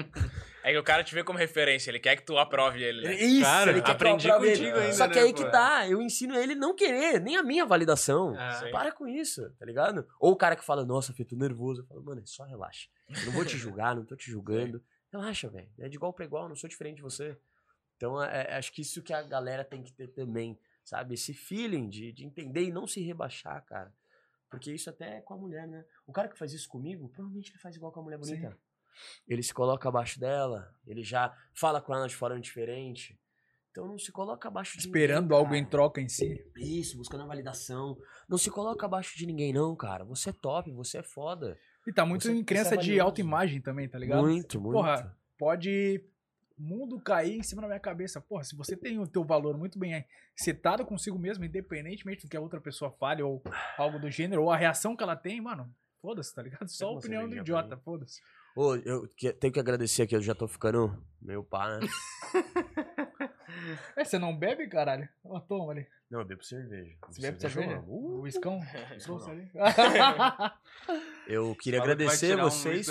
É que o cara te vê como referência, ele quer que tu aprove ele. Né? Isso, cara, ele quer aprendi que eu aprove contigo ele. ainda, Só que né, aí que tá, eu ensino ele não querer, nem a minha validação. Para com isso, tá ligado? Ou o cara que fala, nossa, Fê, tô nervoso. Eu falo, mano, só relaxa. Eu não vou te julgar, não tô te julgando. Relaxa, velho. É de igual pra igual, não sou diferente de você. Então, acho que isso que a galera tem que ter também, sabe? Esse feeling de entender e não se rebaixar, cara. Porque isso até é com a mulher, né? O cara que faz isso comigo, provavelmente ele faz igual com a mulher bonita. Sim. Ele se coloca abaixo dela, ele já fala com ela de forma diferente. Então não se coloca abaixo de Esperando ninguém, algo em troca em si. Isso, buscando a validação. Não se coloca abaixo de ninguém não, cara. Você é top, você é foda. E tá muito em crença de autoimagem também, tá ligado? Muito, muito. Porra, pode... mundo cair em cima da minha cabeça. Porra, se você tem o teu valor muito bem setado consigo mesmo, independentemente do que a outra pessoa fale ou algo do gênero, ou a reação que ela tem, mano, foda-se, tá ligado? Só a opinião do idiota, foda-se. Ô, eu tenho que agradecer aqui, eu já tô ficando meio pá, né? Você não bebe, caralho? Ó, toma ali. Não, eu bebo cerveja. Você bebe cerveja? O Whiskão? Ali. Eu queria agradecer vocês.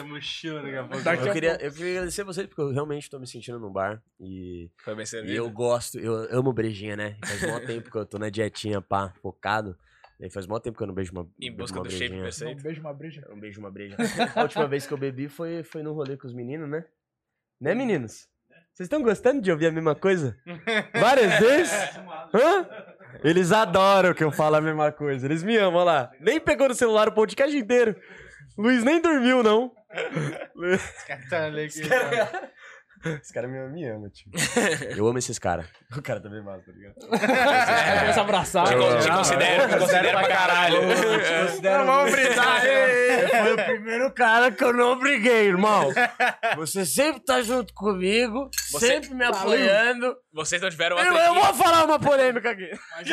Eu queria agradecer vocês porque eu realmente tô me sentindo no bar. E eu gosto, eu amo brejinha, né? Faz muito tempo que eu tô na dietinha, pá, focado. E faz muito tempo que eu não beijo uma Em busca do shape perfeito. Um beijo, uma breja. Um beijo, uma breja. A última vez que eu bebi foi no rolê com os meninos, né? Né, meninos? Vocês estão gostando de ouvir a mesma coisa? Várias vezes? Hã? Eles adoram que eu falo a mesma coisa. Eles me amam, olha lá. Nem pegou no celular o podcast inteiro. Luiz nem dormiu, não. Esse cara tá ali aqui. Esse cara me ama, tio. Eu amo esses caras. O cara também massa, tá ligado? Começa a abraçar. Te considero pra caralho. Vamos brindar. Foi o primeiro cara que eu não briguei, irmão. Você sempre tá junto comigo, sempre me apoiando. Vocês não tiveram uma Eu vou falar uma polêmica aqui.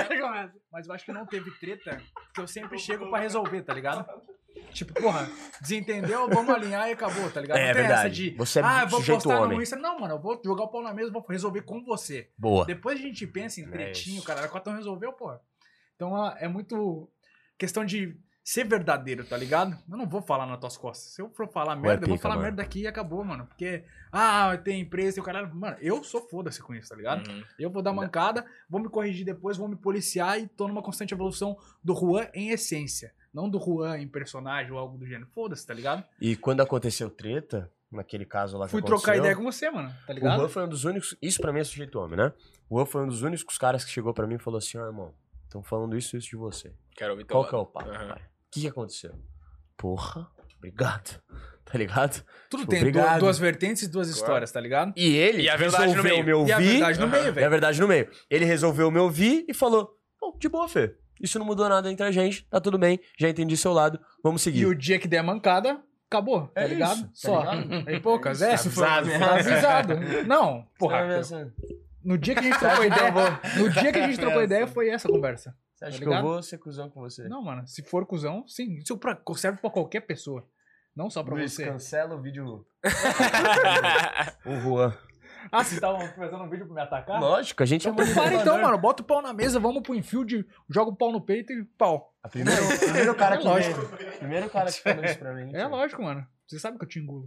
Mas eu acho que não teve treta, porque eu sempre chego pra resolver, tá ligado? Tipo, porra, desentendeu, vamos alinhar e acabou, tá ligado? É, não tem verdade. essa de, você eu vou postar homem. no Insta. Não, mano, eu vou jogar o pau na mesa, vou resolver com você. Boa. Depois a gente pensa em tretinho, cara, quando resolveu, porra. Então é muito questão de ser verdadeiro, tá ligado? Eu não vou falar nas tuas costas. Se eu for falar merda, eu vou falar merda aqui e acabou, mano. Porque, tem empresa e o caralho. Mano, eu sou foda-se com isso, tá ligado? Eu vou dar mancada, vou me corrigir depois, vou me policiar e tô numa constante evolução do Juan em essência. Não do Juan em personagem ou algo do gênero. Foda-se, tá ligado? E quando aconteceu treta, naquele caso lá que Fui trocar ideia com você, mano, tá ligado? O Juan foi um dos únicos... Isso pra mim é sujeito homem, né? O Juan foi um dos únicos caras que chegou pra mim e falou assim, irmão, estão falando isso de você. Quero ouvir Qual que é o papo, pai? O que aconteceu? Porra, obrigado. Tá ligado? Tudo tem duas vertentes e duas histórias, tá ligado? E ele a verdade no meio. me ouvir. E a verdade no meio, velho. E a verdade no meio. Ele resolveu me ouvir e falou, de boa, Fê. Isso não mudou nada entre a gente, tá tudo bem, já entendi seu lado, vamos seguir. E o dia que der mancada, acabou, tá ligado? Isso, Só. tá ligado? Tem poucas, é. Avisado, né? Avisado. Não, porra. No dia que a gente trocou ideia, no dia que a gente trocou ideia, foi essa conversa. Você acha Tá que eu ligado? vou ser cuzão com você? Não, mano, se for cuzão, sim. Isso serve pra qualquer pessoa. Não só pra Luiz, você. cancela o vídeo. O Juan. Ah, vocês estavam fazendo um vídeo pra me atacar? Lógico, a gente Então para então, mano. Bota o pau na mesa, vamos pro infield, joga o pau no peito e pau. Primeiro cara que lógico. Primeiro cara que falou isso pra mim. É lógico, mano. Você sabe que eu te engulo.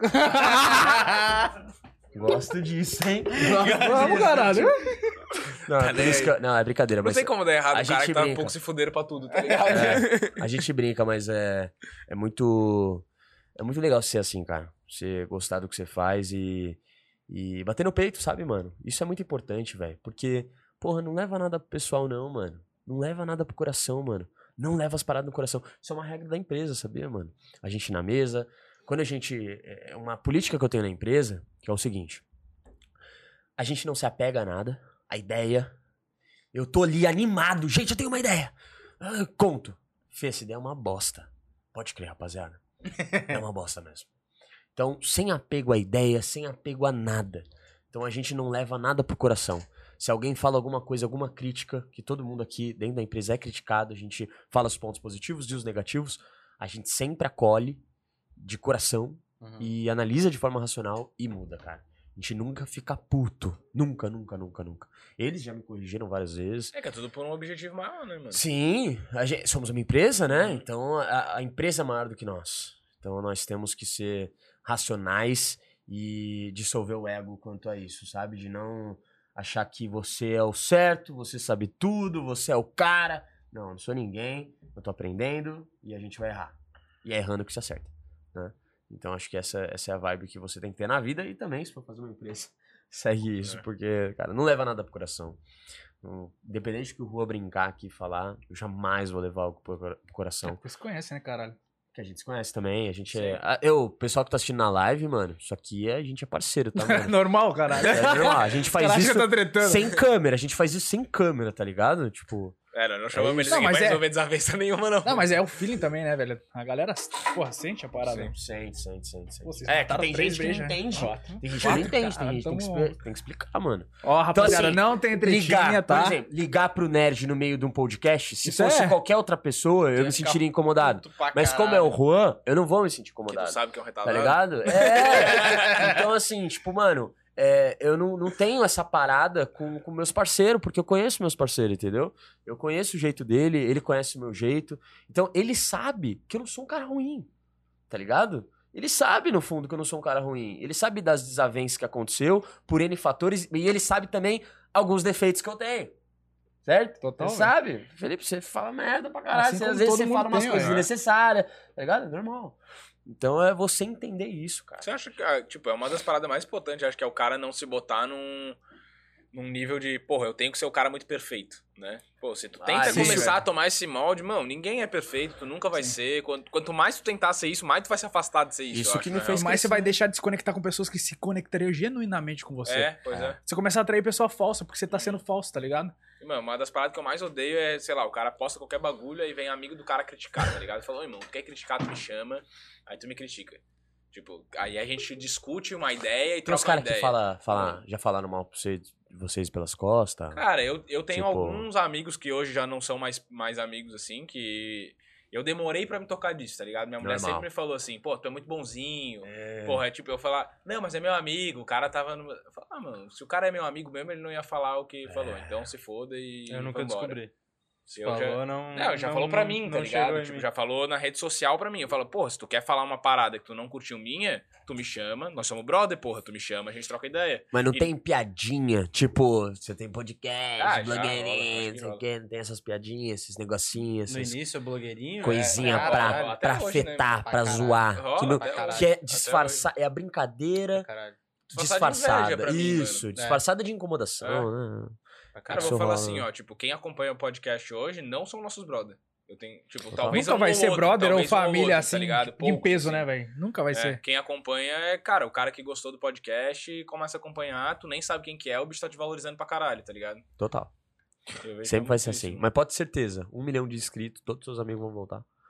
Gosto disso, hein? Vamos, caralho. Não, é por isso que não, é brincadeira. Não Mas tem como dar errado a o cara gente que tá um brinca. pouco se fuderam pra tudo, tá ligado? a gente brinca, mas é muito legal ser assim, cara. Você gostar do que você faz e bater no peito, sabe, mano? Isso é muito importante, velho. Porque, porra, não leva nada pro pessoal, não, mano. Não leva nada pro coração, mano. Não leva as paradas no coração. Isso é uma regra da empresa, sabia, mano? A gente na mesa. Quando a gente. É uma política que eu tenho na empresa, que é o seguinte: a gente não se apega a nada. A ideia. Eu tô ali animado. Gente, eu tenho uma ideia. Conto. Fê, essa ideia é uma bosta. Pode crer, rapaziada. É uma bosta mesmo. Então, sem apego à ideia, sem apego a nada. Então, a gente não leva nada pro coração. Se alguém fala alguma coisa, alguma crítica, que todo mundo aqui dentro da empresa é criticado, a gente fala os pontos positivos e os negativos, a gente sempre acolhe de coração e analisa de forma racional e muda, cara. A gente nunca fica puto. Nunca, nunca, nunca, nunca. Eles já me corrigiram várias vezes. É que é tudo por um objetivo maior, né, mano? Sim, somos uma empresa, né? Então, a empresa é maior do que nós. Então, nós temos que ser racionais e dissolver o ego quanto a isso, sabe? De não achar que você é o certo, você sabe tudo, você é o cara. Não, não sou ninguém, eu tô aprendendo e a gente vai errar. E é errando que se acerta, né? Então acho que essa é a vibe que você tem que ter na vida e também se for fazer uma empresa, segue isso, porque, cara, não leva nada pro coração. Independente do que o Rua brincar aqui e falar, eu jamais vou levar algo pro coração. Você conhece, né, caralho? Que a gente se conhece também, a gente o pessoal que tá assistindo na live, mano, isso aqui a gente é parceiro, tá, mano? Normal, caralho. É normal, a gente faz isso Tá tretando. sem câmera, a gente faz isso sem câmera, tá ligado? Tipo... Não chamamos eles Não, aqui mas pra resolver desavença nenhuma, não. Não, mas é o feeling também, né, velho? A galera, porra, sente a parada. Sente. Pô, vocês Que mataram tem três gente que não brejas, né? entende. Quatro. Tem gente que não entende, Cara, tem gente que tem que explicar, mano. Ó, rapaziada, Então, assim, não tem tretinha, ligar, tá? por exemplo, ligar pro nerd no meio de um podcast, se Isso fosse qualquer outra pessoa, eu me sentiria incomodado. Mas como é o Juan, eu não vou me sentir Que tu incomodado. sabe que é um Tá retardado. ligado? Então, assim, tipo, mano, eu não tenho essa parada com meus parceiros, porque eu conheço meus parceiros, entendeu? Eu conheço o jeito dele, ele conhece o meu jeito. Então, ele sabe que eu não sou um cara ruim, tá ligado? Ele sabe, no fundo, que eu não sou um cara ruim. Ele sabe das desavenças que aconteceu, por N fatores, e ele sabe também alguns defeitos que eu tenho. Certo? Total, Ele sabe. Felipe, você fala merda pra caralho. Assim Às como vezes todo você mundo fala umas tem, coisas ó. desnecessárias, tá ligado? É normal. Então é você entender isso, cara. Você acha que, tipo, é uma das paradas mais importantes, acho que é o cara não se botar num nível de, porra, eu tenho que ser o cara muito perfeito, né? Pô, se tu tenta sim, começar velho. a tomar esse molde, mano, ninguém é perfeito, tu nunca vai ser. Quanto mais tu tentar ser isso, mais tu vai se afastar de ser isso. Isso eu que acho, me né? fez Mas você vai deixar de se conectar com pessoas que se conectariam genuinamente com você. Pois é. Você começar a atrair pessoa falsa, porque você tá sendo falso, tá ligado? E, mano, uma das paradas que eu mais odeio é, sei lá, o cara posta qualquer bagulho e vem amigo do cara criticar, tá ligado? Falou, irmão, tu quer criticar, tu me chama, aí tu me critica. Tipo, aí a gente discute uma ideia e Tem uns troca uma caras ideia. que já falaram mal pra vocês pelas costas. Cara, eu tenho Tipo- alguns amigos que hoje já não são mais amigos, assim, que eu demorei pra me tocar disso, tá ligado? Minha mulher Normal. sempre me falou assim, pô, tu é muito bonzinho. Porra, é tipo, eu falar, não, mas é meu amigo, o cara tava no... Eu falo, mano, se o cara é meu amigo mesmo, ele não ia falar o que falou. Então se foda e Eu nunca vambora. descobri. Eu Falou, já... não, já falou pra mim, tá não chegou ligado? em Tipo, mim. já falou na rede social pra mim. Eu falo, porra, se tu quer falar uma parada que tu não curtiu minha, tu me chama, nós somos brother, porra, tu me chama, a gente troca ideia. Mas não E- tem piadinha, tipo, você tem podcast, Ah, já blogueirinho, rola, não sei o acho quê, não tem essas piadinhas, esses negocinhos, No essas início, blogueirinho. coisinha caralho, pra até hoje, né? afetar, Pra pra caralho. zoar. Rola Que, não- até hoje. que é Até disfarçar, é a brincadeira Caralho. Disfarçar de inveja pra mim, Isso, mano. disfarçada de incomodação, né? Cara, eu Isso vou falar rola. assim, ó, tipo, quem acompanha o podcast hoje não são nossos brother. Eu tenho, tipo, Total. talvez Nunca um vai ou ser outro, brother ou talvez um família outro, assim, tá ligado? em Poucos, peso, assim. né, velho? Nunca vai ser. Quem acompanha é, cara, o cara que gostou do podcast e começa a acompanhar, tu nem sabe quem que é, o bicho tá te valorizando pra caralho, tá ligado? Total. Eu vejo que Sempre é vai muito ser isso, assim. mano. Mas pode ter certeza, 1 milhão de inscritos, todos os seus amigos vão voltar.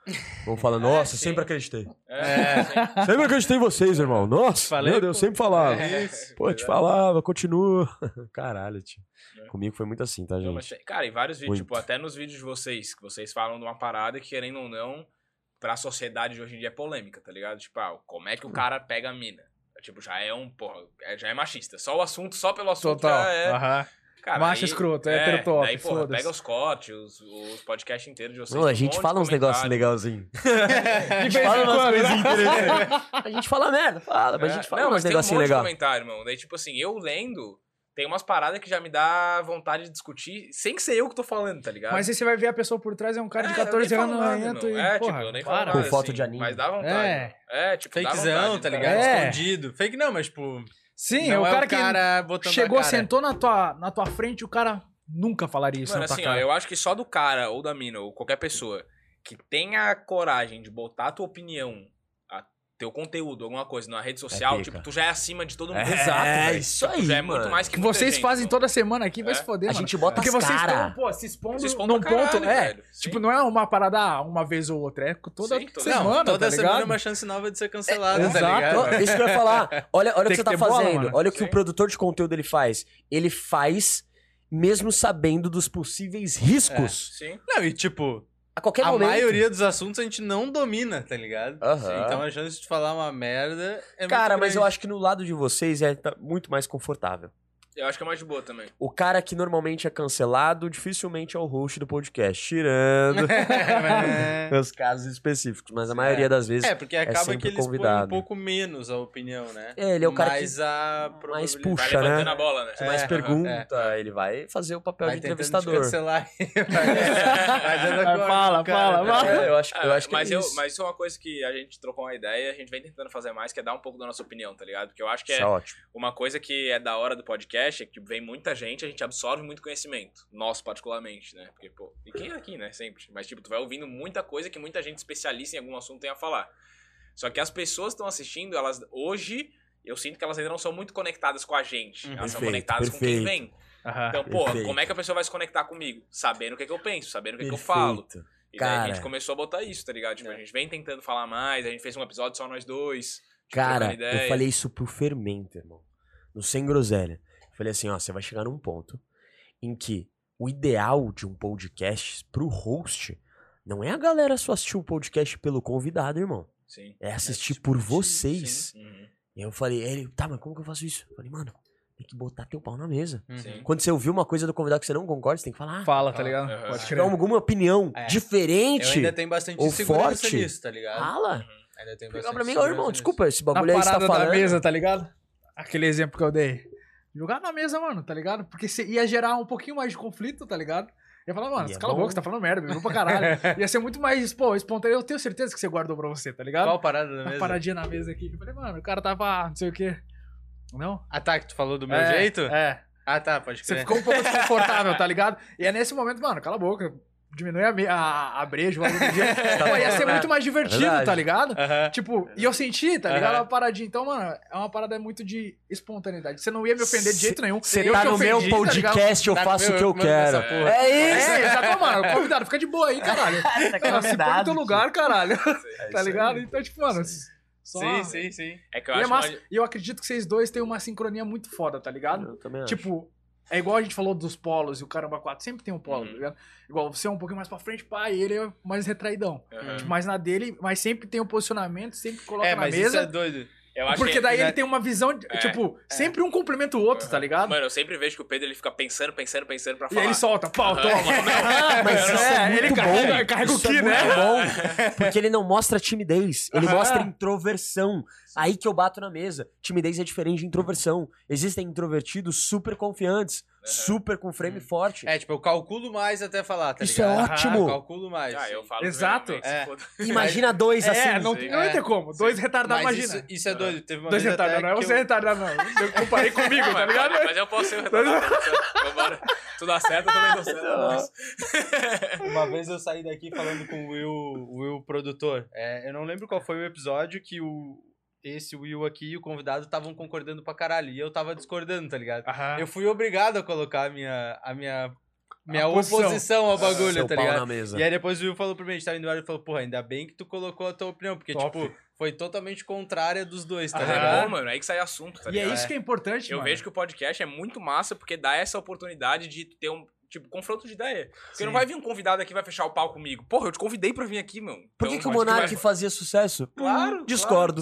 Vão falar, nossa, sempre acreditei. Sim. Sempre acreditei em vocês, irmão. Nossa, Falei, meu Deus, pô. sempre falava. Isso, Pô, te falava, continua. Caralho, tio. Comigo foi muito assim, tá, Não, mas, gente? cara, em vários vídeos, Muito. tipo, até nos vídeos de vocês, que vocês falam de uma parada que, querendo ou não, pra sociedade de hoje em dia é polêmica, tá ligado? Tipo, como é que o cara pega a mina? Tipo, já é já é machista. Só o assunto, só pelo assunto Total. já é... Aham. Cara, Macho escroto, hétero top, Daí, porra, foda-se. pega os cortes, os podcasts inteiros de vocês. Não, a tem um gente monte fala de uns negócios comentário. legalzinhos. De A gente vez fala em umas quando, coisas né? interessantes. A gente fala merda, fala, mas a gente fala Não, uns mas tem um negocinhos monte de legais. comentário, irmão. Daí, tipo assim, eu lendo, tem umas paradas que já me dá vontade de discutir, sem ser eu que tô falando, tá ligado? Mas aí você vai ver a pessoa por trás, é um cara de eu 14 nem anos falo nada, nojento irmão. e, tipo, porra, eu nem para. falo nada, Com foto assim, de anime. Mas dá vontade. Tipo, dá Fakezão, vontade, tá cara. ligado? É. Escondido. Fake não, mas tipo... Sim, não o é cara o cara botando que chegou, a cara. sentou na tua frente, o cara nunca falaria isso Mano, na tua assim, cara. eu acho que só do cara, ou da mina, ou qualquer pessoa que tenha a coragem de botar a tua opinião, teu conteúdo, alguma coisa na rede social, pica. tipo, tu já é acima de todo mundo. Exato, velho. isso Tu aí, já é mano. muito mais que Que muita vocês gente, fazem mano. toda semana aqui, vai É. se foder, A mano. gente bota Porque as vocês cara. estão, pô, se expondo Se expondo num pra ponto. caralho, velho. Sim. Tipo, não é uma parada uma vez ou outra, é toda Sim, toda semana, Não, toda tá semana é ligado? uma chance nova de ser cancelado, tá exato. ligado? Ó, isso que eu ia falar. Olha o Tem que você que tá ter bola, fazendo. mano. Olha o que Sim. o produtor de conteúdo ele faz. Ele faz mesmo sabendo dos possíveis riscos. Sim. Não, e tipo, A qualquer a momento. maioria dos assuntos a gente não domina, tá ligado? Aham. Então a chance de falar uma merda é Cara, muito mas eu grande. acho que no lado de vocês tá muito mais confortável. Eu acho que é mais de boa também. O cara que normalmente é cancelado, dificilmente é o host do podcast. Tirando os casos específicos. Mas a maioria das vezes. É, porque acaba sempre que ele expõe um convidado. pouco menos a opinião, né? É, ele é o cara Mas a mais probabilidade... puxa, Vai levantando né? a bola, né? que mais É, pergunta, ele vai fazer o papel Vai de tentando te entrevistador. cancelar. Vai dando Vai, corda, fala, cara. fala. É, eu acho que mas, é isso. mas isso é uma coisa que a gente trocou uma ideia e a gente vem tentando fazer mais, que é dar um pouco da nossa opinião, tá ligado? Porque eu acho que Isso é é ótimo. uma coisa que é da hora do podcast, é que vem muita gente, a gente absorve muito conhecimento. Nós, particularmente, né? Porque, pô, e quem é aqui, né? Sempre. Mas, tipo, tu vai ouvindo muita coisa que muita gente especialista em algum assunto tem a falar. Só que as pessoas que estão assistindo, elas, hoje, eu sinto que elas ainda não são muito conectadas com a gente. Elas são Perfeito, conectadas com quem perfeito. vem. Aham. Então, pô, Perfeito. como é que a pessoa vai se conectar comigo? Sabendo o que, é que eu penso, sabendo o que, é que eu falo. Perfeito. E daí a Cara. gente começou a botar isso, tá ligado? Tipo, a gente vem tentando falar mais, a gente fez um episódio só nós dois. tipo, Cara, trocando ideia. eu falei isso pro Fermento, irmão. No Sem Groselha. Eu falei assim, ó, você vai chegar num ponto em que o ideal de um podcast pro host não é a galera só assistir o podcast pelo convidado, irmão. Sim. É assistir por vocês. Sim. Uhum. E aí eu falei, ele, tá, mas como que eu faço isso? Eu falei, mano, tem que botar teu pau na mesa. Sim. Quando você ouvir uma coisa do convidado que você não concorda, você tem que falar. Fala, tá ligado? Aham. Pode Se crer. tiver alguma opinião É. Eu diferente, ainda tenho bastante ou insegurança forte. nisso, tá ligado? fala. Ainda tenho Fica bastante pra mim, ô insegurança irmão, nisso. desculpa, esse Na bagulho aí que você tá parada da falando. mesa, tá ligado? Aquele exemplo que eu dei. Jogar na mesa, mano, tá ligado? Porque ia gerar um pouquinho mais de conflito, tá ligado? Ia falar, mano, E é cala a bom. boca, você tá falando merda, bebeu pra caralho. Ia ser muito mais, pô, espontâneo. Eu tenho certeza que você guardou pra você, tá ligado? Qual parada da Uma mesa? paradinha na mesa aqui. Que eu falei, mano, o cara tava, não sei o quê. Não? Ah, tá, que tu falou do meu É, jeito? É. Ah, tá, pode Você crer. ficou um pouco desconfortável, tá ligado? E é nesse momento, mano, cala a boca. Diminui a breja, o valor do dia. Pô, ia ser muito mais divertido, Verdade. tá ligado? Aham. Tipo, e eu senti, tá ligado? Aham. Uma paradinha. Então, mano, é uma parada muito de espontaneidade. Você não ia me ofender de jeito nenhum. Você Eu tá te no meu ofendi, tá ligado? podcast, eu Tá no faço meu, o que eu eu mando essa quero. porra. É isso! É, exato, mano. Convidado, fica de boa aí, caralho. Cara, se põe no teu lugar, caralho. Tá ligado? Então, tipo, mano. Só... Sim, sim. É que eu E é acho massa. mais... E eu acredito que vocês dois têm uma sincronia muito foda, tá ligado? Eu também acho. Tipo, é igual a gente falou dos polos e o Caramba 4 sempre tem um polo, Uhum. tá ligado? Igual você é um pouquinho mais pra frente, pá, e ele é mais retraidão. Uhum. Tipo, mais na dele, mas sempre tem um posicionamento, sempre coloca É, na mas isso mesa. é doido. Eu acho Porque que... daí né? ele tem uma visão, tipo, sempre um complementa o outro, tá ligado? Mano, eu sempre vejo que o Pedro ele fica pensando pra E falar. aí ele solta, pau, toma. Mas isso é ele muito bom. carrega o Isso ki, é né? muito bom. Porque ele não mostra timidez, ele mostra introversão. Aí que eu bato na mesa. Timidez é diferente de introversão. Existem introvertidos super confiantes, super com frame forte. É, tipo, eu calculo mais até falar, tá Isso é ligado? ótimo. Eu calculo mais. Ah, eu sim. falo Exato. também, É. se foda. Imagina dois assim. É, não ia ter como. Dois retardados, Mas imagina. isso é doido. Teve uma Dois vez até retardados, não é que você eu... retardado, não. Eu comparei comigo, tá ligado? Mas eu posso ser o retardado. Vambora. Tu dá certo, eu também dou certo. Mas... Uma vez eu saí daqui falando com o Will produtor. Eu não lembro qual foi o episódio que esse Will aqui e o convidado estavam concordando pra caralho. E eu tava discordando, tá ligado? Aham. Eu fui obrigado a colocar a minha minha oposição ao bagulho, tá ligado? Na mesa. E aí depois o Will falou pra mim, a gente tava indo embora, ele falou, porra, ainda bem que tu colocou a tua opinião, porque, tipo, foi totalmente contrária dos dois, tá ligado? É bom, mano, aí que sai assunto, tá ligado? E é isso que é importante, Eu vejo que o podcast é muito massa, porque dá essa oportunidade de ter um, tipo, confronto de ideia. Porque não vai vir um convidado aqui e vai fechar o pau comigo. Porra, eu te convidei pra vir aqui, mano. Por que o Monark fazia sucesso? Claro. Discordo.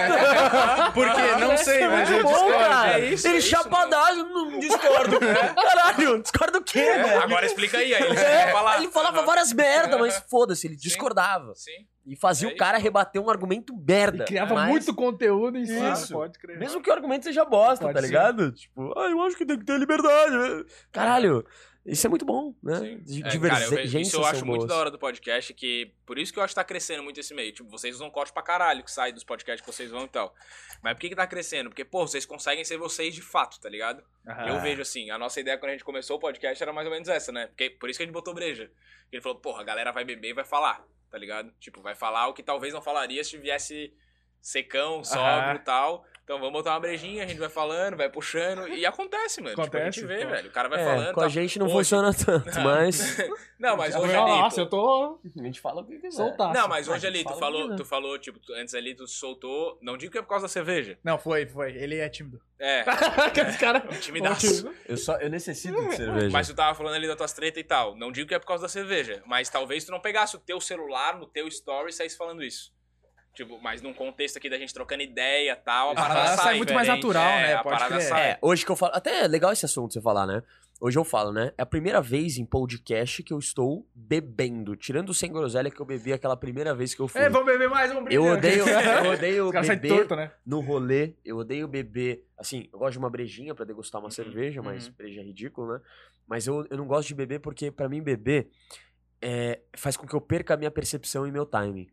Porque não sei, mas eu discordo. Cara. Ele chapadaço, não discordo. Caralho, discordo o quê, velho? Agora explica aí ele quer falar. Ele falava várias merda, mas foda-se, ele discordava. Sim. E fazia o cara rebater um argumento merda. E criava muito conteúdo em cima. Isso. Pode crer. Mesmo que o argumento seja bosta, tá ligado? Tipo, eu acho que tem que ter liberdade. Caralho, isso é muito bom, né? Isso eu acho muito da hora do podcast, que por isso que eu acho que tá crescendo muito esse meio. Tipo, vocês usam corte pra caralho que sai dos podcasts que vocês vão e tal. Mas por que tá crescendo? Porque, pô, vocês conseguem ser vocês de fato, tá ligado? Eu vejo assim, a nossa ideia quando a gente começou o podcast era mais ou menos essa, né? Porque, por isso que a gente botou breja. Ele falou, porra, a galera vai beber e vai falar, tá ligado? Tipo, vai falar o que talvez não falaria se viesse secão, sóbrio e tal. Então vamos botar uma brejinha, a gente vai falando, vai puxando. E acontece, mano. Acontece, tipo, a gente vê, velho. O cara vai falando. Com a gente não funciona tanto, mas. Não, mas hoje ali. Nossa, eu tô. A gente fala o que quiser. Soltar. Não, mas hoje ali, tu falou, tipo, antes ali, tu soltou. Não digo que é por causa da cerveja. Não, foi. Ele é tímido. É. Esse cara. Timidaço. Eu necessito de cerveja. Mas tu tava falando ali das tuas tretas e tal. Não digo que é por causa da cerveja. Mas talvez tu não pegasse o teu celular no teu story e saísse falando isso. Tipo, mas num contexto aqui da gente trocando ideia e tal, a parada sai muito mais natural, né? A parada sai. Hoje que eu falo. Até é legal esse assunto você falar, né? Hoje eu falo, né? É a primeira vez em podcast que eu estou bebendo. Tirando o sem groselha que eu bebi aquela primeira vez que eu fui. Vamos beber mais, vamos Eu odeio beber torto, né? no rolê. Eu odeio beber. Assim, eu gosto de uma brejinha pra degustar uma cerveja, mas breja é ridículo, né? Mas eu não gosto de beber porque, pra mim, beber faz com que eu perca a minha percepção e meu timing.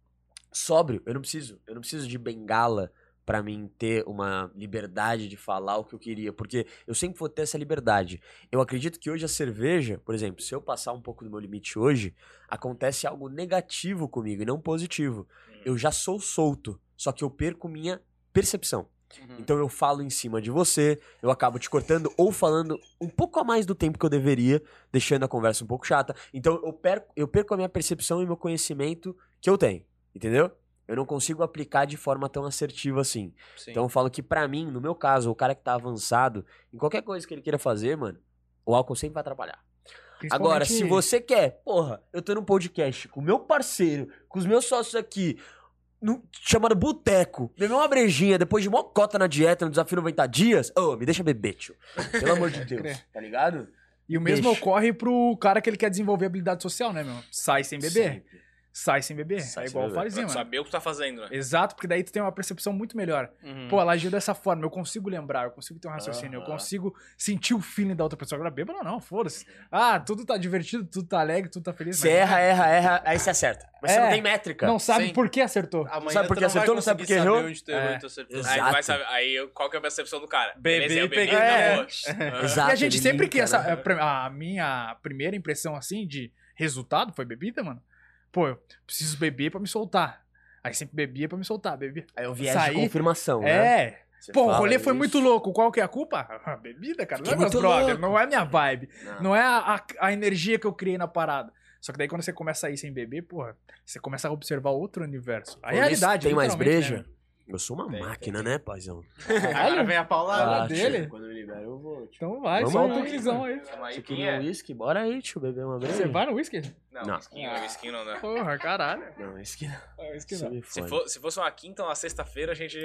Sóbrio, eu não preciso de bengala pra mim ter uma liberdade de falar o que eu queria, porque eu sempre vou ter essa liberdade. Eu acredito que hoje a cerveja, por exemplo, se eu passar um pouco do meu limite hoje, acontece algo negativo comigo e não positivo. Eu já sou solto, só que eu perco minha percepção. Então eu falo em cima de você, eu acabo te cortando ou falando um pouco a mais do tempo que eu deveria, deixando a conversa um pouco chata. Então eu perco a minha percepção e meu conhecimento que eu tenho. Entendeu? Eu não consigo aplicar de forma tão assertiva assim. Sim. Então eu falo que pra mim, no meu caso, o cara que tá avançado, em qualquer coisa que ele queira fazer, mano, o álcool sempre vai atrapalhar. Agora, se você quer, porra, eu tô num podcast com o meu parceiro, com os meus sócios aqui, chamado Boteco, beber uma brejinha depois de uma cota na dieta, no desafio 90 dias, me deixa beber, tio. Pelo amor de Deus, tá ligado? E o mesmo ocorre pro cara que ele quer desenvolver habilidade social, né, meu? Sai sem beber. Sempre. Sai sem beber. É igual o Farizinho, mano. Saber o que tu tá fazendo, né? Exato, porque daí tu tem uma percepção muito melhor. Pô, ela agiu dessa forma, eu consigo lembrar, eu consigo ter um raciocínio, eu consigo sentir o feeling da outra pessoa. Agora, bêbado não, foda-se. Tudo tá divertido, tudo tá alegre, tudo tá feliz. Você erra, aí você acerta. Mas você não tem métrica. Não sabe por que acertou. Amanhã sabe por que acertou, não sabe por que errou. Aí vai saber, aí qual que é a percepção do cara? Beber, eu peguei Exato. E a gente sempre que a minha primeira impressão assim de resultado foi bebida, mano. Pô, eu preciso beber pra me soltar. Aí sempre bebia pra me soltar, bebia. Aí eu viés de confirmação, né? Pô, o rolê foi muito louco. Qual que é a culpa? A bebida, cara. Não é meus brother, não é minha vibe. Não é a energia que eu criei na parada. Só que daí quando você começa a ir sem beber, porra, você começa a observar outro universo. A realidade, tem mais breja? Né? Eu sou uma máquina, né, paizão? Agora vem a paulada dele. Quando eu libero, eu vou. Tio. Então vai, solta um visão aí. Você queria um uísque? Bora aí, tio, beber uma breja. Você vai no uísque? Não, whisky não, né? Porra, caralho. Não, uísque não. Uísque não. Se fosse uma quinta ou uma sexta-feira, a gente...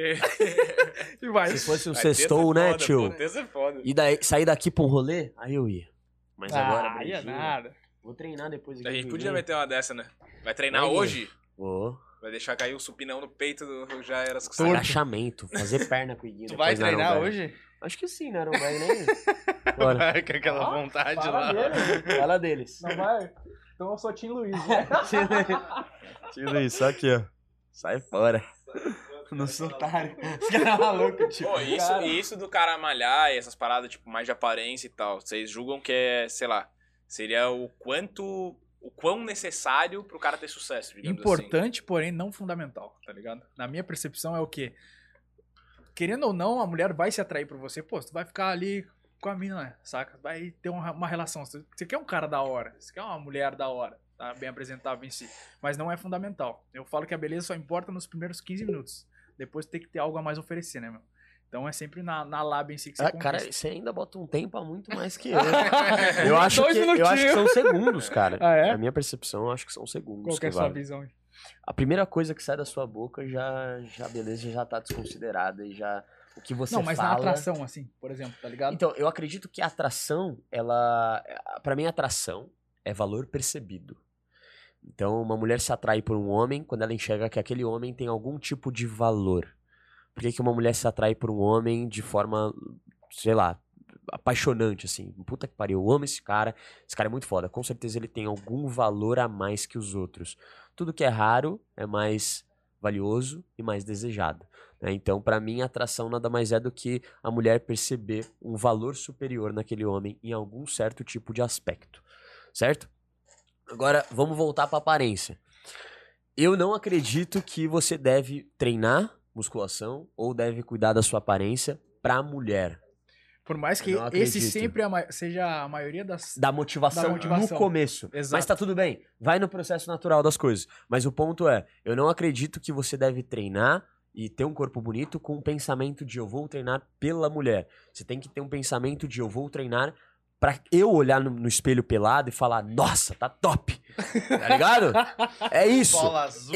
E vai. Se fosse um sextou, né, tio? Terça é foda. E daí, sair daqui pra um rolê, aí eu ia. Mas agora, brejinha. Nada. Vou treinar depois. A gente podia meter uma dessa, né? Vai treinar hoje? Vou. Vai deixar cair o supinão no peito já era as agachamento, fazer perna com o Iguinho. Tu vai treinar hoje? Acho que sim, né? Não vai nem. Bora. Vai com aquela vontade lá. Fala deles. Não vai? Então eu sou Tim Luiz, né? Tim Luiz, só aqui, ó. Sai fora. No sotário. Os caras malucos, tipo. Pô, isso do cara malhar e essas paradas, tipo, mais de aparência e tal, vocês julgam que é, sei lá, seria o quão necessário pro cara ter sucesso, digamos importante, assim. Porém não fundamental, tá ligado? Na minha percepção é o quê? Querendo ou não, a mulher vai se atrair por você. Pô, tu vai ficar ali com a mina, saca? Vai ter uma relação. Você quer um cara da hora, você quer uma mulher da hora, tá? Bem apresentável em si. Mas não é fundamental. Eu falo que a beleza só importa nos primeiros 15 minutos. Depois tem que ter algo a mais a oferecer, né, meu? Então é sempre na lábia em si que você conquista. Cara, você ainda bota um tempo a muito mais que eu. eu acho que são segundos, cara. Ah, é? A minha percepção, eu acho que são segundos. Qual que é a sua visão? A primeira coisa que sai da sua boca, a beleza já tá desconsiderada e já... O que você Não, mas fala... na atração, assim, por exemplo, tá ligado? Então, eu acredito que a atração, ela... Pra mim, a atração é valor percebido. Então, uma mulher se atrai por um homem quando ela enxerga que aquele homem tem algum tipo de valor. Por que uma mulher se atrai por um homem de forma, sei lá, apaixonante, assim? Puta que pariu, eu amo esse cara é muito foda. Com certeza ele tem algum valor a mais que os outros. Tudo que é raro é mais valioso e mais desejado, né? Então, pra mim, a atração nada mais é do que a mulher perceber um valor superior naquele homem em algum certo tipo de aspecto, certo? Agora, vamos voltar pra aparência. Eu não acredito que você deve treinar musculação ou deve cuidar da sua aparência pra mulher. Por mais que esse sempre seja a maioria da motivação no começo. Exato. Mas tá tudo bem. Vai no processo natural das coisas. Mas o ponto é, eu não acredito que você deve treinar e ter um corpo bonito com um pensamento de eu vou treinar pela mulher. Você tem que ter um pensamento de eu vou treinar pra eu olhar no espelho pelado e falar, nossa, tá top. Tá ligado? É isso. Bola azul.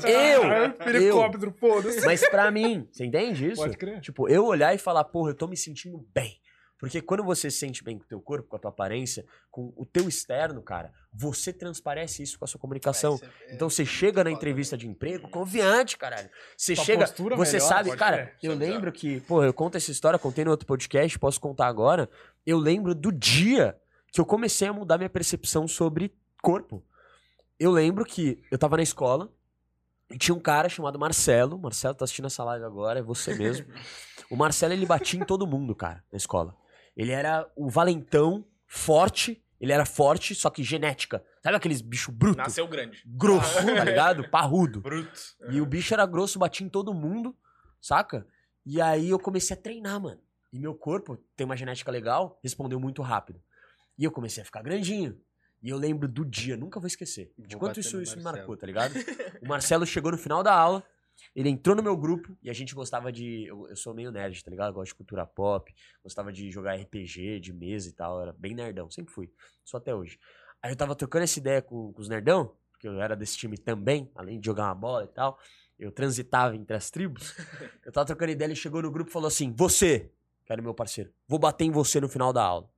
Helicóptero, foda-se. Mas pra mim, você entende isso? Pode crer. Tipo, eu olhar e falar, porra, eu tô me sentindo bem. Porque quando você se sente bem com o teu corpo, com a tua aparência, com o teu externo, cara, você transparece isso com a sua comunicação. Então você chega na entrevista de emprego confiante, caralho. Você chega, você melhor, sabe, cara, eu lembro que, pô, eu conto essa história, contei no outro podcast, posso contar agora. Eu lembro do dia que eu comecei a mudar minha percepção sobre corpo. Eu lembro que eu tava na escola e tinha um cara chamado Marcelo. Marcelo tá assistindo essa live agora, é você mesmo. O Marcelo, ele batia em todo mundo, cara, na escola. Ele era o valentão, forte. Ele era forte, só que genética. Sabe aqueles bicho bruto? Nasceu grande. Grosso, tá ligado? Parrudo. Bruto. E o bicho era grosso, batia em todo mundo, saca? E aí eu comecei a treinar, mano. E meu corpo, tem uma genética legal, respondeu muito rápido. E eu comecei a ficar grandinho. E eu lembro do dia, nunca vou esquecer. De quanto isso me marcou, tá ligado? O Marcelo chegou no final da aula, ele entrou no meu grupo e a gente gostava de... Eu sou meio nerd, tá ligado? Eu gosto de cultura pop, gostava de jogar RPG, de mesa e tal. Era bem nerdão, sempre fui. Só até hoje. Aí eu tava trocando essa ideia com os nerdão, porque eu era desse time também, além de jogar uma bola e tal. Eu transitava entre as tribos. Eu tava trocando ideia, ele chegou no grupo e falou assim, você, que era meu parceiro, vou bater em você no final da aula.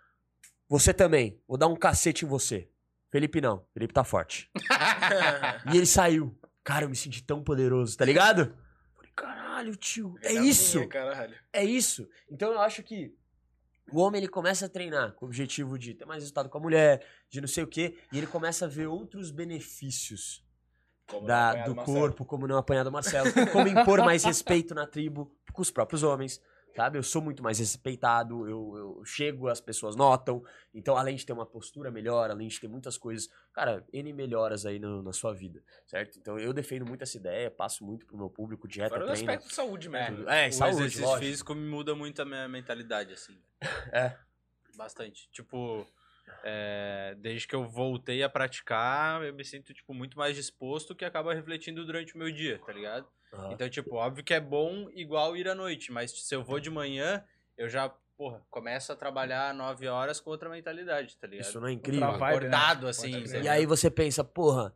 Você também, vou dar um cacete em você. Felipe não, Felipe tá forte. E ele saiu. Cara, eu me senti tão poderoso, tá ligado? Falei, caralho, tio, é isso. Caralho. É isso. Então eu acho que o homem, ele começa a treinar com o objetivo de ter mais resultado com a mulher, de não sei o quê, e ele começa a ver outros benefícios do corpo, como não apanhar do Marcelo, como impor mais respeito na tribo com os próprios homens. Sabe? Eu sou muito mais respeitado, eu chego, as pessoas notam. Então, além de ter uma postura melhor, além de ter muitas coisas, cara, N melhoras aí na sua vida, certo? Então, eu defendo muito essa ideia, passo muito pro meu público, dieta, treino. treino. Aspecto de saúde mesmo. Saúde, o exercício lógico. físico me muda muito a minha mentalidade, assim. Bastante. Tipo, desde que eu voltei a praticar, eu me sinto, tipo, muito mais disposto, que acaba refletindo durante o meu dia, tá ligado? Então, tipo, óbvio que é bom igual ir à noite, mas se eu vou de manhã, eu já, começo a trabalhar 9 horas com outra mentalidade, tá ligado? Isso não é incrível? Acordado, assim. E aí você pensa,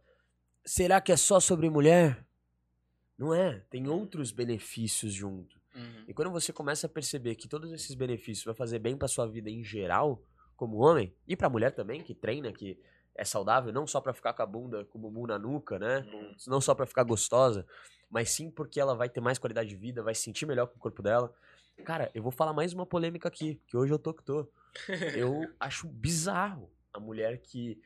será que é só sobre mulher? Não é, tem outros benefícios junto. Uhum. E quando você começa a perceber que todos esses benefícios vai fazer bem pra sua vida em geral, como homem, e pra mulher também, que treina, que é saudável, não só pra ficar com a bunda, com o bumbum na nuca, né? Não só pra ficar gostosa, mas sim porque ela vai ter mais qualidade de vida, vai se sentir melhor com o corpo dela. Cara, eu vou falar mais uma polêmica aqui, que hoje eu tô que tô. Eu acho bizarro a mulher que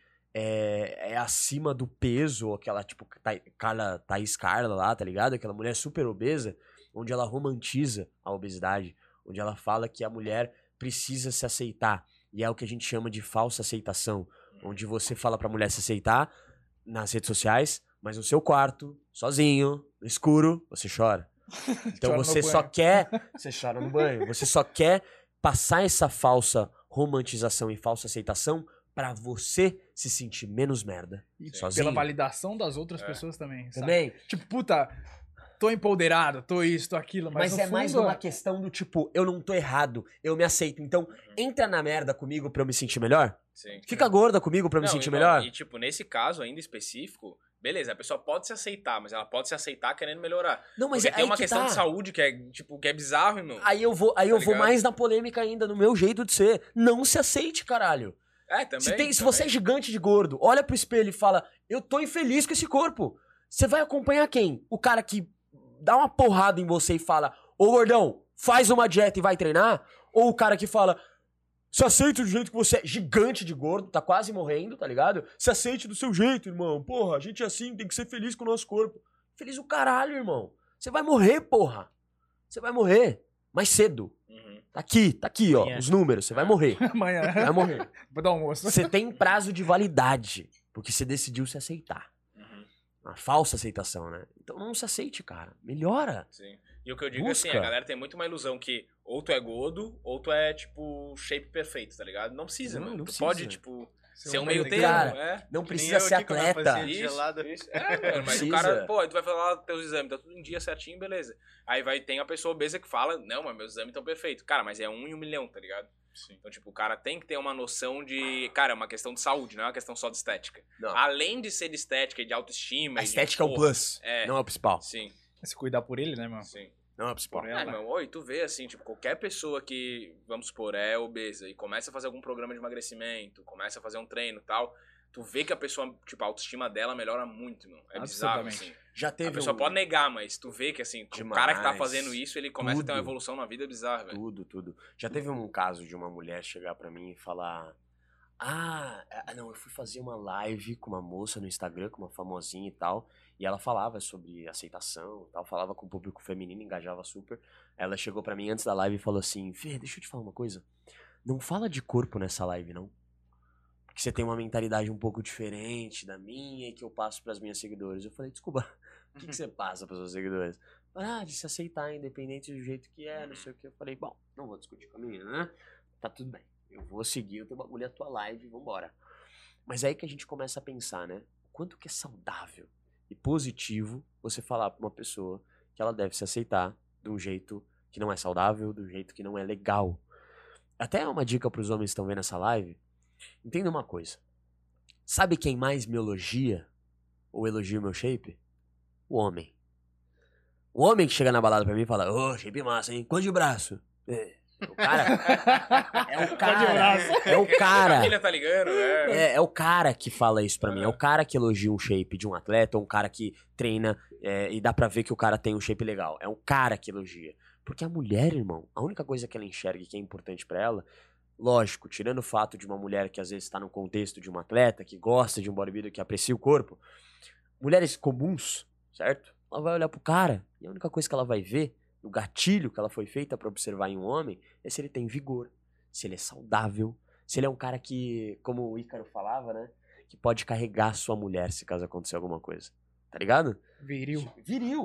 é acima do peso, aquela, tipo, Thaís Carla lá, tá ligado? Aquela mulher super obesa, onde ela romantiza a obesidade, onde ela fala que a mulher precisa se aceitar. E é o que a gente chama de falsa aceitação, onde você fala pra mulher se aceitar nas redes sociais, mas no seu quarto, sozinho, no escuro, você chora. Então você só quer... Você chora no banho. Você só quer passar essa falsa romantização e falsa aceitação pra você se sentir menos merda. E sozinho. pela validação das outras pessoas também. Sabe? Também. Tipo, puta, tô empoderado, tô isso, tô aquilo. Mas é mais uma questão do tipo, eu não tô errado, eu me aceito. Então, entra na merda comigo pra eu me sentir melhor. Sim. Fica gorda comigo pra eu me sentir melhor. E tipo, nesse caso ainda específico, beleza, a pessoa pode se aceitar, mas ela pode se aceitar querendo melhorar. Não, mas porque tem uma questão tá. de saúde que é, tipo, que é bizarro, irmão. Aí eu vou mais na polêmica ainda, no meu jeito de ser. Não se aceite, caralho. Também. Se você é gigante de gordo, olha pro espelho e fala, eu tô infeliz com esse corpo. Você vai acompanhar quem? O cara que dá uma porrada em você e fala, ô gordão, faz uma dieta e vai treinar? Ou o cara que fala, se aceita do jeito que você é, gigante de gordo, tá quase morrendo, tá ligado? Se aceite do seu jeito, irmão. Porra, a gente é assim, tem que ser feliz com o nosso corpo. Feliz o caralho, irmão. Você vai morrer, porra. Você vai morrer. Mais cedo. Tá aqui, ó, os números. Você vai morrer. Amanhã. Vai morrer. Vou dar almoço. Você tem prazo de validade, porque você decidiu se aceitar. Uma falsa aceitação, né? Então não se aceite, cara. Melhora. Sim. E o que eu digo é assim, a galera tem muito uma ilusão que ou tu é gordo, ou tu é, tipo, shape perfeito, tá ligado? Não precisa, mano. Tu precisa. pode, tipo, ser um meio termo, cara, não precisa ser atleta. Isso, mano, mas o cara, pô, tu vai falar teus exames, tá tudo em dia certinho, beleza. Aí tem a pessoa obesa que fala, não, mas meus exames estão perfeitos. Cara, mas é 1 em 1 milhão, tá ligado? Sim. Então, tipo, o cara tem que ter uma noção de... Cara, é uma questão de saúde, não é uma questão só de estética. Não. Além de ser de estética e de autoestima... A estética é o plus, não é o principal. Sim. Se cuidar por ele, né, mano? Sim. Não é o principal. Meu, oi, tu vê, assim, tipo, qualquer pessoa que, vamos supor, é obesa e começa a fazer algum programa de emagrecimento, começa a fazer um treino e tal... Tu vê que a pessoa, tipo, a autoestima dela melhora muito, mano. É bizarro, assim. Já teve a pessoa pode negar, mas tu vê que, assim, o cara que tá fazendo isso, ele começa a ter uma evolução na vida bizarra, velho. Tudo. Já teve um caso de uma mulher chegar pra mim e falar... não, eu fui fazer uma live com uma moça no Instagram, com uma famosinha e tal, e ela falava sobre aceitação e tal, falava com o público feminino, engajava super. Ela chegou pra mim antes da live e falou assim, Fê, deixa eu te falar uma coisa, não fala de corpo nessa live, não. Porque você tem uma mentalidade um pouco diferente da minha e que eu passo pras minhas seguidoras. Eu falei, desculpa, o que você passa pras suas seguidoras? De se aceitar, independente do jeito que é, não sei o que. Eu falei, bom, não vou discutir com a menina, né? Tá tudo bem. Eu vou seguir o teu bagulho, a tua live e vambora. Mas é aí que a gente começa a pensar, né? O quanto que é saudável e positivo você falar pra uma pessoa que ela deve se aceitar de um jeito que não é saudável, de um jeito que não é legal. Até uma dica pros homens que estão vendo essa live. Entenda uma coisa. Sabe quem mais me elogia ou elogia o meu shape? O homem. O homem que chega na balada pra mim e fala, ô, shape massa, hein? Quanto de braço? O cara. É o cara. É o cara. A família tá ligando, é o cara que fala isso pra mim. É o cara que elogia um shape de um atleta, ou um cara que treina e dá pra ver que o cara tem um shape legal. É um cara que elogia. Porque a mulher, irmão, a única coisa que ela enxerga e que é importante pra ela, lógico, tirando o fato de uma mulher que às vezes tá no contexto de um atleta, que gosta de um bodybuilder, que aprecia o corpo, mulheres comuns, certo? Ela vai olhar pro cara e a única coisa que ela vai ver, o gatilho que ela foi feita pra observar em um homem, é se ele tem vigor, se ele é saudável, se ele é um cara que, como o Ícaro falava, né? Que pode carregar sua mulher se caso acontecer alguma coisa. Tá ligado? Viril.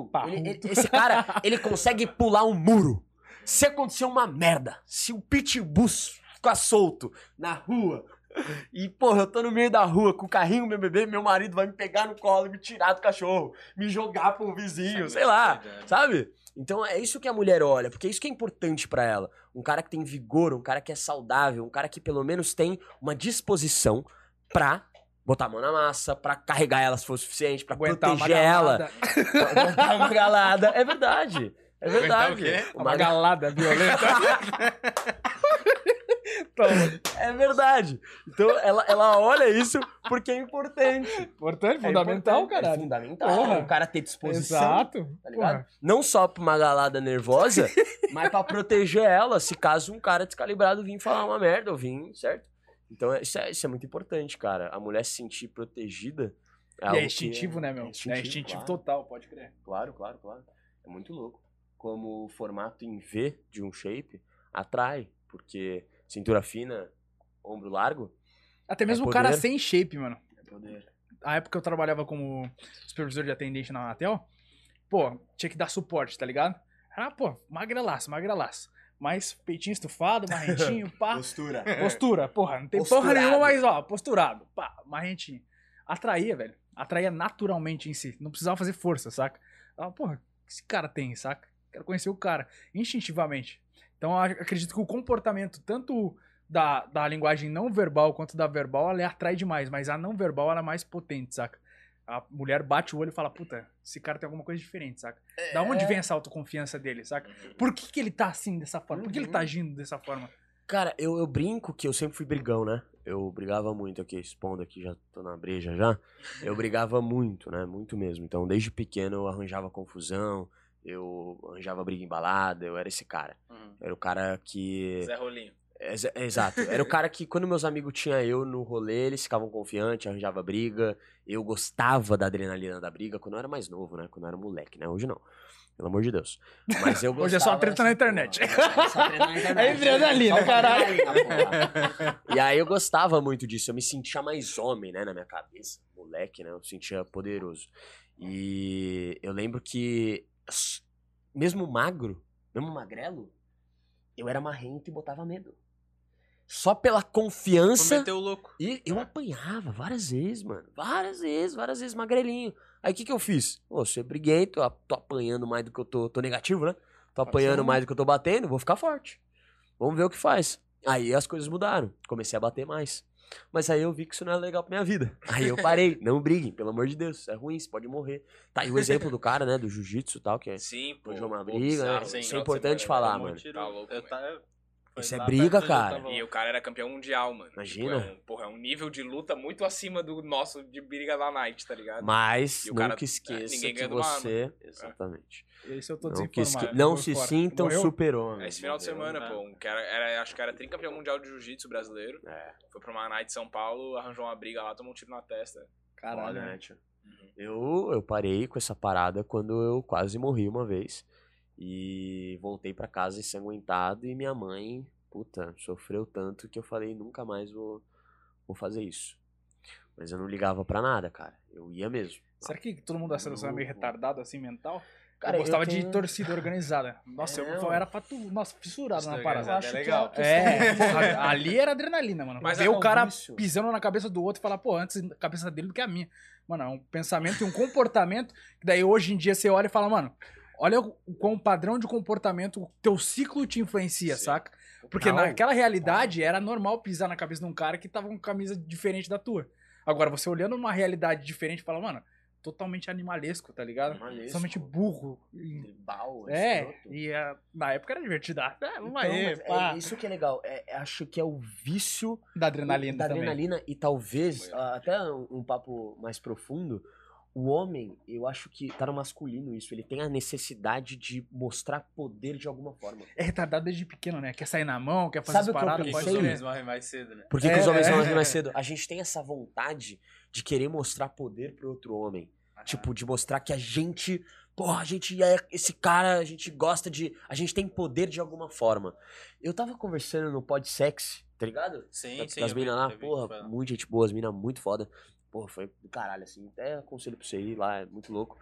Esse cara, ele consegue pular um muro. Se acontecer uma merda, se o pitbull ficar solto na rua e, porra, eu tô no meio da rua com o carrinho, meu bebê, meu marido vai me pegar no colo, me tirar do cachorro, me jogar pro vizinho, sei lá, sabe? Então é isso que a mulher olha, porque é isso que é importante pra ela. Um cara que tem vigor, um cara que é saudável, um cara que pelo menos tem uma disposição pra botar a mão na massa, pra carregar ela se for suficiente, pra proteger ela. Pra aguentar uma galada. É verdade. É verdade. Uma galada violenta. É verdade. Então ela olha isso porque é importante. Importante, fundamental, cara. É fundamental. O cara ter disposição. Exato. Tá ligado? Não só pra uma galada nervosa, mas pra proteger ela, se caso um cara descalibrado vir falar uma merda ou vir, certo? Então isso é muito importante, cara. A mulher se sentir protegida. É instintivo, né, meu? É instintivo claro. Total, pode crer. Claro. É muito louco. Como o formato em V de um shape atrai, porque cintura fina, ombro largo. Até mesmo o cara sem shape, mano. É poder. A época que eu trabalhava como supervisor de atendente na Anatel, pô, tinha que dar suporte, tá ligado? Pô, magrelaço. mais peitinho estufado, marrentinho, pá. Postura. Postura, porra, não tem porra nenhuma, mas ó, posturado, pá, marrentinho. Atraía, velho. Atraía naturalmente em si. Não precisava fazer força, saca? Porra, o que esse cara tem, saca? Quero conhecer o cara, instintivamente. Então, eu acredito que o comportamento, tanto da linguagem não verbal quanto da verbal, ela atrai demais. Mas a não verbal, ela é mais potente, saca? A mulher bate o olho e fala, puta, esse cara tem alguma coisa diferente, saca? Da onde vem essa autoconfiança dele, saca? Por que ele tá assim, dessa forma? Por que ele tá agindo dessa forma? Cara, eu brinco que eu sempre fui brigão, né? Eu brigava muito aqui, expondo aqui, já tô na breja já. Eu brigava muito, né? Muito mesmo. Então, desde pequeno, eu arranjava confusão, eu arranjava briga em balada, eu era esse cara. Era o cara que... Zé Rolinho. Exato. Era o cara que, quando meus amigos tinham eu no rolê, eles ficavam confiantes, arranjava briga. Eu gostava da adrenalina da briga quando eu era mais novo, né? Quando eu era moleque, né? Hoje não. Pelo amor de Deus. Mas eu gostava. Hoje é só treta na internet. Só treta na internet. É adrenalina, caralho. E aí eu gostava muito disso. Eu me sentia mais homem, né? Na minha cabeça. Moleque, né? Eu me sentia poderoso. E eu lembro que, mesmo magro, mesmo magrelo, eu era marrento e botava medo. Só pela confiança. Meteu o louco. E eu apanhava várias vezes, mano. Várias vezes, magrelinho. Aí o que eu fiz? Pô, sou briguento, tô apanhando mais do que eu tô negativo, né? Tô apanhando mais do que eu tô batendo, vou ficar forte. Vamos ver o que faz. Aí as coisas mudaram. Comecei a bater mais. Mas aí eu vi que isso não era legal pra minha vida. Aí eu parei. Não briguem, pelo amor de Deus. É ruim, você pode morrer. Tá aí o exemplo do cara, né? Do jiu-jitsu e tal, que é. Sim, pô. Uma briga, né? Isso é importante falar, mano. Tá louco, Isso é briga, cara. E o cara era campeão mundial, mano. Imagina. Tipo, é um nível de luta muito acima do nosso de briga da Night, tá ligado? Mas e o nunca cara, esqueça ninguém que ganha você... Exatamente. Esse eu tô desinformado. Não se sinta um super-homem. Esse final de semana, pô. Acho que era tricampeão mundial de jiu-jitsu brasileiro. Foi pra uma Night de São Paulo, arranjou uma briga lá, tomou um tiro na testa. Caralho, né, tio? Eu parei com essa parada quando eu quase morri uma vez. E voltei pra casa ensanguentado e minha mãe... Puta, sofreu tanto que eu falei, nunca mais vou fazer isso. Mas eu não ligava pra nada, cara. Eu ia mesmo. Será que todo mundo da seleção é meio retardado, assim, mental? Cara, eu gostava de torcida organizada. Nossa, eu era fissurado na parada. Eu acho legal. Porra, ali era adrenalina, mano. Mas ver o cara pisando na cabeça do outro e falar, pô, antes a cabeça dele do que a minha. Mano, é um pensamento e um comportamento que daí hoje em dia você olha e fala, mano, olha o padrão de comportamento, o teu ciclo te influencia, saca? Porque naquela realidade era normal pisar na cabeça de um cara que tava com camisa diferente da tua. Agora, você olhando uma realidade diferente, fala, mano, totalmente animalesco, tá ligado? Totalmente burro. Tribal, e na época era divertido. Vamos aí, pá. Isso que é legal. Acho que é o vício da adrenalina também. Adrenalina e talvez, até um papo mais profundo, o homem, eu acho que tá no masculino isso, ele tem a necessidade de mostrar poder de alguma forma. É retardado desde pequeno, né? Quer sair na mão, quer fazer as paradas. Por que os homens morrem mais cedo, né? Por que os homens morrem mais cedo? A gente tem essa vontade de querer mostrar poder pro outro homem. Tipo, de mostrar que a gente... Porra, a gente é esse cara, a gente gosta de... A gente tem poder de alguma forma. Eu tava conversando no Podsex, tá ligado? Sim. Das minas lá, porra, muito gente boa, as minas muito foda. Porra, foi do caralho, assim. Até aconselho pra você ir lá, é muito louco.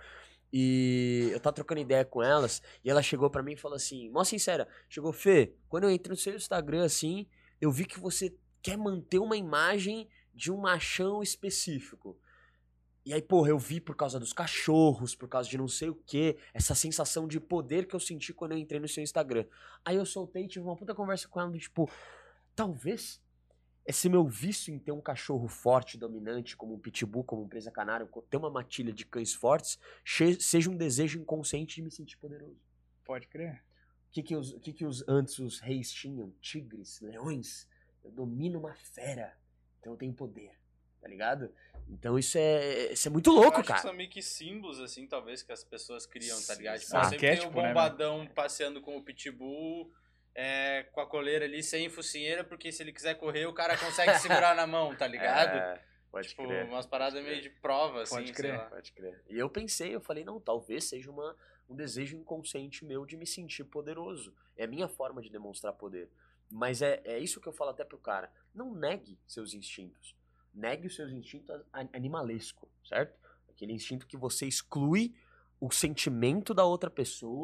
E eu tava trocando ideia com elas, e ela chegou pra mim e falou assim, mó sincera, chegou, Fê, quando eu entrei no seu Instagram, assim, eu vi que você quer manter uma imagem de um machão específico. E aí, porra, eu vi por causa dos cachorros, por causa de não sei o quê, essa sensação de poder que eu senti quando eu entrei no seu Instagram. Aí eu soltei e tive uma puta conversa com ela, do tipo, talvez esse meu vício em ter um cachorro forte, dominante, como um pitbull, como um presa canário, ter uma matilha de cães fortes, seja um desejo inconsciente de me sentir poderoso. Pode crer. O que antes os reis tinham? Tigres, leões. Eu domino uma fera, então eu tenho poder, tá ligado? Então isso é muito louco, cara. São meio que símbolos, assim, talvez, que as pessoas criam, tá ligado? Tipo, sempre tem o bombadão passeando com o pitbull... com a coleira ali, sem focinheira, porque se ele quiser correr, o cara consegue segurar na mão, tá ligado? Pode crer. Umas paradas meio de prova, assim. Pode crer. Pode crer. E eu falei, não, talvez seja um desejo inconsciente meu de me sentir poderoso. É a minha forma de demonstrar poder. Mas é isso que eu falo até pro cara. Não negue seus instintos. Negue os seus instintos animalesco, certo? Aquele instinto que você exclui o sentimento da outra pessoa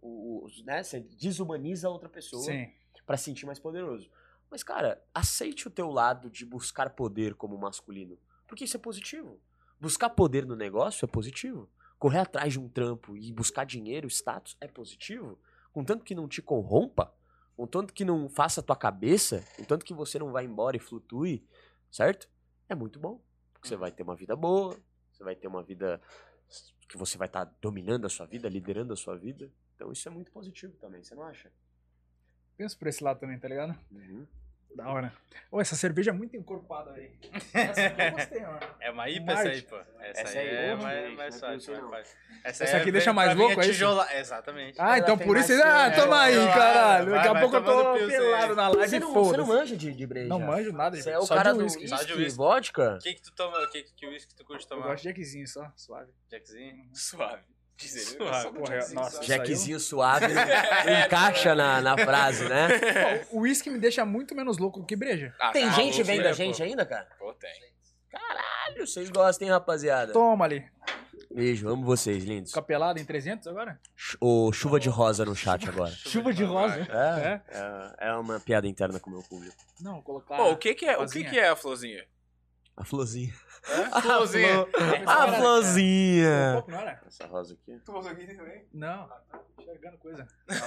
né? Você desumaniza a outra pessoa pra se sentir mais poderoso. Mas, cara, aceite o teu lado de buscar poder como masculino. Porque isso é positivo. Buscar poder no negócio é positivo. Correr atrás de um trampo e buscar dinheiro, status, é positivo. Contanto que não te corrompa, contanto que não faça a tua cabeça, contanto que você não vai embora e flutue, certo? É muito bom. Porque você vai ter uma vida boa, você vai ter uma vida que você vai estar dominando a sua vida, liderando a sua vida. Então isso é muito positivo também, você não acha? Penso por esse lado também, tá ligado? Uhum. Da hora. Ô, essa cerveja é muito encorpada aí. Essa aqui eu gostei, mano. É uma IPA essa aí, pô. Essa aí é mais fácil. Essa aqui deixa mais louco, é isso? Exatamente. Ah, então por isso... Toma aí, caralho. Daqui a pouco eu tô pelado na live e foda-se. Você não manja de breja? Não manjo nada. Você é o cara do whisky, vodka? O que tu toma? Que whisky tu curte tomar? Eu gosto de Jackzinho só, suave. Jackzinho? Suave. Jackzinho suave encaixa na frase, né? O uísque me deixa muito menos louco do que breja. Tem gente vendo a gente ainda, cara? Pô, tem. Caralho, vocês gostam, hein, rapaziada? Toma ali. Beijo, amo vocês, lindos. Capelado em 300 agora? Chuva de rosa no chat agora. Chuva de rosa? É uma piada interna com o meu público. Não, colocar... Pô, o que é a florzinha? A florzinha. A florzinha. A florzinha. Não era? Essa rosa aqui. Tu usou aqui também? Não. Enxergando coisa.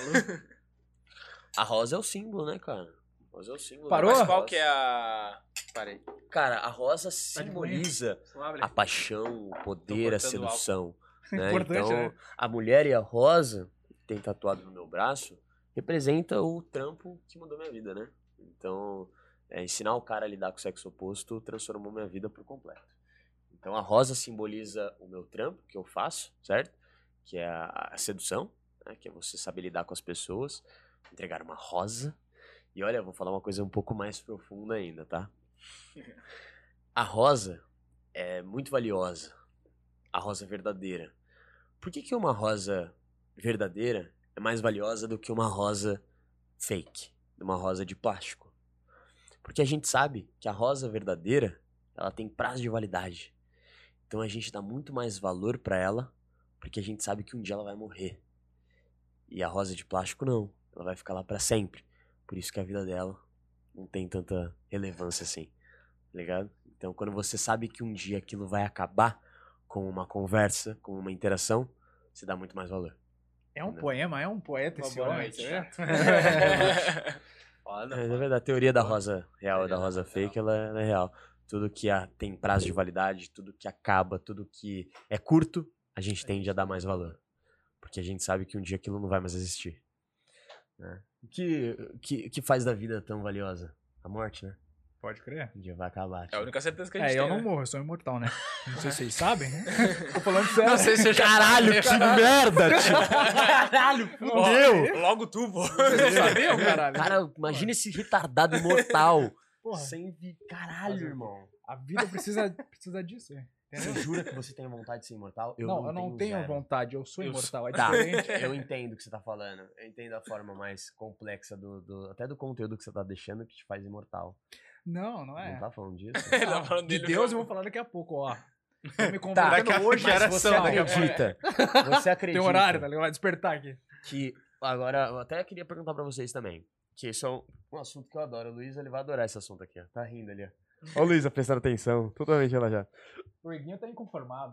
A rosa é o símbolo, né, cara? A rosa é o símbolo. Parou? Mas qual que é a... Parei. Cara, a rosa simboliza a paixão, o poder, a sedução. Né? Então, né? a mulher e a rosa, que tem tatuado no meu braço, representa o trampo que mudou minha vida, né? Então... ensinar o cara a lidar com o sexo oposto transformou minha vida por completo. Então a rosa simboliza o meu trampo que eu faço, certo? Que é a sedução, né? Que é você saber lidar com as pessoas, entregar uma rosa. E olha, eu vou falar uma coisa um pouco mais profunda ainda, tá? A rosa é muito valiosa. A rosa verdadeira. Por que uma rosa verdadeira é mais valiosa do que uma rosa fake? Uma rosa de plástico? Porque a gente sabe que a rosa verdadeira, ela tem prazo de validade. Então a gente dá muito mais valor pra ela, porque a gente sabe que um dia ela vai morrer. E a rosa de plástico não, ela vai ficar lá pra sempre. Por isso que a vida dela não tem tanta relevância assim, tá ligado? Então quando você sabe que um dia aquilo vai acabar com uma conversa, com uma interação, você dá muito mais valor. É um poema, é um poeta esse homem, certo? Na verdade, a teoria da rosa real e da rosa fake, ela é real. Tudo que tem prazo de validade, tudo que acaba, tudo que é curto, a gente tende a dar mais valor. Porque a gente sabe que um dia aquilo não vai mais existir. Né? O que faz da vida tão valiosa? A morte, né? Pode crer. Um dia vai acabar. É a única certeza que a gente tem. Eu não morro, eu sou imortal, né? Não sei se vocês sabem. Tô falando sério. Não sei se Caralho, que merda, tio. Caralho, fudeu. Logo tu, pô. Vocês não sabiam, caralho? Cara, imagina esse retardado imortal. Porra. Sem caralho, irmão. A vida precisa disso, velho. Você jura que você tem vontade de ser imortal? Eu não tenho vontade, eu sou imortal. É diferente. Eu entendo o que você tá falando. Eu entendo a forma mais complexa até do conteúdo que você tá deixando que te faz imortal. Não é. Não tá falando disso? Tá falando de Deus eu vou falar daqui a pouco, ó. Tô me convidando hoje, mas você acredita. Você acredita. Tem horário, tá ligado? Vai despertar aqui. Que agora, eu até queria perguntar pra vocês também. Que isso é um assunto que eu adoro. O Luiz, ele vai adorar esse assunto aqui, ó. Tá rindo ali, ó. Ó o Luiz, prestando atenção. Totalmente relaxado. O Iguinho tá inconformado.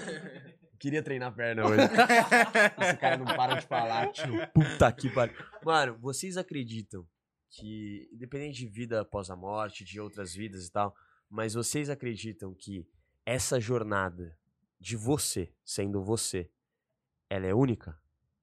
Queria treinar a perna hoje. Esse cara não para de falar, tio. Puta que pariu. Mano, vocês acreditam que, independente de vida após a morte, de outras vidas e tal, mas vocês acreditam que essa jornada de você, sendo você, ela é única?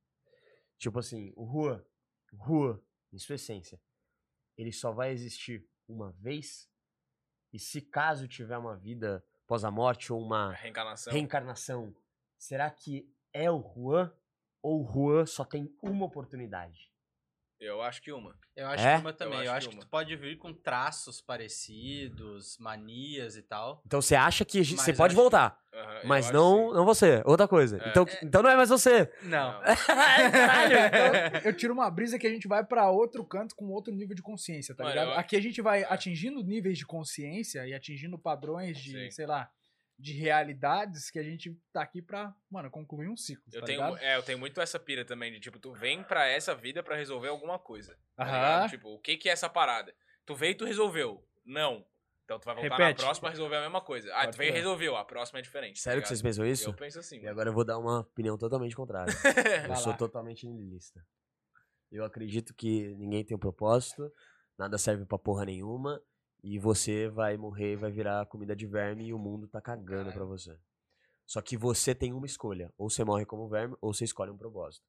Tipo assim, o Rua, em sua essência, ele só vai existir uma vez? E se caso tiver uma vida após a morte ou uma reencarnação, será que é o Juan ou o Juan só tem uma oportunidade? Eu acho que uma. Eu acho que uma também. Eu acho que tu pode vir com traços parecidos, manias e tal. Então você acha que você pode voltar, mas não você. Outra coisa. Então não é mais você. Não. Caralho, então eu tiro uma brisa que a gente vai pra outro canto com outro nível de consciência, tá ligado? Aqui a gente vai atingindo níveis de consciência e atingindo padrões de, sei lá, de realidades que a gente tá aqui pra, mano, concluir um ciclo, tá ligado? Eu tenho muito essa pira também, de tipo, tu vem pra essa vida pra resolver alguma coisa, tá Aham. ligado? Tipo, o que é essa parada? Tu veio e tu resolveu. Não. Então tu vai voltar na próxima e resolver a mesma coisa. Ah, tu veio e resolveu, a próxima é diferente. Sério que vocês pensam isso? Eu penso assim. E agora eu vou dar uma opinião totalmente contrária. Eu sou totalmente niilista. Eu acredito que ninguém tem um propósito, nada serve pra porra nenhuma, e você vai morrer e vai virar comida de verme e o mundo tá cagando pra você. Só que você tem uma escolha. Ou você morre como verme, ou você escolhe um propósito.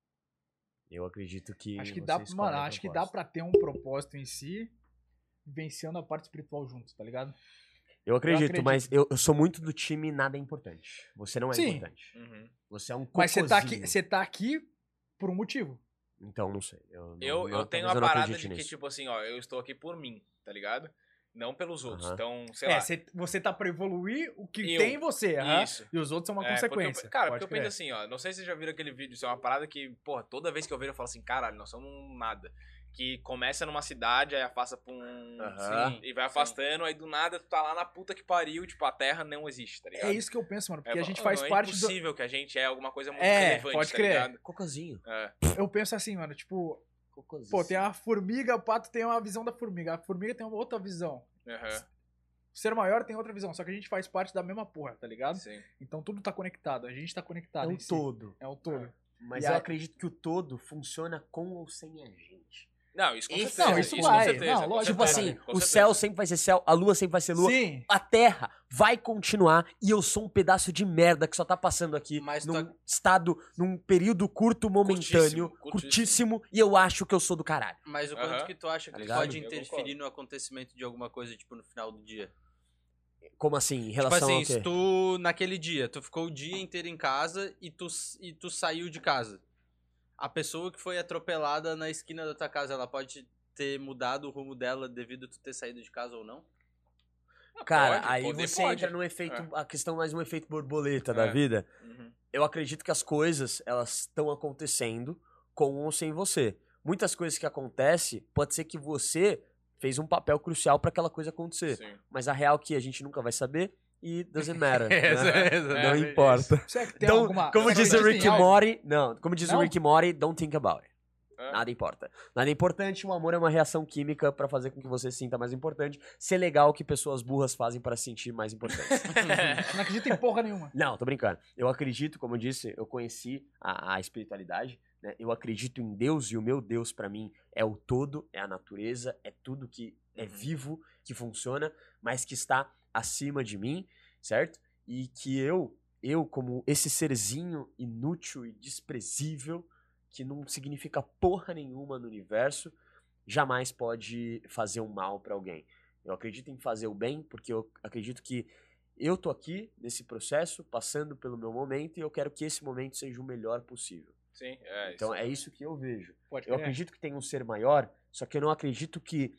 Eu acredito que acho que dá, mano, acho que dá pra ter um propósito em si, vencendo a parte espiritual juntos, tá ligado? Eu acredito, mas eu sou muito do time nada é importante. Você não é importante. Uhum. Você é um cocôzinho. Mas você tá aqui por um motivo. Então, não sei. Eu tenho uma parada de que, tipo assim, ó, eu estou aqui por mim, tá ligado? Não pelos outros. Então, sei lá. Você tá pra evoluir o que tem em você. Isso. E os outros são uma consequência. Porque eu penso assim, ó. Não sei se vocês já viram aquele vídeo. Isso é uma parada que, porra, toda vez que eu vejo eu falo assim, caralho, nós somos nada. Que começa numa cidade, aí afasta pra e vai afastando, aí do nada tu tá lá na puta que pariu, tipo, a Terra não existe, tá ligado? É isso que eu penso, mano, porque a gente faz parte do... É impossível que a gente é alguma coisa muito relevante, pode crer. Tá ligado? Cocôzinho. Eu penso assim, mano, tipo... Pô, tem a formiga, o pato tem uma visão da formiga, a formiga tem uma outra visão. O ser maior tem outra visão, só que a gente faz parte da mesma porra, tá ligado? Sim. Então tudo tá conectado, a gente tá conectado. É o todo. É o todo. Mas eu acredito que o todo funciona com ou sem a gente. Não, isso com certeza. Não, isso vai. Com certeza. Não, tipo assim, o céu sempre vai ser céu, a lua sempre vai ser lua. Sim. A terra vai continuar e eu sou um pedaço de merda que só tá passando aqui num estado, num período curto, momentâneo, curtíssimo, e eu acho que eu sou do caralho. Mas o quanto que tu acha que pode interferir no acontecimento de alguma coisa, tipo, no final do dia? Como assim? Em relação tipo assim, ao quê? Se tu, naquele dia, tu ficou o dia inteiro em casa e tu saiu de casa. A pessoa que foi atropelada na esquina da tua casa, ela pode ter mudado o rumo dela devido a tu ter saído de casa ou não? Cara, aí você entra no efeito, a questão mais um efeito borboleta da vida. Eu acredito que as coisas, elas estão acontecendo com ou sem você. Muitas coisas que acontecem, pode ser que você fez um papel crucial pra aquela coisa acontecer. Sim. Mas a real que a gente nunca vai saber e doesn't matter. Não importa. Então, como diz o Rick Morty, Rick Morty, don't think about it. Nada importa. Nada é importante, o amor é uma reação química pra fazer com que você se sinta mais importante. Ser legal que pessoas burras fazem para se sentir mais importante. Não acredito em porra nenhuma. Não, tô brincando. Eu acredito, como eu disse, eu conheci a espiritualidade, né? Eu acredito em Deus e o meu Deus pra mim é o todo, é a natureza, é tudo que é vivo, que funciona, mas que está acima de mim, certo? E que eu como esse serzinho inútil e desprezível, que não significa porra nenhuma no universo, jamais pode fazer um mal pra alguém. Eu acredito em fazer o bem, porque eu acredito que eu tô aqui nesse processo, passando pelo meu momento, e eu quero que esse momento seja o melhor possível. Sim, então é isso que eu vejo. Pode eu acredito que tem um ser maior, só que eu não acredito que...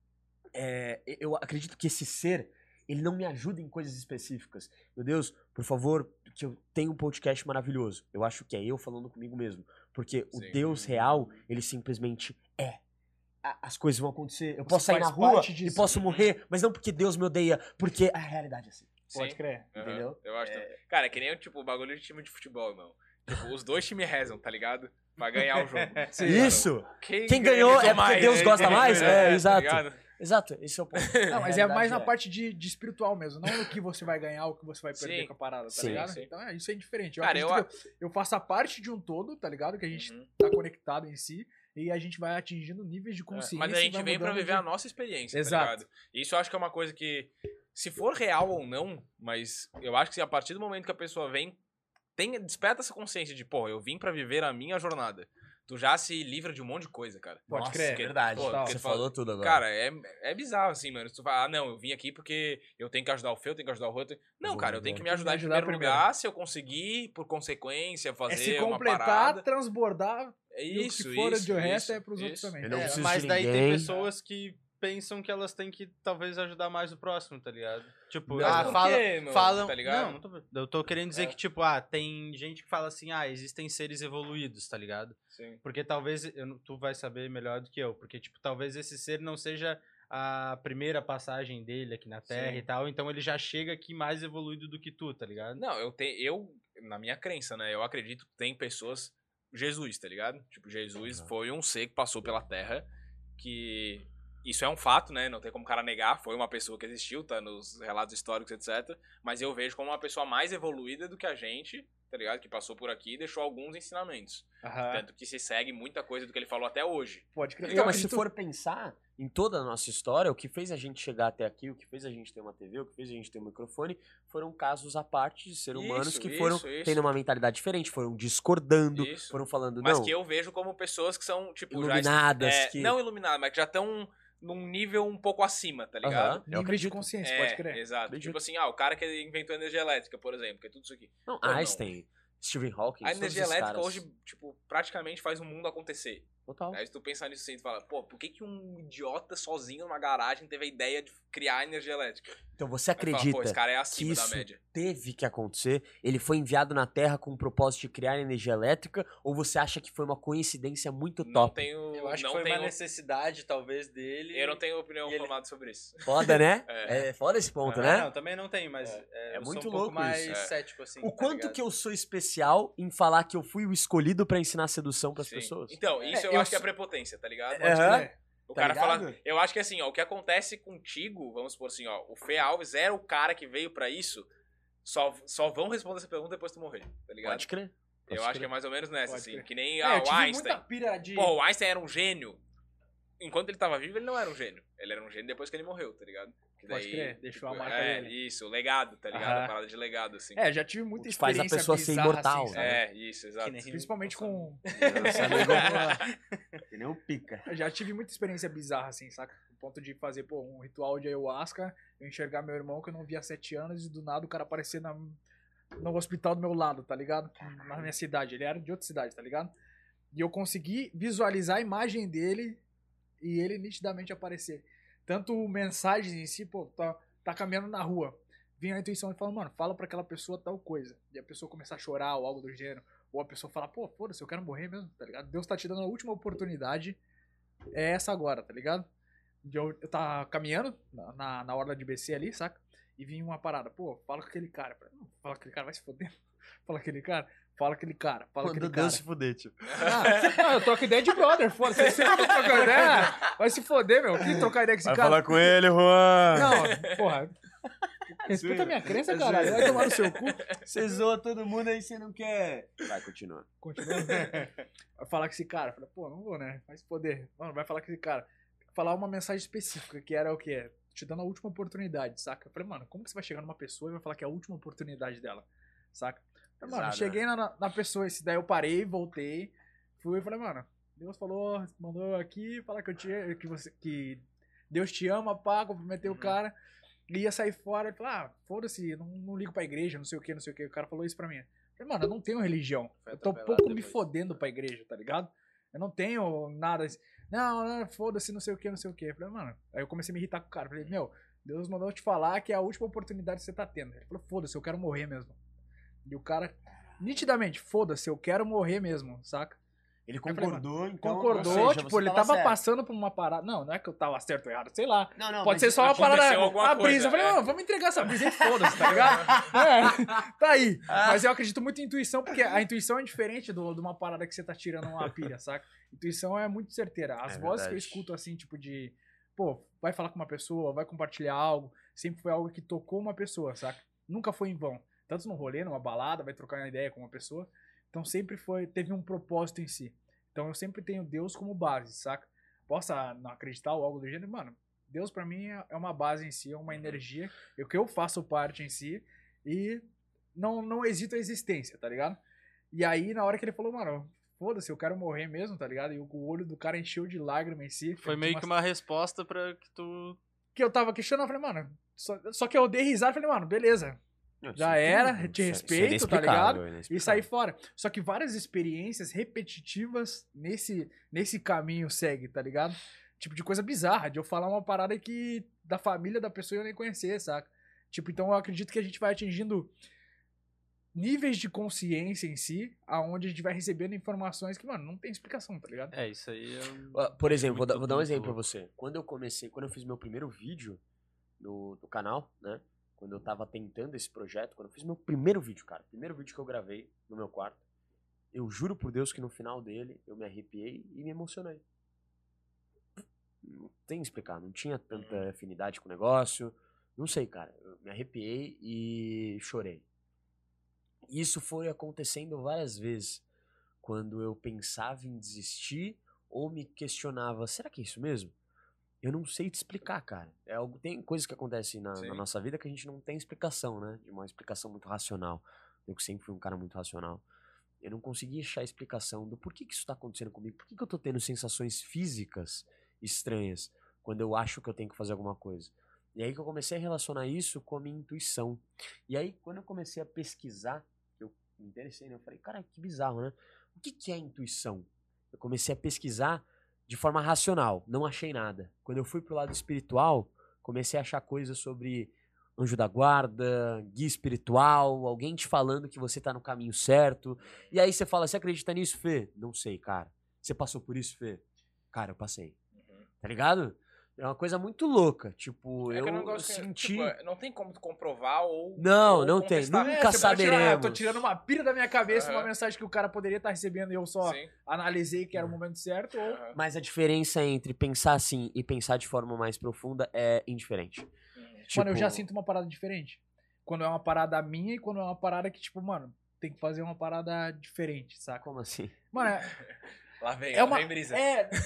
eu acredito que esse ser, ele não me ajuda em coisas específicas. Meu Deus, por favor, que eu tenho um podcast maravilhoso. Eu acho que é eu falando comigo mesmo. Porque o Deus real, ele simplesmente é. As coisas vão acontecer. Eu posso sair na rua e posso morrer, mas não porque Deus me odeia, porque a realidade é assim. Pode crer. Entendeu? Eu acho Cara, é que nem o bagulho de time de futebol, irmão. Tipo, os dois times rezam, tá ligado? Pra ganhar o jogo. Isso! Quem ganhou é porque Deus gosta mais? Exato. Tá exato, esse é o ponto. Não, mas é mais na parte de espiritual mesmo, não no que você vai ganhar ou que você vai perder com a parada, tá ligado? Sim. Então isso é indiferente. Eu faço a parte de um todo, tá ligado? Que a gente tá conectado em si e a gente vai atingindo níveis de consciência. Mas a gente vem pra viver a nossa experiência, Exato. Tá ligado? Isso eu acho que é uma coisa que, se for real ou não, mas eu acho que a partir do momento que a pessoa vem, desperta essa consciência de, pô, eu vim pra viver a minha jornada. Tu já se livra de um monte de coisa, cara. Pode crer. Verdade. Você falou tudo agora. Cara, é bizarro assim, mano. Se tu fala, não, eu vim aqui porque eu tenho que ajudar o Fê, eu tenho que ajudar o outro. Não, cara, eu tenho que me ajudar em primeiro lugar. Se eu conseguir, por consequência, fazer uma parada. Se completar, transbordar. Isso, o que for de resto é pros outros também. Mas daí tem pessoas que pensam que elas têm que talvez ajudar mais o próximo, tá ligado? Tipo, falam, tá ligado? Eu tô querendo dizer que, tipo, tem gente que fala assim, existem seres evoluídos, tá ligado? Sim. Porque talvez, tu vai saber melhor do que eu, porque, tipo, talvez esse ser não seja a primeira passagem dele aqui na Terra e tal, então ele já chega aqui mais evoluído do que tu, tá ligado? Não, na minha crença, né, eu acredito que tem pessoas, Jesus, tá ligado? Tipo, Jesus foi um ser que passou pela Terra, que isso é um fato, né, não tem como o cara negar, foi uma pessoa que existiu, tá nos relatos históricos, etc, mas eu vejo como uma pessoa mais evoluída do que a gente, tá ligado? Que passou por aqui e deixou alguns ensinamentos. Tanto que se segue muita coisa do que ele falou até hoje. Pode crer. Então, mas se for pensar em toda a nossa história, o que fez a gente chegar até aqui, o que fez a gente ter uma TV, o que fez a gente ter um microfone, foram casos à parte de seres humanos que foram tendo uma mentalidade diferente, foram discordando, foram falando, mas que eu vejo como pessoas que são, tipo, iluminadas. Não iluminadas, mas que já estão num nível um pouco acima, tá ligado? Nível de consciência, pode crer. Exato. Tipo assim, o cara que inventou a energia elétrica, por exemplo, que é tudo isso aqui. Não, Einstein, Stephen Hawking, a energia elétrica hoje, tipo, praticamente faz o mundo acontecer. Total. Aí se tu pensar nisso assim, tu fala, pô, por que um idiota sozinho numa garagem teve a ideia de criar energia elétrica? Então você acredita fala, esse cara é acima que isso da média. teve que acontecer? Ele foi enviado na Terra com o propósito de criar energia elétrica? Ou você acha que foi uma coincidência muito top? Eu acho que foi uma necessidade, talvez, dele. Eu não tenho opinião formada sobre isso. Foda, né? É foda esse ponto, né? Não, também não tenho, mas é muito louco louco mais isso. cético, assim. O quanto que eu sou especial em falar que eu fui o escolhido pra ensinar sedução pras pessoas? Então, isso eu acho que é prepotência, tá ligado? O Tá cara ligado? fala. Eu acho que assim, ó, o que acontece contigo, vamos supor assim, ó, o Fê Alves era o cara que veio pra isso, só vão responder essa pergunta depois que tu morrer, tá ligado? Pode crer. Eu acho que é mais ou menos nessa, assim. Que nem eu o tive Einstein. muita pira de... Pô, o Einstein era um gênio. Enquanto ele tava vivo, ele não era um gênio. Ele era um gênio depois que ele morreu, tá ligado? Que Pode daí, crer, deixou tipo, a marca dele. Isso, o legado, tá ligado? A parada de legado, assim. Já tive muita faz experiência a pessoa ser bizarra, imortal, assim, né? Isso, exato. Principalmente com... Que nem o pica. Eu já tive muita experiência bizarra, assim, saca? No ponto de fazer, um ritual de ayahuasca, eu enxergar meu irmão que eu não via há 7 anos e do nada o cara aparecer no hospital do meu lado, tá ligado? Na minha cidade. Ele era de outra cidade, tá ligado? E eu consegui visualizar a imagem dele e ele nitidamente aparecer. Tanto mensagens em si, tá caminhando na rua. Vinha a intuição e fala, mano, fala pra aquela pessoa tal coisa. E a pessoa começar a chorar ou algo do gênero. Ou a pessoa fala, foda-se, eu quero morrer mesmo, tá ligado? Deus tá te dando a última oportunidade. É essa agora, tá ligado? Eu tava caminhando na orla de BC ali, saca? E vinha uma parada, fala com aquele cara. Fala com aquele cara, vai se foder. Fala com aquele cara. Fala aquele cara, fala aquele cara. Deus se fuder, tio. Eu troco ideia de brother, foda-se. Você não troca ideia? Vai se foder, meu. Quem trocar ideia com esse cara? Vai falar com ele, Juan. Não, porra. Respeita a minha crença, caralho. Vai tomar no seu cu. Você zoa todo mundo aí, você não quer. Vai, continua. Vai falar com esse cara. Fala, não vou, né? Vai se foder. Mano, vai falar com esse cara. Falar uma mensagem específica, que era o quê? Te dando a última oportunidade, saca? Eu falei, mano, como que você vai chegar numa pessoa e vai falar que é a última oportunidade dela, saca? Mano, cheguei na pessoa, daí eu parei, voltei, fui e falei, mano, Deus falou, mandou aqui, falar que Deus te ama, pá, comprometeu o cara, e ia sair fora, e falei, foda-se, não ligo pra igreja, não sei o que, o cara falou isso pra mim. Eu falei, mano, eu não tenho religião, eu tô pouco me fodendo pra igreja, tá ligado? Eu não tenho nada, não, foda-se, não sei o que. Eu falei, mano, aí eu comecei a me irritar com o cara, falei, Deus mandou eu te falar que é a última oportunidade que você tá tendo. Ele falou, foda-se, eu quero morrer mesmo. E o cara, nitidamente, foda-se, eu quero morrer mesmo, saca? Ele concordou, então. Concordou, seja, tipo, ele tava passando por uma parada. Não é que eu tava certo ou errado, sei lá. Não, pode ser só uma parada, uma brisa. Eu falei, vamos entregar essa brisa e foda-se, tá ligado? Tá aí. Mas eu acredito muito em intuição, porque a intuição é diferente de uma parada que você tá tirando uma pilha, saca? Intuição é muito certeira. As vozes que eu escuto, assim, tipo de... vai falar com uma pessoa, vai compartilhar algo. Sempre foi algo que tocou uma pessoa, saca? Nunca foi em vão. Tanto no rolê, numa balada, vai trocar uma ideia com uma pessoa. Então sempre teve um propósito em si. Então eu sempre tenho Deus como base, saca? Possa não acreditar ou algo do gênero, mano. Deus pra mim é uma base em si, é uma energia. O que eu faço parte em si. E não hesito a existência, tá ligado? E aí na hora que ele falou, mano, foda-se, eu quero morrer mesmo, tá ligado? E o olho do cara encheu de lágrima em si. Foi meio que uma resposta pra que tu... Que eu tava questionando, eu falei, mano... Só que eu dei risada e falei, mano, beleza. Já era, te respeito, tá ligado? E saí fora. Só que várias experiências repetitivas nesse caminho segue, tá ligado? Tipo, de coisa bizarra, de eu falar uma parada que da família da pessoa eu nem conhecer, saca? Tipo, então eu acredito que a gente vai atingindo níveis de consciência em si, aonde a gente vai recebendo informações que, mano, não tem explicação, tá ligado? Isso aí Por exemplo, vou dar um exemplo pra você. Quando eu fiz meu primeiro vídeo no canal, né? Quando eu tava tentando esse projeto, quando eu fiz meu primeiro vídeo, cara, primeiro vídeo que eu gravei no meu quarto, eu juro por Deus que no final dele eu me arrepiei e me emocionei. Não tem que explicar, não tinha tanta afinidade com o negócio, não sei, cara, eu me arrepiei e chorei. Isso foi acontecendo várias vezes, quando eu pensava em desistir ou me questionava, será que é isso mesmo? Eu não sei te explicar, cara. Tem coisas que acontecem na nossa vida que a gente não tem explicação, né? De uma explicação muito racional. Eu que sempre fui um cara muito racional. Eu não conseguia achar explicação do porquê que isso tá acontecendo comigo. Por que eu tô tendo sensações físicas estranhas quando eu acho que eu tenho que fazer alguma coisa. E aí que eu comecei a relacionar isso com a minha intuição. E aí, quando eu comecei a pesquisar, eu me interessei, né? Eu falei, cara, que bizarro, né? O que é intuição? Eu comecei a pesquisar de forma racional, não achei nada. Quando eu fui pro lado espiritual, comecei a achar coisas sobre anjo da guarda, guia espiritual, alguém te falando que você tá no caminho certo. E aí você fala, você acredita nisso, Fê? Não sei, cara. Você passou por isso, Fê? Cara, eu passei. Tá ligado? É uma coisa muito louca. Tipo, eu senti... Tipo, não tem como tu comprovar ou... Não tem. Nunca saberemos. Eu tô tirando uma pira da minha cabeça uma mensagem que o cara poderia estar recebendo e eu só analisei que era o momento certo. Mas a diferença entre pensar assim e pensar de forma mais profunda é indiferente. Tipo... Mano, eu já sinto uma parada diferente. Quando é uma parada minha e quando é uma parada que, tipo, mano, tem que fazer uma parada diferente, saca? Como assim? Mano, Lá vem, vem brisa.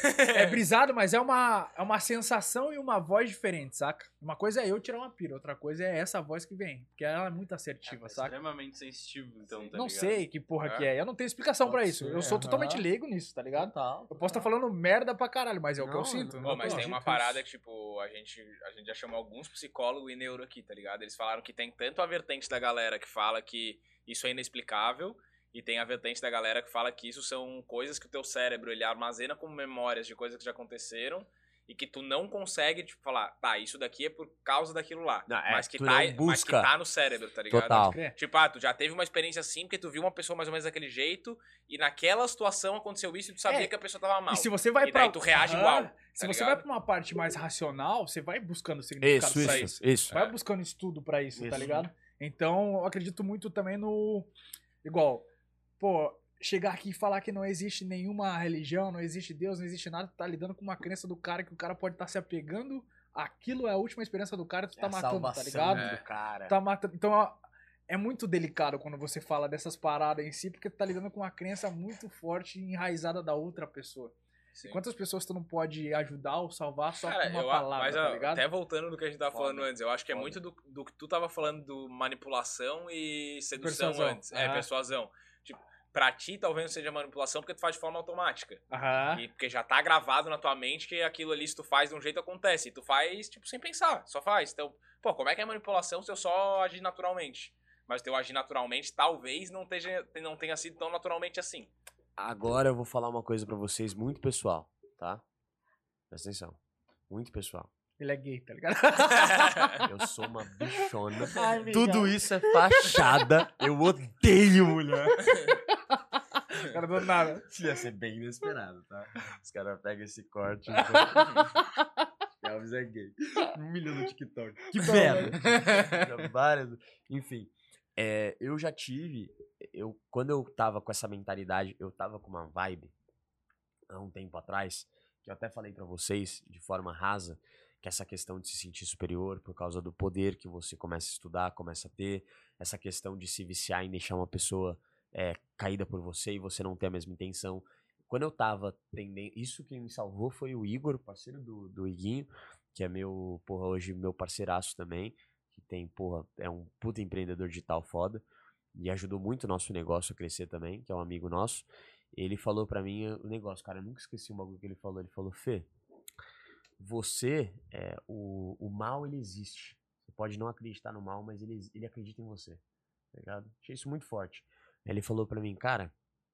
É brisado, mas é uma sensação e uma voz diferente, saca? Uma coisa é eu tirar uma pira, outra coisa é essa voz que vem. Porque ela é muito assertiva, saca? Extremamente sensitivo, então, tá não ligado? sei que porra que é. Eu não tenho explicação pra isso. Eu sou totalmente leigo nisso, tá ligado? Eu posso estar falando merda pra caralho, mas é o que eu sinto. Mas tem uma parada que, tipo, a gente já chamou alguns psicólogos e neuro aqui, tá ligado? Eles falaram que tem tanto a vertente da galera que fala que isso é inexplicável, e tem a vertente da galera que fala que isso são coisas que o teu cérebro ele armazena como memórias de coisas que já aconteceram e que tu não consegue, tipo, falar, tá, isso daqui é por causa daquilo lá. Não, mas que tá no cérebro, tá ligado? Total. Tipo, tu já teve uma experiência assim porque tu viu uma pessoa mais ou menos daquele jeito e naquela situação aconteceu isso e tu sabia que a pessoa tava mal. E se você vai daí tu reage igual. Se você vai pra uma parte mais racional, você vai buscando significado pra isso. Vai buscando estudo pra isso, tá ligado? Então, eu acredito muito também no... Igual... Pô, chegar aqui e falar que não existe nenhuma religião, não existe Deus, não existe nada, tu tá lidando com uma crença do cara que o cara pode estar se apegando, aquilo é a última esperança do cara, tu tá matando, tá ligado? Do cara. Tá matando. Então, é muito delicado quando você fala dessas paradas em si, porque tu tá lidando com uma crença muito forte e enraizada da outra pessoa. Sim. Quantas pessoas tu não pode ajudar ou salvar só com uma palavra, mas, tá ligado? Até voltando do que a gente tava falando antes, eu acho que é muito do que tu tava falando do manipulação e sedução antes. Persuasão. Tipo, pra ti talvez não seja manipulação porque tu faz de forma automática. E porque já tá gravado na tua mente que aquilo ali, se tu faz de um jeito, acontece. E tu faz, tipo, sem pensar, só faz. Então, pô, como é que é manipulação se eu só agir naturalmente? Mas teu agir naturalmente talvez não tenha sido tão naturalmente assim. Agora eu vou falar uma coisa pra vocês muito pessoal, tá? Presta atenção. Muito pessoal. Ele é gay, tá ligado? Eu sou uma bichona. Ai, tudo isso é fachada. Eu odeio mulher. Os caras não nada. Isso ia ser bem inesperado, tá? Os caras pegam esse corte. Elvis é gay. 1 milhão no TikTok. Que merda. Várias. Enfim. Eu já tive... Quando eu tava com essa mentalidade, eu tava com uma vibe há um tempo atrás, que eu até falei pra vocês, de forma rasa, que essa questão de se sentir superior por causa do poder que você começa a estudar, começa a ter, essa questão de se viciar em deixar uma pessoa caída por você e você não ter a mesma intenção. Quando eu tava tendendo... Isso quem me salvou foi o Igor, parceiro do Iguinho, que é hoje meu parceiraço também, que tem, é um puta empreendedor digital foda, e ajudou muito o nosso negócio a crescer também, que é um amigo nosso. Ele falou pra mim o negócio, cara, eu nunca esqueci um bagulho que ele falou. Ele falou, Fê, você, o mal, ele existe. Você pode não acreditar no mal, mas ele acredita em você, tá ligado? Achei isso muito forte. Ele falou pra mim, cara,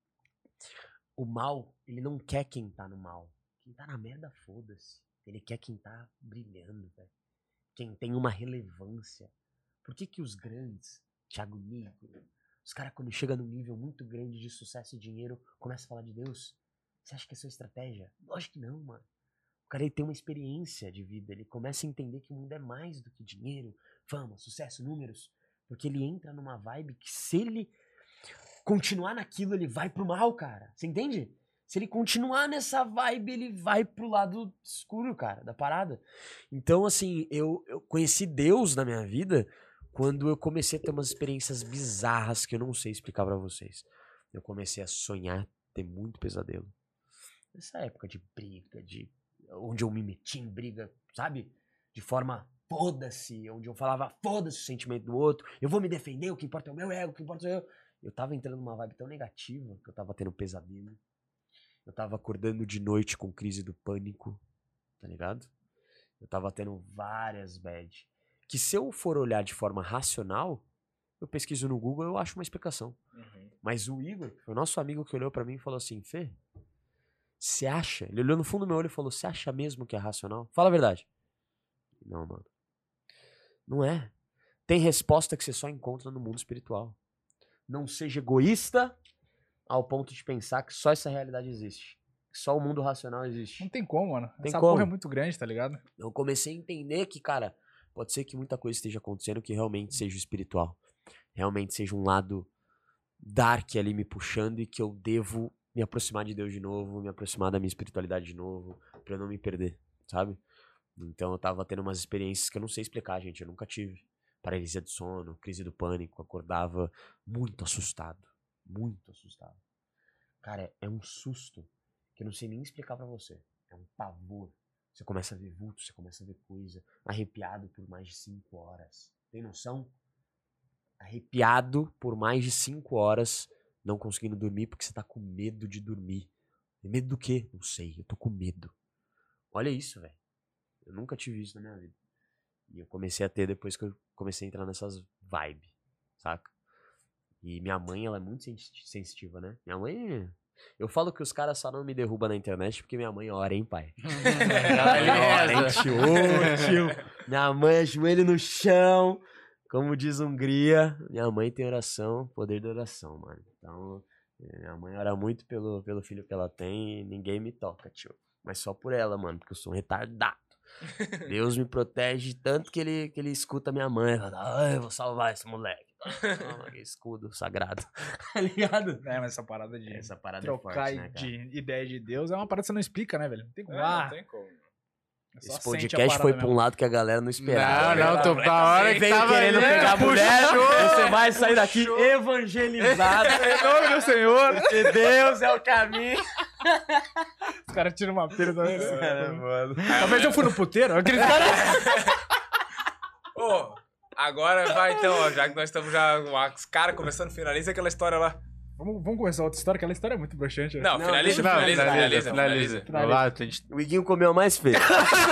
o mal, ele não quer quem tá no mal. Quem tá na merda, foda-se. Ele quer quem tá brilhando, velho. Quem tem uma relevância. Por que os grandes, Thiago Nigro, Os caras, quando chegam num nível muito grande de sucesso e dinheiro, começam a falar de Deus. Você acha que é sua estratégia? Lógico que não, mano. O cara, ele tem uma experiência de vida. Ele começa a entender que o mundo é mais do que dinheiro, fama, sucesso, números. Porque ele entra numa vibe que, se ele continuar naquilo, ele vai pro mal, cara. Você entende? Se ele continuar nessa vibe, ele vai pro lado escuro, cara, da parada. Então, assim, eu conheci Deus na minha vida quando eu comecei a ter umas experiências bizarras que eu não sei explicar pra vocês. Eu comecei a sonhar, ter muito pesadelo. Nessa época de briga, onde eu me meti em briga, sabe? De forma foda-se, onde eu falava foda-se o sentimento do outro, eu vou me defender, o que importa é o meu ego, o que importa é eu. Eu tava entrando numa vibe tão negativa que eu tava tendo pesadelo. Eu tava acordando de noite com crise do pânico, tá ligado? Eu tava tendo várias bad. Que se eu for olhar de forma racional, eu pesquiso no Google e eu acho uma explicação. Mas o Igor, foi o nosso amigo que olhou pra mim e falou assim, Fê, você acha? Ele olhou no fundo do meu olho e falou, você acha mesmo que é racional? Fala a verdade. Não, mano. Não é. Tem resposta que você só encontra no mundo espiritual. Não seja egoísta ao ponto de pensar que só essa realidade existe. Que só o mundo racional existe. Não tem como, mano. Tem essa como. porra é muito grande, tá ligado? Eu comecei a entender que, cara, pode ser que muita coisa esteja acontecendo que realmente seja espiritual. Realmente seja um lado dark ali me puxando e que eu devo me aproximar de Deus de novo, me aproximar da minha espiritualidade de novo, pra eu não me perder, sabe? Então eu tava tendo umas experiências que eu não sei explicar, gente. Eu nunca tive. Paralisia do sono, crise do pânico, acordava muito assustado. Muito assustado. Cara, é um susto que eu não sei nem explicar pra você. É um pavor. Você começa a ver vulto, você começa a ver coisa. Arrepiado por mais de 5 horas. Tem noção? Arrepiado por mais de 5 horas, não conseguindo dormir porque você tá com medo de dormir. Medo do quê? Não sei, eu tô com medo. Olha isso, velho. Eu nunca tive isso na minha vida. E eu comecei a ter depois que eu comecei a entrar nessas vibes, saca? E minha mãe, ela é muito sensitiva, né? Minha mãe... Eu falo que os caras só não me derrubam na internet porque minha mãe ora, hein, pai? Minha mãe ajoelha no chão. Como diz Hungria, minha mãe tem oração, poder da oração, mano. Então, minha mãe ora muito pelo filho que ela tem e ninguém me toca, tio. Mas só por ela, mano, porque eu sou um retardado. Deus me protege tanto que ele escuta minha mãe. Fala, eu vou salvar esse moleque. Toma, que escudo sagrado. Tá ligado? É, mas essa parada de trocar é forte, né, de ideia de Deus é uma parada que você não explica, né, velho? Não tem como. Não tem como. Esse podcast foi pra um lado que a galera não esperava. Não, tô pra hora que veio tava querendo pegar a mulher, você vai sair daqui evangelizado. Em nome do Senhor. Porque Deus é o caminho. Os caras tiram uma pira da mano. Talvez eu fui no puteiro. Aqueles caras... Ô, agora vai então, ó, já que nós estamos já... Os caras começando, finaliza aquela história lá. Vamos começar outra história, aquela história é muito broxante. Não, finaliza. O Iguinho comeu a mais feia.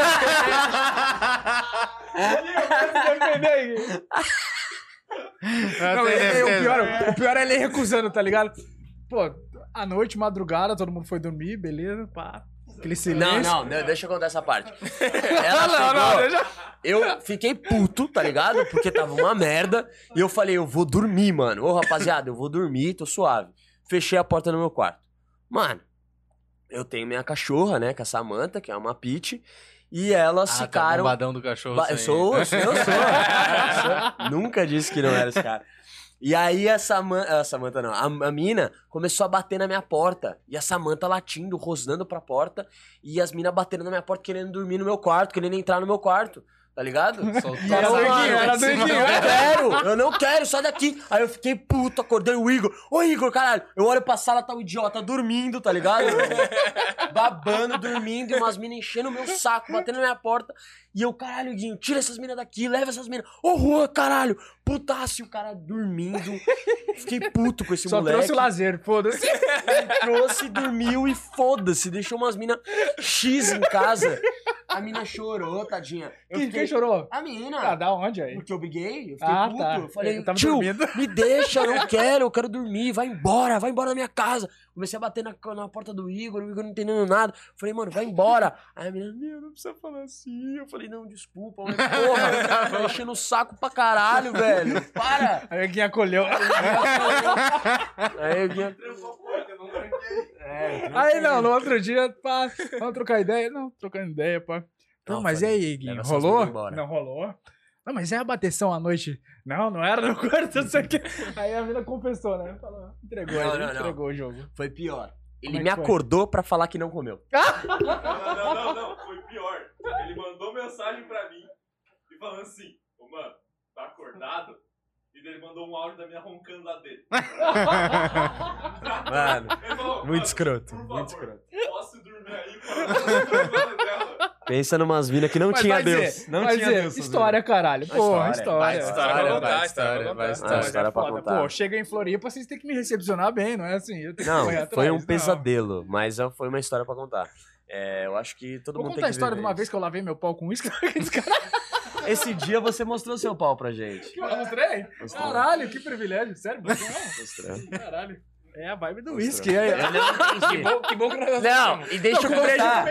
O pior é ele recusando, tá ligado? Pô, à noite, madrugada, todo mundo foi dormir, beleza, pá. Aquele silêncio. Não, deixa eu contar essa parte. Ela chegou, eu fiquei puto, tá ligado? Porque tava uma merda. E eu falei, eu vou dormir, mano. Ô, rapaziada, eu vou dormir, tô suave. Fechei a porta no meu quarto. Mano, eu tenho minha cachorra, né, com a Samantha, que é uma pit. E elas ficaram... Tá bombadão do cachorro. Eu sou. Nunca disse que não era esse cara. E aí a Samantha não, a mina começou a bater na minha porta. E a Samantha latindo, rosnando pra porta. E as minas batendo na minha porta, querendo dormir no meu quarto, querendo entrar no meu quarto. Tá ligado? Eu não quero, sai daqui. Aí eu fiquei puto, acordei o Igor. Ô Igor, caralho, eu olho pra sala, tá o idiota dormindo, tá ligado? Babando, dormindo, e umas minas enchendo o meu saco, batendo na minha porta. E eu, caralho, Guinho, tira essas minas daqui, leva essas minas. Ô Juan, caralho, putasse o cara dormindo. Fiquei puto com esse moleque. Só trouxe o lazer, foda-se. Trouxe, dormiu e foda-se. Deixou umas minas X em casa. A mina chorou, tadinha. Quem chorou? A mina. Ah, da onde aí? Porque eu briguei, eu fiquei puto. Tá. Eu falei, Eu tava tio, dormindo. me deixa, eu quero dormir, vai embora da minha casa. Comecei a bater na porta do Igor, o Igor não entendendo nada. Falei, mano, vai embora. Aí a menina, meu, não precisa falar assim. Eu falei, não, desculpa, mas porra, tá enchendo o saco pra caralho, velho. Para. Aí alguém acolheu. Aí alguém... Aí não, no outro dia, pá, vamos trocar ideia? Não, trocando ideia, pá. Não, mas e aí, Guinho, rolou? Não rolou? Não, mas é a bateção à noite? Não era no quarto, não sei o quê. Aí a mina confessou, né? Falou, entregou o jogo. Foi pior. Ele me acordou pra falar que não comeu. Não, foi pior. Ele mandou mensagem pra mim e falando assim, ô mano, tá acordado? E ele mandou um áudio da minha roncando lá dele. Mano, falou, muito escroto. Por favor, muito escroto. Posso dormir aí com dela? Pensa numas minas que não tinha Deus. Não tinha Deus. História, caralho. Porra, história. História pra contar. Pô, chega em Floripa, vocês têm que me recepcionar bem, não é assim? Eu tenho não, que correr foi atrás, um pesadelo, mas foi uma história pra contar. Eu acho que todo mundo tem que Vou contar a história de uma isso. vez que eu lavei meu pau com uísque. Esse dia você mostrou seu pau pra gente. Eu mostrei? Mostrou. Caralho, que privilégio. Sério? Mostrou. Caralho. É a vibe do Mostrou. uísque. Aí, Eu não entendi. Que bom que nós Não, e deixa eu contar.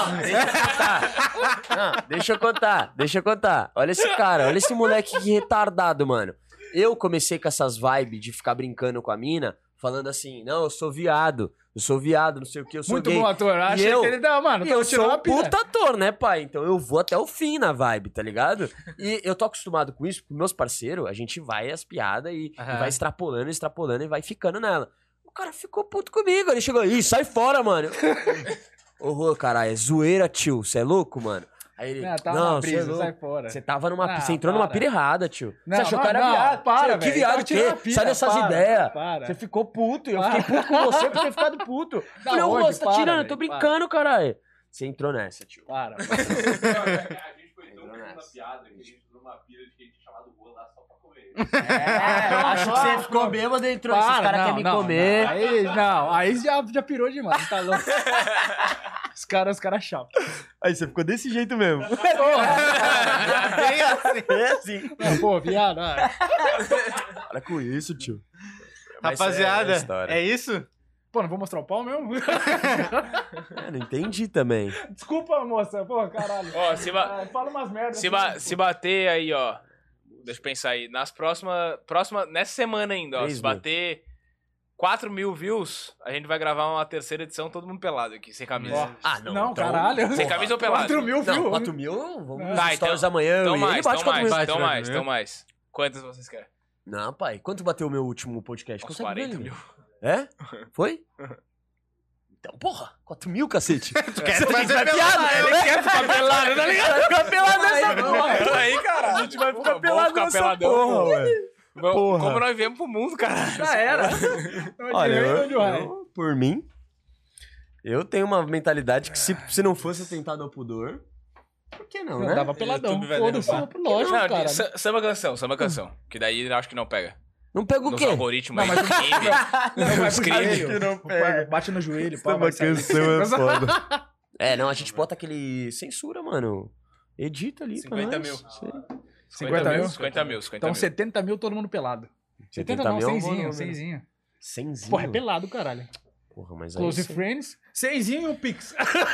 Deixa eu contar. Olha esse cara, olha esse moleque que retardado, mano. Eu comecei com essas vibes de ficar brincando com a mina, falando assim, não, eu sou viado, não sei o que, eu sou muito gay. bom ator. Achei que ele dá, mano. Eu sou um puta ator, né, pai? Então eu vou até o fim na vibe, tá ligado? E eu tô acostumado com isso, porque meus parceiros, a gente vai às piadas e vai extrapolando e vai ficando nela. O cara ficou puto comigo, ele chegou, ih, sai fora, mano. Ô, caralho, é zoeira, tio, você é louco, mano? Aí ele, não, você é louco. Sai fora. Você tava numa. Você entrou numa pira errada, tio. Não, você achou que era viado. Para, que viado que? Sai dessas ideias. Você ficou puto. Eu fiquei puto com você por ter ficado puto. Falei, ô, você tá tirando, eu tô brincando, caralho. Você entrou nessa, tio. Para. A gente foi tão na piada que a gente entrou numa pira de que a gente tinha chamado o Rua lá só pra comer. Eu acho que você ficou bêbado e entrou. Esses caras querem me comer. Aí já pirou demais, tá louco. Os caras chatos. Aí você ficou desse jeito mesmo. É assim. Não, pô, viado. Para com isso, tio. Rapaziada, é isso? Pô, não vou mostrar o pau mesmo? Não entendi também. Desculpa, moça. Pô, caralho. Ó, fala umas merdas. Se bater aí, ó. Deixa eu pensar aí. Nas próximas nessa semana ainda, ó. Se bater 4.000 views, a gente vai gravar uma terceira edição, todo mundo pelado aqui, sem camisa. Não. Não, então, caralho. Sem camisa ou pelado? 4.000 views. Não, 4.000, vamos nos Tá, stories amanhã. Então mais. Quantas vocês querem? Não, pai. Quanto bateu o meu último podcast? Uns Consegue 40 ver, mil. É? Foi? Então, porra, 4.000, cacete. Tu quer fazer piada? Ele quer ficar pelado, tá ligado? Vai ficar pelado nessa porra. Peraí, cara. A gente vai ficar Vamos pelado ficar nessa peladão, porra, pô. ué. Porra. Como nós viemos pro mundo, cara. Já era. Olha, eu, por mim, eu tenho uma mentalidade que se não fosse atentado ao pudor, por que não, né? Dava peladão. Foda-se. Lógico, Não, cara. samba canção. Que daí eu acho que não pega. Não pega o Nos quê? algoritmos aí, crime. Não, vai Os pro crimes. joelho. Bate no joelho, pá, vai sair. é foda. Não, a gente bota aquele censura, mano. Edita ali 50 mil. 50 mil? 50 mil. Então 70 mil todo mundo pelado. 70 não, 100zinho. 100zinho? Porra, é pelado, caralho. Porra, mas Close aí Friends, 100zinho e um Pix.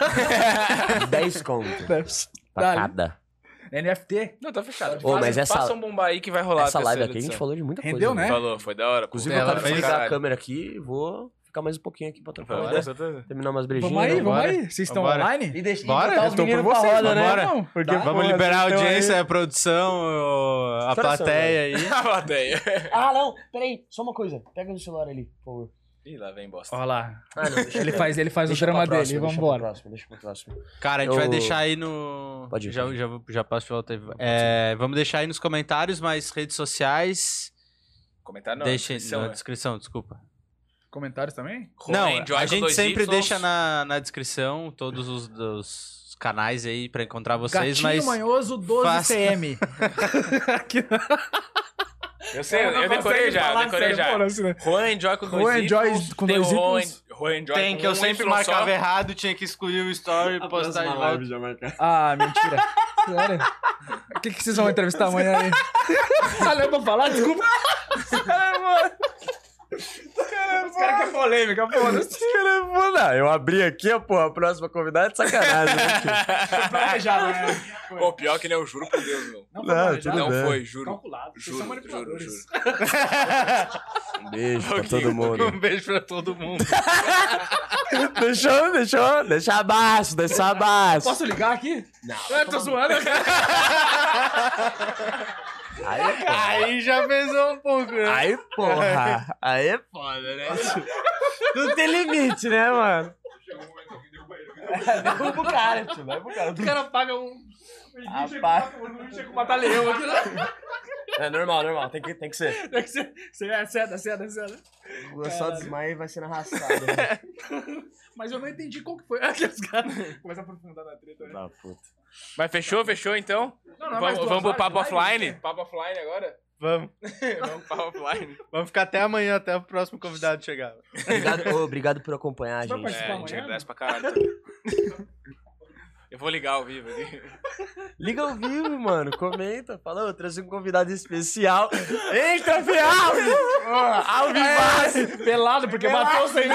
10 conto. Pra cada. NFT. Não, tá fechado. Mas Passa um bomba aí que vai rolar. Essa live aqui a gente falou de muita coisa. Rendeu, né? Falou, foi da hora. Inclusive, eu quero desligar a câmera aqui e vou ficar mais um pouquinho aqui pra trocar uma ideia. Terminar umas brejinhas. Vamos aí. Vocês estão online? E deixa Bora, os meninos pra roda, né? Não, porque Vamos liberar a audiência, a produção, a plateia aí. A plateia. Não, peraí, só uma coisa. Pega no celular ali, por favor. Ih, lá vem bosta. Olha lá. Não, ele faz o drama dele. Vambora. Deixa pro próximo. Cara, a gente vai deixar aí no... Pode ir. Já passo de volta aí. Vamos deixar aí nos comentários, mas redes sociais... Comentário não, Deixa na descrição, desculpa. Comentários também? Não, a gente sempre deixa na descrição todos os canais aí pra encontrar vocês, Gatinho mas... Manhoso 12 cm. Eu sei, eu decorei já. Juan Enjoy com 2 Juan Enjoy com 2 Y. Juan Enjoy Tem, que eu sempre marcava errado, tinha que excluir o story e postar de volta. Ah, mentira. Sério? O que vocês vão entrevistar amanhã aí? Valeu pra falar? Desculpa. Os caras querem polêmica, foda-se. Não, eu abri aqui, pô, a próxima convidada de sacanagem. Foi planejado, né? Pô, pior que nem eu juro por Deus, meu. Não foi, juro. Calculado. Vocês são manipuladores. Um beijo pra todo mundo. Um beijo pra todo mundo. Deixa abaixo. Posso ligar aqui? Não. Eu tô zoando, cara. Aí já pesou um pouco, né? Aí, porra. Aí é foda, né? Não tem limite, né, mano? Derruba o cara, tio. O cara paga um... O chega com um mata-leão aqui, né? É normal. Tem que ser. Tem que ser. Seda. Eu só desmaio e vai sendo arrastado. Né? Mas eu não entendi qual que foi. Aqueles caras começam a aprofundar na treta, né? Não, puta. Mas fechou então? Não, vamos pro papo offline? Papo offline agora? Vamos. Vamos pro papo offline. Vamos ficar até amanhã, até o próximo convidado chegar. Obrigado por acompanhar a gente. A gente agradece pra caralho também. Eu vou ligar ao vivo ali. Liga ao vivo, mano. Comenta. Fala, eu trouxe um convidado especial. Entra, Fial! Ao vivo! Pelado, porque matou sem...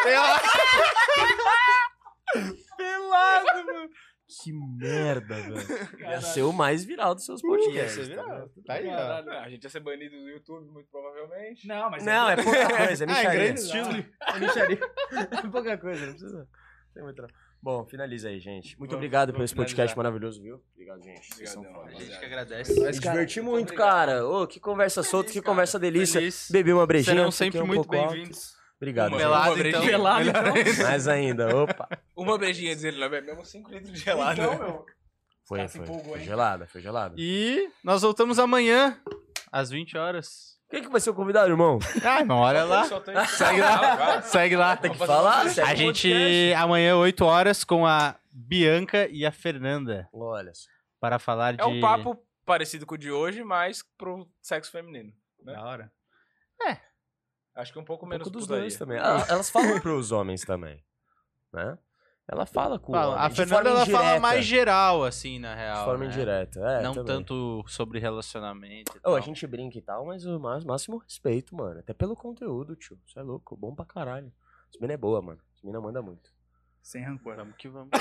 Pelado, mano. Que merda, velho. Ia ser o mais viral dos seus podcasts. Tá aí, ó. A gente ia ser banido do YouTube, muito provavelmente. Não, mas... Não, é pouca coisa. É micharia. É grande estilo. É micharia. É pouca coisa, não precisa... Tem muito... Bom, finaliza aí, gente. Muito obrigado por esse podcast maravilhoso, viu? Obrigado, gente. A gente que agradece. Me diverti muito, cara. Ô, que conversa solta, que conversa delícia. Bebi uma brejinha. Serão sempre muito bem-vindos. Obrigado. Pelado, então. Pelado, então. Mais ainda, opa. Uma brejinha, dizer, ele bebe mesmo 5 litros de gelado. Então, meu... Foi gelada. E nós voltamos amanhã, às 20 horas. Quem que vai ser o convidado, irmão? Não, olha lá. Segue lá. Tem que falar. A gente, amanhã, 8 horas, com a Bianca e a Fernanda. Olha só. Para falar de... É um papo parecido com o de hoje, mas pro sexo feminino. Né? Da hora. Acho que um pouco menos dos putaria. dois também. Elas falam pros homens também, né? Ela fala com o homem. A Fernanda, ela fala mais geral, assim, na real. De forma indireta, Não também. Tanto sobre relacionamento e tal. A gente brinca e tal, mas o máximo respeito, mano. Até pelo conteúdo, tio. Isso é louco. Bom pra caralho. Essa mina é boa, mano. Essa mina manda muito. Sem rancor. Vamos que vamos.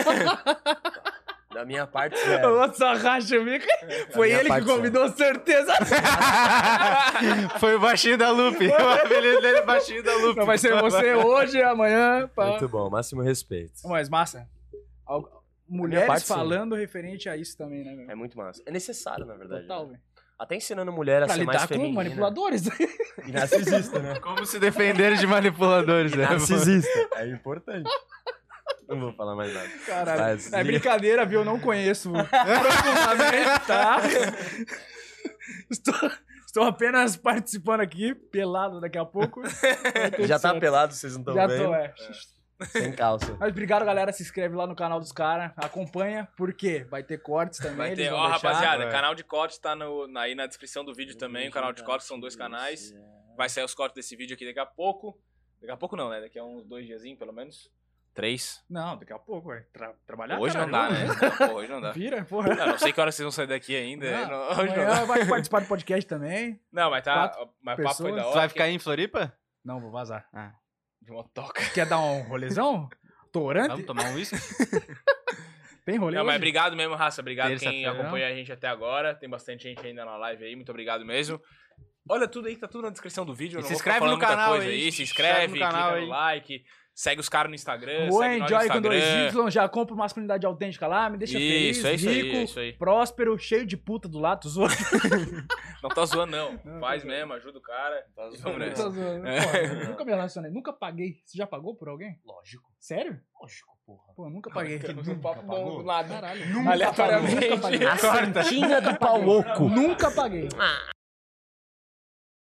Da minha parte, O outro só racha o bico. Foi ele que convidou, certeza. Foi o baixinho da Lupe. O apelido dele é baixinho da Lupe. Então vai ser você hoje e amanhã. Pá. Muito bom, máximo respeito. Mas massa. Mulheres falando referente a isso também, né, meu? É muito massa. É necessário, na verdade. Total, né? velho. Até ensinando mulher a pra ser mais feminina. com manipuladores. E narcisista, né? Como se defender de manipuladores, né? Narcisista. É importante. Não vou falar mais nada. Caralho. É brincadeira, viu? Eu não conheço profundamente, tá? Estou apenas participando aqui, pelado daqui a pouco. Já tá pelado, vocês não estão vendo? Já tô, Sem calça. Mas obrigado, galera. Se inscreve lá no canal dos caras. Acompanha, porque vai ter cortes também. Vai ter, rapaziada, canal de cortes tá aí na descrição do vídeo também. O canal de cortes são 2 canais. Vai sair os cortes desse vídeo aqui daqui a pouco. Daqui a pouco não, né? Daqui a uns 2 diazinhos, pelo menos. 3. Não, daqui a pouco, vai trabalhar. Hoje caralho, não dá, né? Não, hoje não dá. Vira, porra. Não sei que hora vocês vão sair daqui ainda. Hoje não dá. Vai participar do podcast também. Não, mas tá. Mas o papo foi da hora. Você vai ficar aí em Floripa? Não, vou vazar. De motoca. Quer dar um rolezão? Torante? Vamos tomar um uísque? Tem rolê Não, hoje? mas obrigado mesmo, raça. Obrigado quem acompanha a gente até agora. Tem bastante gente ainda na live aí. Muito obrigado mesmo. Olha tudo aí, tá tudo na descrição do vídeo. Se inscreve no canal aí. Se inscreve, clica no like. Segue os caras no Instagram. Juan Enjoy com 2Y, já compra masculinidade autêntica lá, me deixa feliz, rico, isso aí. próspero, cheio de puta do lado, tô zoando. Não tá zoando, não. Faz mesmo, ajuda o cara. Tá zoando. Porra, nunca me relacionei, nunca paguei. Você já pagou por alguém? Lógico. Sério? Lógico, porra. Pô, nunca paguei. Um papo bom do nada. Caralho. Aleatoriamente. Nunca paguei. A santinha do pau louco. Nunca paguei.